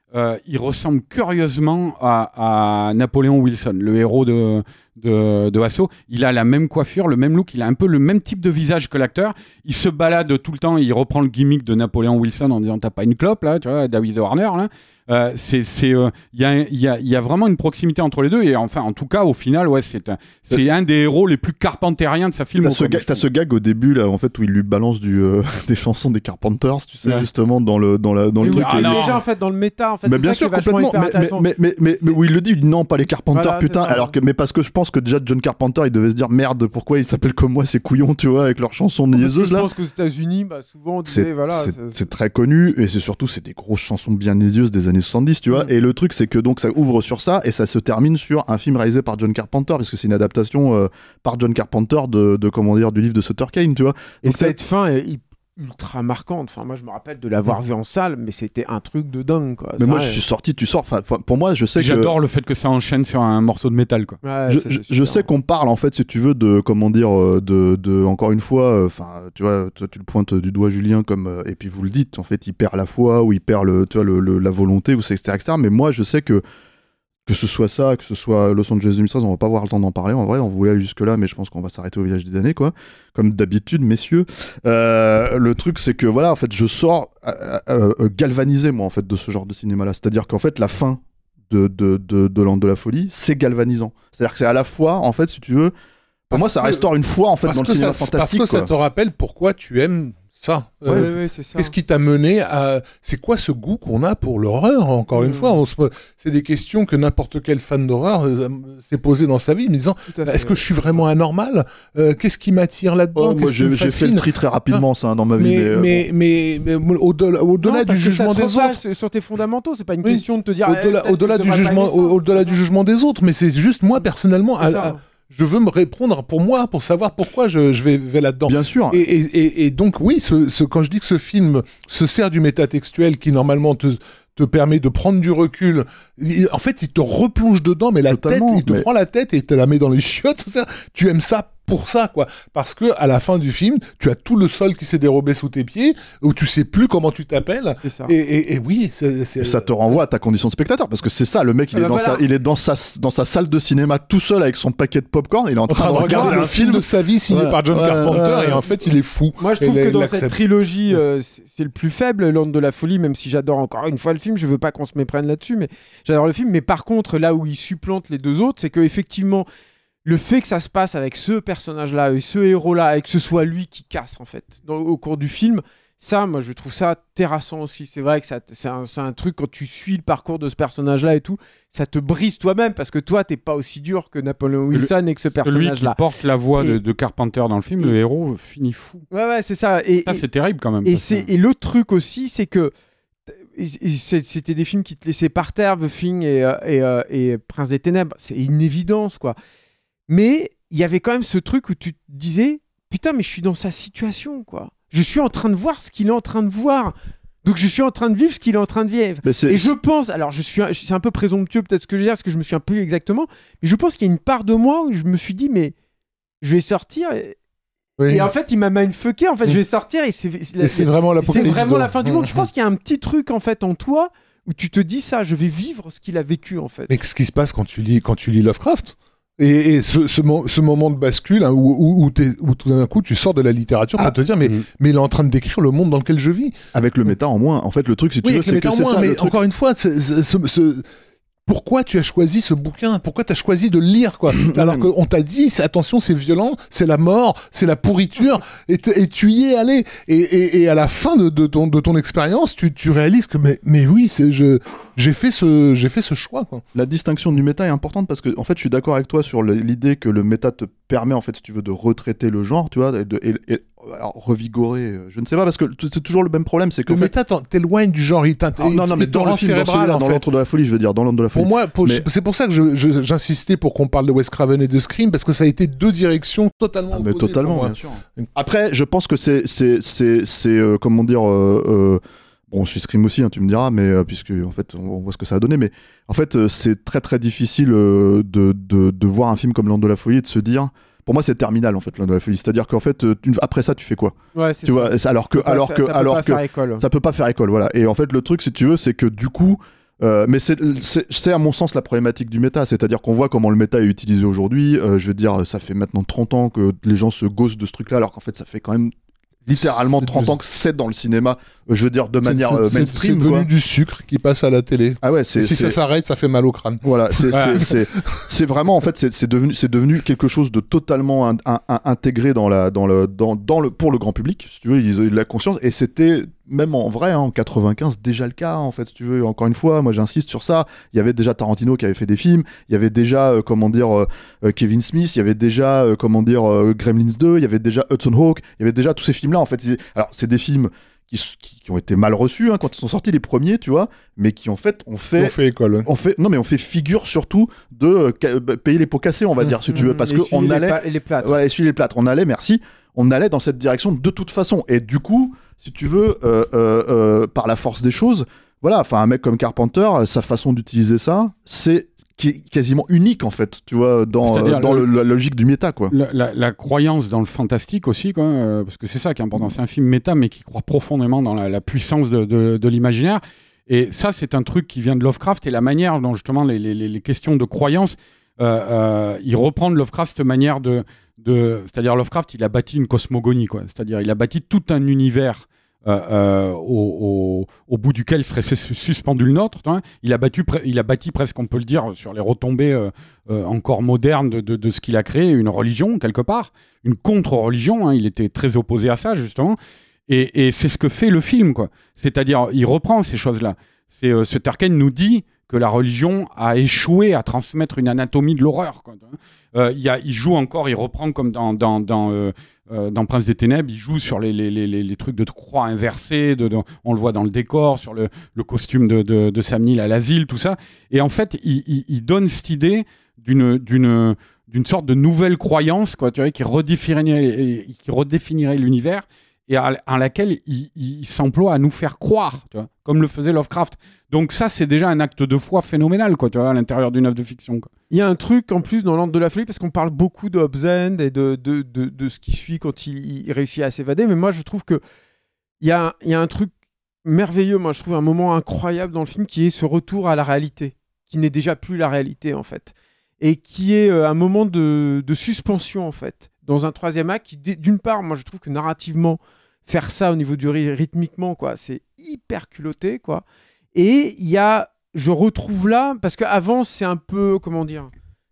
euh, il ressemble curieusement à, à Napoléon Wilson, le héros de, de, de Asso. Il a la même coiffure, le même look, il a un peu le même type de visage que l'acteur. Il se balade tout le temps, il reprend le gimmick de Napoléon Wilson en disant « t'as pas une clope là, tu vois, David Warner là ». Euh, c'est c'est euh, il y a il y a il y a vraiment une proximité entre les deux et enfin en tout cas au final ouais c'est un c'est un des héros les plus carpentériens de sa film. T'as ce, ga- t'as ce gag au début là en fait où il lui balance du euh, des chansons des Carpenters, tu sais, ouais. justement dans le dans la dans le oui, truc. oui, et ah, il... déjà en fait dans le méta en fait. Mais c'est bien ça sûr qui est vachement complètement. hyper Mais, mais, mais, mais, mais où il le dit, il dit non pas les Carpenters voilà, putain. Alors que mais parce que je pense que déjà John Carpenter il devait se dire merde pourquoi ils s'appellent comme moi ces couillons tu vois avec leurs chansons niaiseuses là. Je pense qu'aux États-Unis bah souvent on disait c'est, voilà. C'est, c'est, c'est très connu et c'est surtout c'est des grosses chansons bien niaiseuses des années soixante-dix tu vois mmh. et le truc c'est que donc ça ouvre sur ça et ça se termine sur un film réalisé par John Carpenter parce que c'est une adaptation euh, par John Carpenter de, de comment dire du livre de Sutter Kane tu vois. Et donc, cette fin est ultra marquante. Enfin moi je me rappelle de l'avoir vu en salle mais c'était un truc de dingue quoi. Mais ça, moi ouais. je suis sorti tu sors enfin pour moi je sais j'adore que... le fait que ça enchaîne sur un morceau de métal quoi. Ouais, je, je, je sais qu'on parle en fait si tu veux de comment dire de, de encore une fois enfin euh, tu vois toi tu le pointes du doigt Julien comme euh, et puis vous le dites en fait il perd la foi ou il perd le tu vois le, le la volonté ou c'est etc etc mais moi je sais que que ce soit ça, que ce soit Los Angeles deux mille treize, on va pas avoir le temps d'en parler. En vrai, on voulait aller jusque-là, mais je pense qu'on va s'arrêter au village des damnés, quoi. Comme d'habitude, messieurs. Euh, le truc, c'est que voilà, en fait, je sors euh, euh, galvanisé, moi, en fait, de ce genre de cinéma-là. C'est-à-dire qu'en fait, la fin de de de, de Land de la folie, c'est galvanisant. C'est-à-dire que c'est à la fois, en fait, si tu veux, pour parce moi, ça que, restaure une foi, en fait, dans le cinéma ça, fantastique. Parce que quoi. ça te rappelle pourquoi tu aimes ça. Ouais, euh, ouais, ouais, c'est ça. Qu'est-ce qui t'a mené à... C'est quoi ce goût qu'on a pour l'horreur, encore mmh. une fois on se... C'est des questions que n'importe quel fan d'horreur euh, s'est posé dans sa vie, me disant, bah, est-ce que je suis vraiment anormal euh, Qu'est-ce qui m'attire là-dedans oh, moi, j'ai, j'ai fait le tri très rapidement, ça, dans ma vie. Mais, mais, mais, mais, mais au-delà, au-delà non, du jugement des autres... sur tes fondamentaux, c'est pas une oui. question de te dire... Au-delà, eh, au-delà du, jugement, ça, au-delà du jugement des autres, mais c'est juste moi, personnellement... À, à, je veux me répondre pour moi, pour savoir pourquoi je, je vais, vais là-dedans. Bien sûr. Et, et, et, et donc, oui, ce, ce, quand je dis que ce film se sert du métatextuel qui, normalement, te, te permet de prendre du recul, il, en fait, il te replonge dedans, mais la Totalement, tête, il te mais... prend la tête et il te la met dans les chiottes. Tout ça. Tu aimes ça pour ça, quoi. Parce que à la fin du film, tu as tout le sol qui s'est dérobé sous tes pieds, où tu sais plus comment tu t'appelles. C'est ça. Et, et, et oui, c'est, c'est... Et ça te renvoie à ta condition de spectateur, parce que c'est ça, le mec, il, ah est, bah dans voilà. sa, il est dans sa, dans sa salle de cinéma tout seul avec son paquet de popcorn, il est en train, en train de, de regarder, regarder le film de sa vie signé ouais. par John ouais, Carpenter, ouais, ouais. et en fait, il est fou. Moi, je trouve que dans cette trilogie, euh, c'est le plus faible, Land de la folie, même si j'adore encore une fois le film, je veux pas qu'on se méprenne là-dessus, mais j'adore le film. Mais par contre, là où il supplante les deux autres, c'est que effectivement, le fait que ça se passe avec ce personnage-là, et ce héros-là, et que ce soit lui qui casse, en fait, dans, au cours du film, ça, moi, je trouve ça terrassant aussi. C'est vrai que ça, c'est, un, c'est un truc, quand tu suis le parcours de ce personnage-là et tout, ça te brise toi-même, parce que toi, t'es pas aussi dur que Napoléon Wilson le, et que ce personnage-là. Celui qui porte la voix et, de, de Carpenter dans le film, et, le héros finit fou. Ouais, ouais, c'est ça. Et, ça, et, c'est terrible, quand même. Et, c'est, que... et l'autre truc aussi, c'est que c'était des films qui te laissaient par terre, The Thing et, et, et, et Prince des Ténèbres. C'est une évidence, quoi. Mais il y avait quand même ce truc où tu te disais, putain, mais je suis dans sa situation, quoi. Je suis en train de voir ce qu'il est en train de voir. Donc je suis en train de vivre ce qu'il est en train de vivre. Et je pense, alors je suis, c'est un peu présomptueux peut-être ce que je veux dire, parce que je me souviens plus exactement, mais je pense qu'il y a une part de moi où je me suis dit, mais je vais sortir... Et... Oui. Et en fait, il m'a mindfucké. En fait, oui. je vais sortir et c'est, c'est, et c'est vraiment, c'est vraiment la fin du monde. Je pense qu'il y a un petit truc en fait en toi où tu te dis ça. Je vais vivre ce qu'il a vécu en fait. Mais ce qui se passe quand tu lis, quand tu lis Lovecraft. Et, et ce, ce, mo- ce moment de bascule hein, où, où, où, où tout d'un coup tu sors de la littérature ah, pour te dire mais, mmh. mais il est en train de décrire le monde dans lequel je vis. Avec le méta en moins. En fait, le truc, si tu oui, veux, c'est que c'est moins, ça. Mais truc... encore une fois, c'est, c'est, c'est, c'est... pourquoi tu as choisi ce bouquin ? Pourquoi tu as choisi de le lire, quoi ? Alors qu'on t'a dit, attention, c'est violent, c'est la mort, c'est la pourriture, et, t- et tu y es allé. Et, et, et à la fin de, de ton, de ton expérience, tu, tu réalises que, mais, mais oui, c'est, je, j'ai, fait ce, j'ai fait ce choix, quoi. La distinction du méta est importante parce que, en fait, je suis d'accord avec toi sur l'idée que le méta te permet, en fait, si tu veux, de retraiter le genre, tu vois, et, de, et, et alors, revigorer, je ne sais pas, parce que c'est toujours le même problème, c'est que... Le méta fait... t'éloigne du genre, il t'intéresse. Non, non, mais dans le film, dans celui-là, dans l'Antre de la folie, je veux dire, dans l'Antre de la folie. Pour moi, pour, mais... c'est pour ça que je, je, j'insistais pour qu'on parle de Wes Craven et de Scream, parce que ça a été deux directions totalement ah, mais opposées. Totalement, bien sûr. Après, je pense que c'est, c'est, c'est, c'est euh, comment dire... Euh, euh, bon, je suis Scream aussi, hein, tu me diras, mais euh, puisque en fait, on, on voit ce que ça a donné, mais en fait, euh, c'est très très difficile euh, de, de, de voir un film comme L'Antre de la folie et de se dire... Pour moi, c'est terminal en fait, L'Antre de la folie. C'est-à-dire qu'en fait, tu, après ça, tu fais quoi ? Ouais, c'est tu ça. vois, alors que, alors faire, que, ça alors peut pas que, faire école. ça peut pas faire école, voilà. Et en fait, le truc, si tu veux, c'est que du coup, Euh, mais c'est, c'est, c'est à mon sens la problématique du méta, c'est-à-dire qu'on voit comment le méta est utilisé aujourd'hui. Euh, je veux dire, ça fait maintenant trente ans que les gens se gaussent de ce truc-là, alors qu'en fait, ça fait quand même littéralement trente ans que c'est dans le cinéma, je veux dire, de manière c'est, euh, c'est, mainstream. C'est devenu quoi. du sucre qui passe à la télé. Ah ouais, c'est, et si c'est... ça s'arrête, ça fait mal au crâne. Voilà, c'est, c'est, c'est, c'est vraiment, en fait, c'est, c'est, devenu, c'est devenu quelque chose de totalement in, in, in, intégré dans la, dans le, dans, dans le, pour le grand public, si tu veux, ils ont eu de la conscience, et c'était même en vrai, hein, en quatre-vingt-quinze, déjà le cas, en fait, si tu veux, encore une fois, moi j'insiste sur ça, il y avait déjà Tarantino qui avait fait des films, il y avait déjà, euh, comment dire, euh, Kevin Smith, il y avait déjà, euh, comment dire, euh, Gremlins deux, il y avait déjà Hudson Hawk, il y avait déjà tous ces films-là, en fait, c'est... alors c'est des films qui, qui, qui ont été mal reçus, hein, quand ils sont sortis les premiers, tu vois, mais qui en fait ont fait... On fait école. Ouais. On fait, non, mais on fait figure surtout de euh, payer les pots cassés, on va dire, si tu veux, parce qu'on allait... Pa- les plâtres. Ouais, essuyer les plâtres, on allait, merci, on allait dans cette direction de toute façon, et du coup... si tu veux, euh, euh, euh, par la force des choses, voilà, enfin un mec comme Carpenter, sa façon d'utiliser ça, c'est qui- quasiment unique en fait, tu vois, dans, euh, dans le, le, la logique du méta, quoi. La, la, la croyance dans le fantastique aussi, quoi, euh, parce que c'est ça qui est important, c'est un film méta, mais qui croit profondément dans la, la puissance de, de, de l'imaginaire. Et ça, c'est un truc qui vient de Lovecraft, et la manière dont justement les, les, les questions de croyance, euh, euh, il reprend de Lovecraft cette manière de... De, c'est-à-dire Lovecraft, il a bâti une cosmogonie, quoi. C'est-à-dire il a bâti tout un univers euh, euh, au, au, au bout duquel serait suspendu le nôtre. Hein. Il, a battu, il a bâti presque, on peut le dire, sur les retombées euh, euh, encore modernes de, de, de ce qu'il a créé, une religion quelque part, une contre-religion. Hein. Il était très opposé à ça justement, et, et c'est ce que fait le film, quoi. C'est-à-dire il reprend ces choses-là. C'est, euh, ce Tarkin nous dit que la religion a échoué à transmettre une anatomie de l'horreur, quoi. Euh, il, y a, il joue encore, il reprend comme dans, dans, dans, euh, euh, dans Prince des Ténèbres, il joue sur les, les, les, les trucs de croix inversées, de, de, on le voit dans le décor, sur le, le costume de, de, de Sam Neill à l'asile, tout ça. Et en fait, il, il, il donne cette idée d'une, d'une, d'une sorte de nouvelle croyance, quoi, tu vois, qui redéfinirait, qui redéfinirait l'univers, et à, à laquelle il, il s'emploie à nous faire croire, tu vois, comme le faisait Lovecraft. Donc ça, c'est déjà un acte de foi phénoménal, quoi, tu vois, à l'intérieur d'une œuvre de fiction, quoi. Il y a un truc en plus dans l'Ordre de la Folie, parce qu'on parle beaucoup de Hobbs End et de, de, de, de ce qui suit quand il, il réussit à s'évader, mais moi je trouve qu'il y a, y a un truc merveilleux, moi je trouve un moment incroyable dans le film qui est ce retour à la réalité, qui n'est déjà plus la réalité en fait, et qui est euh, un moment de, de suspension en fait, dans un troisième acte qui, d'une part, moi je trouve que narrativement, faire ça au niveau du rythmiquement, quoi, c'est hyper culotté, quoi. Et il y a, je retrouve là, parce qu'avant c'est un peu, comment dire,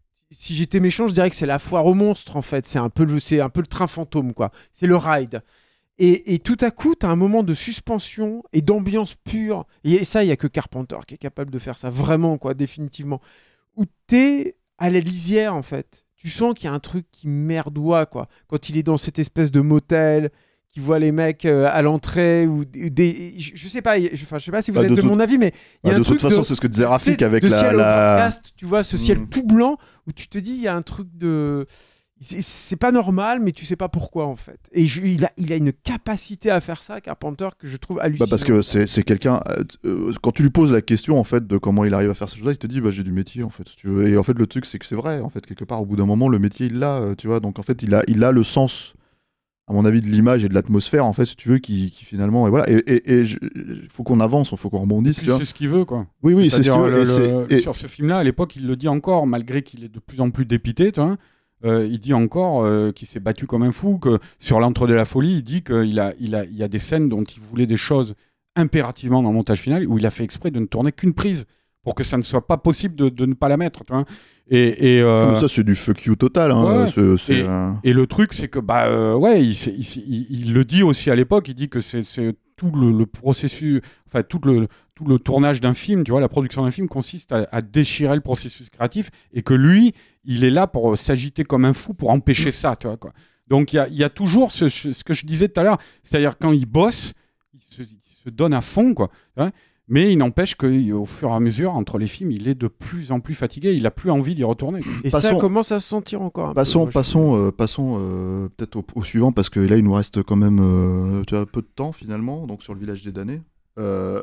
si j'étais méchant, je dirais que c'est la foire aux monstres en fait, c'est un peu le, c'est un peu le train fantôme, quoi. C'est le ride. Et, et tout à coup, tu as un moment de suspension et d'ambiance pure. Et ça, il y a que Carpenter qui est capable de faire ça, vraiment, quoi, définitivement. Où t'es à la lisière en fait. Tu sens qu'il y a un truc qui merdoie, quoi. Quand il est dans cette espèce de motel, qui voit les mecs euh, à l'entrée ou des, je, je sais pas, je, enfin je sais pas si vous bah, êtes de, de tout... mon avis, mais il y a bah, un de truc toute façon, de, c'est ce que disait Rafik avec de la, ciel la... overcast, tu vois, ce ciel mmh. tout blanc où tu te dis il y a un truc de, c'est, c'est pas normal, mais tu sais pas pourquoi en fait. Et je, il a, il a une capacité à faire ça, Carpenter, que je trouve hallucinante. Bah parce que c'est, c'est quelqu'un. Euh, quand tu lui poses la question en fait de comment il arrive à faire ces choses-là, il te dit bah j'ai du métier en fait. Si tu veux. Et en fait le truc c'est que c'est vrai en fait quelque part au bout d'un moment le métier il l'a, euh, tu vois. Donc en fait il a, il a le sens, à mon avis, de l'image et de l'atmosphère en fait si tu veux qui, qui finalement et voilà. Et et il faut qu'on avance, il faut qu'on rebondisse. Tu vois. C'est ce qu'il veut, quoi. Oui oui c'est, c'est ce qu'il veut. Le, Et c'est, et... et... Sur ce film-là à l'époque il le dit encore malgré qu'il est de plus en plus dépité, tu vois. Euh, il dit encore euh, qu'il s'est battu comme un fou, que sur l'Entre de la Folie, il dit qu'il a, il a, il y a des scènes dont il voulait des choses impérativement dans le montage final, où il a fait exprès de ne tourner qu'une prise, pour que ça ne soit pas possible de, de ne pas la mettre. Tu vois. Et, et, euh... Comme ça, c'est du fuck you total. Hein, ouais. c'est, c'est, et, euh... et le truc, c'est que, bah, euh, ouais, il, il, il, il le dit aussi à l'époque, il dit que c'est, c'est tout le, le processus, enfin, tout le, tout le tournage d'un film, tu vois, la production d'un film consiste à, à déchirer le processus créatif, et que lui, il est là pour s'agiter comme un fou pour empêcher ça, tu vois, quoi. Donc, il y a, y a toujours ce, ce que je disais tout à l'heure, c'est-à-dire quand il bosse, il se, il se donne à fond, quoi. Hein, mais il n'empêche qu'au fur et à mesure, entre les films, il est de plus en plus fatigué, il n'a plus envie d'y retourner, quoi. Et passons, ça commence à se sentir encore un passons, peu. Passons, euh, passons euh, peut-être au, au suivant, parce que là, il nous reste quand même euh, tu vois, peu de temps, finalement, donc sur le Village des damnés. Euh...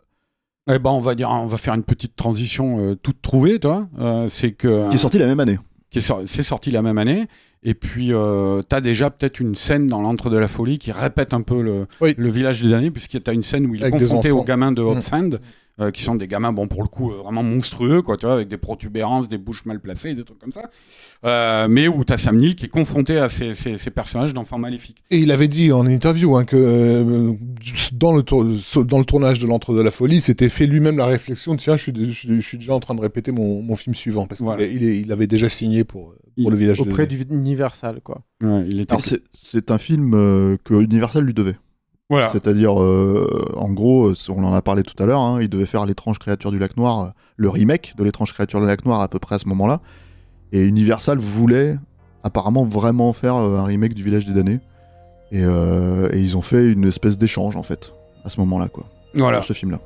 Eh ben, on va dire, on va faire une petite transition euh, toute trouvée, toi. Euh, c'est que qui est sorti la même année. Qui est sor- c'est sorti la même année. Et puis, euh, t'as déjà peut-être une scène dans l'Antre de la Folie qui répète un peu le, oui. le Village des damnés, puisqu'il y a une scène où il est Avec confronté au gamin de Hobbs End, euh, qui sont des gamins, bon pour le coup euh, vraiment monstrueux, quoi, tu vois, avec des protubérances, des bouches mal placées, des trucs comme ça. Euh, mais où t'as Sam Neill qui est confronté à ces, ces, ces personnages d'enfants maléfiques. Et il avait dit en interview hein, que euh, dans, le tour, dans le tournage de l'Antre de la Folie, s'était fait lui-même la réflexion, tiens, je suis, je suis, je suis déjà en train de répéter mon, mon film suivant, parce voilà. qu'il il, il avait déjà signé pour, pour il, le village auprès de... du Universal, quoi. Ouais, il était... Alors, c'est, c'est un film euh, que Universal lui devait. Voilà. C'est-à-dire, euh, en gros, on en a parlé tout à l'heure, hein, il devait faire L'étrange créature du lac noir, le remake de L'étrange créature du lac noir à peu près à ce moment-là. Et Universal voulait apparemment vraiment faire euh, un remake du Village des damnés. Et, euh, et ils ont fait une espèce d'échange, en fait, à ce moment-là, quoi. Voilà. Pour ce film-là.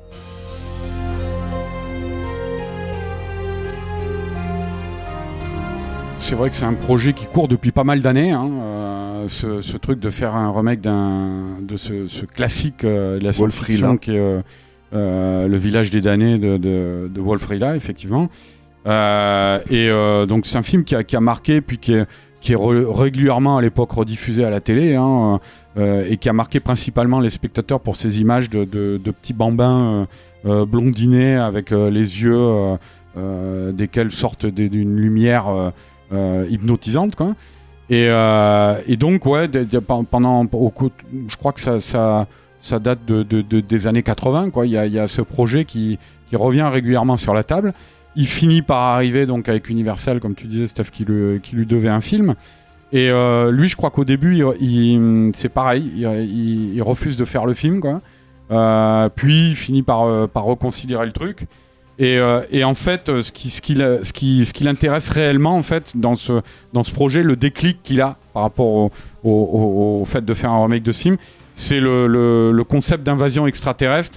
C'est vrai que c'est un projet qui court depuis pas mal d'années, hein, euh, ce, ce truc de faire un remake d'un, de ce, ce classique euh, de la science-fiction qui est euh, euh, Le Village des damnés de, de, de Wolf-Rila, effectivement. Euh, et euh, donc c'est un film qui a, qui a marqué, puis qui est, qui est re- régulièrement à l'époque rediffusé à la télé, hein, euh, et qui a marqué principalement les spectateurs pour ces images de, de, de petits bambins euh, euh, blondinés avec euh, les yeux euh, euh, desquels sortent des, d'une lumière euh, Euh, hypnotisante, quoi. Et, euh, et donc ouais de, de, pendant au, je crois que ça, ça, ça date de, de, de, des années quatre-vingts, quoi. Il y a, il y a ce projet qui, qui revient régulièrement sur la table. Il finit par arriver donc avec Universal, comme tu disais, Steph, qui, le, qui lui devait un film. Et euh, lui, je crois qu'au début, il, il, c'est pareil, il, il, il refuse de faire le film, quoi. Euh, puis il finit par, euh, par reconsidérer le truc. Et, euh, et en fait, ce qui, ce, qui, ce, qui, ce qui l'intéresse réellement, en fait, dans ce, dans ce projet, le déclic qu'il a par rapport au, au, au, au fait de faire un remake de ce film, c'est le, le, le concept d'invasion extraterrestre,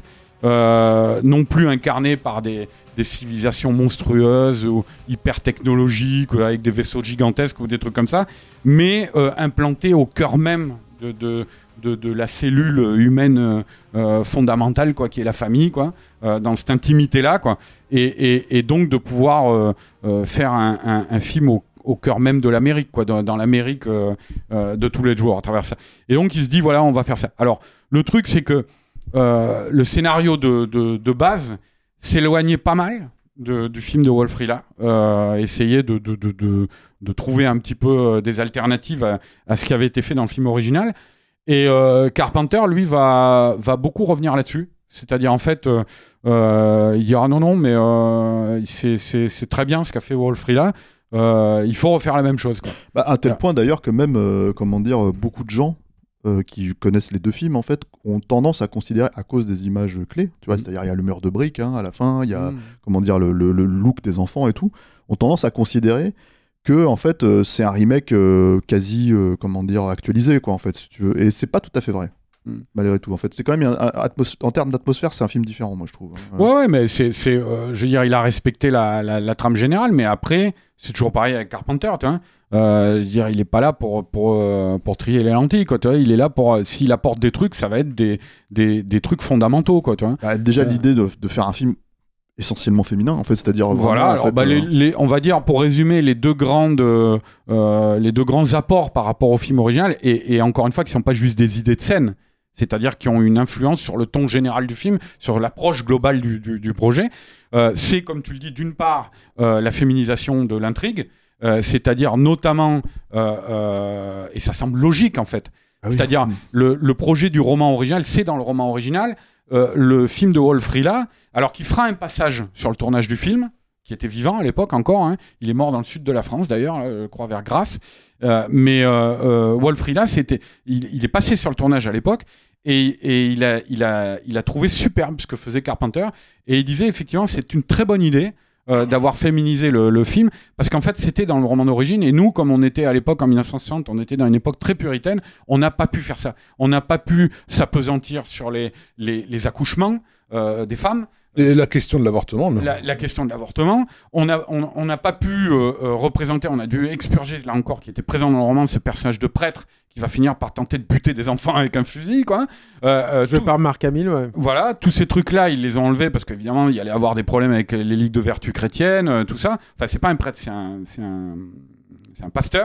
euh, non plus incarné par des, des civilisations monstrueuses ou hyper technologiques, avec des vaisseaux gigantesques ou des trucs comme ça, mais euh, implanté au cœur même de... de De, de la cellule humaine euh, fondamentale, quoi, qui est la famille, quoi, euh, dans cette intimité-là, quoi, et, et, et donc de pouvoir euh, euh, faire un, un, un film au, au cœur même de l'Amérique, quoi, dans, dans l'Amérique euh, euh, de tous les jours, à travers ça. Et donc il se dit, voilà, on va faire ça. Alors, le truc, c'est que euh, le scénario de, de, de base s'éloignait pas mal de, du film de Wolf-Rila, euh, essayer de, de, de, de, de trouver un petit peu des alternatives à, à ce qui avait été fait dans le film original. Et euh, Carpenter, lui, va, va beaucoup revenir là-dessus. C'est-à-dire, en fait, euh, euh, il dira non, non, mais euh, c'est, c'est, c'est très bien ce qu'a fait Wolf-Rila. Euh, il faut refaire la même chose, quoi. Bah, à tel voilà. point, d'ailleurs, que même, euh, comment dire, beaucoup de gens euh, qui connaissent les deux films, en fait, ont tendance à considérer, à cause des images clés, tu vois, mmh. c'est-à-dire, il y a le mur de briques, hein, à la fin, il y a, mmh. comment dire, le, le, le look des enfants et tout, ont tendance à considérer que en fait euh, c'est un remake euh, quasi euh, comment dire actualisé, quoi, en fait, si tu veux, et c'est pas tout à fait vrai, mm. malgré tout, en fait. C'est quand même un, un, atmos- en termes d'atmosphère, c'est un film différent, moi je trouve. Ouais, ouais, ouais mais c'est, c'est euh, je veux dire, il a respecté la, la, la trame générale, mais après c'est toujours pareil avec Carpenter, tu vois. Euh, je veux dire, il est pas là pour pour euh, pour trier les lentilles, quoi, tu vois. Il est là pour euh, s'il apporte des trucs, ça va être des des, des trucs fondamentaux, quoi, tu vois. Bah, déjà euh... l'idée de, de faire un film essentiellement féminin, en fait, c'est-à-dire vraiment, voilà. Alors, en fait, bah, euh... les, les, on va dire, pour résumer, les deux grandes, euh, les deux grands apports par rapport au film original, et, et encore une fois, qui sont pas juste des idées de scène, c'est-à-dire qui ont une influence sur le ton général du film, sur l'approche globale du, du, du projet. Euh, c'est, comme tu le dis, d'une part, euh, la féminisation de l'intrigue, euh, c'est-à-dire notamment, euh, euh, et ça semble logique en fait, ah oui. c'est-à-dire le, le projet du roman original, c'est dans le roman original. Euh, le film de Wolf-Rila, alors qu'il fera un passage sur le tournage du film, qui était vivant à l'époque encore, hein. Il est mort dans le sud de la France d'ailleurs, je crois vers Grasse, euh, mais euh, euh, Wolf-Rila, c'était, il, il est passé sur le tournage à l'époque, et, et il, a, il, a, il a trouvé superbe ce que faisait Carpenter, et il disait effectivement c'est une très bonne idée euh, d'avoir féminisé le, le film, parce qu'en fait c'était dans le roman d'origine, et nous, comme on était à l'époque en dix-neuf cent soixante, on était dans une époque très puritaine, on n'a pas pu faire ça, on n'a pas pu s'apesantir sur les, les, les accouchements euh, des femmes. Et la question de l'avortement, non. La, la question de l'avortement, on n'a on, on n'a pas pu euh, euh, représenter, on a dû expurger, là encore, qui était présent dans le roman, ce personnage de prêtre qui va finir par tenter de buter des enfants avec un fusil, quoi. Euh, euh, Joué tout, par Marc Hamill, ouais. Voilà, tous ces trucs-là, ils les ont enlevés parce qu'évidemment, il y allait avoir des problèmes avec les ligues de vertu chrétienne, euh, tout ça. Enfin, c'est pas un prêtre, c'est un, c'est un, c'est un pasteur.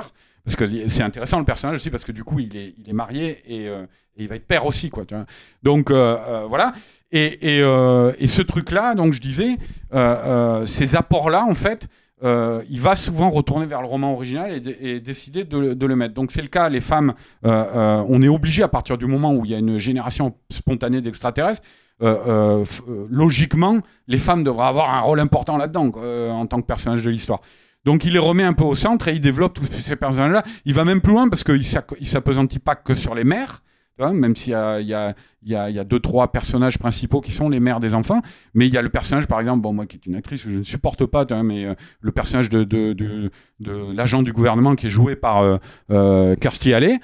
parce que c'est intéressant le personnage aussi parce que du coup il est, il est marié et, euh, et il va être père aussi quoi. Tu vois. Donc euh, euh, voilà. Et, et, euh, et ce truc-là, donc je disais, euh, euh, ces apports-là en fait. Euh, il va souvent retourner vers le roman original et, d- et décider de, de le mettre. Donc c'est le cas, les femmes, euh, euh, on est obligé à partir du moment où il y a une génération spontanée d'extraterrestres, euh, euh, f- euh, logiquement, les femmes devraient avoir un rôle important là-dedans euh, en tant que personnage de l'histoire. Donc il les remet un peu au centre et il développe tous ces personnages-là. Il va même plus loin parce qu'il ne s'appesantit pas que sur les mères. Hein, même s'il y a, il y, a, il y, a, il y a deux, trois personnages principaux qui sont les mères des enfants, mais il y a le personnage, par exemple, bon, moi qui est une actrice que je ne supporte pas, hein, mais euh, le personnage de, de, de, de l'agent du gouvernement qui est joué par euh, euh, Kirstie Alley,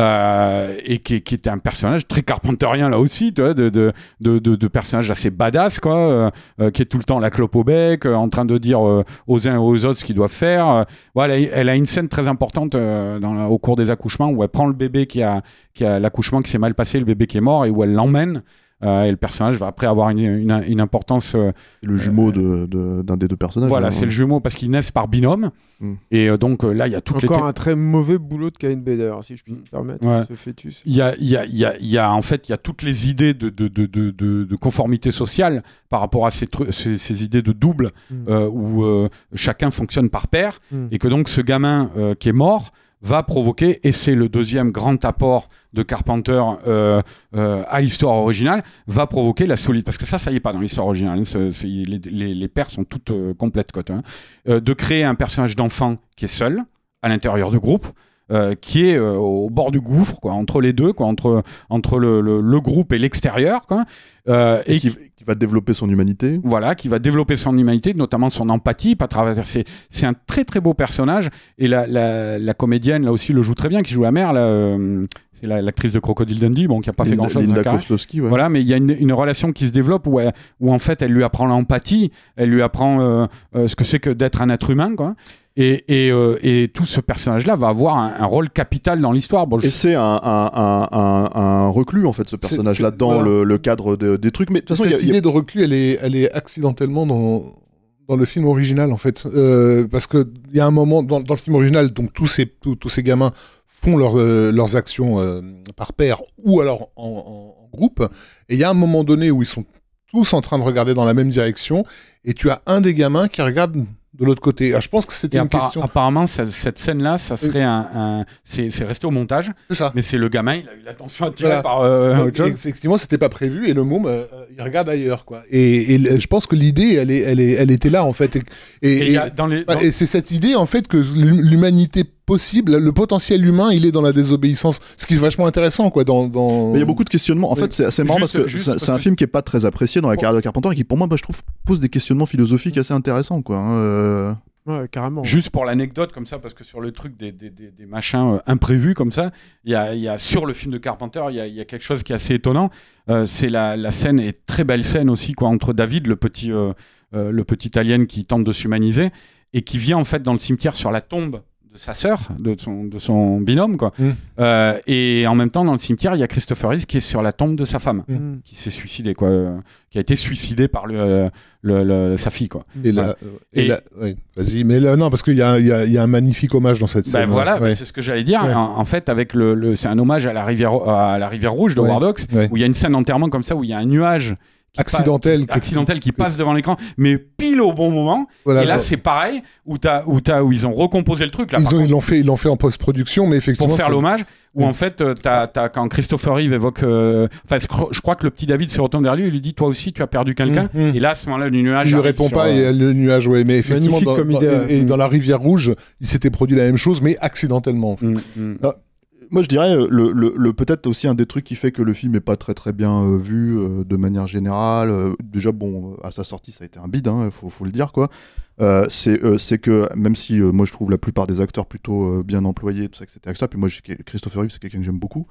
euh, et qui, qui était un personnage très carpenterien là aussi, tu vois, de, de, de, de, de personnage assez badass, quoi, euh, euh, qui est tout le temps la clope au bec, euh, en train de dire euh, aux uns et aux autres ce qu'ils doivent faire. Euh, voilà, elle, elle a une scène très importante euh, dans la, au cours des accouchements où elle prend le bébé qui a, qui a l'accouchement qui s'est mal passé, le bébé qui est mort, et où elle l'emmène. Euh, et le personnage va après avoir une, une, une importance. Euh, C'est le jumeau de, de, d'un des deux personnages. Voilà, là, c'est hein. le jumeau parce qu'ils naissent par binôme. Mm. Et euh, donc euh, là, il y a toutes Encore les. un très mauvais boulot de Kevin Bader, si je puis me permettre, Ouais. ce fœtus. Il y a, il y a, il y a, il y a, en fait, il y a toutes les idées de, de, de, de, de, de conformité sociale par rapport à ces, tru- ces, ces idées de double Mm. euh, où euh, chacun fonctionne par paire Mm. et que donc ce gamin euh, qui est mort va provoquer, et c'est le deuxième grand apport de Carpenter euh, euh, à l'histoire originale, va provoquer la solide, parce que ça, ça y est pas dans l'histoire originale, hein, c'est, c'est, les, les, les paires sont toutes euh, complètes, quoi, hein, euh, de créer un personnage d'enfant qui est seul, à l'intérieur du groupe, euh, qui est euh, au bord du gouffre, quoi, entre les deux, quoi, entre, entre le, le, le groupe et l'extérieur, quoi, euh, Et, et qui, qui va développer son humanité. voilà, qui va développer son humanité, notamment son empathie, à travers. C'est, c'est un très très beau personnage, et la, la, la comédienne là aussi le joue très bien, qui joue la mère, là, euh, c'est la, l'actrice de Crocodile Dundee, bon, qui a pas fait Linda, grand chose. Linda Kozlowski, ouais. Voilà, mais il y a une, une relation qui se développe où, elle- où en fait elle lui apprend l'empathie, elle lui apprend euh, euh, ce que c'est que d'être un être humain, quoi. Et, et, euh, et tout ce personnage-là va avoir un, un rôle capital dans l'histoire. Bon, je- Et c'est un, un, un, un, un reclus, en fait, ce personnage-là, c'est- dans voilà. le, le cadre de- des trucs. Mais de toute façon, il y a- Cette il y a- idée de reclus, elle est, elle est accidentellement dans, dans le film original, en fait. Euh, parce qu'il y a un moment, dans, dans le film original, donc tous ces, tous, tous ces gamins font leur, euh, leurs actions euh, par paire ou alors en, en, en groupe. Et il y a un moment donné où ils sont tous en train de regarder dans la même direction. Et tu as un des gamins qui regarde de l'autre côté. Ah, je pense que c'était et une appara- question. apparemment, ça- cette scène-là, ça serait un, un- c'est, c'est resté au montage, C'est ça. mais c'est le gamin, il a eu l'attention attirée Voilà. par euh, Euh, John. Effectivement, c'était pas prévu et le môme, euh, il regarde ailleurs, quoi. Et, et le- je pense que l'idée, elle, est, elle, est, elle était là, en fait. Et, et, Et, il y a et- dans les, bah, dans- et c'est cette idée, en fait, que l'hum- l'humanité possible, le potentiel humain, il est dans la désobéissance. Ce qui est vachement intéressant, quoi. Dans, dans... mais il y a beaucoup de questionnements. En Oui. fait, c'est assez marrant Juste- parce que juste c'est, parce c'est un que- film qui est pas très apprécié dans la carrière de Carpenter et qui, pour moi, bah, je trouve, pose des questionnements philosophiques assez intéressants, quoi. hein, euh. Ouais, carrément. Juste pour l'anecdote comme ça, parce que sur le truc des, des, des, des machins euh, imprévus comme ça, il y a, il y a sur le film de Carpenter, il y a, il y a quelque chose qui est assez étonnant. Euh, c'est la, la scène, et très belle scène aussi, quoi, entre David, le petit, euh, euh, le petit alien qui tente de s'humaniser, et qui vient en fait dans le cimetière sur la tombe de sa sœur, de son, de son binôme, quoi. Mm. Euh, et en même temps, dans le cimetière, il y a Christopher Reeve qui est sur la tombe de sa femme, Mm. qui s'est suicidée, quoi, euh, qui a été suicidée par le, euh, le, le- sa fille, quoi. Et là, Voilà. euh, et Et- là- ouais, vas-y, mais là, non, parce qu'il y a, il y, a, il y a un magnifique hommage dans cette Ben scène. voilà, ouais. ben c'est ce que j'allais dire. Ouais. En, en fait, avec le, le- c'est un hommage à la rivière, à la rivière rouge de Ouais. War Dogs, Ouais. où il y a une scène d'enterrement comme ça, où il y a un nuage qui Accidentel. pa- accidentel qui passe devant l'écran, mais pile au bon moment. Voilà, et là, bon. c'est pareil, où, t'as, où, t'as, où ils ont recomposé le truc là, Ils, par ont, ils contre, l'ont fait, ils l'ont fait en post-production, mais effectivement. pour faire c'est- l'hommage. Où Mm. en fait, euh, t'as, t'as, quand Christopher Reeve évoque, euh, enfin, je cro- je crois que le petit David se retourne vers lui et lui dit, toi aussi, tu as perdu quelqu'un. Mm, mm. Et là, à ce moment-là, le nuage. Il lui arrive répond sur, pas euh, et le nuage, ouais, mais effectivement, Magnifique dans, comme dans- idée, et, et ouais. dans la rivière rouge, il s'était produit la même chose, mais accidentellement. mm, mm. Moi, je dirais, euh, le, le, le- peut-être aussi un des trucs qui fait que le film est pas très très bien euh, vu euh, de manière générale. euh, déjà, bon, à sa sortie, ça a été un bide, hein, faut, faut le dire, quoi. Euh, c'est, euh, c'est que, même si euh, moi je trouve la plupart des acteurs plutôt euh, bien employés, tout ça, et cetera, et cetera, puis moi, je- Christopher Reeve, c'est quelqu'un que j'aime beaucoup.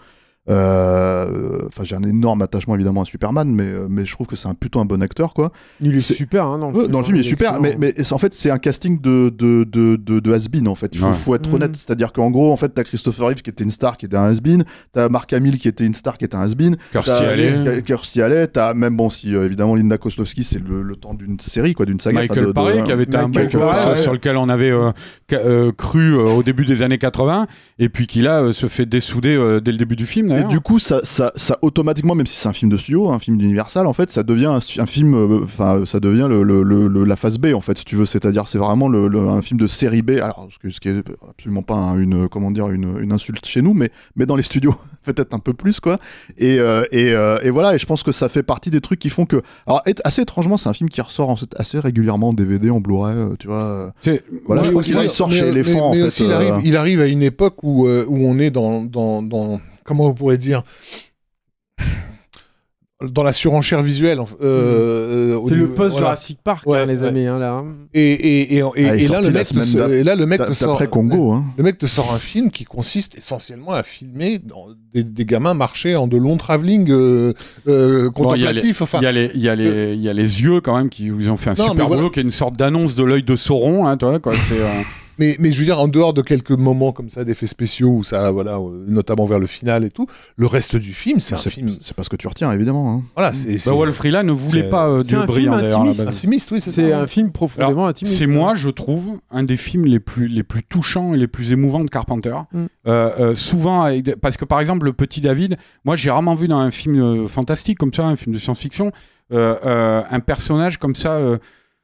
Euh, Enfin, j'ai un énorme attachement évidemment à Superman, mais euh, mais je trouve que c'est un plutôt un bon acteur, quoi. Il est, C'est- super hein, dans le Ouais, film. dans le film, hein, il est super, excellent. mais, mais c'est- en fait, c'est un casting de, de, de, de, de has-been, en fait. Il faut, Ouais. faut être Mhm. honnête. C'est-à-dire qu'en gros, en fait, t'as Christopher Reeve qui était une star, qui était un has-been. T'as Mark Hamill qui était une star, qui était un has-been. Kirstie T'as Alley. Kirstie Alley. T'as même, bon, si euh, évidemment, Linda Kozlowski, c'est le, le temps d'une série, quoi, d'une saga. Michael enfin, de- de- Paré, qui avait été un Michael beau gosse, Paré, ouais. sur lequel on avait euh, ca- euh, cru euh, au début des années quatre-vingts, et puis qui là euh, se fait dessouder euh, dès le début du film, Et d'ailleurs. du coup, ça, ça, ça automatiquement, même si c'est un film de studio, un film d'Universal, en fait, ça devient un, su- un film, enfin, ça devient le, le, le, le- la phase B, en fait, si tu veux. C'est-à-dire, c'est vraiment le, le- un film de série B. Alors, ce, que, ce qui est absolument pas un- une, comment dire, une, une insulte chez nous, mais, mais dans les studios, peut-être un peu plus, quoi. Et, euh, et, euh, et voilà. Et je pense que ça fait partie des trucs qui font que, alors, et- assez étrangement, c'est un film qui ressort en fait, assez régulièrement en D V D, en Blu-ray, euh, tu vois. C'est- Voilà, Mais je crois aussi- qu'il il sort mais- chez mais- Éléphant, en mais fait. aussi, il, euh, arrive, il arrive à une époque où, euh, où on est dans, dans, dans. Comment on pourrait dire dans la surenchère visuelle. euh, euh, au C'est le niveau- post voilà. Jurassic Park Ouais, hein, les ouais. années hein, là. Et, et, et, et, Ah, il est et là, sorti le la mec te semaine sort- d'ap- et là, le mec te sort. D'après Congo, hein. Le mec te sort un film qui consiste essentiellement à filmer dans- des, des gamins marcher en de longs travelling euh, euh, Bon, il y a les- contemplatifs. Enfin, Il y, a les, il, y a les, il y a les yeux quand même qui ils ont fait un Non, super mais voilà. boulot, qui est une sorte d'annonce de l'œil de Sauron, hein, toi, quoi. C'est, euh, mais, mais je veux dire, en dehors de quelques moments comme ça d'effets spéciaux, où ça, voilà, euh, notamment vers le final et tout, le reste du film, c'est un C'est film. c'est pas ce que tu retiens, évidemment. Hein. Voilà, c'est. c'est- bah, Wolfrida ne voulait c'est- pas euh, c'est Dieu un film brillant d'ailleurs à la intimiste. base. Intimiste, oui, c'est ça. C'est hein. un film profondément Alors, intimiste. C'est hein. moi, je trouve, un des films les plus, les plus touchants et les plus émouvants de Carpenter. Mm. Euh, euh, souvent, avec des- parce que par exemple, le petit David, moi j'ai rarement vu dans un film euh, fantastique comme ça, un film de science-fiction, euh, euh, un personnage comme ça euh,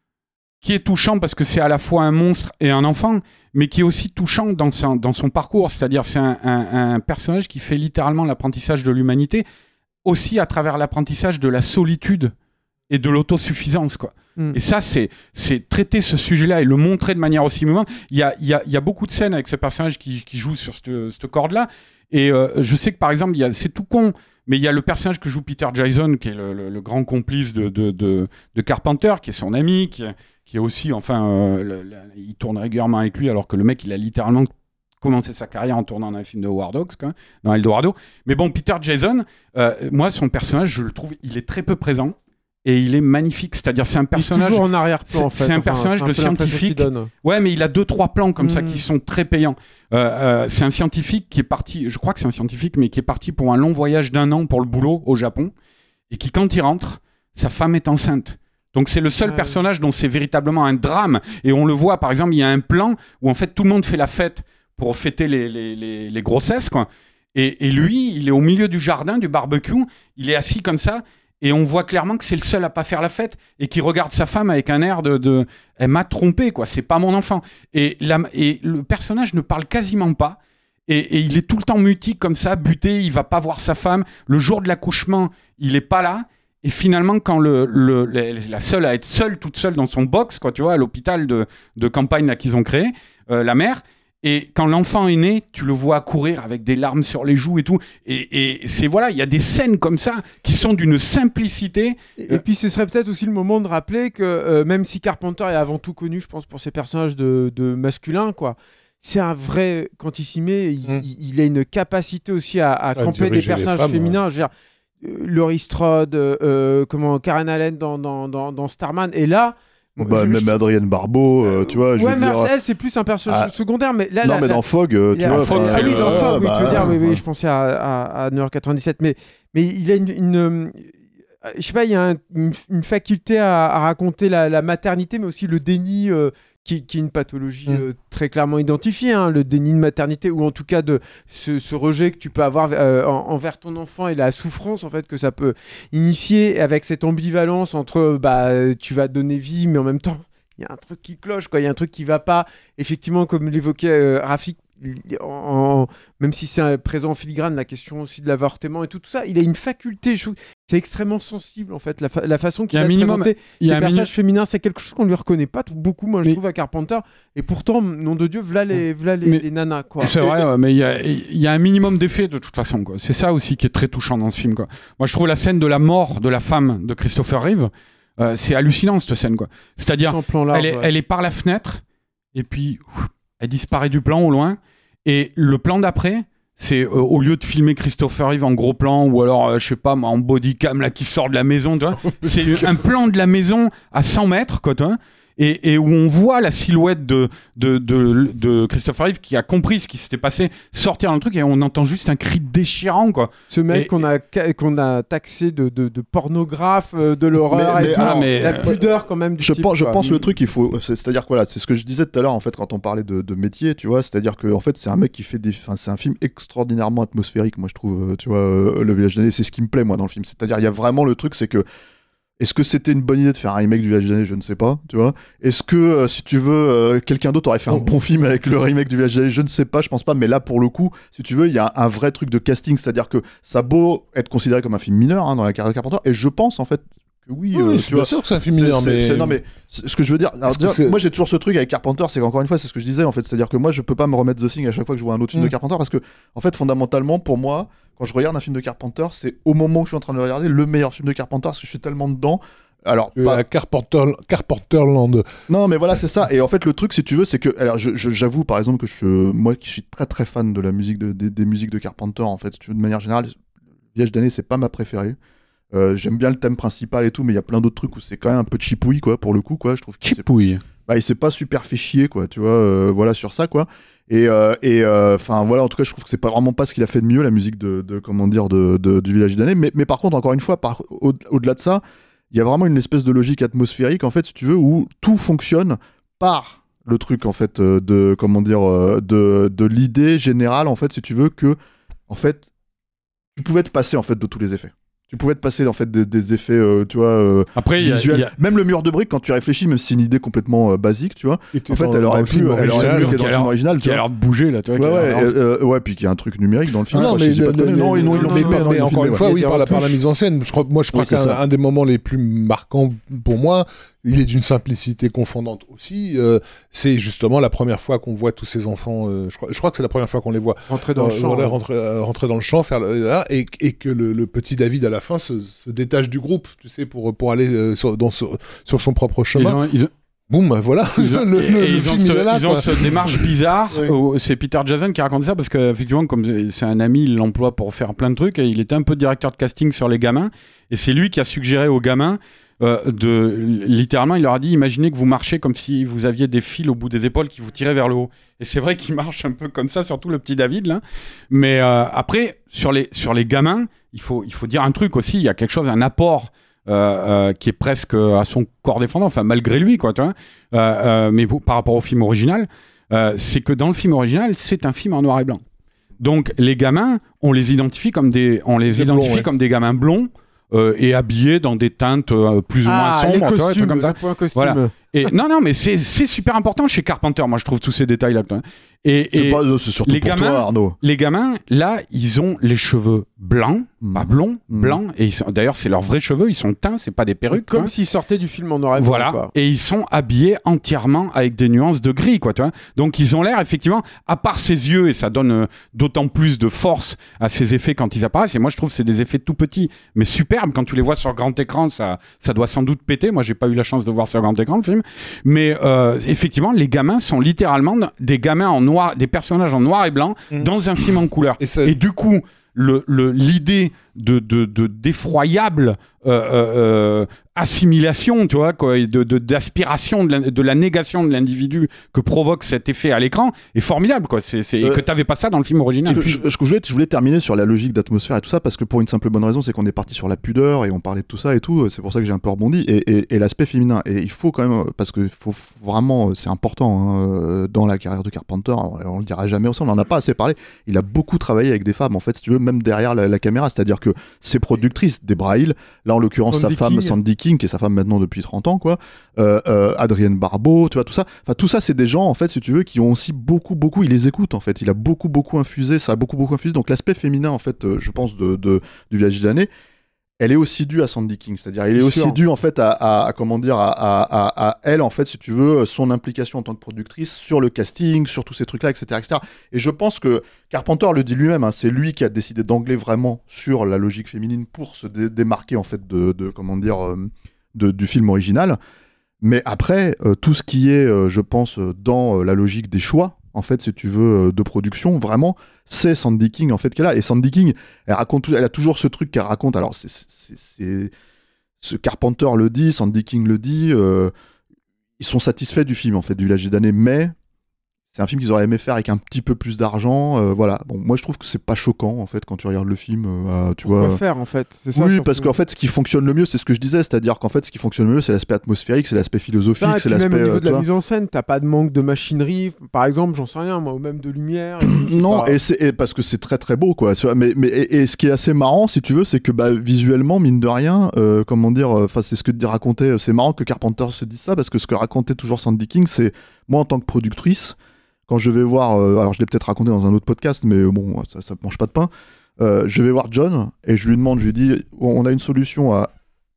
qui est touchant parce que c'est à la fois un monstre et un enfant, mais qui est aussi touchant dans son, dans son parcours. C'est-à-dire, c'est un, un- un personnage qui fait littéralement l'apprentissage de l'humanité, aussi à travers l'apprentissage de la solitude et de l'autosuffisance, quoi. Mm. Et ça, c'est, c'est traiter ce sujet-là et le montrer de manière aussi mouvante. Il y a, il y a, il y a beaucoup de scènes avec ce personnage qui, qui joue sur cette, cette corde-là. Et euh, je sais que, par exemple, il y a, c'est tout con, mais il y a le personnage que joue Peter Jackson, qui est le, le- le grand complice de, de, de, de Carpenter, qui est son ami, qui, qui est aussi, enfin, euh, le- le- il tourne régulièrement avec lui, alors que le mec, il a littéralement commencé sa carrière en tournant dans un film de Howard Hawks, quoi, dans Eldorado. Mais bon, Peter Jackson, euh, moi, son personnage, je le trouve, il est très peu présent. Et il est magnifique, c'est-à-dire c'est un Il est personnage. toujours en arrière-plan en c'est- fait. c'est un Enfin, personnage c'est de peu l'impression scientifique. qu'il donne. Ouais, mais il a deux trois plans comme ça Mm. qui sont très payants. Euh, euh, c'est un scientifique qui est parti, je crois que c'est un scientifique, mais qui est parti pour un long voyage d'un an pour le boulot au Japon, et qui quand il rentre, sa femme est enceinte. Donc c'est le seul Ouais. personnage dont c'est véritablement un drame. Et on le voit, par exemple, il y a un plan où en fait tout le monde fait la fête pour fêter les, les, les, les grossesses, quoi. Et, et lui, il est au milieu du jardin, du barbecue, il est assis comme ça. Et on voit clairement que c'est le seul à pas faire la fête et qui regarde sa femme avec un air de, de elle m'a trompé, quoi, c'est pas mon enfant. Et, la, et le personnage ne parle quasiment pas et, et il est tout le temps mutique comme ça, buté, il va pas voir sa femme. Le jour de l'accouchement, il est pas là. Et finalement, quand le, le, le- la seule à être seule, toute seule dans son box, quoi, tu vois, à l'hôpital de, de campagne là qu'ils ont créé, euh, la mère. Et quand l'enfant est né, tu le vois courir avec des larmes sur les joues et tout. Et, et c'est voilà, il y a des scènes comme ça qui sont d'une simplicité. Et, et puis ce serait peut-être aussi le moment de rappeler que euh, même si Carpenter est avant tout connu, je pense, pour ses personnages de, de masculins, quoi, c'est un vrai, quand il s'y met, il, Mm. il- il a une capacité aussi à, à À camper des diriger les personnages femmes, féminins. Je veux dire, euh, Laurie Strode, euh, euh, comment, Karen Allen dans, dans, dans, dans Starman. Et là, Bah, je- même je- Adrienne Barbeau, euh, tu vois, je ouais, veux mais dire. elle, c'est plus un personnage Ah. secondaire. Mais là, non, la- mais la- dans Fog, euh, il tu a- vois. Fog, enfin, ah oui, dans euh, Fog, oui, bah, tu veux dire, oui, oui, ouais. je pensais à, à, à neuf heures quatre-vingt-dix-sept, mais, mais il a une, une, euh, je sais pas, il y a un- une, une faculté à, à raconter la, la maternité, mais aussi le déni, euh, qui, qui est une pathologie Mm. euh, très clairement identifiée, hein, le déni de maternité, ou en tout cas de ce, ce rejet que tu peux avoir euh, en- envers ton enfant et la souffrance en fait que ça peut initier avec cette ambivalence entre bah tu vas donner vie, mais en même temps il y a un truc qui cloche, quoi. Il y a un truc qui va pas. Effectivement, comme l'évoquait euh, Rafik, il- en- en- même si c'est un présent en filigrane, la question aussi de l'avortement et tout, tout ça, il a une faculté. je trouve- C'est extrêmement sensible, en fait. La, fa- la façon qu'il Il y a va un minimum- présenter Il y ces a un personnages mini- féminins, c'est quelque chose qu'on lui reconnaît pas tout- beaucoup, moi, je Mais- trouve, à Carpenter. Et pourtant, nom de Dieu, voilà les, voilà les, Mais- les nanas, quoi. C'est vrai, ouais, mais il y a, il y a un minimum d'effet de toute façon, quoi. C'est ça aussi qui est très touchant dans ce film, quoi. Moi, je trouve la scène de la mort de la femme de Christopher Reeve, euh, c'est hallucinant cette scène, quoi. C'est-à-dire, En plan large, elle est, ouais. elle est par la fenêtre et puis ouf, elle disparaît du plan au loin. Et le plan d'après, c'est euh, au lieu de filmer Christopher Reeve en gros plan ou alors euh, je sais pas moi en bodycam là qui sort de la maison, tu vois, c'est un plan de la maison à cent mètres quoi, tu vois. Et, et où on voit la silhouette de, de, de, de Christopher Reeve qui a compris ce qui s'était passé sortir dans le truc et on entend juste un cri déchirant quoi. Ce mec Et- qu'on a, qu'on a taxé de, de, de pornographe, euh, de l'horreur Mais- et mais tout. alors, mais, la euh, pudeur quand même du Je type, pense, je quoi. pense le truc, il faut, c'est- c'est-à-dire que voilà, c'est ce que je disais tout à l'heure en fait quand on parlait de, de métier, tu vois, c'est-à-dire que en fait c'est un mec qui fait des, enfin c'est un film extraordinairement atmosphérique, moi je trouve, euh, tu vois, euh, Le Village d'année, c'est ce qui me plaît moi dans le film, c'est-à-dire il y a vraiment le truc, c'est que est-ce que c'était une bonne idée de faire un remake du Village d'année, je ne sais pas, tu vois. Est-ce que euh, si tu veux, euh, quelqu'un d'autre aurait fait un bon film avec le remake du Village d'année, je ne sais pas, je pense pas, mais là pour le coup, si tu veux, il y a un, un vrai truc de casting, c'est-à-dire que ça a beau être considéré comme un film mineur hein, dans la carrière de Carpenter, et je pense en fait que oui, Oui, euh, oui, tu c'est bien vois. sûr que c'est un film C'est- mineur, c'est- mais... c'est- non mais c- ce que je veux dire, alors, Est-ce que déjà, c'est- moi j'ai toujours ce truc avec Carpenter, c'est qu'encore une fois c'est ce que je disais en fait, c'est-à-dire que moi je peux pas me remettre The Thing à chaque fois que je vois un autre film Mm. de Carpenter parce que en fait fondamentalement pour moi quand je regarde un film de Carpenter c'est au moment où je suis en train de le regarder le meilleur film de Carpenter parce que je suis tellement dedans. Alors Euh, pas- à Carpenter... Carpenterland. non mais voilà c'est ça et en fait le truc si tu veux c'est que alors je- je- j'avoue par exemple que je moi qui suis très très fan de la musique de, des, des musiques de Carpenter en fait si tu veux, de manière générale Village d'année c'est pas ma préférée. Euh, j'aime bien le thème principal et tout, mais il y a plein d'autres trucs où c'est quand même un peu chipouille, quoi, pour le coup, quoi. Je trouve que c'est- Chipouille. bah, il s'est pas super fait chier, quoi, tu vois, euh, voilà, sur ça, quoi. Et, euh, et, enfin, voilà, en tout cas, je trouve que c'est pas vraiment pas ce qu'il a fait de mieux, la musique de, de comment dire, de, de- du Village d'année. Mais, mais par contre, encore une fois, par, au, au-delà de ça, il y a vraiment une espèce de logique atmosphérique, en fait, si tu veux, où tout fonctionne par le truc, en fait, euh, de, comment dire, euh, de, de l'idée générale, en fait, si tu veux, que, en fait, tu pouvais te passer, en fait, de tous les effets. Tu pouvais te passer en fait des, des effets, euh, tu vois, euh, Après, il y a- visuels. il y a- Même le mur de briques, quand tu réfléchis, même si c'est une idée complètement euh, basique, tu vois. Était En fait, dans- elle dans aurait le pu, film elle aurait original. pu être qui dans a le l'air- film original, tu qui a vois. l'air de bouger là, tu vois. Ouais, qui a ouais, l'air- euh, euh, ouais, puis qu'il y a un truc numérique dans le film. Ah non, Moi, mais, je dis pas de le- conneries. non, le- ils l'ont ils l'ont mais- filmé, mais- non, mais ils l'ont encore filmé, une ouais. fois, Il oui, était par en la, par la touche. mise en scène. Je crois, moi, je crois Oui, c'est qu'un ça. un des moments les plus marquants pour moi, il est d'une simplicité confondante aussi. euh, c'est justement la première fois qu'on voit tous ces enfants. euh, je, crois, je crois que c'est la première fois qu'on les voit Rentrer dans le euh, champ. voilà, hein. rentrer, euh, rentrer dans le champ, faire le- là, et, et que le, le petit David à la fin se, se détache du groupe, tu sais, pour, pour aller euh, sur, dans, sur, sur son propre Ils chemin. ont, ils ont- Boum, voilà. ils ont- le, et- le- et le ils ont film ce- il est là. ils ont quoi. cette démarche bizarre. Ouais. où c'est Peter Jackson qui raconte ça parce que effectivement, comme c'est un ami, il l'emploie pour faire plein de trucs. Et il était un peu directeur de casting sur les gamins. Et c'est lui qui a suggéré aux gamins euh, de littéralement, il leur a dit imaginez que vous marchez comme si vous aviez des fils au bout des épaules qui vous tiraient vers le haut. Et c'est vrai qu'il marche un peu comme ça, surtout le petit David là. Mais euh, après, sur les sur les gamins, il faut il faut dire un truc aussi. Il y a quelque chose, un apport. Euh, euh, qui est presque à son corps défendant, enfin malgré lui, quoi, tu vois. Euh, euh, mais pour- par rapport au film original, euh, c'est que dans le film original, c'est un film en noir et blanc. Donc les gamins, on les identifie comme des, on les Des identifie blonds, ouais. comme des gamins blonds euh, et habillés dans des teintes euh, plus ou moins Ah, sombres, les tu vois, des costumes, trucs comme ça. le point costume. Voilà. Et non, non, mais c'est c'est super important chez Carpenter. Moi, je trouve tous ces détails là. Et, C'est et pas- c'est surtout les pour gamins- toi, Arnaud. les gamins, là, ils ont les cheveux blancs, Mm. pas blonds, Mm. blancs. Et ils sont- d'ailleurs, c'est leurs vrais cheveux. Ils sont teints, c'est pas des perruques. Comme hein. s'ils sortaient du film en noir et blanc. Voilà, quoi. et ils sont habillés entièrement avec des nuances de gris, quoi, tu vois. Donc ils ont l'air effectivement, à part ses yeux, et ça donne euh, d'autant plus de force à ces effets quand ils apparaissent. Et moi je trouve que c'est des effets tout petits, mais superbes. Quand tu les vois sur grand écran, ça, ça doit sans doute péter. Moi j'ai pas eu la chance de voir sur grand écran le film, mais euh, effectivement les gamins sont littéralement des gamins en noir, des personnages en noir et blanc Mhm. dans un film en couleur. Et ça- Et du coup, le, le- l'idée de, de, de d'effroyable euh, euh, euh, assimilation, tu vois, quoi, et de, de, d'aspiration de la, de la négation de l'individu que provoque cet effet à l'écran est formidable, quoi. C'est, c'est, Euh, et que t'avais pas ça dans le film original. Je, je- je voulais, je voulais terminer sur la logique d'atmosphère et tout ça parce que pour une simple bonne raison, c'est qu'on est parti sur la pudeur et on parlait de tout ça et tout. C'est pour ça que j'ai un peu rebondi et, et- et l'aspect féminin. Et il faut quand même parce que faut vraiment, c'est important hein, euh, dans la carrière de Carpenter. On, on le dira jamais ensemble. On en a pas assez parlé. Il a beaucoup travaillé avec des femmes en fait, si tu veux, même derrière la, la caméra. C'est-à-dire que ses productrices, Debra Hill, là en l'occurrence Sandy sa femme King. Sandy King, qui est sa femme maintenant depuis trente ans, quoi. Euh, euh, Adrienne Barbeau, tu vois tout ça. Enfin tout ça, c'est des gens en fait, si tu veux, qui ont aussi beaucoup, beaucoup. Il les écoute en fait. Il a beaucoup, beaucoup infusé. Ça a beaucoup, beaucoup infusé. Donc l'aspect féminin en fait, euh, je pense de, de du Village d'année, elle est aussi due à Sandy King. C'est-à-dire, elle est Bien aussi sûr. due en fait à, à- à- comment dire, à, à- à- à elle en fait, si tu veux, son implication en tant que productrice sur le casting, sur tous ces trucs-là, et cetera, et cetera. Et je pense que Carpenter le dit lui-même. Hein, c'est lui qui a décidé d'angler vraiment sur la logique féminine pour se dé- démarquer en fait de, de comment dire, euh, de- du film original. Mais après, euh, tout ce qui est, euh, je pense, euh, dans euh, la logique des choix, en fait, si tu veux, de production, vraiment, c'est Sandy King, en fait, qui est là. Et Sandy King, elle raconte, elle a toujours ce truc qu'elle raconte. Alors, c'est, c'est, c'est... ce Carpenter le dit, Sandy King le dit, euh, ils sont satisfaits du film, en fait, du Village des damnés, mais c'est un film qu'ils auraient aimé faire avec un petit peu plus d'argent. Euh, voilà. Bon, moi, je trouve que c'est pas choquant, en fait, quand tu regardes le film. Euh, tu Pourquoi vois. faire, en fait, c'est ça, oui, surtout. parce qu'en fait, ce qui fonctionne le mieux, c'est ce que je disais, c'est-à-dire qu'en fait, ce qui fonctionne le mieux, c'est l'aspect atmosphérique, c'est l'aspect philosophique, Ah, et c'est puis l'aspect. même au niveau euh, de la tu vois. mise en scène, t'as pas de manque de machinerie, par exemple, j'en sais rien, moi, ou même de lumière. Et tout, c'est Non, pas- et c'est et parce que c'est très très beau, quoi. Tu vois, Mais, mais et, et ce qui est assez marrant, si tu veux, c'est que bah, visuellement, mine de rien, euh, comment dire, enfin, c'est ce que te racontait. C'est marrant que Carpenter se dise ça, parce que ce que racontait toujours Sandy King, c'est moi en tant que productrice. Quand je vais voir, euh, alors je l'ai peut-être raconté dans un autre podcast, mais euh, bon, ça, ça mange pas de pain. Euh, je vais voir John et je lui demande, je lui dis, on a une solution à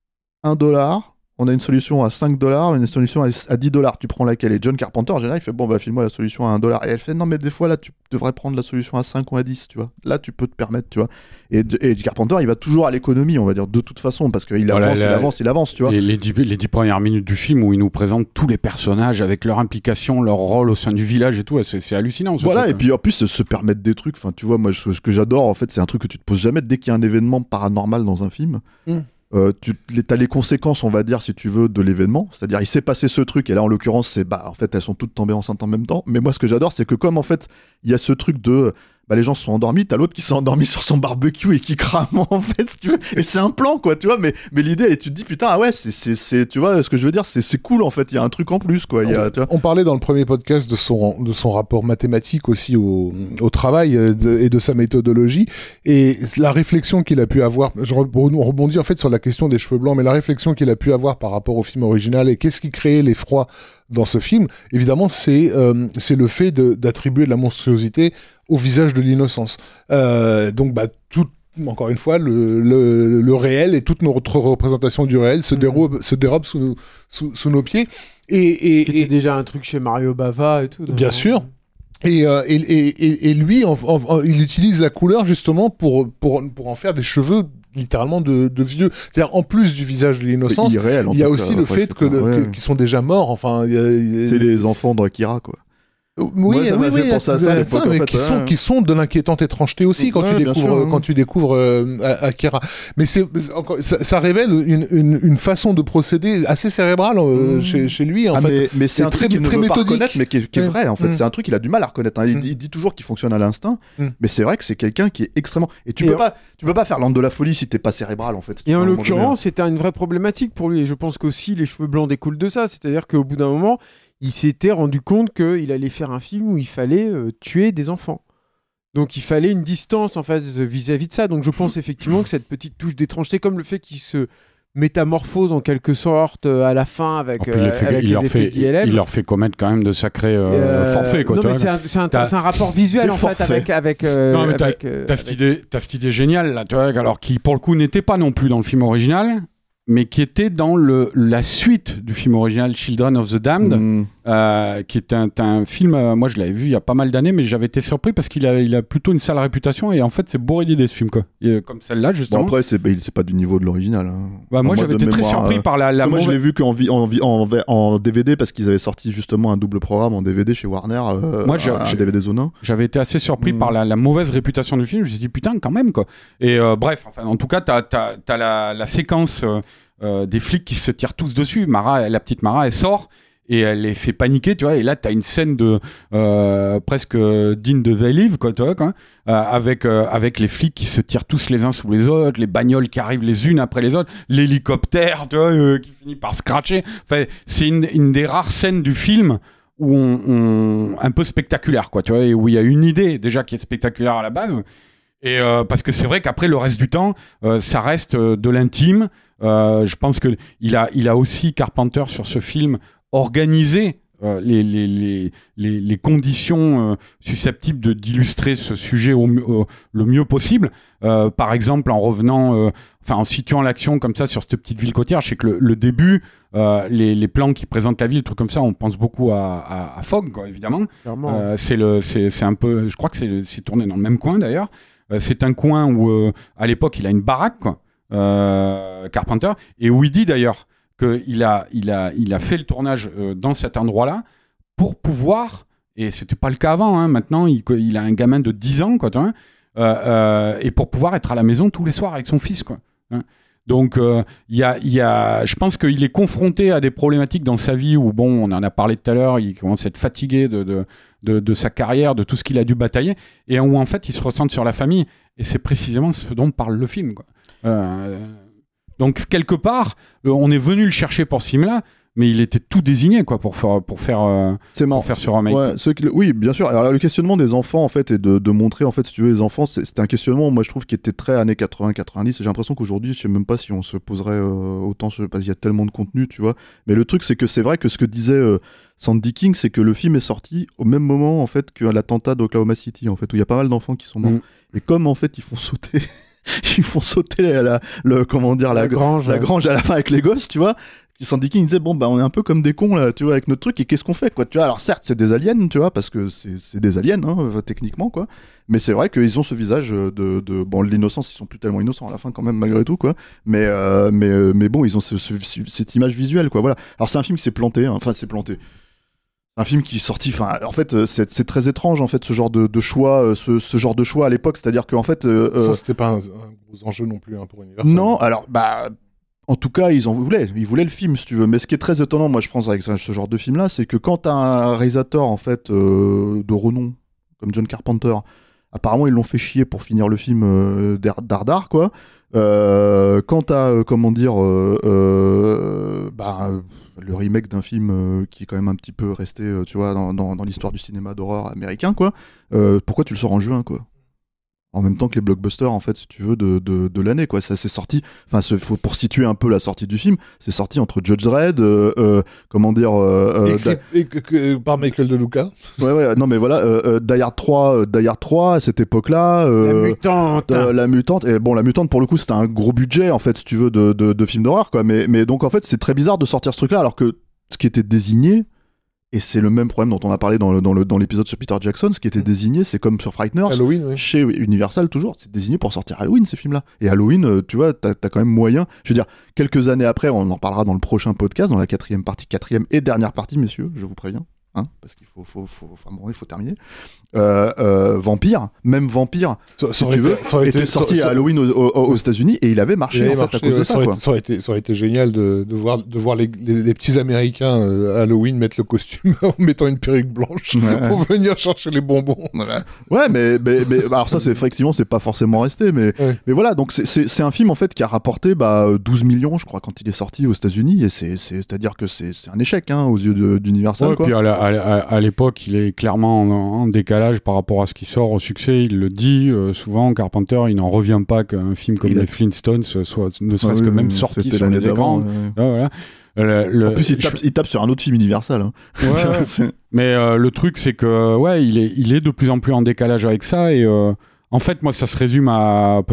un dollar, on a une solution à cinq dollars, une solution à dix dollars, tu prends laquelle? Et John Carpenter, en général, il fait, bon, bah, file-moi la solution à un dollar. Et elle fait, non, mais des fois, là, tu devrais prendre la solution à cinq ou à dix, tu vois. Là, tu peux te permettre, tu vois. Et, et Carpenter, il va toujours à l'économie, on va dire, de toute façon, parce qu'il Voilà, avance, la- il avance, il avance, tu vois. Les, les, dix, les dix premières minutes du film où il nous présente tous les personnages avec leur implication, leur rôle au sein du village et tout, c'est, c'est hallucinant. ce Voilà, truc, et puis en plus, se, se permettre des trucs, enfin, tu vois, moi, ce, ce que j'adore, en fait, c'est un truc que tu te poses jamais dès qu'il y a un événement paranormal dans un film. Mm. Euh, tu as les conséquences, on va dire, si tu veux, de l'événement. C'est-à-dire, il s'est passé ce truc, et là, en l'occurrence, c'est, bah, en fait, elles sont toutes tombées enceintes en même temps. Mais moi, ce que j'adore, c'est que comme, en fait, il y a ce truc de, bah, les gens se sont endormis, t'as l'autre qui s'est endormi sur son barbecue et qui crame, en fait, si tu veux. Et c'est un plan, quoi, tu vois. Mais, mais l'idée, et tu te dis, putain, ah ouais, c'est, c'est, c'est, tu vois, ce que je veux dire, c'est, c'est cool, en fait. Il y a un truc en plus, quoi. Il y a, tu vois. On parlait dans le premier podcast de son, de son rapport mathématique aussi au, au travail euh, de- et de sa méthodologie. Et la réflexion qu'il a pu avoir, je re- on rebondis en fait sur la question des cheveux blancs, mais la réflexion qu'il a pu avoir par rapport au film original et qu'est-ce qui créait l'effroi dans ce film, évidemment, c'est euh, c'est le fait de- d'attribuer de la monstruosité au visage de l'innocence. Euh, donc, bah, tout, encore une fois, le, le, le réel et toute notre représentation du réel se dérobe, se dérobe sous, nos- sous, sous nos pieds. Et, et, C'était et, déjà un truc chez Mario Bava et tout. Bien donc, sûr. Et, euh, et, et, et, et lui, en, en- en- il utilise la couleur justement pour, pour, pour en faire des cheveux littéralement de, de vieux. C'est-à-dire, en plus du visage de l'innocence, C'est irréel, en il y a fait, aussi là, le après, fait c'est que, pas- le- ouais. que- qu'ils sont déjà morts. Enfin, il y a- il y a- C'est les enfants d'Akira, quoi. Oui, Moi, ça oui, m'a oui, fait penser à ça, à l'époque, ça, en mais fait, qui, ouais. sont, qui sont de l'inquiétante étrangeté aussi quand Ouais, tu bien découvres, sûr, hein. quand tu découvres euh, Akira. Mais c'est c'est encore, ça, ça révèle une, une, une façon de procéder assez cérébrale euh, Mmh. chez, chez lui en Ah, fait. mais, mais c'est Et un très- truc qu'il ne très veut pas méthodique. reconnaître, mais qui est, qui est Ouais. vrai, en fait. Mm. C'est un truc qu'il a du mal à reconnaître, hein. Il, Mm. il dit toujours qu'il fonctionne à l'instinct, Mm. mais c'est vrai que c'est quelqu'un qui est extrêmement... Et tu Et peux en- pas, tu peux pas faire l'âne de la folie si t'es pas cérébral, en fait. Et À un en moment l'occurrence, c'était une vraie problématique pour lui. Et je pense qu'aussi les cheveux blancs découlent de ça. C'est-à-dire qu'au bout d'un moment, il s'était rendu compte qu'il allait faire un film où il fallait euh, tuer des enfants. Donc il fallait une distance en fait vis-à-vis de ça. Donc je pense effectivement que cette petite touche d'étrangeté, comme le fait qu'il se métamorphose en quelque sorte euh, à la fin avec, Et puis, il, euh, les fait- avec il les leur effets fait, d'I L M. il leur fait commettre quand même de sacrés euh, Euh, forfaits. Quoi, non tu mais vois. c'est un, c'est un- T'as- c'est un rapport visuel des en fait forfaits. avec avec. euh, Non, mais t'as- avec, euh, T'as cette, avec- idée, t'as cette idée géniale, là, tu vois, alors qui, pour le coup, n'était pas non plus dans le film original, mais qui était dans le, la suite du film original Children of the Damned, Mm. euh, qui est un, un film, euh, moi je l'avais vu il y a pas mal d'années, mais j'avais été surpris parce qu'il a, il a plutôt une sale réputation, et en fait, c'est bourré d'idées ce film, quoi. Et, euh, comme celle-là, Bon, justement. après, c'est bah, il- c'est pas du niveau de l'original. hein. Bah, moi, Moi, j'avais de été très mémoire, surpris euh, par la, la Moi, je mauvaise- l'ai vu qu'en vi- en, vi- en, v- en D V D parce qu'ils avaient sorti justement un double programme en D V D chez Warner. euh, Moi, j'ai- un j'ai- D V D Zone un. J'avais été assez surpris Mm. par la, la mauvaise réputation du film. Je me suis dit, putain, quand même, quoi. Et euh, bref, enfin, en tout cas, t'as, t'as, t'as la, la séquence euh, euh, des flics qui se tirent tous dessus. Mara, la petite Mara, elle sort et elle les fait paniquer, tu vois. Et là, t'as une scène de euh, presque digne de They Live, quoi, tu vois, quoi. Euh, avec, euh, avec les flics qui se tirent tous les uns sous les autres, les bagnoles qui arrivent les unes après les autres, l'hélicoptère, tu vois, euh, qui finit par scratcher. Enfin, c'est une, une des rares scènes du film où on, on- un peu spectaculaire, quoi, tu vois, et où il y a une idée déjà qui est spectaculaire à la base. Et euh, parce que c'est vrai qu'après le reste du temps, euh, ça reste euh, de l'intime. Euh, je pense que il a, il a aussi Carpenter sur ce film organisé euh, les, les, les, les, les conditions euh, susceptibles de, d'illustrer ce sujet au, mi- au- le mieux possible. Euh, par exemple, en revenant, euh, enfin en situant l'action comme ça sur cette petite ville côtière. Je sais que le, le début, euh, les, les plans qui présentent la ville, des trucs comme ça, on pense beaucoup à, à, à Fogg, quoi, évidemment. Clairement. Euh, c'est le, c'est, c'est un peu, je crois que c'est, c'est tourné dans le même coin d'ailleurs. Euh, c'est un coin où, euh, à l'époque, il a une baraque, quoi, euh, Carpenter, et où il dit d'ailleurs qu'il a, il a, il a fait le tournage euh, dans cet endroit-là pour pouvoir Et c'était pas le cas avant. Hein. Maintenant, il, il a un gamin de dix ans, quoi, tu vois, euh, euh, et pour pouvoir être à la maison tous les soirs avec son fils, quoi. Hein. Donc, euh, y a, y a, je pense qu'il est confronté à des problématiques dans sa vie où, bon, on en a parlé tout à l'heure, il commence à être fatigué de, de, de, de sa carrière, de tout ce qu'il a dû batailler, et où en fait, il se ressent sur la famille. Et c'est précisément ce dont parle le film, quoi. Euh, donc, quelque part, on est venu le chercher pour ce film-là, mais il était tout désigné, quoi, pour faire, pour faire, euh, c'est pour faire ce remake. Ouais, ceux qui, oui, bien sûr. Alors, le questionnement des enfants, en fait, et de, de montrer, en fait, si tu veux, les enfants, c'est, c'était un questionnement, moi, je trouve, qui était très années quatre-vingts quatre-vingt-dix. J'ai l'impression qu'aujourd'hui, je sais même pas si on se poserait euh, autant, je sais pas, il y a tellement de contenu, tu vois. Mais le truc, c'est que c'est vrai que ce que disait euh, Sandy King, c'est que le film est sorti au même moment, en fait, que l'attentat d'Oklahoma City, en fait, où il y a pas mal d'enfants qui sont morts. Mm. Et comme, en fait, ils font sauter... ils font sauter la, la, le, comment dire, la, la, grange, la ouais. grange à la fin avec les gosses, tu vois. Sandy King disait bon bah on est un peu comme des cons là, tu vois, avec notre truc, et qu'est-ce qu'on fait, quoi, tu vois. Alors certes c'est des aliens, tu vois, parce que c'est, c'est des aliens hein, techniquement, quoi, mais c'est vrai qu'ils ont ce visage de, de bon, l'innocence, ils sont plus tellement innocents à la fin quand même malgré tout, quoi, mais euh, mais euh, mais bon, ils ont ce, ce, cette image visuelle, quoi, voilà. Alors c'est un film qui s'est planté, hein. Enfin c'est planté. Un film qui est sorti, enfin, en fait, c'est, c'est très étrange, en fait, ce genre de, de choix, ce, ce genre de choix à l'époque, c'est-à-dire qu'en fait, euh, ça, c'était pas un, un gros enjeu non plus hein, pour Universal. Non, alors, bah, en tout cas, ils en voulaient, ils voulaient le film, si tu veux. Mais ce qui est très étonnant, moi, je pense avec ce, ce genre de film-là, c'est que quand t'as un réalisateur, en fait, euh, de renom, comme John Carpenter, apparemment, ils l'ont fait chier pour finir le film euh, d'Ardar, quoi. Euh, quand t'as, euh, comment dire, euh, euh, bah, euh, le remake d'un film euh, qui est quand même un petit peu resté, euh, tu vois, dans, dans, dans l'histoire du cinéma d'horreur américain, quoi. Euh, pourquoi tu le sors en juin, quoi? En même temps que les blockbusters, en fait, si tu veux, de, de, de l'année, quoi. Ça s'est sorti, enfin, faut, pour situer un peu la sortie du film, c'est sorti entre Judge Dredd, euh, euh, comment dire... Euh, Écrit, da... écrit par Michael De Luca. Ouais, ouais, non, mais voilà, euh, euh, Die Hard trois, euh, Die Hard trois, à cette époque-là... Euh, la mutante euh, La mutante, et bon, la mutante, pour le coup, c'était un gros budget, en fait, si tu veux, de, de, de film d'horreur, quoi. Mais, mais donc, en fait, c'est très bizarre de sortir ce truc-là, alors que ce qui était désigné... Et c'est le même problème dont on a parlé dans, le, dans, le, dans l'épisode sur Peter Jackson, ce qui était désigné, c'est comme sur Frighteners, Halloween, oui. Chez Universal toujours, c'est désigné pour sortir Halloween, ces films-là. Et Halloween, tu vois, t'as, t'as quand même moyen, je veux dire, quelques années après, on en parlera dans le prochain podcast, dans la quatrième partie, quatrième et dernière partie, messieurs, je vous préviens, hein, parce qu'il faut, faut, faut, enfin bon, il faut terminer. Euh, euh, Vampire, même Vampire, ça, si ça tu été, veux, ça était été, sorti ça, à Halloween aux, aux, aux États-Unis et il avait marché, il avait en marché, fait, à cause ouais, de ça. Ça quoi. Été, ça, aurait été, ça aurait été génial de, de voir, de voir les, les, les petits Américains euh, à Halloween mettre le costume en mettant une perruque blanche ouais. pour venir chercher les bonbons. Voilà. Ouais, mais, mais, mais alors ça, c'est effectivement, c'est pas forcément resté, mais, ouais. mais voilà, donc c'est, c'est, c'est un film en fait qui a rapporté bah, douze millions, je crois, quand il est sorti aux États-Unis, et c'est, c'est, c'est-à-dire que c'est, c'est un échec hein, aux yeux de, d'Universal. Ouais, quoi. Puis à, la, à, à l'époque, il est clairement en, en décalage par rapport à ce qui sort au succès, il le dit euh, souvent, Carpenter, il n'en revient pas qu'un film comme il les a... Flintstones soit ne serait-ce ah, oui, que même sorti sur les écrans. Ouais. Ah, voilà. Le, le, en plus, il tape, je... il tape sur un autre film Universal. Hein. Ouais, mais euh, le truc, c'est que ouais, il est, il est de plus en plus en décalage avec ça. Et euh, en fait, moi, ça se résume à,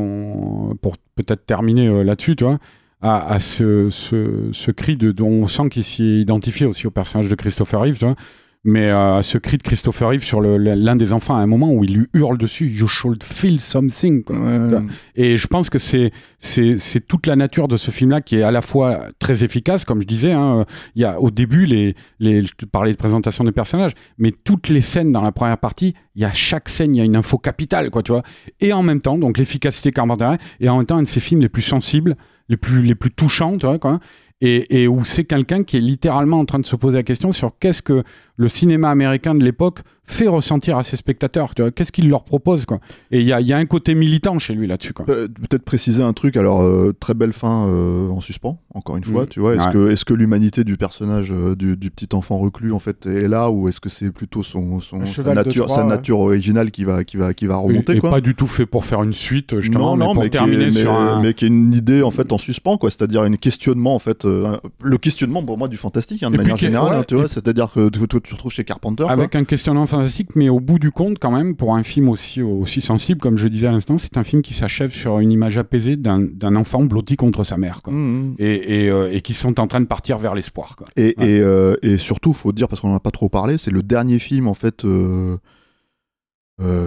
pour peut-être terminer euh, là-dessus, tu vois, à, à ce, ce, ce cri de, dont on sent qu'il s'y identifie aussi au personnage de Christopher Reeve, tu vois. Mais euh, ce cri de Christopher Reeve sur le, l'un des enfants à un moment où il lui hurle dessus, you should feel something. Quoi. Ouais. Et je pense que c'est, c'est, c'est toute la nature de ce film-là qui est à la fois très efficace, comme je disais. Hein, il y a au début, les, les, je te parlais de présentation des personnages, mais toutes les scènes dans la première partie, il y a chaque scène, il y a une info capitale, quoi, tu vois. Et en même temps, donc l'efficacité Carpenter, et en même temps un de ces films les plus sensibles, les plus, les plus touchants, tu vois, quoi. Et, et où c'est quelqu'un qui est littéralement en train de se poser la question sur qu'est-ce que le cinéma américain de l'époque fait ressentir à ses spectateurs, tu vois, qu'est-ce qu'il leur propose, quoi. Et il y a, y a un côté militant chez lui là-dessus, quoi. Pe- peut-être préciser un truc, alors euh, très belle fin euh, en suspens, encore une fois, mmh. tu vois, est-ce, ouais. que, est-ce que l'humanité du personnage euh, du, du petit enfant reclus en fait est là, ou est-ce que c'est plutôt son, son, sa, nature, Troie, sa ouais. nature originale qui va, qui va, qui va remonter, et, quoi. Et pas du tout fait pour faire une suite, justement, non, non, mais pour mais terminer qui est, sur mais, un... mais qui est une idée en fait en suspens, quoi, c'est-à-dire un questionnement en fait, euh, le questionnement pour moi du fantastique hein, de et manière générale, ouais, hein, tu vois, c'est-à-dire que toi tu retrouves chez Carpenter avec quoi. Un questionnement fantastique, mais au bout du compte quand même, pour un film aussi, aussi sensible, comme je disais à l'instant, c'est un film qui s'achève sur une image apaisée d'un, d'un enfant blotti contre sa mère, quoi. Mmh. Et, et, euh, et qui sont en train de partir vers l'espoir, quoi. Et, ouais. et, euh, et surtout, faut dire, parce qu'on en a pas trop parlé, c'est le dernier film en fait euh, euh,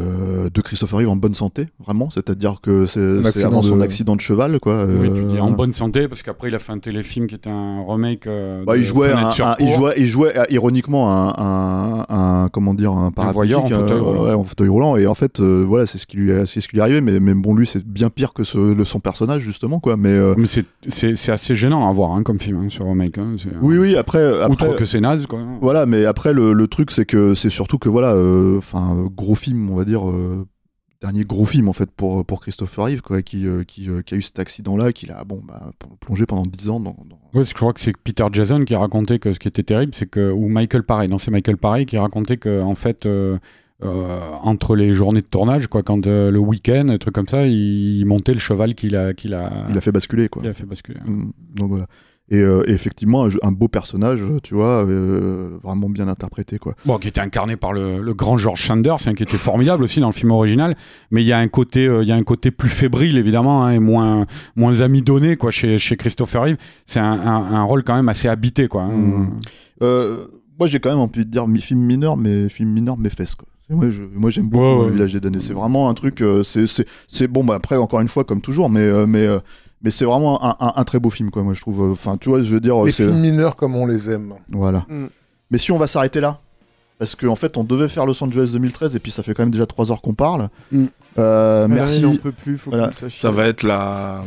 euh, de Christopher Reeve en bonne santé, vraiment, c'est-à-dire que c'est, c'est accident avant son de- accident de cheval, quoi. Oui, tu euh, dis en bonne santé, parce qu'après, il a fait un téléfilm qui était un remake. Euh, Bah, de il jouait, Fenêtre un, sur un- il cour. jouait, il jouait euh, ironiquement un, un, un, comment dire, un voyeur en paraplégique, fauteuil euh, roulant. ouais, en fauteuil roulant. Et en fait, euh, voilà, c'est ce qui lui, est, c'est ce qui lui est arrivé. Mais, mais bon, lui, c'est bien pire que ce, le, son personnage justement, quoi. Mais euh, Mais c'est, c'est, c'est assez gênant à voir hein, comme film, hein, ce remake. Hein. C'est, euh, oui, oui. Après, après, outre que c'est naze, quoi. voilà. Mais après, le, le truc, c'est que c'est surtout que voilà, enfin, euh, gros film, on va dire. Euh, dernier gros film en fait pour pour Christopher Reeve, quoi, qui euh, qui, euh, qui a eu cet accident là, qu'il a bon bah, plongé pendant dix ans dans, dans... Ouais, je crois que c'est Peter Jason qui racontait que ce qui était terrible, c'est que ou Michael Paré, non c'est Michael Paré qui racontait que en fait euh, euh, entre les journées de tournage, quoi, quand euh, le week-end, un truc comme ça, il, il montait le cheval qu'il a qu'il a il a fait basculer, quoi. Il a fait basculer. Mm, donc voilà. Et, euh, et effectivement, un, un beau personnage, tu vois, euh, vraiment bien interprété, quoi. Bon, qui était incarné par le, le grand George Sanders, hein, qui était formidable aussi dans le film original, mais il y a un côté, euh, il y a un côté plus fébrile évidemment, hein, et moins, moins amidonné, quoi, chez, chez Christopher Reeve. C'est un, un, un rôle quand même assez habité, quoi. Hein. Mm. Euh, moi, j'ai quand même envie de dire mi- film mineur, mais film mineur, mes fesses, quoi. Moi, je, moi, j'aime beaucoup Ouais, ouais. Le Village des damnés. C'est vraiment un truc. Euh, c'est, c'est, c'est bon. Bah, après, encore une fois, comme toujours, mais, euh, mais, euh, mais c'est vraiment un, un, un très beau film, quoi. Moi, je trouve. Enfin, tu vois, je veux dire. Les c'est... films mineurs comme on les aime. Voilà. Mm. Mais si on va s'arrêter là, parce qu'en en fait, on devait faire Los Angeles deux mille treize, et puis ça fait quand même déjà trois heures qu'on parle. Mm. Euh, Ah, merci. là, il en peut plus, faut Voilà. qu'on le sache. Ça va être la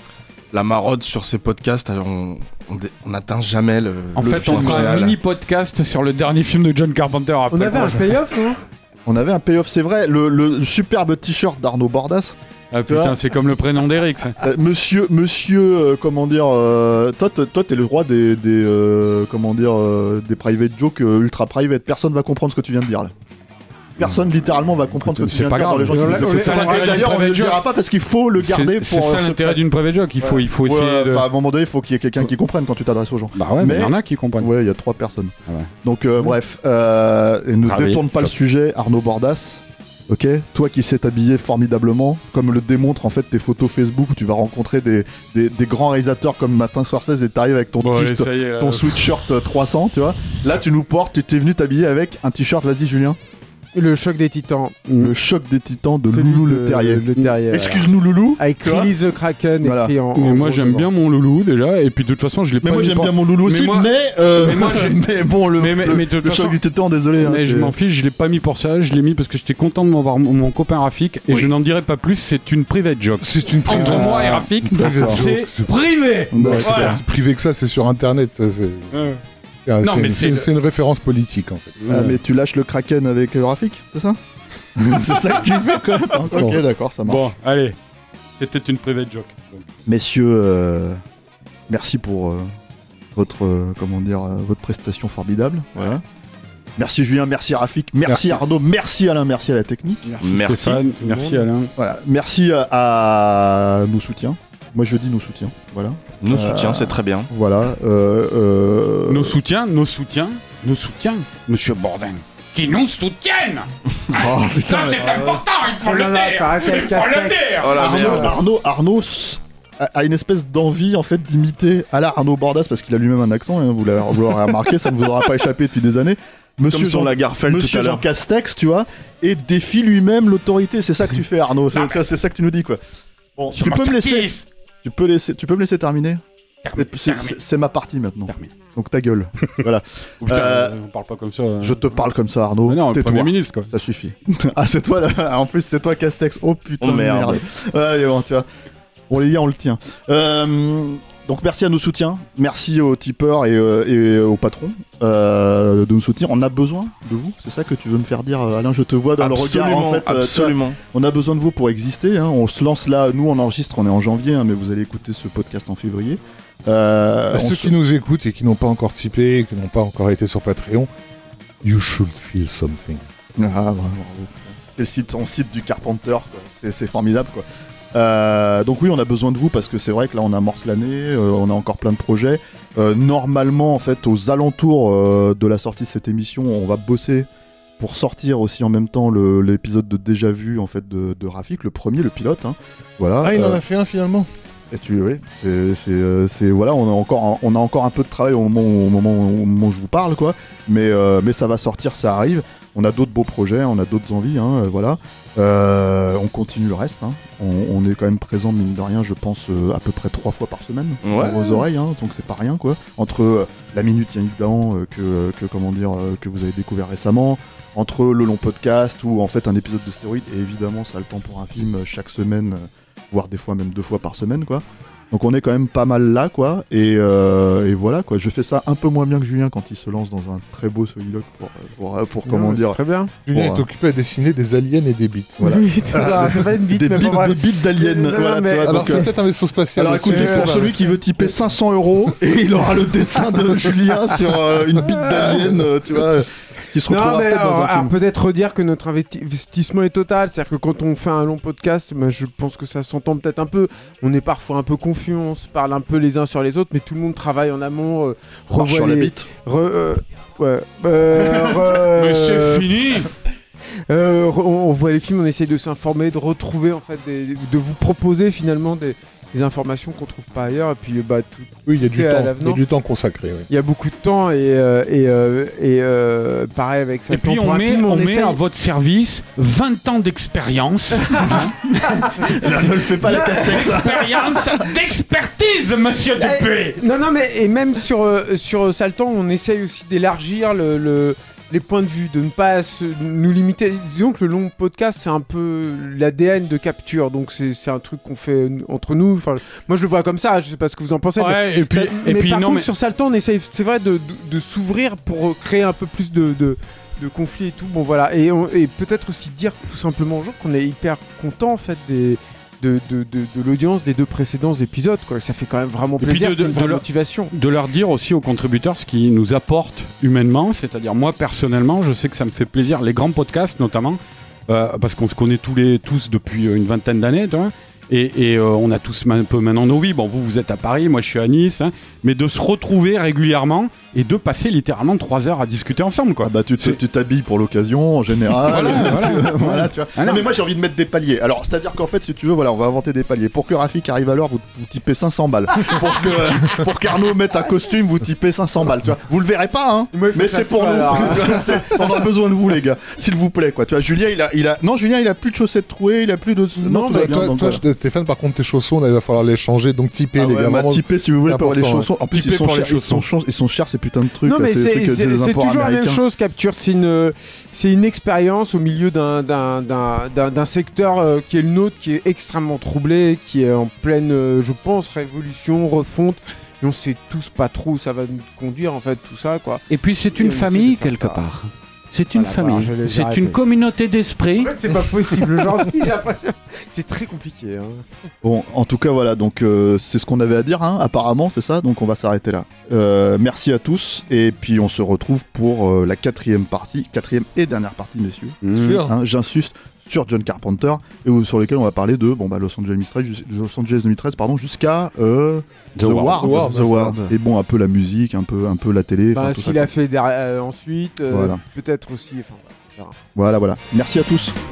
la maraude sur ces podcasts. Alors, on on dé- on n'atteint jamais le. En le fait, film on fera un réel. mini podcast sur le dernier film de John Carpenter. Après On avait un payoff, non? On avait un payoff, c'est vrai. Le, le superbe t-shirt d'Arnaud Bordas. Ah Tu putain, vois c'est comme le prénom d'Eric, ça. Euh, monsieur, monsieur, euh, comment dire, euh, toi, t- toi, t'es le roi des, des euh, comment dire, euh, des private jokes euh, ultra private. Personne va comprendre ce que tu viens de dire là. Personne littéralement va comprendre ce que tu c'est viens pas de dire dans les grave. gens. On l'a- qui- on C'est l'a- ça on l'a- l'intérêt. D'ailleurs, on ne le private joke. dira pas parce qu'il faut le garder C'est, pour. c'est ça euh, l'intérêt secret. d'une private joke. Il faut, il faut Ouais, essayer de. enfin, à un moment donné, il faut qu'il y ait quelqu'un qui comprenne quand tu t'adresses aux gens. Bah ouais, mais il mais- y en a qui comprennent. Ouais, il y a trois personnes. Ah ouais. Donc, euh, bref, euh, et ne Ravi, détourne pas le chop. sujet, Arnaud Bordas. Ok, toi qui sais t'habiller formidablement, comme le démontrent en fait tes photos Facebook où tu vas rencontrer des, des, des grands réalisateurs comme Martin Scorsese et t'arrives avec ton, Bon, allez, t-shirt- ça y est, ton euh, sweatshirt euh, trois cents, tu vois. Là, tu nous portes, tu t'es venu t'habiller avec un t-shirt, vas-y Julien. Le choc des titans. Mm. Le choc des titans de Celui Loulou de- le terrier. Le terrier. voilà. Excuse-nous Loulou. Avec tu vois. Release the Kraken Voilà. écrit en. Mais en moi gros j'aime devant. bien mon loulou déjà, et puis de toute façon je l'ai Mais pas moi mis j'aime pour- bien mon Loulou Mais aussi, moi- mais, euh, mais moi, j'ai- mais bon le, Mais- mais- le, mais de toute le façon- choc du titan, désolé. hein, Mais je c'est- m'en fiche, je l'ai pas mis pour ça, je l'ai mis parce que j'étais content de m'avoir mon, mon copain Rafik, et Oui. je n'en dirai pas plus, c'est une private joke. C'est une Entre private moi et Rafik, D'accord. c'est C'est- privé. Bah, Ouais, super. Voilà. C'est privé que ça, c'est sur internet. ça, C'est c'est- Non, c'est- mais c'est- c'est le- c'est une référence politique en fait. Ah, mais tu lâches le Kraken avec euh, Rafik, c'est ça? C'est ça que tu fais quoi? Ok, d'accord, ça marche. Bon, allez, c'était une private joke. Messieurs, euh, merci pour euh, votre, euh, comment dire, euh, votre prestation formidable. Voilà. Merci Julien, merci Rafik, merci, Merci. Arnaud, merci Alain, merci à la technique. Merci. Stéphane, merci Alain. Voilà. Merci à, à nos soutiens. Moi je dis nos soutiens. Voilà. Nos Euh, soutiens, c'est très bien. Voilà. Euh, euh, Nos soutiens, nos soutiens, nos soutiens, Monsieur Bourdin. Qui nous soutiennent. Oh, putain, Ça, c'est important, il faut Non, le non, dire. faut arrêter Il avec faut le Castex. dire. Oh la Arnaud, merde. Arnaud, Arnaud s- a a une espèce d'envie en fait d'imiter à la Arnaud Bordas parce qu'il a lui-même un accent. Hein, vous l'avez- vous l'aurez remarqué, ça ne vous aura pas échappé depuis des années. Monsieur Comme sur Jean- la Garfeld tout Monsieur à Jean l'heure. Castex, tu vois, et défie lui-même l'autorité. C'est ça que tu fais, Arnaud. C'est Non, c'est- c'est ça que tu nous dis, quoi. Bon, tu Sur peux me laisser, Martakis. tu peux laisser, tu peux me laisser terminer. Terminé, C'est- C'est terminé, c'est- c'est ma partie maintenant. terminé. Donc ta gueule. voilà. Oh, putain, Euh, on parle pas comme ça. hein. Je te parle comme ça, Arnaud. Mais non, le Tais-toi. Premier ministre, quoi. Ça suffit. ah, c'est toi là. En plus, c'est toi Castex. Oh putain Oh, de merde. merde. Allez, bon, tu vois. On les lit, on le tient. Euh, donc merci à nos soutiens. Merci aux tipeurs et, euh, et aux patrons euh, de nous soutenir. On a besoin de vous. C'est ça que tu veux me faire dire, Alain. Je te vois dans le regard. Absolument, En fait, euh, tu vois, absolument. on a besoin de vous pour exister. Hein. On se lance là. Nous, on enregistre. On est en janvier, hein, mais vous allez écouter ce podcast en février. Euh, À on ceux se- qui nous écoutent et qui n'ont pas encore tipé, et qui n'ont pas encore été sur Patreon, you should feel something. Ah, bravo, bravo. C'est le site, on cite du Carpenter, quoi. C'est, c'est formidable, quoi. Euh, donc oui, on a besoin de vous parce que c'est vrai que là, on amorce l'année, euh, on a encore plein de projets. Euh, normalement, en fait, aux alentours euh, de la sortie de cette émission, on va bosser pour sortir aussi en même temps le, l'épisode de Déjà Vu, en fait, de, de Rafik, le premier, le pilote. Hein. Voilà. Ah, il en Euh, a fait un finalement. et tu, oui, c'est, c'est, euh, c'est- voilà, on a encore, on a encore un peu de travail au moment, où- au moment, où- au moment où je vous parle, quoi. Mais, euh, mais ça va sortir, ça arrive. On a d'autres beaux projets, on a d'autres envies, hein, euh, voilà. Euh, on continue le reste. Hein. On, on est quand même présent, mine de rien, je pense, euh, à peu près trois fois par semaine Ouais. dans vos oreilles, hein, donc c'est pas rien, quoi. Entre euh, la minute Yannick Dahan euh, que, que comment dire euh, que vous avez découvert récemment, entre le long podcast ou en fait un épisode de Stéroïde, et évidemment ça a le temps pour un film euh, chaque semaine, euh, voire des fois même deux fois par semaine, quoi. Donc on est quand même pas mal là, quoi, et, euh, et voilà, quoi. Je fais ça un peu moins bien que Julien quand il se lance dans un très beau soliloque pour, pour, pour, pour comment Non, dire... c'est très bien. Julien Bon, est occupé à dessiner des aliens et des bites. Voilà. Oui, c'est pas, c'est pas une bite, Des mais bits, bon, bref. des bits d'aliens. Non, non, Voilà, mais- tu vois, Alors donc, c'est euh, peut-être un vaisseau spatial. alors là-dessus, écoutez, je sais pour pas. celui qui veut typer cinq cents euros, et il aura le dessin de Julien sur euh, une bite d'alien, euh, tu vois, euh, qui se Non, retrouvera mais peut-être dans alors, un alors, film. peut-être redire que notre investi- investissement est total. C'est-à-dire que quand on fait un long podcast, bah, je pense que ça s'entend peut-être un peu. On est parfois un peu confus, on se parle un peu les uns sur les autres, mais tout le monde travaille en amont. Euh, Marche revoit sur la les- bite. re- euh, ouais. Euh, re- Mais c'est fini. Euh, re- on, on voit les films, on essaye de s'informer, de retrouver en fait, des- de vous proposer finalement des, des informations qu'on trouve pas ailleurs. Et puis bah, tout, Oui, il y a du Tout est à temps. Il y l'avenant. a du temps consacré. Oui. il y a beaucoup de temps et euh, et, euh, et euh, pareil avec ça. Et puis on met, on met à votre service vingt ans d'expérience. Ne le fais pas la castex. D'expérience, d'expertise, monsieur Dupé. Non, non, mais et même sur, euh, sur Saltan, on essaye aussi d'élargir le, le- les points de vue, de ne pas se- nous limiter. Disons que le long podcast, c'est un peu l'A D N de capture, donc c'est c'est un truc qu'on fait euh, entre nous. Enfin, moi, je le vois comme ça, je sais pas ce que vous en pensez. mais Ouais, et puis, ça- et mais puis par non, contre, mais sur Saltan, on essaye, c'est vrai, de, de, de s'ouvrir pour créer un peu plus de, de, de conflits et tout. Bon, voilà. Et, on- et peut-être aussi dire tout simplement aux gens qu'on est hyper content en fait des. De, de, de, de l'audience des deux précédents épisodes, quoi. Ça fait quand même vraiment puis plaisir, de- c'est de- une de vraie leur- motivation. de leur dire aussi aux contributeurs ce qui nous apporte humainement, c'est-à-dire moi personnellement, je sais que ça me fait plaisir, les grands podcasts notamment, euh, parce qu'on se connaît tous les tous depuis une vingtaine d'années, tu vois, et, et euh, on a tous un peu maintenant nos vies. Bon, vous vous êtes à Paris, moi je suis à Nice, hein, mais de se retrouver régulièrement et de passer littéralement trois heures à discuter ensemble, quoi. Ah bah tu te- C'est- tu t'habilles pour l'occasion en général. Voilà, voilà. Voilà, tu vois. Ah non, non. mais moi j'ai envie de mettre des paliers. Alors c'est à dire qu'en fait si tu veux voilà on va inventer des paliers. Pour que Rafik arrive à l'heure vous, vous typez cinq cents balles. pour que pour qu'Arnaud mette un costume vous typez cinq cents balles. Tu vois. Vous le verrez pas hein. Moi, il faut Mais que ça c'est pour soit, nous. alors. Tu vois, c'est- on a besoin de vous les gars. S'il vous plaît quoi. Tu vois Julien il a il a non Julien il a plus de chaussettes trouées il a plus de Non, tout mais va bien, Toi, donc toi, voilà. je- Stéphane, par contre, tes chaussons, là, il va falloir les changer. Donc, typer, Ah les ouais, gars. bah, vraiment. typez si vous voulez c'est pour les important, chaussons. En plus Typez ils sont pour les chers, ils sont chaussons. chers- ils sont chers ces putains de trucs. Non, là, mais des c'est trucs, c'est- des c'est imports toujours la même américains. chose, Capture. C'est une, c'est une expérience au milieu d'un- d'un d'un- d'un- d'un secteur euh, qui est le nôtre, qui est extrêmement troublé, qui est en pleine, euh, je pense, révolution, refonte. Et on sait tous pas trop où ça va nous conduire, en fait, tout ça, quoi. Et puis c'est Et une on essaie famille de faire quelque ça. part. C'est une Voilà, voilà, famille. je les ai C'est arrêtés. une communauté d'esprit. c'est pas possible aujourd'hui, j'ai l'impression. C'est très compliqué. Hein. Bon, en tout cas, voilà, donc euh, c'est ce qu'on avait à dire, hein, apparemment, c'est ça, donc on va s'arrêter là. Euh, merci à tous, et puis on se retrouve pour euh, la quatrième partie, quatrième et dernière partie, messieurs. Sûr. Hein, j'insiste sur John Carpenter, et où- sur lequel on va parler de bon, bah, Los Angeles deux mille treize, jus- Los Angeles deux mille treize pardon, jusqu'à euh, The Ward. Ward, The Ward. Et bon, un peu la musique, un peu, un peu la télé. Enfin, enfin, ce tout ça, qu'il a quoi. fait derrière- euh, ensuite, euh, Voilà. peut-être aussi. Enfin, voilà. Voilà, voilà. Merci à tous.